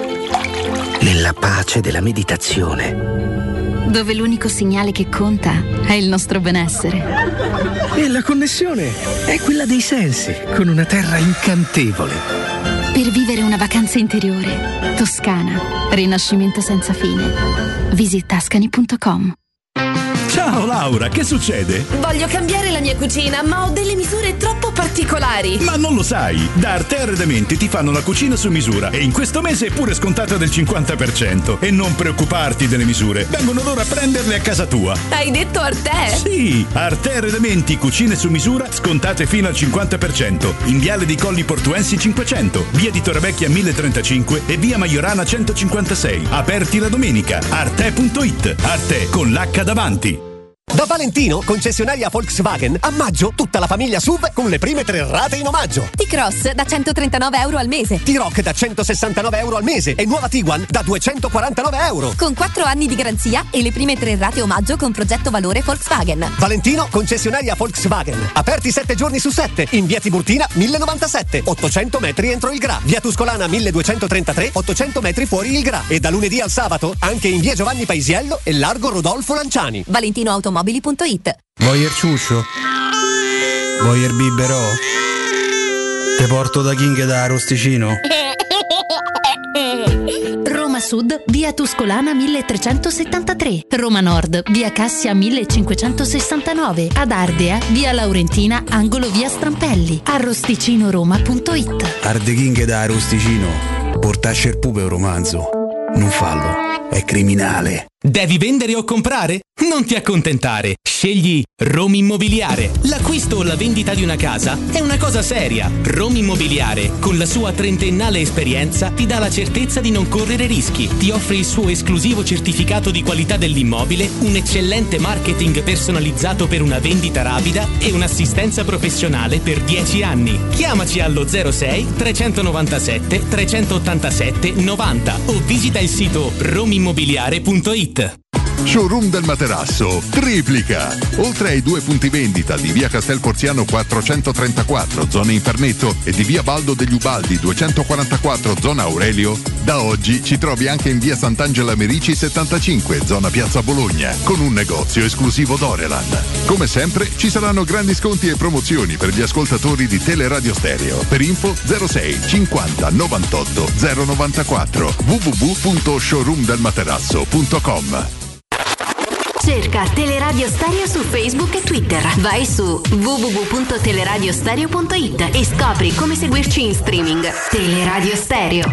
Nella pace della meditazione. Dove l'unico segnale che conta è il nostro benessere. E la connessione è quella dei sensi, con una terra incantevole. Per vivere una vacanza interiore. Toscana. Rinascimento senza fine. Visita Ascani.com. Ciao Laura, che succede? Voglio cambiare la mia cucina, ma ho delle misure troppo particolari. Ma non lo sai, da Arte Arredamenti ti fanno la cucina su misura e in questo mese è pure scontata del 50%. E non preoccuparti delle misure, vengono loro a prenderle a casa tua. Hai detto Arte? Sì, Arte Arredamenti, cucine su misura, scontate fino al 50%. In Viale dei Colli Portuensi 500, via di Torrevecchia 1035 e via Maiorana 156. Aperti la domenica. Arte.it, Arte con l'H davanti. Da Valentino, concessionaria Volkswagen, a maggio tutta la famiglia SUV con le prime 3 rate in omaggio. T-Cross da €139 al mese. T-Roc da €169 al mese e nuova Tiguan da €249. Con 4 anni di garanzia e le prime 3 rate omaggio con progetto valore Volkswagen. Valentino, concessionaria Volkswagen. Aperti 7 giorni su 7. In via Tiburtina 1097, 800 metri entro il Gra. Via Tuscolana 1233, 800 metri fuori il Gra. E da lunedì al sabato anche in via Giovanni Paisiello e largo Rodolfo Lanciani. ValentinoAutomobili.it. Voyer ciuccio? Voyer biberò? Te porto da King da Arosticino? Roma Sud, via Tuscolana 1373. Roma Nord, via Cassia 1569. Ad Ardea, via Laurentina, angolo via Strampelli. Arrosticinoroma.it. Arde King da Arosticino. Portasce il pupe un romanzo. Non fallo, è criminale. Devi vendere o comprare? Non ti accontentare. Scegli Roma Immobiliare. L'acquisto o la vendita di una casa è una cosa seria. Roma Immobiliare, con la sua 30ennale esperienza, ti dà la certezza di non correre rischi. Ti offre il suo esclusivo certificato di qualità dell'immobile, un eccellente marketing personalizzato per una vendita rapida e un'assistenza professionale per 10 anni. Chiamaci allo 06 397 387 90 o visita il sito romimmobiliare.it. Showroom del Materasso triplica. Oltre ai 2 punti vendita di via Castel Porziano 434 zona Infernetto e di via Baldo degli Ubaldi 244 zona Aurelio, da oggi ci trovi anche in via Sant'Angela Merici 75 zona Piazza Bologna con un negozio esclusivo Doreland. Come sempre ci saranno grandi sconti e promozioni per gli ascoltatori di Teleradio Stereo. Per info 06 50 98 094 www.showroomdelmaterasso.com. Cerca Teleradio Stereo su Facebook e Twitter. Vai su www.teleradiostereo.it e scopri come seguirci in streaming. Teleradio Stereo.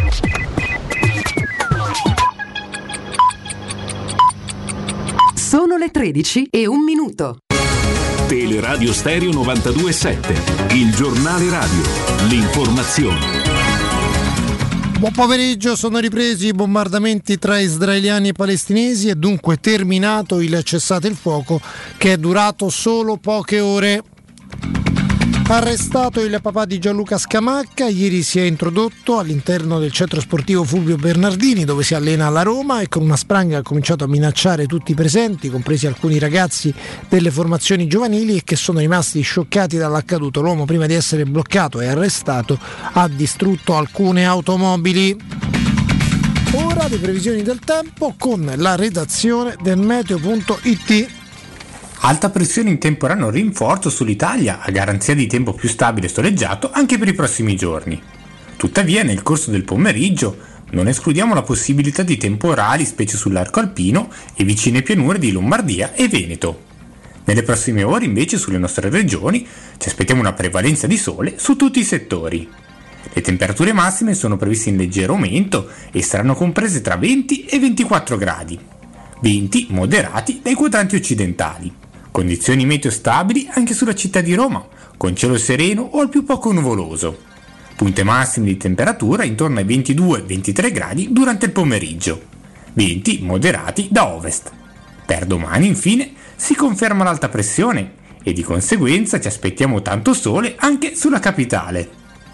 Sono le 13:01. Teleradio Stereo 92.7, il giornale radio, l'informazione. Buon pomeriggio, sono ripresi i bombardamenti tra israeliani e palestinesi e dunque terminato il cessate il fuoco che è durato solo poche ore. Arrestato il papà di Gianluca Scamacca, ieri si è introdotto all'interno del centro sportivo Fulvio Bernardini dove si allena alla Roma e con una spranga ha cominciato a minacciare tutti i presenti, compresi alcuni ragazzi delle formazioni giovanili e che sono rimasti scioccati dall'accaduto. L'uomo, prima di essere bloccato e arrestato, ha distrutto alcune automobili. Ora le previsioni del tempo con la redazione del Meteo.it. Alta pressione in temporaneo rinforzo sull'Italia, a garanzia di tempo più stabile e soleggiato anche per i prossimi giorni. Tuttavia, nel corso del pomeriggio, non escludiamo la possibilità di temporali, specie sull'arco alpino e vicine pianure di Lombardia e Veneto. Nelle prossime ore, invece, sulle nostre regioni ci aspettiamo una prevalenza di sole su tutti i settori. Le temperature massime sono previste in leggero aumento e saranno comprese tra 20 e 24 gradi. Venti moderati dai quadranti occidentali. Condizioni meteo stabili anche sulla città di Roma, con cielo sereno o al più poco nuvoloso. Punte massime di temperatura intorno ai 22-23 gradi durante il pomeriggio. Venti moderati da ovest. Per domani, infine, si conferma l'alta pressione e di conseguenza ci aspettiamo tanto sole anche sulla capitale.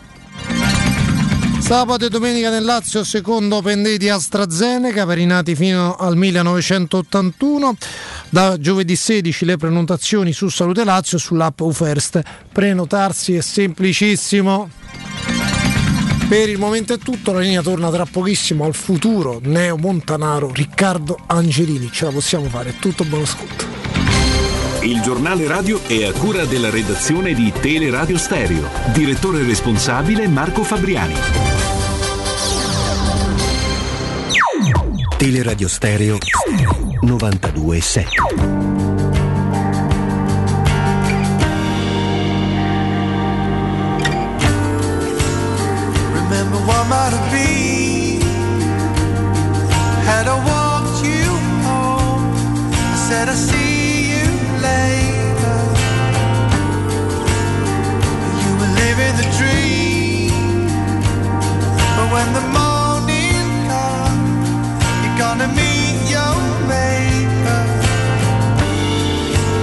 Sabato e domenica nel Lazio, secondo Open Day di AstraZeneca, per i nati fino al 1981. Da giovedì 16 le prenotazioni su Salute Lazio sull'app UFirst. Prenotarsi è semplicissimo. Per il momento è tutto, la linea torna tra pochissimo al futuro Neo Montanaro, Riccardo Angelini. Ce la possiamo fare, è tutto, buon ascolto. Il giornale radio è a cura della redazione di Teleradio Stereo. Direttore responsabile Marco Fabriani. Teleradio Stereo 92.7. Remember what might have been had I walked you home. I said I see you later. You were living the dream, but when the morning comes, you're gonna meet your maker.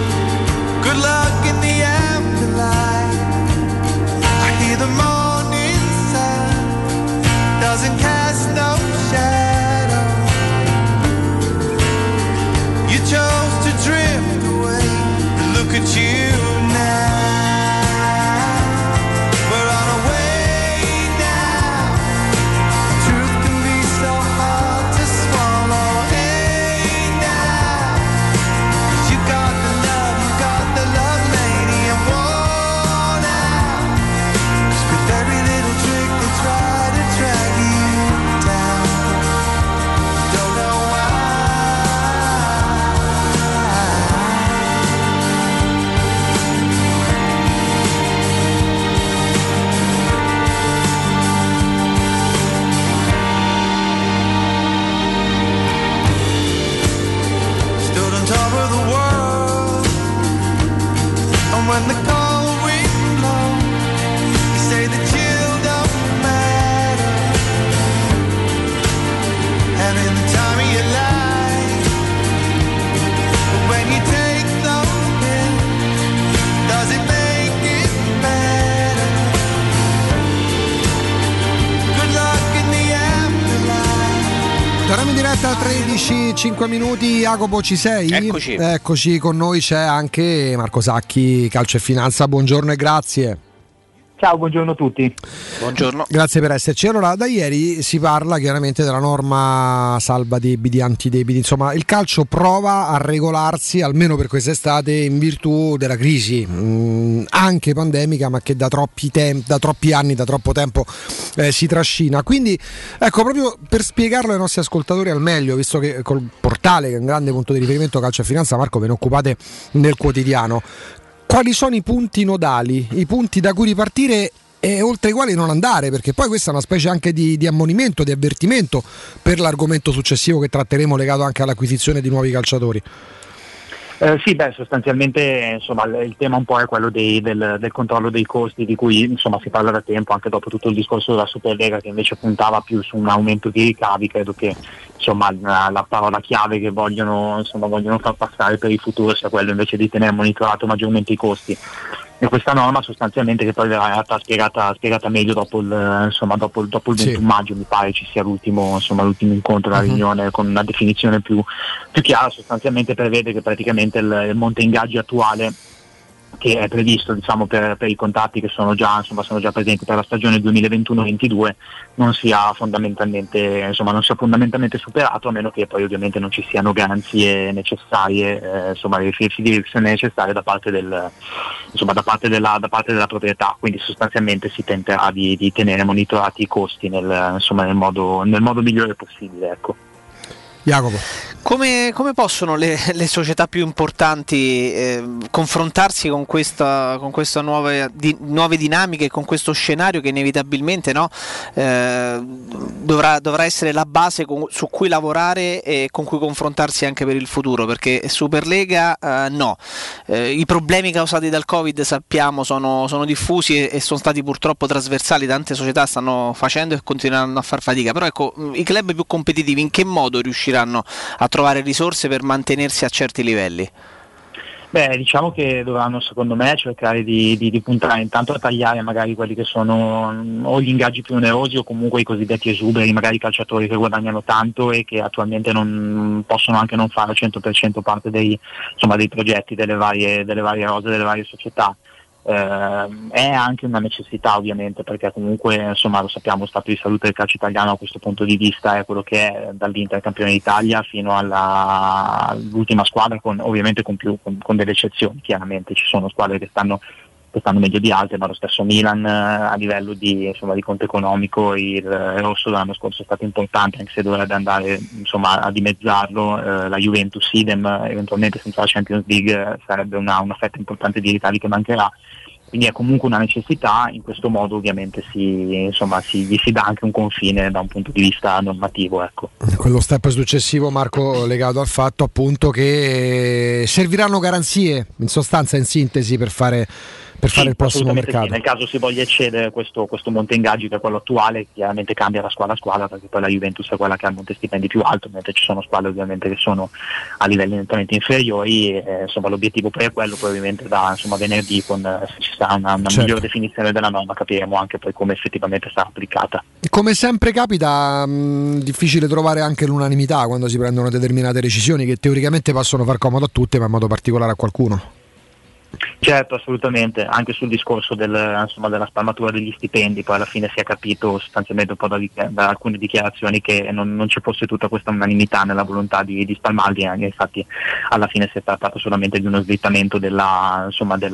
Torniamo in diretta a 13:05 minuti. Jacopo, ci sei? Eccoci, con noi c'è anche Marco Sacchi, Calcio e Finanza. Buongiorno e grazie. Ciao, buongiorno a tutti. Buongiorno. Grazie per esserci. Allora, da ieri si parla chiaramente della norma salva debiti, antidebiti. Insomma, il calcio prova a regolarsi, almeno per quest'estate, in virtù della crisi, anche pandemica, ma che da troppi anni, da troppo tempo si trascina. Quindi, ecco, proprio per spiegarlo ai nostri ascoltatori al meglio, visto che col portale, che è un grande punto di riferimento Calcio e Finanza, Marco, ve ne occupate nel quotidiano. Quali sono i punti nodali, i punti da cui ripartire e oltre i quali non andare? Perché poi questa è una specie anche di ammonimento, di avvertimento per l'argomento successivo che tratteremo, legato anche all'acquisizione di nuovi calciatori. Sì, sostanzialmente insomma il tema un po' è quello del controllo dei costi, di cui insomma si parla da tempo, anche dopo tutto il discorso della Superlega, che invece puntava più su un aumento di ricavi. Credo che insomma la parola chiave che vogliono far passare per il futuro sia quello invece di tenere monitorato maggiormente i costi. E questa norma sostanzialmente, che poi verrà spiegata meglio dopo il 21 maggio, mi pare ci sia l'ultimo incontro, la riunione con una definizione più chiara. Sostanzialmente prevede che praticamente il monte ingaggi attuale, che è previsto per i contratti che sono già presenti per la stagione 2021-22, non sia fondamentalmente superato, a meno che poi ovviamente non ci siano garanzie necessarie, fidedizioni necessarie da parte della proprietà. Quindi sostanzialmente si tenterà di tenere monitorati i costi nel modo migliore possibile, ecco. Jacopo. Come possono le società più importanti confrontarsi con questa nuove dinamiche e con questo scenario che inevitabilmente dovrà essere la base su cui lavorare e con cui confrontarsi anche per il futuro? Perché Superlega i problemi causati dal Covid sappiamo sono diffusi e sono stati purtroppo trasversali. Tante società stanno facendo e continueranno a far fatica, però ecco, i club più competitivi in che modo riusciranno a trovare risorse per mantenersi a certi livelli? Diciamo che dovranno, secondo me, cercare di puntare intanto a tagliare magari quelli che sono o gli ingaggi più onerosi o comunque i cosiddetti esuberi, magari calciatori che guadagnano tanto e che attualmente non possono anche non fare al 100% parte dei progetti delle varie rose, delle varie società. È anche una necessità, ovviamente, perché comunque lo sappiamo, lo stato di salute del calcio italiano a questo punto di vista è quello che è, dall'Inter campione d'Italia fino all'ultima squadra, ovviamente con delle eccezioni. Chiaramente ci sono squadre che stanno meglio di altre, ma lo stesso Milan a livello di conto economico, il rosso dell'anno scorso è stato importante, anche se dovrebbe andare a dimezzarlo. La Juventus idem, eventualmente senza la Champions League sarebbe una fetta importante di ricavi che mancherà. Quindi è comunque una necessità. In questo modo ovviamente gli si dà anche un confine da un punto di vista normativo, ecco. Quello step successivo, Marco, legato al fatto appunto che serviranno garanzie, in sostanza, in sintesi, per fare il prossimo mercato. Sì. Nel caso si voglia eccedere questo monte ingaggi, che è quello attuale, chiaramente cambia da squadra a squadra, perché poi la Juventus è quella che ha il monte stipendi più alto, mentre ci sono squadre ovviamente che sono a livelli nettamente inferiori. L'obiettivo poi è quello, probabilmente da venerdì, se ci sarà una migliore definizione della norma, capiremo anche poi come effettivamente sarà applicata. Come sempre capita, difficile trovare anche l'unanimità quando si prendono determinate decisioni che teoricamente possono far comodo a tutti, ma in modo particolare a qualcuno. Certo, assolutamente, anche sul discorso della spalmatura degli stipendi, poi alla fine si è capito sostanzialmente un po' da alcune dichiarazioni che non ci fosse tutta questa unanimità nella volontà di spalmarli, e infatti alla fine si è trattato solamente di uno slittamento della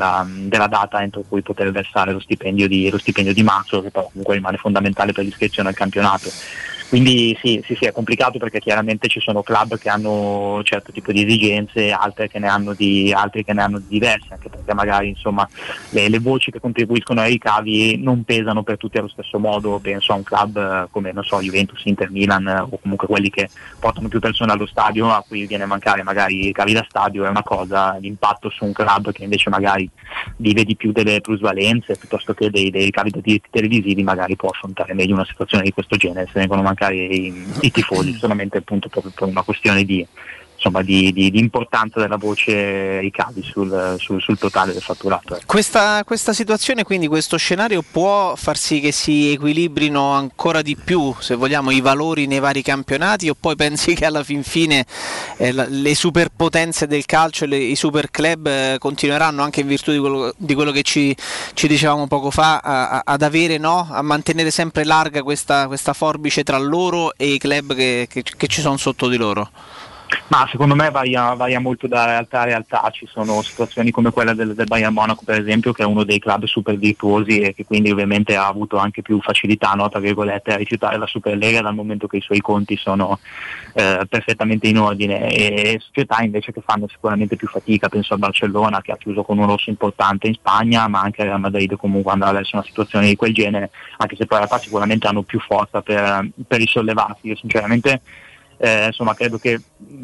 data entro cui poter versare lo stipendio di marzo, che poi comunque rimane fondamentale per l'iscrizione al campionato. Quindi sì, è complicato, perché chiaramente ci sono club che hanno un certo tipo di esigenze, altri che ne hanno di diverse, anche perché magari le voci che contribuiscono ai ricavi non pesano per tutti allo stesso modo. Penso a un club come Juventus, Inter, Milan, o comunque quelli che portano più persone allo stadio, a cui viene a mancare magari i ricavi da stadio è una cosa. L'impatto su un club che invece magari vive di più delle plusvalenze piuttosto che dei ricavi da diritti televisivi, magari può affrontare meglio una situazione di questo genere, se vengono mancare i tifosi, solamente appunto per una questione di di importanza della voce ricavi sul totale del fatturato. Questa situazione, quindi questo scenario può far sì che si equilibrino ancora di più, se vogliamo, i valori nei vari campionati, o poi pensi che alla fin fine le superpotenze del calcio e i super club continueranno anche in virtù di quello che ci dicevamo poco fa ad avere, no? A mantenere sempre larga questa forbice tra loro e i club che ci sono sotto di loro? Ma secondo me varia molto da realtà a realtà. Ci sono situazioni come quella del Bayern Monaco, per esempio, che è uno dei club super virtuosi e che quindi ovviamente ha avuto anche più facilità, no, tra virgolette, a rifiutare la Superlega, dal momento che i suoi conti sono perfettamente in ordine, e società invece che fanno sicuramente più fatica. Penso al Barcellona, che ha chiuso con un rosso importante in Spagna, ma anche al Real Madrid comunque andrà verso una situazione di quel genere, anche se poi in realtà sicuramente hanno più forza per risollevarsi. Io sinceramente credo che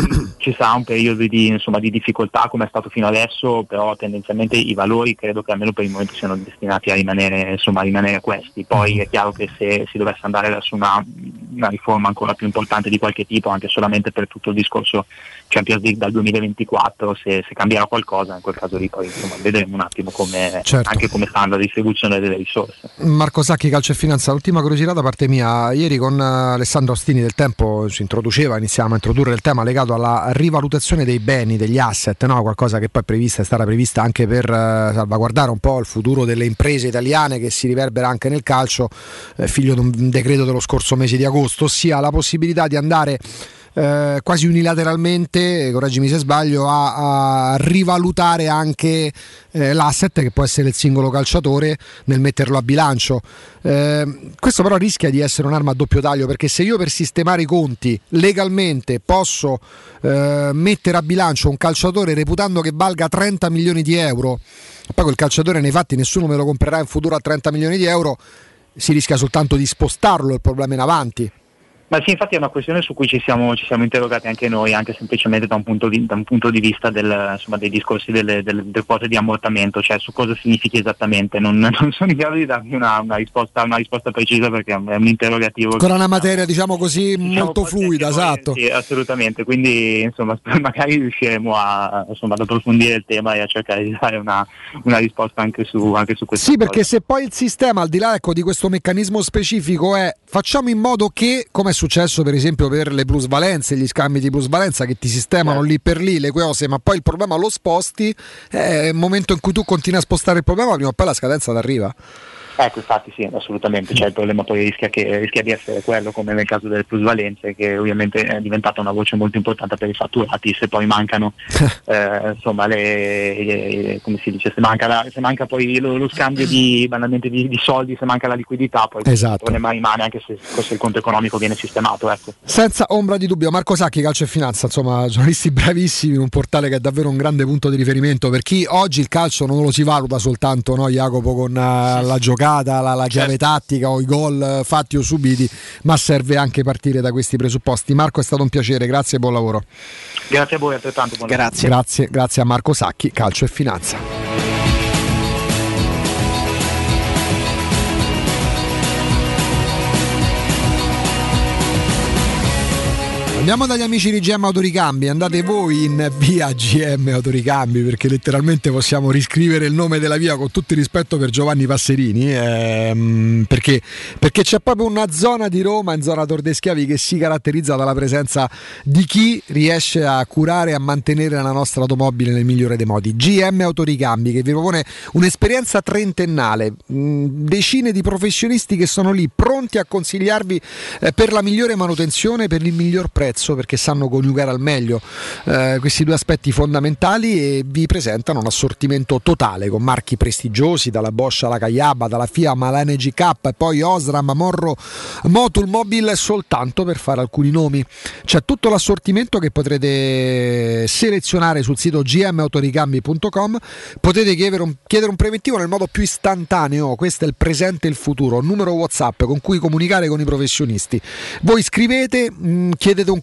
ci sarà un periodo di difficoltà, come è stato fino adesso, però tendenzialmente i valori credo che almeno per il momento siano destinati a rimanere questi. Poi è chiaro che se si dovesse andare verso una riforma ancora più importante di qualche tipo, anche solamente per tutto il discorso Champions League dal 2024, se cambierà qualcosa, in quel caso lì poi vedremo un attimo anche come sta la distribuzione delle risorse. Marco Sacchi, Calcio e Finanza. L'ultima curiosità da parte mia: ieri con Alessandro Ostini del Tempo iniziamo a introdurre il tema legato alla rivalutazione dei beni, degli asset, no? Qualcosa che poi è stata prevista anche per salvaguardare un po' il futuro delle imprese italiane, che si riverbera anche nel calcio, figlio di un decreto dello scorso mese di agosto, ossia la possibilità di andare quasi unilateralmente, correggimi se sbaglio, a rivalutare anche l'asset, che può essere il singolo calciatore, nel metterlo a bilancio. Questo però rischia di essere un'arma a doppio taglio, perché se io per sistemare i conti legalmente posso mettere a bilancio un calciatore reputando che valga 30 milioni di euro, poi quel calciatore nei fatti nessuno me lo comprerà in futuro a 30 milioni di euro, si rischia soltanto di spostarlo il problema in avanti. Ma sì, infatti è una questione su cui ci siamo interrogati anche noi, anche semplicemente da un punto di vista dei discorsi delle quote di ammortamento, cioè su cosa significhi esattamente. Non sono in grado di darvi una risposta precisa, perché è un interrogativo. Ancora una materia, molto fluida, esatto. Sì, assolutamente, quindi magari riusciremo ad approfondire il tema e a cercare di dare una risposta anche su questo. Sì, perché se poi il sistema, al di là di questo meccanismo specifico, facciamo in modo che, come è successo per esempio per le plusvalenze, gli scambi di plusvalenza, che ti sistemano lì per lì le cose, ma poi il problema lo sposti, nel momento in cui tu continui a spostare il problema, prima o poi la scadenza ti arriva. Ecco, infatti sì, assolutamente, cioè il problema poi rischia di essere quello, come nel caso delle plusvalenze, che ovviamente è diventata una voce molto importante per i fatturati. Se poi mancano come si dice, se manca poi lo scambio banalmente di soldi, se manca la liquidità, poi il problema rimane, anche se il conto economico viene sistemato, ecco. Senza ombra di dubbio. Marco Sacchi, Calcio e Finanza, giornalisti bravissimi, un portale che è davvero un grande punto di riferimento per chi oggi il calcio non lo si valuta soltanto, no, Jacopo, con la giocata, la chiave tattica o i gol fatti o subiti, ma serve anche partire da questi presupposti. Marco, è stato un piacere, grazie e buon lavoro. Grazie a voi, altrettanto. Grazie a Marco Sacchi, Calcio e Finanza. Andiamo dagli amici di GM Autoricambi, andate voi in via GM Autoricambi, perché letteralmente possiamo riscrivere il nome della via, con tutto il rispetto per Giovanni Passerini, perché c'è proprio una zona di Roma, in zona Tor dei Schiavi, che si caratterizza dalla presenza di chi riesce a curare e a mantenere la nostra automobile nel migliore dei modi. GM Autoricambi, che vi propone un'esperienza trentennale, decine di professionisti che sono lì pronti a consigliarvi per la migliore manutenzione, per il miglior prezzo, perché sanno coniugare al meglio questi due aspetti fondamentali, e vi presentano un assortimento totale con marchi prestigiosi, dalla Bosch alla Kayaba, dalla Fiat alla NGK, e poi Osram, Morro, Motul, Mobil, soltanto per fare alcuni nomi. C'è tutto l'assortimento che potrete selezionare sul sito gmautoricambi.com. potete chiedere un preventivo nel modo più istantaneo. Questo è il presente e il futuro. Numero WhatsApp con cui comunicare con i professionisti. Voi scrivete, chiedete un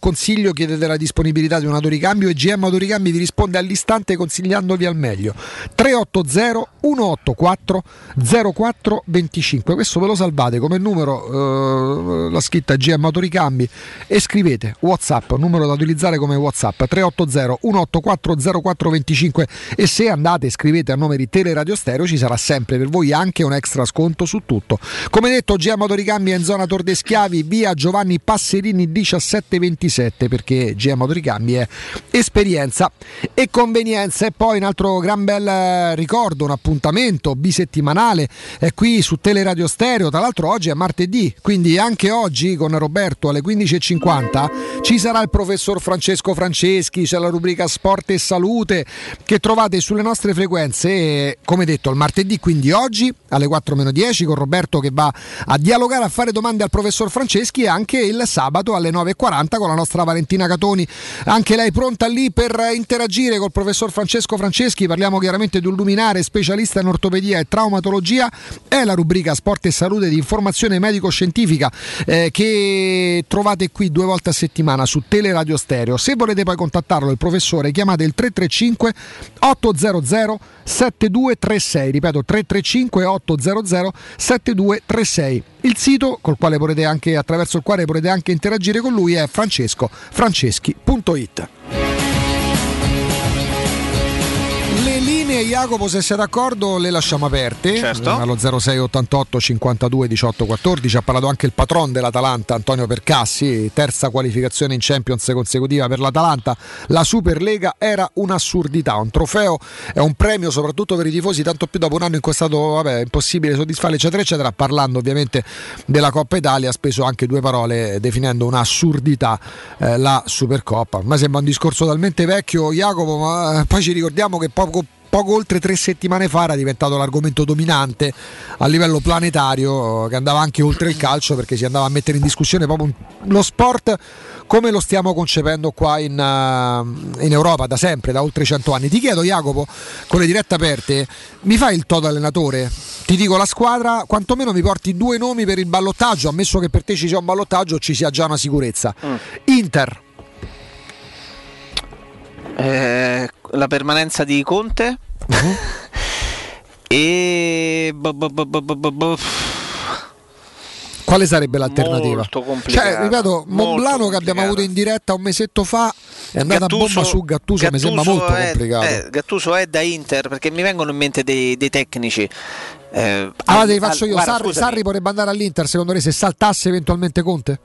consiglio, chiedete la disponibilità di un autoricambio e GM Autoricambi vi risponde all'istante consigliandovi al meglio. 380 184 0425, questo ve lo salvate come numero, la scritta GM Autoricambi, e scrivete WhatsApp, numero da utilizzare come WhatsApp 380 184 0425, e se andate e scrivete a nome di Teleradio Stereo ci sarà sempre per voi anche un extra sconto su tutto. Come detto, GM Autoricambi è in zona Tor de Schiavi, via Giovanni Passerini 1727, perché GM Autoricambi è esperienza e convenienza. E poi un altro gran bel ricordo, un appuntamento bisettimanale è qui su Teleradio Stereo. Tra l'altro oggi è martedì, quindi anche oggi con Roberto alle 15.50 ci sarà il professor Francesco Franceschi, c'è la rubrica Sport e Salute che trovate sulle nostre frequenze, come detto il martedì, quindi oggi alle 4-10 con Roberto che va a dialogare, a fare domande al professor Franceschi, e anche il sabato alle 9.40 con la nostra Valentina Catoni, anche lei pronta lì per interagire col professor Francesco Franceschi. Parliamo chiaramente di un luminare specialista in ortopedia e traumatologia, è la rubrica Sport e Salute di informazione medico-scientifica che trovate qui 2 volte a settimana su Teleradio Stereo. Se volete poi contattarlo il professore chiamate il 335 800 7236, ripeto 335 800 7236. Il sito col quale potete anche, attraverso il quale potete anche interagire con lui, è francescofranceschi.it. Le linee, Jacopo, se sei d'accordo, le lasciamo aperte. Certo. Allo 06 88 52 18 14 ha parlato anche il patron dell'Atalanta, Antonio Percassi, terza qualificazione in Champions consecutiva per l'Atalanta. La Superlega era un'assurdità, un trofeo è un premio soprattutto per i tifosi, tanto più dopo un anno in cui è stato impossibile soddisfarli, eccetera eccetera. Parlando ovviamente della Coppa Italia ha speso anche 2 parole definendo un'assurdità la Supercoppa. Ma sembra un discorso talmente vecchio, Jacopo, ma poi ci ricordiamo che poco oltre 3 settimane fa era diventato l'argomento dominante a livello planetario, che andava anche oltre il calcio, perché si andava a mettere in discussione proprio lo sport come lo stiamo concependo qua in Europa da sempre, da oltre 100 anni. Ti chiedo, Jacopo, con le dirette aperte, mi fai il toto allenatore? Ti dico la squadra, quantomeno mi porti 2 nomi per il ballottaggio, ammesso che per te ci sia un ballottaggio o ci sia già una sicurezza. Inter. La permanenza di Conte e quale sarebbe l'alternativa? Molto complicato. Cioè, ripeto, Moblano che abbiamo avuto in diretta un mesetto fa è andata a bomba su Gattuso, mi sembra molto complicato. Gattuso è da Inter, perché mi vengono in mente dei tecnici. Allora te li faccio io. Guarda, Sarri potrebbe andare all'Inter secondo lei se saltasse eventualmente Conte?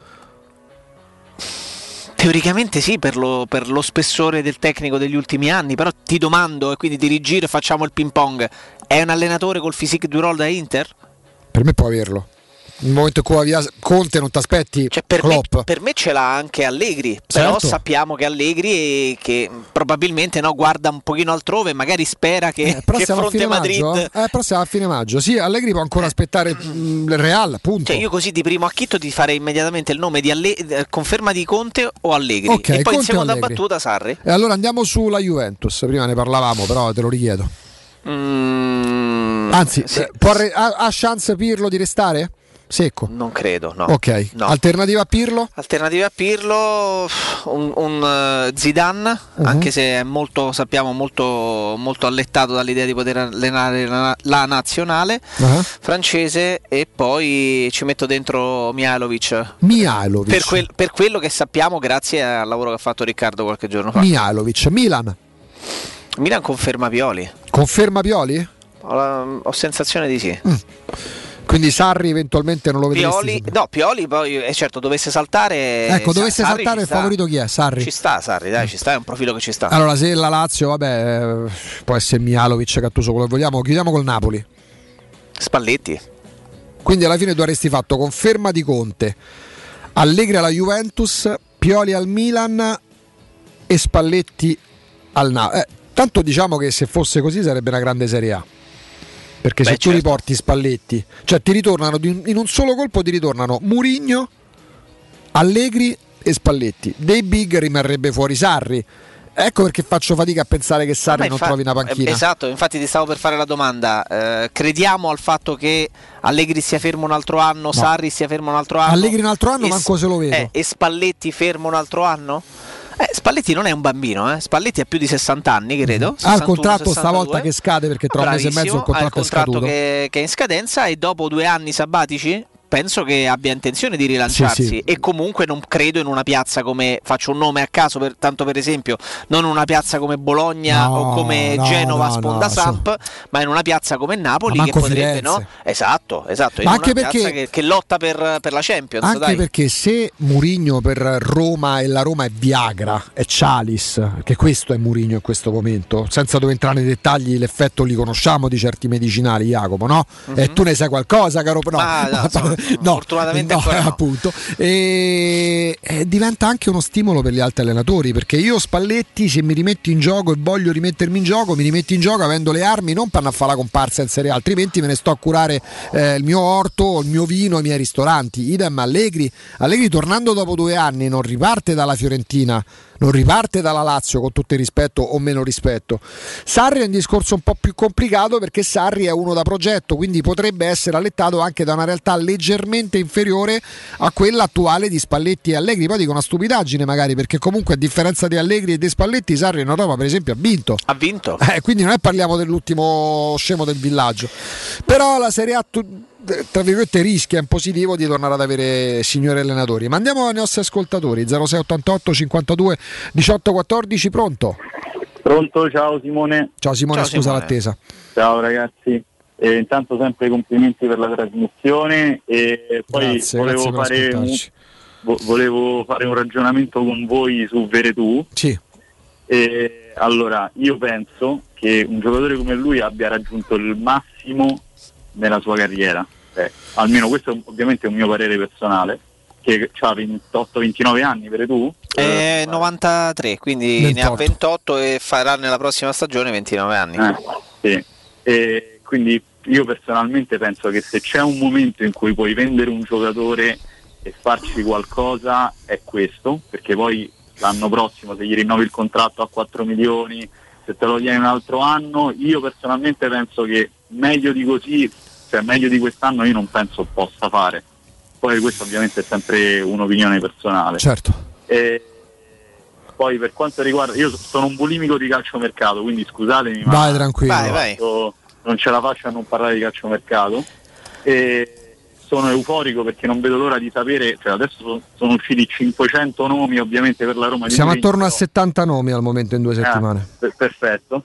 Teoricamente sì, per lo spessore del tecnico degli ultimi anni, però ti domando, e quindi dirigire, facciamo il ping pong, è un allenatore col physique du role da Inter? Per me può averlo. Nel momento in cui via Conte non ti aspetti, cioè, Klopp. Per me ce l'ha anche Allegri, certo. Però sappiamo che Allegri che probabilmente guarda un pochino altrove, magari spera che fronte Madrid però siamo a fine maggio. Sì, Allegri può ancora aspettare il Real, punto. Cioè, io così di primo acchitto ti farei immediatamente il nome di conferma di Conte o Allegri, okay, e poi Conte in seconda Allegri. battuta Sarri. E allora andiamo sulla Juventus, prima ne parlavamo, però te lo richiedo. Anzi, sì. Ha chance Pirlo di restare? Secco? Non credo, no. Ok, no. Alternativa a Pirlo? Alternativa a Pirlo, un Zidane, anche se è molto, sappiamo, molto, molto allettato dall'idea di poter allenare la nazionale francese, e poi ci metto dentro Mihajlovic. Per quello che sappiamo grazie al lavoro che ha fatto Riccardo qualche giorno fa. Mihajlovic. Milan conferma Pioli. Conferma Pioli? Ho sensazione di sì. Quindi Sarri eventualmente non lo vedresti? Pioli poi certo dovesse saltare. Ecco, dovesse saltare il favorito chi è? Sarri. Ci sta Sarri, dai, ci sta, è un profilo che ci sta. Allora, se la Lazio, può essere Mihajlovic, Gattuso, quello che vogliamo. Chiudiamo col Napoli. Spalletti. Quindi alla fine tu avresti fatto conferma di Conte, Allegri alla Juventus, Pioli al Milan e Spalletti al Napoli. Tanto diciamo che se fosse così sarebbe una grande Serie A. Perché se tu riporti Spalletti, cioè ti ritornano in un solo colpo, ti ritornano Mourinho, Allegri e Spalletti. Dei big rimarrebbe fuori Sarri, Ecco perché faccio fatica a pensare che Sarri non trovi una panchina. Esatto, infatti ti stavo per fare la domanda. Crediamo al fatto che Allegri sia fermo un altro anno, Sarri sia fermo un altro anno? Allegri un altro anno, manco se lo vedo. E Spalletti fermo un altro anno? Spalletti non è un bambino, Spalletti ha più di 60 anni, credo. 61, ha il contratto 62. Stavolta che scade, perché tra un mese e mezzo il contratto è scaduto. Che è in scadenza, e dopo 2 anni sabbatici penso che abbia intenzione di rilanciarsi, sì. E comunque non credo in una piazza come, faccio un nome a caso, tanto per esempio, non una piazza come Bologna o come Genova sponda Samp, ma in una piazza come Napoli, che potrebbe Firenze. Esatto, ma in anche una perché, piazza che lotta per la Champions, anche perché se Mourinho per Roma, e la Roma è Viagra, è Cialis, che questo è Mourinho in questo momento, senza dover entrare nei dettagli, l'effetto li conosciamo di certi medicinali, Jacopo, no? E tu ne sai qualcosa, caro? Fortunatamente ancora no. Appunto. E diventa anche uno stimolo per gli altri allenatori, perché io Spalletti, se mi rimetto in gioco e voglio rimettermi in gioco, mi rimetto in gioco avendo le armi, non per fare la comparsa in Serie A, altrimenti me ne sto a curare il mio orto, il mio vino, i miei ristoranti. Idem Allegri, tornando dopo 2 anni, non riparte dalla Fiorentina, non riparte dalla Lazio, con tutto il rispetto o meno rispetto. Sarri è un discorso un po' più complicato, perché Sarri è uno da progetto, quindi potrebbe essere allettato anche da una realtà leggermente inferiore a quella attuale di Spalletti e Allegri. Poi dico una stupidaggine magari, perché comunque a differenza di Allegri e di Spalletti, Sarri in Roma per esempio ha vinto. Quindi non parliamo dell'ultimo scemo del villaggio, però la Serie A tra virgolette rischia in positivo di tornare ad avere signori allenatori. Ma andiamo ai nostri ascoltatori. 0688 52 18 14. Pronto, ciao Simone. Ciao Simone. L'attesa. Ciao ragazzi, intanto sempre complimenti per la trasmissione, e poi volevo fare un ragionamento con voi su Veretù. Sì. Allora, io penso che un giocatore come lui abbia raggiunto il massimo nella sua carriera, almeno questo ovviamente è un mio parere personale, che ha 28-29 anni Veretù, 93, quindi 28. Ne ha 28 e farà nella prossima stagione 29 anni. Sì. E quindi io personalmente penso che se c'è un momento in cui puoi vendere un giocatore e farci qualcosa è questo, perché poi l'anno prossimo, se gli rinnovi il contratto a 4 milioni, se te lo tieni un altro anno, io personalmente penso che meglio di così, cioè meglio di quest'anno, io non penso possa fare. Poi questo ovviamente è sempre un'opinione personale. Certo. E poi per quanto riguarda, io sono un bulimico di calciomercato, quindi scusatemi, ma vai tranquillo, vai. Non ce la faccio a non parlare di calciomercato, e sono euforico perché non vedo l'ora di sapere, cioè adesso sono usciti 500 nomi ovviamente per la Roma. Siamo attorno a 70 nomi al momento in 2 settimane. Perfetto.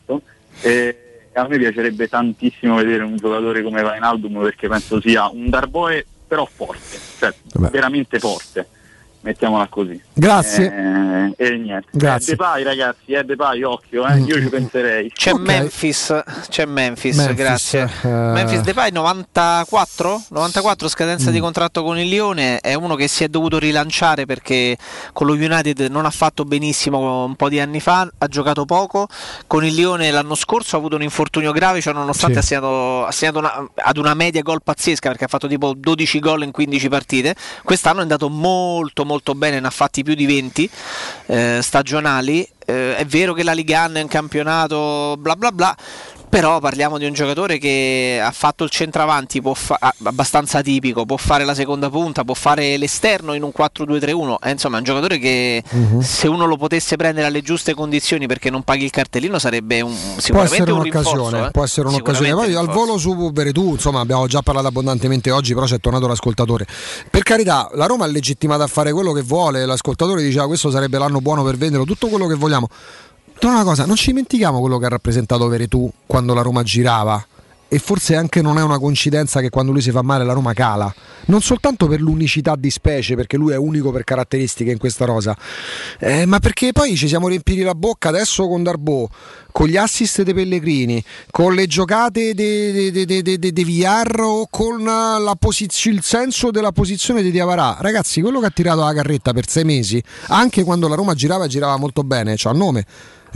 E a me piacerebbe tantissimo vedere un giocatore come Wijnaldum, perché penso sia un Darboe però forte, cioè veramente forte, mettiamola così. Grazie. E niente. Grazie. Depay ragazzi, Depay, occhio, io ci penserei. C'è Memphis, grazie. Memphis Depay 94 scadenza di contratto con il Lione, è uno che si è dovuto rilanciare perché con lo United non ha fatto benissimo un po' di anni fa, ha giocato poco, con il Lione l'anno scorso ha avuto un infortunio grave, cioè nonostante ha segnato ad una media gol pazzesca, perché ha fatto tipo 12 gol in 15 partite, quest'anno è andato molto bene, ne ha fatti più di 20 stagionali. È vero che la Ligue 1 è un campionato bla bla bla, però parliamo di un giocatore che ha fatto il centravanti, abbastanza tipico, può fare la seconda punta, può fare l'esterno in un 4-2-3-1, insomma è un giocatore che se uno lo potesse prendere alle giuste condizioni perché non paghi il cartellino sarebbe sicuramente un rinforzo, può essere un'occasione. Poi al volo su Veretù, insomma abbiamo già parlato abbondantemente oggi, però c'è tornato l'ascoltatore. Per carità, la Roma è legittimata a fare quello che vuole, l'ascoltatore diceva questo sarebbe l'anno buono per vendere tutto quello che vogliamo. Una cosa, non ci dimentichiamo quello che ha rappresentato Veretù quando la Roma girava, e forse anche non è una coincidenza che quando lui si fa male la Roma cala, non soltanto per l'unicità di specie, perché lui è unico per caratteristiche in questa rosa, ma perché poi ci siamo riempiti la bocca adesso con Darboe, con gli assist dei Pellegrini, con le giocate di Villar o con il senso della posizione di Diawara. Ragazzi, quello che ha tirato la carretta per 6 mesi, anche quando la Roma girava molto bene, c'ha nome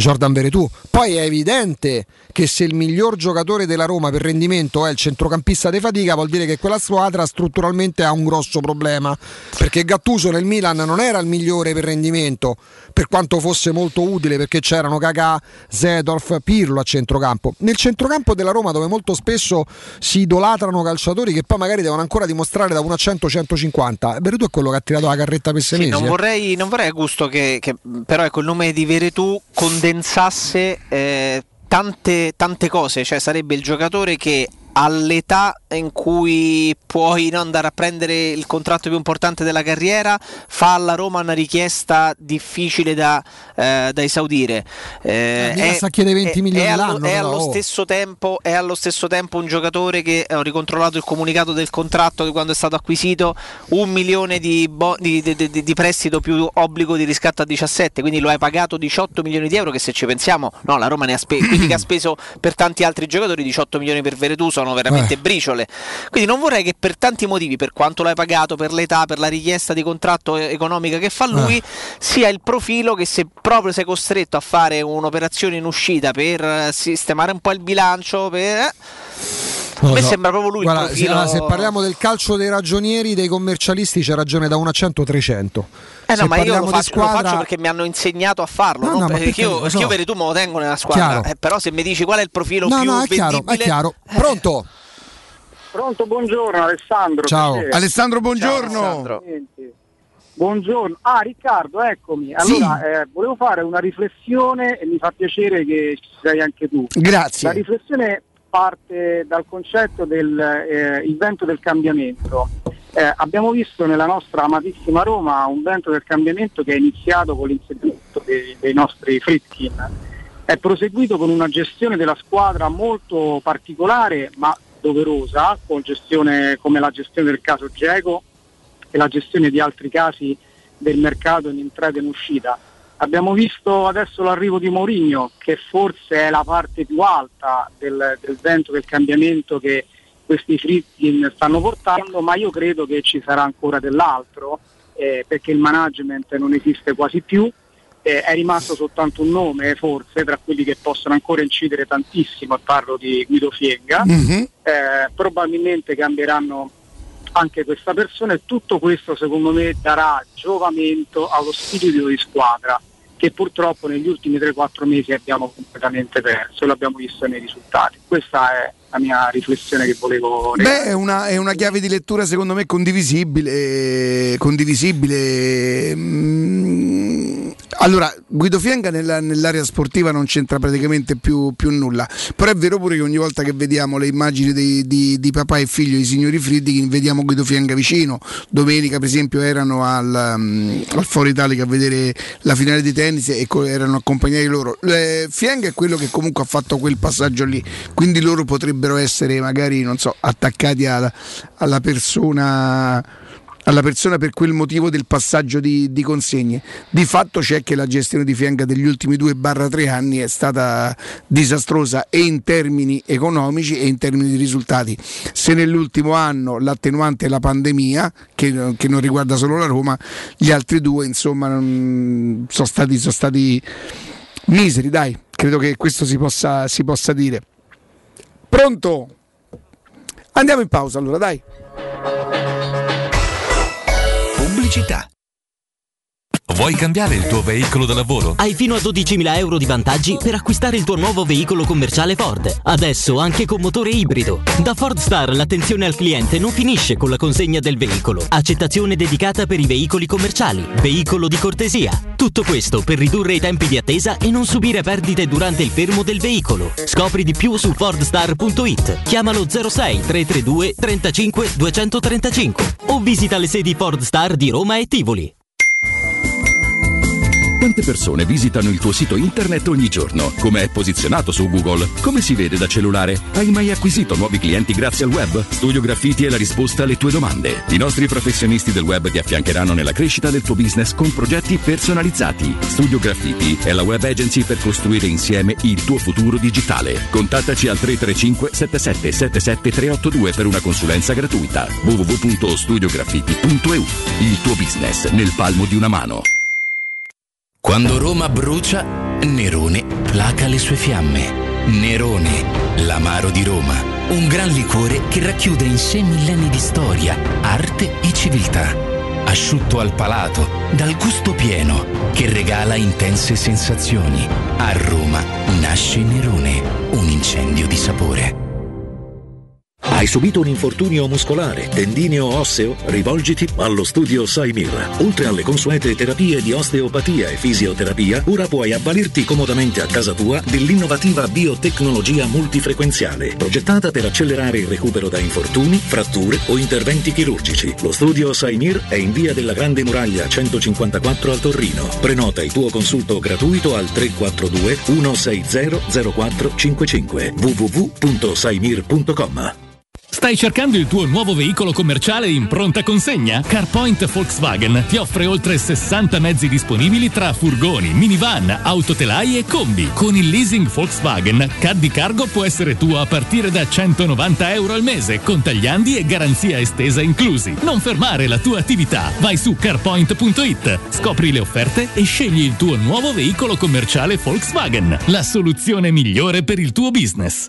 Jordan Veretout. Poi è evidente che se il miglior giocatore della Roma per rendimento è il centrocampista di fatica, vuol dire che quella squadra strutturalmente ha un grosso problema, perché Gattuso nel Milan non era il migliore per rendimento, per quanto fosse molto utile, perché c'erano Kakà, Seedorf, Pirlo a centrocampo. Nel centrocampo della Roma, dove molto spesso si idolatrano calciatori che poi magari devono ancora dimostrare da 1 a 100-150, Veretout è quello che ha tirato la carretta per 6 mesi. Non vorrei Augusto che però ecco, il nome di Veretout condensasse tante cose, cioè sarebbe il giocatore che all'età in cui puoi andare a prendere il contratto più importante della carriera fa alla Roma una richiesta difficile da esaudire. Sa chiede 20 milioni all'anno. È allo stesso tempo un giocatore che ho ricontrollato il comunicato del contratto di quando è stato acquisito, 1 milione di prestito più obbligo di riscatto a 17, quindi lo hai pagato 18 milioni di euro, che se ci pensiamo la Roma ne ha speso, quindi che ha speso per tanti altri giocatori. 18 milioni per Veretout sono veramente briciole, quindi non vorrei che per tanti motivi, per quanto l'hai pagato, per l'età, per la richiesta di contratto economica che fa lui, sia il profilo che, se proprio sei costretto a fare un'operazione in uscita per sistemare un po' il bilancio, a me sembra proprio lui. Guarda, il profilo. se parliamo del calcio dei ragionieri, dei commercialisti, c'è ragione da 1 a 100-300. No, ma io lo faccio perché mi hanno insegnato a farlo, no? Perché io Veretout me lo tengo nella squadra, però se mi dici qual è il profilo più vendibile, è chiaro. Pronto, buongiorno Alessandro. Ciao piacere. Alessandro, buongiorno. Ciao, Alessandro. Buongiorno. Riccardo, eccomi. Allora, volevo fare una riflessione e mi fa piacere che ci sei anche tu. Grazie. La riflessione parte dal concetto del il vento del cambiamento. Abbiamo visto nella nostra amatissima Roma un vento del cambiamento che è iniziato con l'inserimento dei nostri Friedkin, è proseguito con una gestione della squadra molto particolare ma doverosa, con gestione come la gestione del caso Dzeko e la gestione di altri casi del mercato in entrata e in uscita. Abbiamo visto adesso l'arrivo di Mourinho, che forse è la parte più alta del vento del cambiamento che questi Friedkin stanno portando, ma io credo che ci sarà ancora dell'altro, perché il management non esiste quasi più, è rimasto soltanto un nome forse tra quelli che possono ancora incidere tantissimo, parlo di Guido Fienga. Probabilmente cambieranno anche questa persona, e tutto questo secondo me darà giovamento allo spirito di squadra che purtroppo negli ultimi 3-4 mesi abbiamo completamente perso, e l'abbiamo visto nei risultati. Questa è la mia riflessione che volevo regalare. È una chiave di lettura secondo me condivisibile. Allora, Guido Fienga nell'area sportiva non c'entra praticamente più nulla, però è vero pure che ogni volta che vediamo le immagini di papà e figlio, i signori Friedkin, vediamo Guido Fienga vicino. Domenica per esempio erano al Foro Italica a vedere la finale di tennis e erano accompagnati loro. Fienga è quello che comunque ha fatto quel passaggio lì, quindi loro potrebbero essere magari, non so, attaccati alla persona per quel motivo del passaggio di consegne. Di fatto c'è che la gestione di Fienga degli ultimi 2-3 anni è stata disastrosa, e in termini economici e in termini di risultati. Se nell'ultimo anno l'attenuante è la pandemia, che non riguarda solo la Roma, gli altri due insomma sono stati miseri, dai, credo che questo si possa dire. Pronto? Andiamo in pausa allora, dai. Pubblicità. Vuoi cambiare il tuo veicolo da lavoro? Hai fino a 12.000 euro di vantaggi per acquistare il tuo nuovo veicolo commerciale Ford. Adesso anche con motore ibrido. Da Ford Star l'attenzione al cliente non finisce con la consegna del veicolo. Accettazione dedicata per i veicoli commerciali. Veicolo di cortesia. Tutto questo per ridurre i tempi di attesa e non subire perdite durante il fermo del veicolo. Scopri di più su fordstar.it. Chiamalo 06 332 35 235 o visita le sedi Ford Star di Roma e Tivoli. Quante persone visitano il tuo sito internet ogni giorno? Come è posizionato su Google? Come si vede da cellulare? Hai mai acquisito nuovi clienti grazie al web? Studio Graffiti è la risposta alle tue domande. I nostri professionisti del web ti affiancheranno nella crescita del tuo business con progetti personalizzati. Studio Graffiti è la web agency per costruire insieme il tuo futuro digitale. Contattaci al 335 77 77 382 per una consulenza gratuita. www.studiograffiti.eu. Il tuo business nel palmo di una mano. Quando Roma brucia, Nerone placa le sue fiamme. Nerone, l'amaro di Roma. Un gran liquore che racchiude in sé millenni di storia, arte e civiltà. Asciutto al palato, dal gusto pieno, che regala intense sensazioni. A Roma nasce Nerone, un incendio di sapore. Hai subito un infortunio muscolare, tendineo o osseo? Rivolgiti allo studio Saimir. Oltre alle consuete terapie di osteopatia e fisioterapia, ora puoi avvalerti comodamente a casa tua dell'innovativa biotecnologia multifrequenziale, progettata per accelerare il recupero da infortuni, fratture o interventi chirurgici. Lo studio Saimir è in via della Grande Muraglia 154 a Torino. Prenota il tuo consulto gratuito al 342 160 0455 www.saimir.com. Stai cercando il tuo nuovo veicolo commerciale in pronta consegna? CarPoint Volkswagen ti offre oltre 60 mezzi disponibili tra furgoni, minivan, autotelai e combi. Con il leasing Volkswagen, Caddy Cargo può essere tuo a partire da €190 al mese, con tagliandi e garanzia estesa inclusi. Non fermare la tua attività. Vai su carpoint.it, scopri le offerte e scegli il tuo nuovo veicolo commerciale Volkswagen. La soluzione migliore per il tuo business.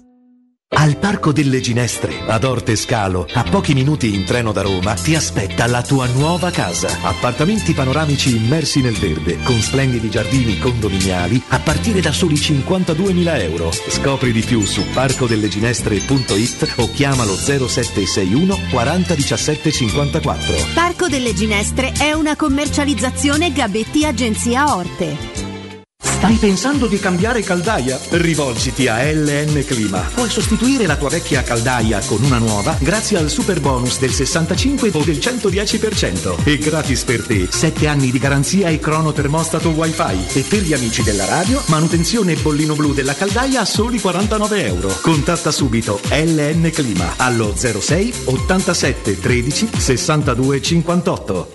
Al Parco delle Ginestre, ad Orte Scalo, a pochi minuti in treno da Roma, ti aspetta la tua nuova casa. Appartamenti panoramici immersi nel verde, con splendidi giardini condominiali, a partire da soli €52.000. Scopri di più su parcodelleginestre.it o chiamalo 0761 40 17 54. Parco delle Ginestre è una commercializzazione Gabetti Agenzia Orte. Stai pensando di cambiare caldaia? Rivolgiti a LN Clima. Puoi sostituire la tua vecchia caldaia con una nuova grazie al super bonus del 65 o del 110%. E gratis per te 7 anni di garanzia e cronotermostato wifi. E per gli amici della radio, manutenzione e bollino blu della caldaia a soli €49. Contatta subito LN Clima allo 06 87 13 62 58.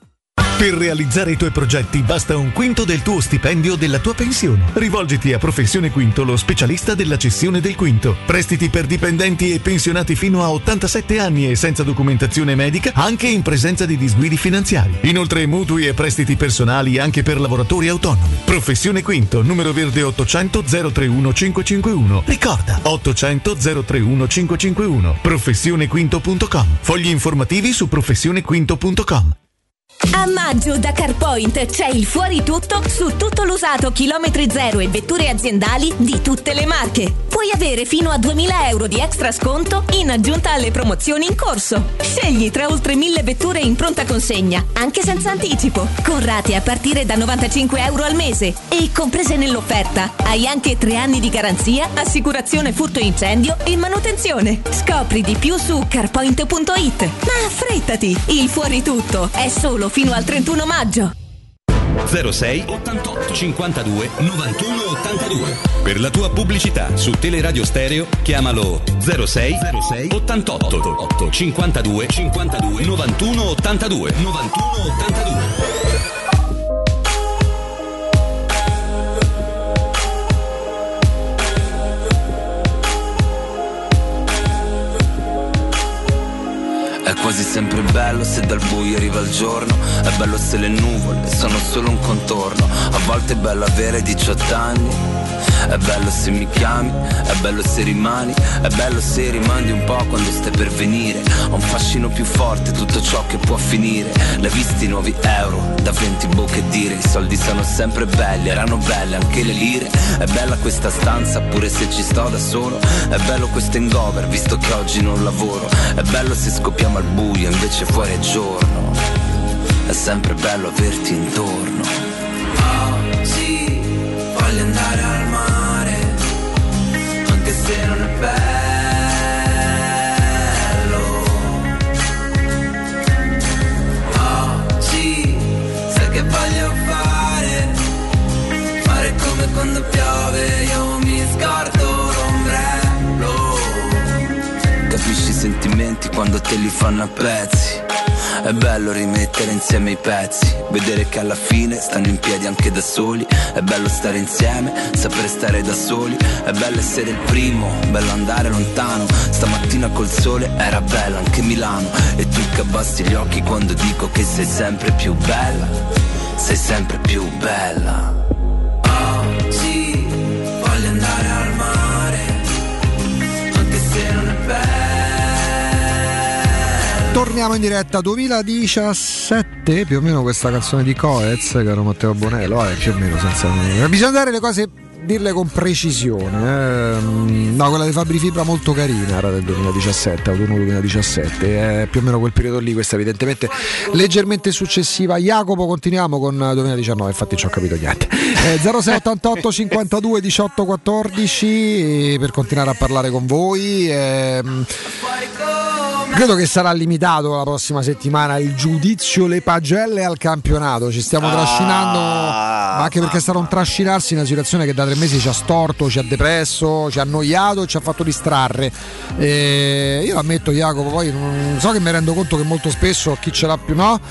Per realizzare i tuoi progetti basta un quinto del tuo stipendio o della tua pensione. Rivolgiti a Professione Quinto, lo specialista della cessione del quinto. Prestiti per dipendenti e pensionati fino a 87 anni e senza documentazione medica, anche in presenza di disguidi finanziari. Inoltre mutui e prestiti personali anche per lavoratori autonomi. Professione Quinto, numero verde 800 031 551. Ricorda, 800 031 551. Professionequinto.com. Fogli informativi su professionequinto.com. A maggio da CarPoint c'è il fuori tutto su tutto l'usato chilometri zero e vetture aziendali di tutte le marche. Puoi avere fino a €2.000 di extra sconto in aggiunta alle promozioni in corso. Scegli tra oltre 1.000 vetture in pronta consegna, anche senza anticipo, con rate a partire da €95 al mese. E comprese nell'offerta hai anche 3 anni di garanzia, assicurazione furto incendio e manutenzione. Scopri di più su carpoint.it. Ma affrettati, il fuori tutto è solo fino al 31 maggio. 06 88 52 91 82. Per la tua pubblicità su Teleradio Stereo chiamalo 06 88 52 91 82. È quasi sempre bello se dal buio arriva il giorno, è bello se le nuvole sono solo un contorno, a volte è bello avere 18 anni, è bello se mi chiami, è bello se rimani, è bello se rimandi un po' quando stai per venire, ha un fascino più forte tutto ciò che può finire, l'hai visti i nuovi euro, da 20 bocche dire, i soldi sono sempre belli, erano belle anche le lire, è bella questa stanza pure se ci sto da solo, è bello questo hangover visto che oggi non lavoro, è bello se scoppiamo al buio invece fuori è giorno, è sempre bello averti intorno. Oggi voglio andare al mare, anche se non è bello. Oggi sai che voglio fare come quando piove, io mi scordo l'ombrello. Capisci i sentimenti quando te li fanno a pezzi. È bello rimettere insieme i pezzi, vedere che alla fine stanno in piedi anche da soli. È bello stare insieme, sapere stare da soli. È bello essere il primo, bello andare lontano. Stamattina col sole era bella anche Milano. E tu che abbassi gli occhi quando dico che sei sempre più bella. Sei sempre più bella. Oggi Torniamo in diretta 2017, più o meno questa canzone di Coez, caro Matteo Bonello, più o meno senza. Bisogna dare le cose, dirle con precisione. No, quella di Fabri Fibra molto carina, era del 2017, autunno 2017, più o meno quel periodo lì, questa evidentemente leggermente successiva. Jacopo, continuiamo con 2019, infatti non ci ho capito niente. 0688 52 18 14 per continuare a parlare con voi. Credo che sarà limitato la prossima settimana il giudizio, le pagelle al campionato. Ci stiamo trascinando, ma anche perché è stato un trascinarsi in una situazione che da 3 mesi ci ha storto, ci ha depresso, ci ha annoiato e ci ha fatto distrarre. Io ammetto, Jacopo, poi non so, che mi rendo conto che molto spesso chi ce l'ha più no.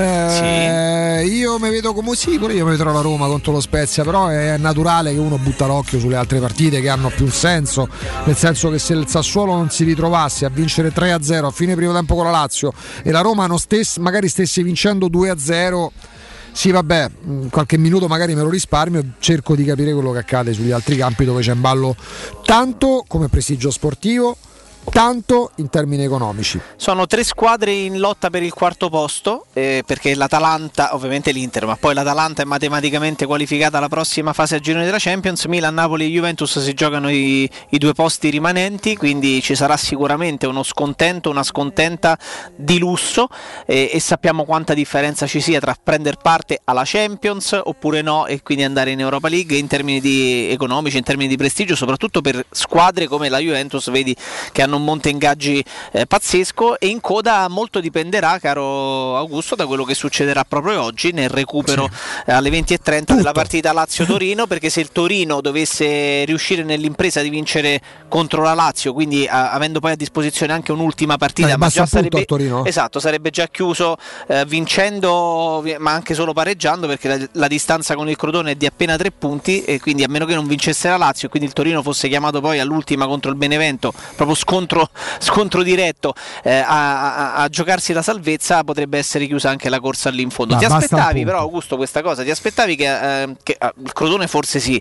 Io mi vedo come pure io mi vedrò la Roma contro lo Spezia, però è naturale che uno butta l'occhio sulle altre partite che hanno più senso, nel senso che se il Sassuolo non si ritrovasse a vincere 3-0 a fine primo tempo con la Lazio e la Roma magari stesse vincendo 2-0, sì vabbè, qualche minuto magari me lo risparmio, cerco di capire quello che accade sugli altri campi dove c'è in ballo tanto come prestigio sportivo, tanto in termini economici. Sono 3 squadre in lotta per il quarto posto, perché l'Atalanta, ovviamente l'Inter, ma poi l'Atalanta è matematicamente qualificata alla prossima fase a girone della Champions. Milan, Napoli e Juventus si giocano i 2 posti rimanenti, quindi ci sarà sicuramente uno scontento, una scontenta di lusso, e sappiamo quanta differenza ci sia tra prendere parte alla Champions oppure no, e quindi andare in Europa League in termini di economici, in termini di prestigio, soprattutto per squadre come la Juventus, vedi, che hanno un monte ingaggi pazzesco. E in coda molto dipenderà, caro Augusto, da quello che succederà proprio oggi nel recupero alle 20:30 della partita Lazio-Torino, perché se il Torino dovesse riuscire nell'impresa di vincere contro la Lazio, quindi avendo poi a disposizione anche un'ultima partita, ma già sarebbe, esatto, sarebbe già chiuso vincendo, ma anche solo pareggiando, perché la distanza con il Crotone è di appena 3 punti, e quindi a meno che non vincesse la Lazio e quindi il Torino fosse chiamato poi all'ultima contro il Benevento, proprio scontro diretto, a giocarsi la salvezza, potrebbe essere chiusa anche la corsa lì in fondo. Ti aspettavi però, Augusto, questa cosa? Ti aspettavi che il Crotone forse sì.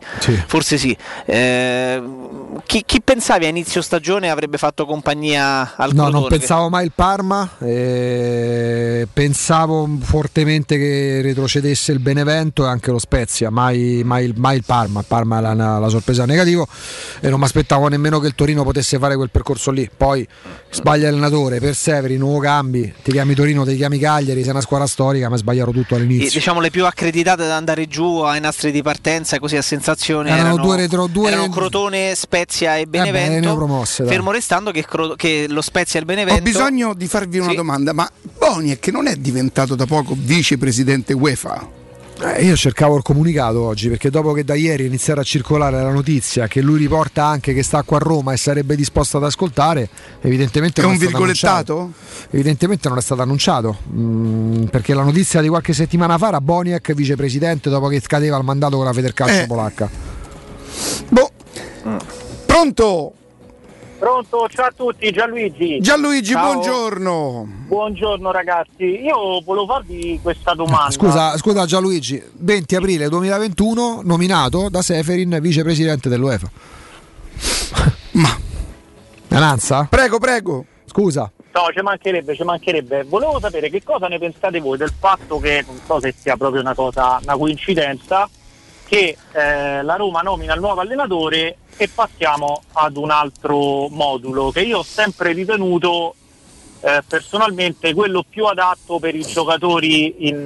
Chi pensavi a inizio stagione avrebbe fatto compagnia al Crotone? No, non pensavo mai il Parma, pensavo fortemente che retrocedesse il Benevento e anche lo Spezia, mai il Parma. Il Parma è la sorpresa negativa, e non mi aspettavo nemmeno che il Torino potesse fare quel percorso lì. Poi sbaglia l'allenatore, perseveri, nuovo cambi, ti chiami Torino, ti chiami Cagliari, sei una squadra storica, ma sbagliato tutto all'inizio. Diciamo le più accreditate ad andare giù ai nastri di partenza, così a sensazione erano Crotone, Spezia e Benevento, promosse, fermo restando che lo Spezia e il Benevento. Ho bisogno di farvi una domanda, ma Boniek non è diventato da poco vicepresidente UEFA? Io cercavo il comunicato oggi, perché dopo che da ieri è iniziata a circolare la notizia che lui riporta anche che sta qua a Roma e sarebbe disposto ad ascoltare, evidentemente è non un virgolettato? Evidentemente non è stato annunciato, perché la notizia di qualche settimana fa era Boniek vicepresidente dopo che scadeva il mandato con la Federcalcio polacca. Pronto? Pronto, ciao a tutti, Gianluigi, ciao. Buongiorno. Buongiorno ragazzi, io volevo farvi questa domanda. Scusa Gianluigi, 20 aprile 2021 nominato da Seferin vicepresidente dell'UEFA. Ma Nananza? Prego. Scusa. No, ci mancherebbe. Volevo sapere che cosa ne pensate voi del fatto che, non so se sia proprio una coincidenza, che la Roma nomina il nuovo allenatore e passiamo ad un altro modulo che io ho sempre ritenuto personalmente quello più adatto per i giocatori in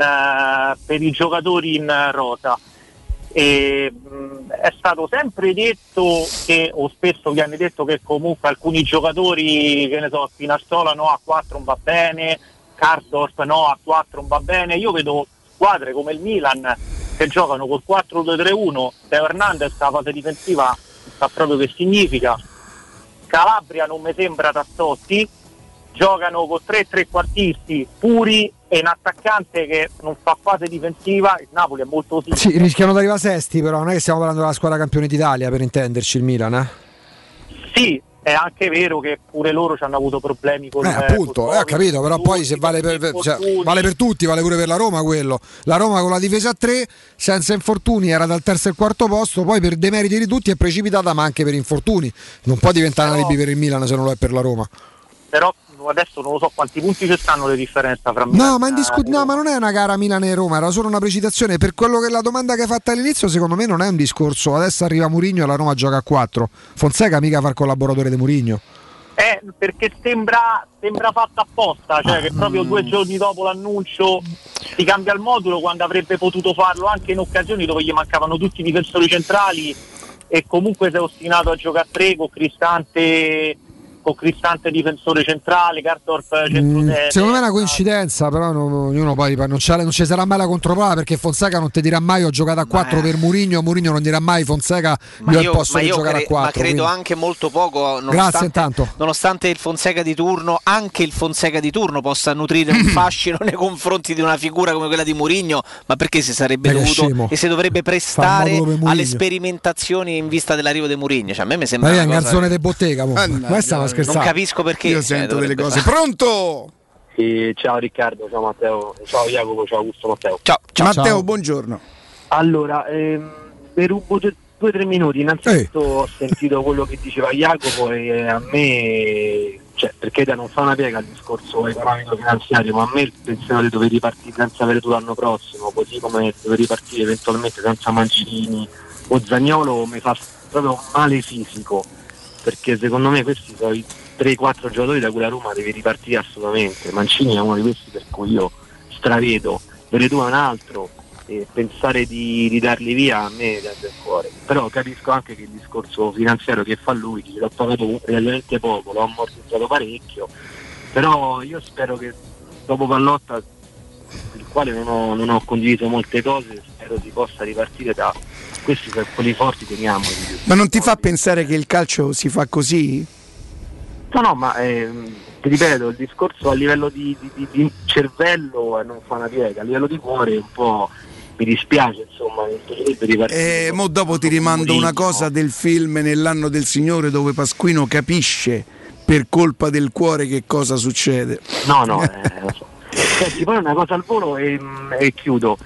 rosa. È stato sempre detto che, o spesso viene detto, che comunque alcuni giocatori, che ne so, Spinazzola no, a 4 non va bene, Karsdorp no, a 4 non va bene. Io vedo squadre come il Milan che giocano col 4-2-3-1, Teo Hernandez la fase difensiva non sa proprio che significa, Calabria non mi sembra Tassotti, giocano con 3 trequartisti puri e un attaccante che non fa fase difensiva. Il Napoli è molto simile. Sì, rischiano di arrivare sesti, però non è che stiamo parlando della squadra campione d'Italia, per intenderci, il Milan. Sì, è anche vero che pure loro ci hanno avuto problemi con appunto, ho capito, però poi se vale per tutti, vale pure per la Roma quello. La Roma con la difesa a 3 senza infortuni era dal terzo e quarto posto, poi per demeriti di tutti è precipitata, ma anche per infortuni. Non può diventare una alibi per il Milan se non lo è per la Roma. Però adesso non lo so quanti punti ci stanno le differenze fra No, ma non è una gara Milan e Roma, era solo una precisazione. Per quello che la domanda che hai fatta all'inizio, secondo me non è un discorso. Adesso arriva Mourinho e la Roma gioca a 4. Fonseca mica fa il collaboratore di Mourinho. Perché sembra fatta apposta, cioè che proprio 2 giorni dopo l'annuncio si cambia il modulo, quando avrebbe potuto farlo anche in occasioni dove gli mancavano tutti i difensori centrali, e comunque si è ostinato a giocare a 3 con Cristante difensore centrale, Karsdorp centrodestra. Secondo me è una coincidenza, però ognuno poi non ci sarà mai la controprova, perché Fonseca non ti dirà mai ho giocato a 4 per Mourinho non dirà mai Fonseca io al posto di giocare a 4. Ma credo anche molto poco, grazie intanto. Nonostante il Fonseca di turno, anche il Fonseca di turno possa nutrire un fascino nei confronti di una figura come quella di Mourinho, ma perché si sarebbe dovuto e si dovrebbe prestare alle sperimentazioni in vista dell'arrivo di Mourinho? Cioè, a me sembra un garzone di bottega, non capisco perché. Io sento delle cose. Pronto? Ciao Riccardo, ciao Matteo, ciao Jacopo, ciao Augusto, Matteo. Ciao Matteo, buongiorno. Allora, per un po' 2-3 minuti, innanzitutto ho sentito quello che diceva Jacopo e a me, cioè, perché non fa una piega il discorso economico finanziario, ma a me il pensiero di dover ripartire senza Veretù l'anno prossimo, così come dover ripartire eventualmente senza Mancini o Zaniolo, mi fa proprio male fisico, perché secondo me questi sono i 3-4 giocatori da cui la Roma deve ripartire assolutamente. Mancini è uno di questi per cui io stravedo, Veretù è un altro, e pensare di darli via a me rende il cuore. Però capisco anche che il discorso finanziario che fa lui, che l'ho pagato relativamente poco, l'ho ammortizzato parecchio, però io spero che dopo Pallotta, il quale non ho condiviso molte cose, spero si possa ripartire da questi, per quelli forti teniamoli. Ma non ti fa pensare che il calcio si fa così? No, ma ti ripeto, il discorso a livello di cervello non fa una piega, a livello di cuore un po' mi dispiace, insomma, mo dopo ti rimando una cosa del film Nell'anno del Signore, dove Pasquino capisce per colpa del cuore che cosa succede. No, lo so. Senti, poi una cosa al volo e chiudo.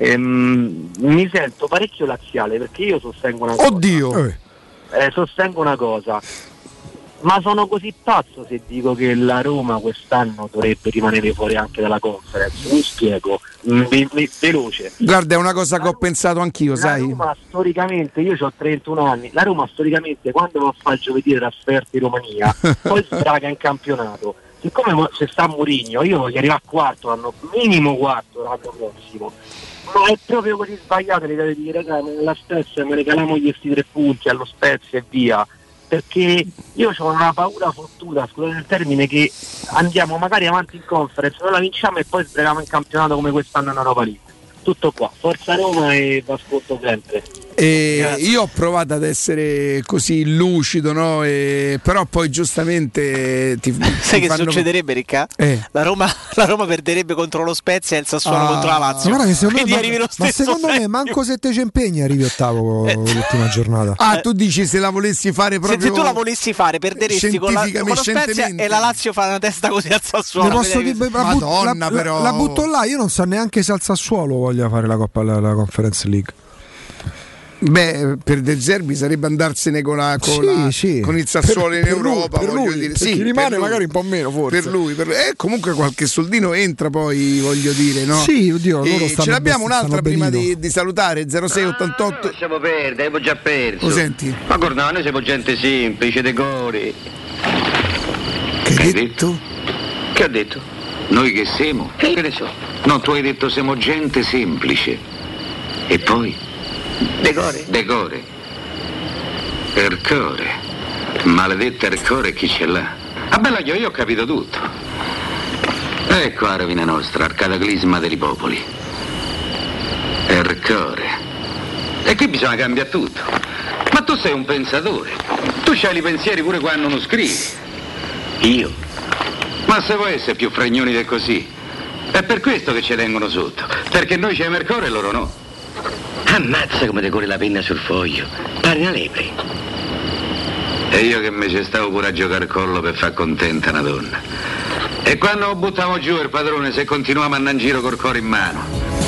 Mi sento parecchio laziale, perché io sostengo una cosa. Oddio! Sostengo una cosa. Ma sono così pazzo se dico che la Roma quest'anno dovrebbe rimanere fuori anche dalla Conference. Mi spiego, veloce. Guarda, è una cosa che ho pensato anch'io, sai? La Roma storicamente, io ho 31 anni, la Roma storicamente quando va a fare il giovedì trasferta in Romania, poi sbraga in campionato. Siccome se sta Mourinho, io gli arrivo a quarto l'anno, minimo quarto l'anno prossimo. Ma è proprio così sbagliato l'idea di dire la Spezia, me regaliamo questi 3 punti allo Spezia e via. Perché io ho una paura fottuta, scusate il termine, che andiamo magari avanti in Conference, noi la vinciamo e poi sbreghiamo in campionato come quest'anno in Europa League. Tutto qua, forza Roma e vi ascolto sempre. Io ho provato ad essere così lucido, no? Però poi giustamente sai che succederebbe, Ricca? La Roma perderebbe contro lo Spezia e il Sassuolo contro la Lazio. Guarda che secondo me manco se te ci impegni arrivi ottavo l'ultima giornata. Tu dici se la volessi fare proprio, se tu la volessi fare perderesti con lo Spezia e la Lazio fa una testa così al Sassuolo. Madonna, però la butto là, io non so neanche se al Sassuolo voglia fare la Conference League. Beh, per De Zerbi sarebbe andarsene con il Sassuolo in Europa, voglio dire. Sì, chi rimane magari un po' meno, forse. Per lui. Comunque qualche soldino entra, poi, voglio dire, no? Sì, oddio, loro ce l'abbiamo un'altra prima di salutare, 0688. Lasciamo perdere, abbiamo già perso. Lo senti? Ma guarda, noi siamo gente semplice, decori. Che hai detto? Che ha detto? Noi che siamo? Che ne so? No, tu hai detto siamo gente semplice. E poi? Decore. Ercore. Maledetta Ercore, chi ce l'ha? Ah bella, io ho capito tutto. Ecco la rovina nostra, al cataclisma dei popoli. Ercore. E qui bisogna cambiare tutto. Ma tu sei un pensatore. Tu c'hai i pensieri pure quando non scrivi. Io? Ma se vuoi essere più fregnoni di così. È per questo che ci tengono sotto. Perché noi c'è Ercore e loro no. Ammazza come decorre la penna sul foglio. Pare una lepre. E io che invece stavo pure a giocare al collo per far contenta una donna. E quando buttavo giù il padrone, se continuiamo a andare in giro col cuore in mano.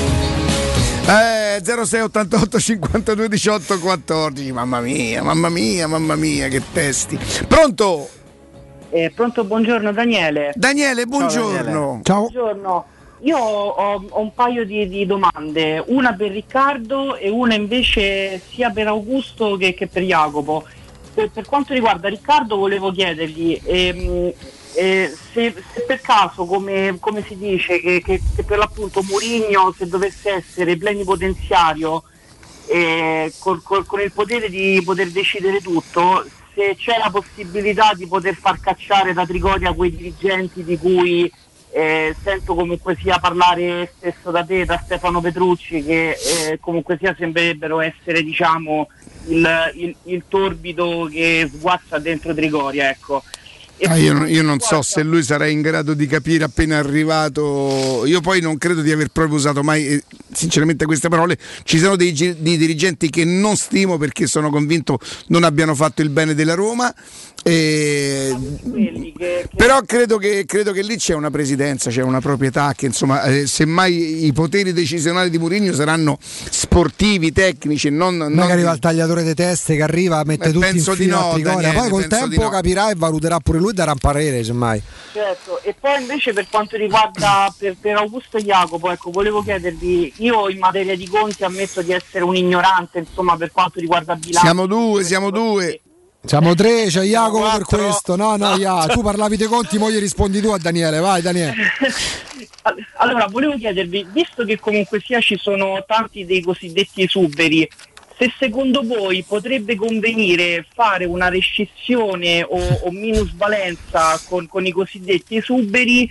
0688 52 18 14. Mamma mia, che testi. Pronto? Pronto, buongiorno Daniele. Daniele, buongiorno. Ciao. Buongiorno. Io ho un paio di domande, una per Riccardo e una invece sia per Augusto che per Jacopo. Per quanto riguarda Riccardo volevo chiedergli se per caso, come si dice, che per l'appunto Mourinho, se dovesse essere plenipotenziario con il potere di poter decidere tutto, se c'è la possibilità di poter far cacciare da Trigoria quei dirigenti di cui sento comunque sia parlare spesso da te, da Stefano Petrucci, che comunque sia sembrerebbero essere, diciamo, il torbido che sguazza dentro Trigoria, ecco. Io non so se lui sarà in grado di capire appena arrivato. Io poi non credo di aver proprio usato mai sinceramente queste parole. Ci sono dei dirigenti che non stimo perché sono convinto non abbiano fatto il bene della Roma, però credo che lì c'è una presidenza, c'è una proprietà che insomma semmai i poteri decisionali di Mourinho saranno sportivi, tecnici, non arriva il tagliatore di teste che arriva, mette tutti in fila a Trigoria, poi col tempo capirà e valuterà pure lui, darà un parere semmai. Certo. E poi invece per quanto riguarda per Augusto e Jacopo, ecco, volevo chiedervi, io in materia di conti ammetto di essere un ignorante, insomma, per quanto riguarda il bilancio. Siamo due. Siamo tre, c'è Jacopo per questo. No, tu parlavi dei conti, mo gli rispondi tu a Daniele, vai Daniele. Allora, volevo chiedervi, visto che comunque sia ci sono tanti dei cosiddetti esuberi, se secondo voi potrebbe convenire fare una rescissione o minusvalenza con i cosiddetti esuberi,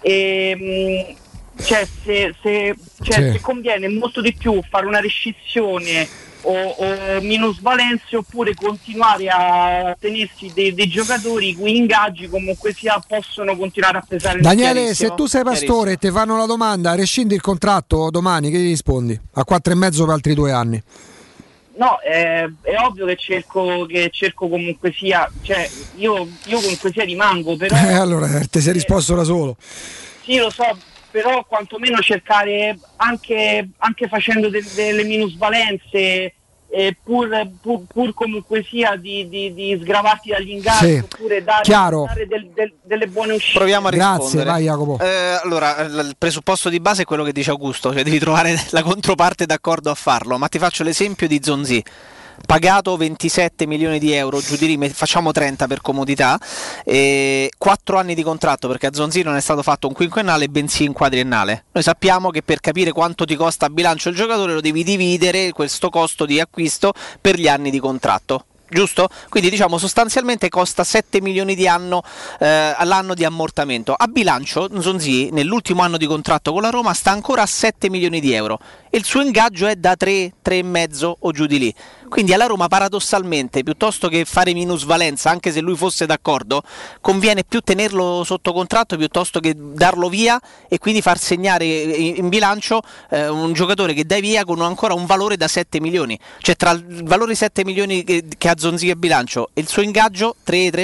se conviene molto di più fare una rescissione o minusvalenze, oppure continuare a tenersi dei giocatori i cui ingaggi comunque sia possono continuare a pesare. Daniele, se tu sei Pastore e ti fanno la domanda, rescindi il contratto domani, che gli rispondi? A 4,5 per altri 2 anni. No, è ovvio che cerco comunque sia, cioè io comunque sia rimango, però allora ti sei risposto da solo. Sì, lo so, però quantomeno cercare anche facendo delle minusvalenze, pur comunque sia di sgravarti dagli ingaggi, oppure dare delle buone uscite. Proviamo a rispondere. Grazie, vai Jacopo. Allora, il presupposto di base è quello che dice Augusto, cioè devi trovare la controparte d'accordo a farlo, ma ti faccio l'esempio di Zonzi. Pagato 27 milioni di euro, giù di lì, facciamo 30 per comodità, 4 anni di contratto, perché a Zonzi non è stato fatto un quinquennale bensì un quadriennale. Noi sappiamo che per capire quanto ti costa a bilancio il giocatore lo devi dividere questo costo di acquisto per gli anni di contratto, giusto? Quindi diciamo sostanzialmente costa 7 milioni di all'anno di ammortamento. A bilancio Zonzi nell'ultimo anno di contratto con la Roma sta ancora a 7 milioni di euro e il suo ingaggio è da 3,5 o giù di lì. Quindi alla Roma paradossalmente, piuttosto che fare minusvalenza, anche se lui fosse d'accordo, conviene più tenerlo sotto contratto piuttosto che darlo via e quindi far segnare in bilancio un giocatore che dai via con ancora un valore da 7 milioni. Cioè tra il valore di 7 milioni che ha Zonzi a bilancio e il suo ingaggio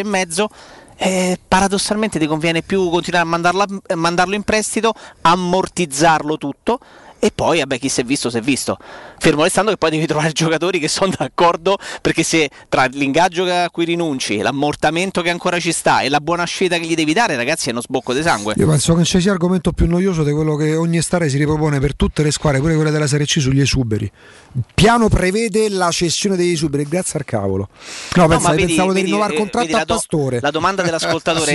3,5, paradossalmente ti conviene più continuare a mandarlo in prestito, ammortizzarlo tutto. E poi, vabbè, chi si è visto, fermo restando che poi devi trovare giocatori che sono d'accordo, perché se tra l'ingaggio a cui rinunci, l'ammortamento che ancora ci sta e la buona scelta che gli devi dare, ragazzi, è uno sbocco di sangue. Io penso che non ci sia argomento più noioso di quello che ogni estate si ripropone per tutte le squadre, pure quelle della Serie C, sugli esuberi. Il piano prevede la cessione degli esuberi, grazie al cavolo. Pensavo di rinnovare il contratto a Pastore. La domanda dell'ascoltatore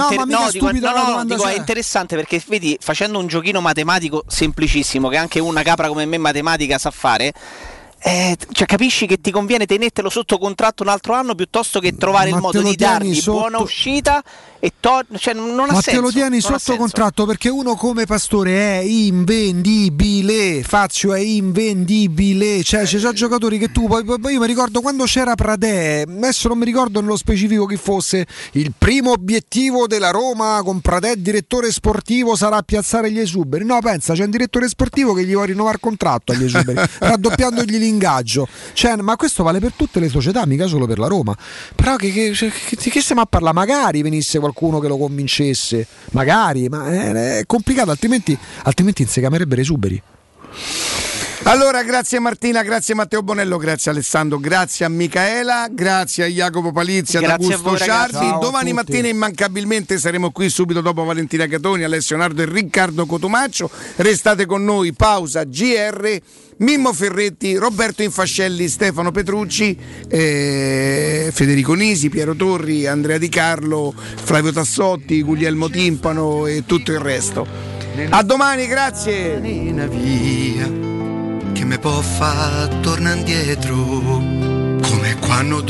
è interessante, perché vedi, facendo un giochino matematico semplicissimo, che anche una capra come me matematica sa fare, cioè capisci che ti conviene tenertelo sotto contratto un altro anno piuttosto che trovare il modo di dargli buona uscita e cioè non ha senso. Ma te lo tieni sotto contratto perché uno come Pastore è invendibile, Fazio è invendibile, cioè ci sono giocatori che tu poi io mi ricordo quando c'era Pradè, adesso non mi ricordo nello specifico chi fosse, il primo obiettivo della Roma con Pradè direttore sportivo sarà piazzare gli esuberi. No, pensa, c'è un direttore sportivo che gli vuole rinnovare il contratto agli esuberi raddoppiandogli l'ingaggio, cioè, ma questo vale per tutte le società, mica solo per la Roma. Però che stiamo a parlare? Magari venisse qualcuno che lo convincesse, magari, ma è complicato, altrimenti non si chiamerebbero esuberi. Allora, grazie Martina, grazie Matteo Bonello, grazie Alessandro, grazie a Micaela, grazie a Jacopo Palizia, ad Augusto Ciardi. Domani mattina immancabilmente saremo qui subito dopo Valentina Catoni, Alessio Nardo e Riccardo Cotumaccio. Restate con noi, pausa, GR, Mimmo Ferretti, Roberto Infascelli, Stefano Petrucci, Federico Nisi, Piero Torri, Andrea Di Carlo, Flavio Tassotti, Guglielmo Timpano e tutto il resto. A domani, grazie. Via che mi può far tornare indietro come quando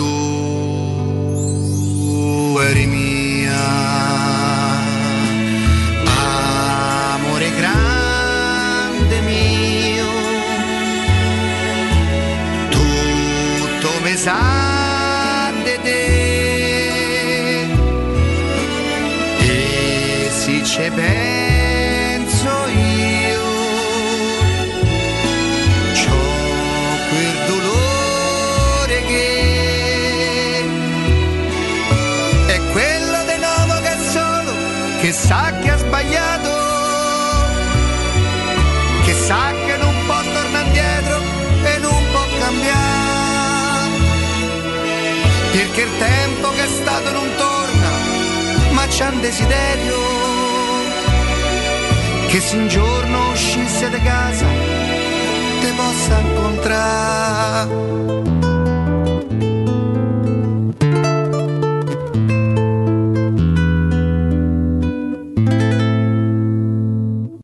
tu eri mia. Amore grande mio, tutto mi sa di te e si c'è penso io. Che sa che ha sbagliato, che sa che non può tornare indietro e non può cambiare, perché il tempo che è stato non torna, ma c'è un desiderio che se un giorno uscisse da casa te possa incontrare.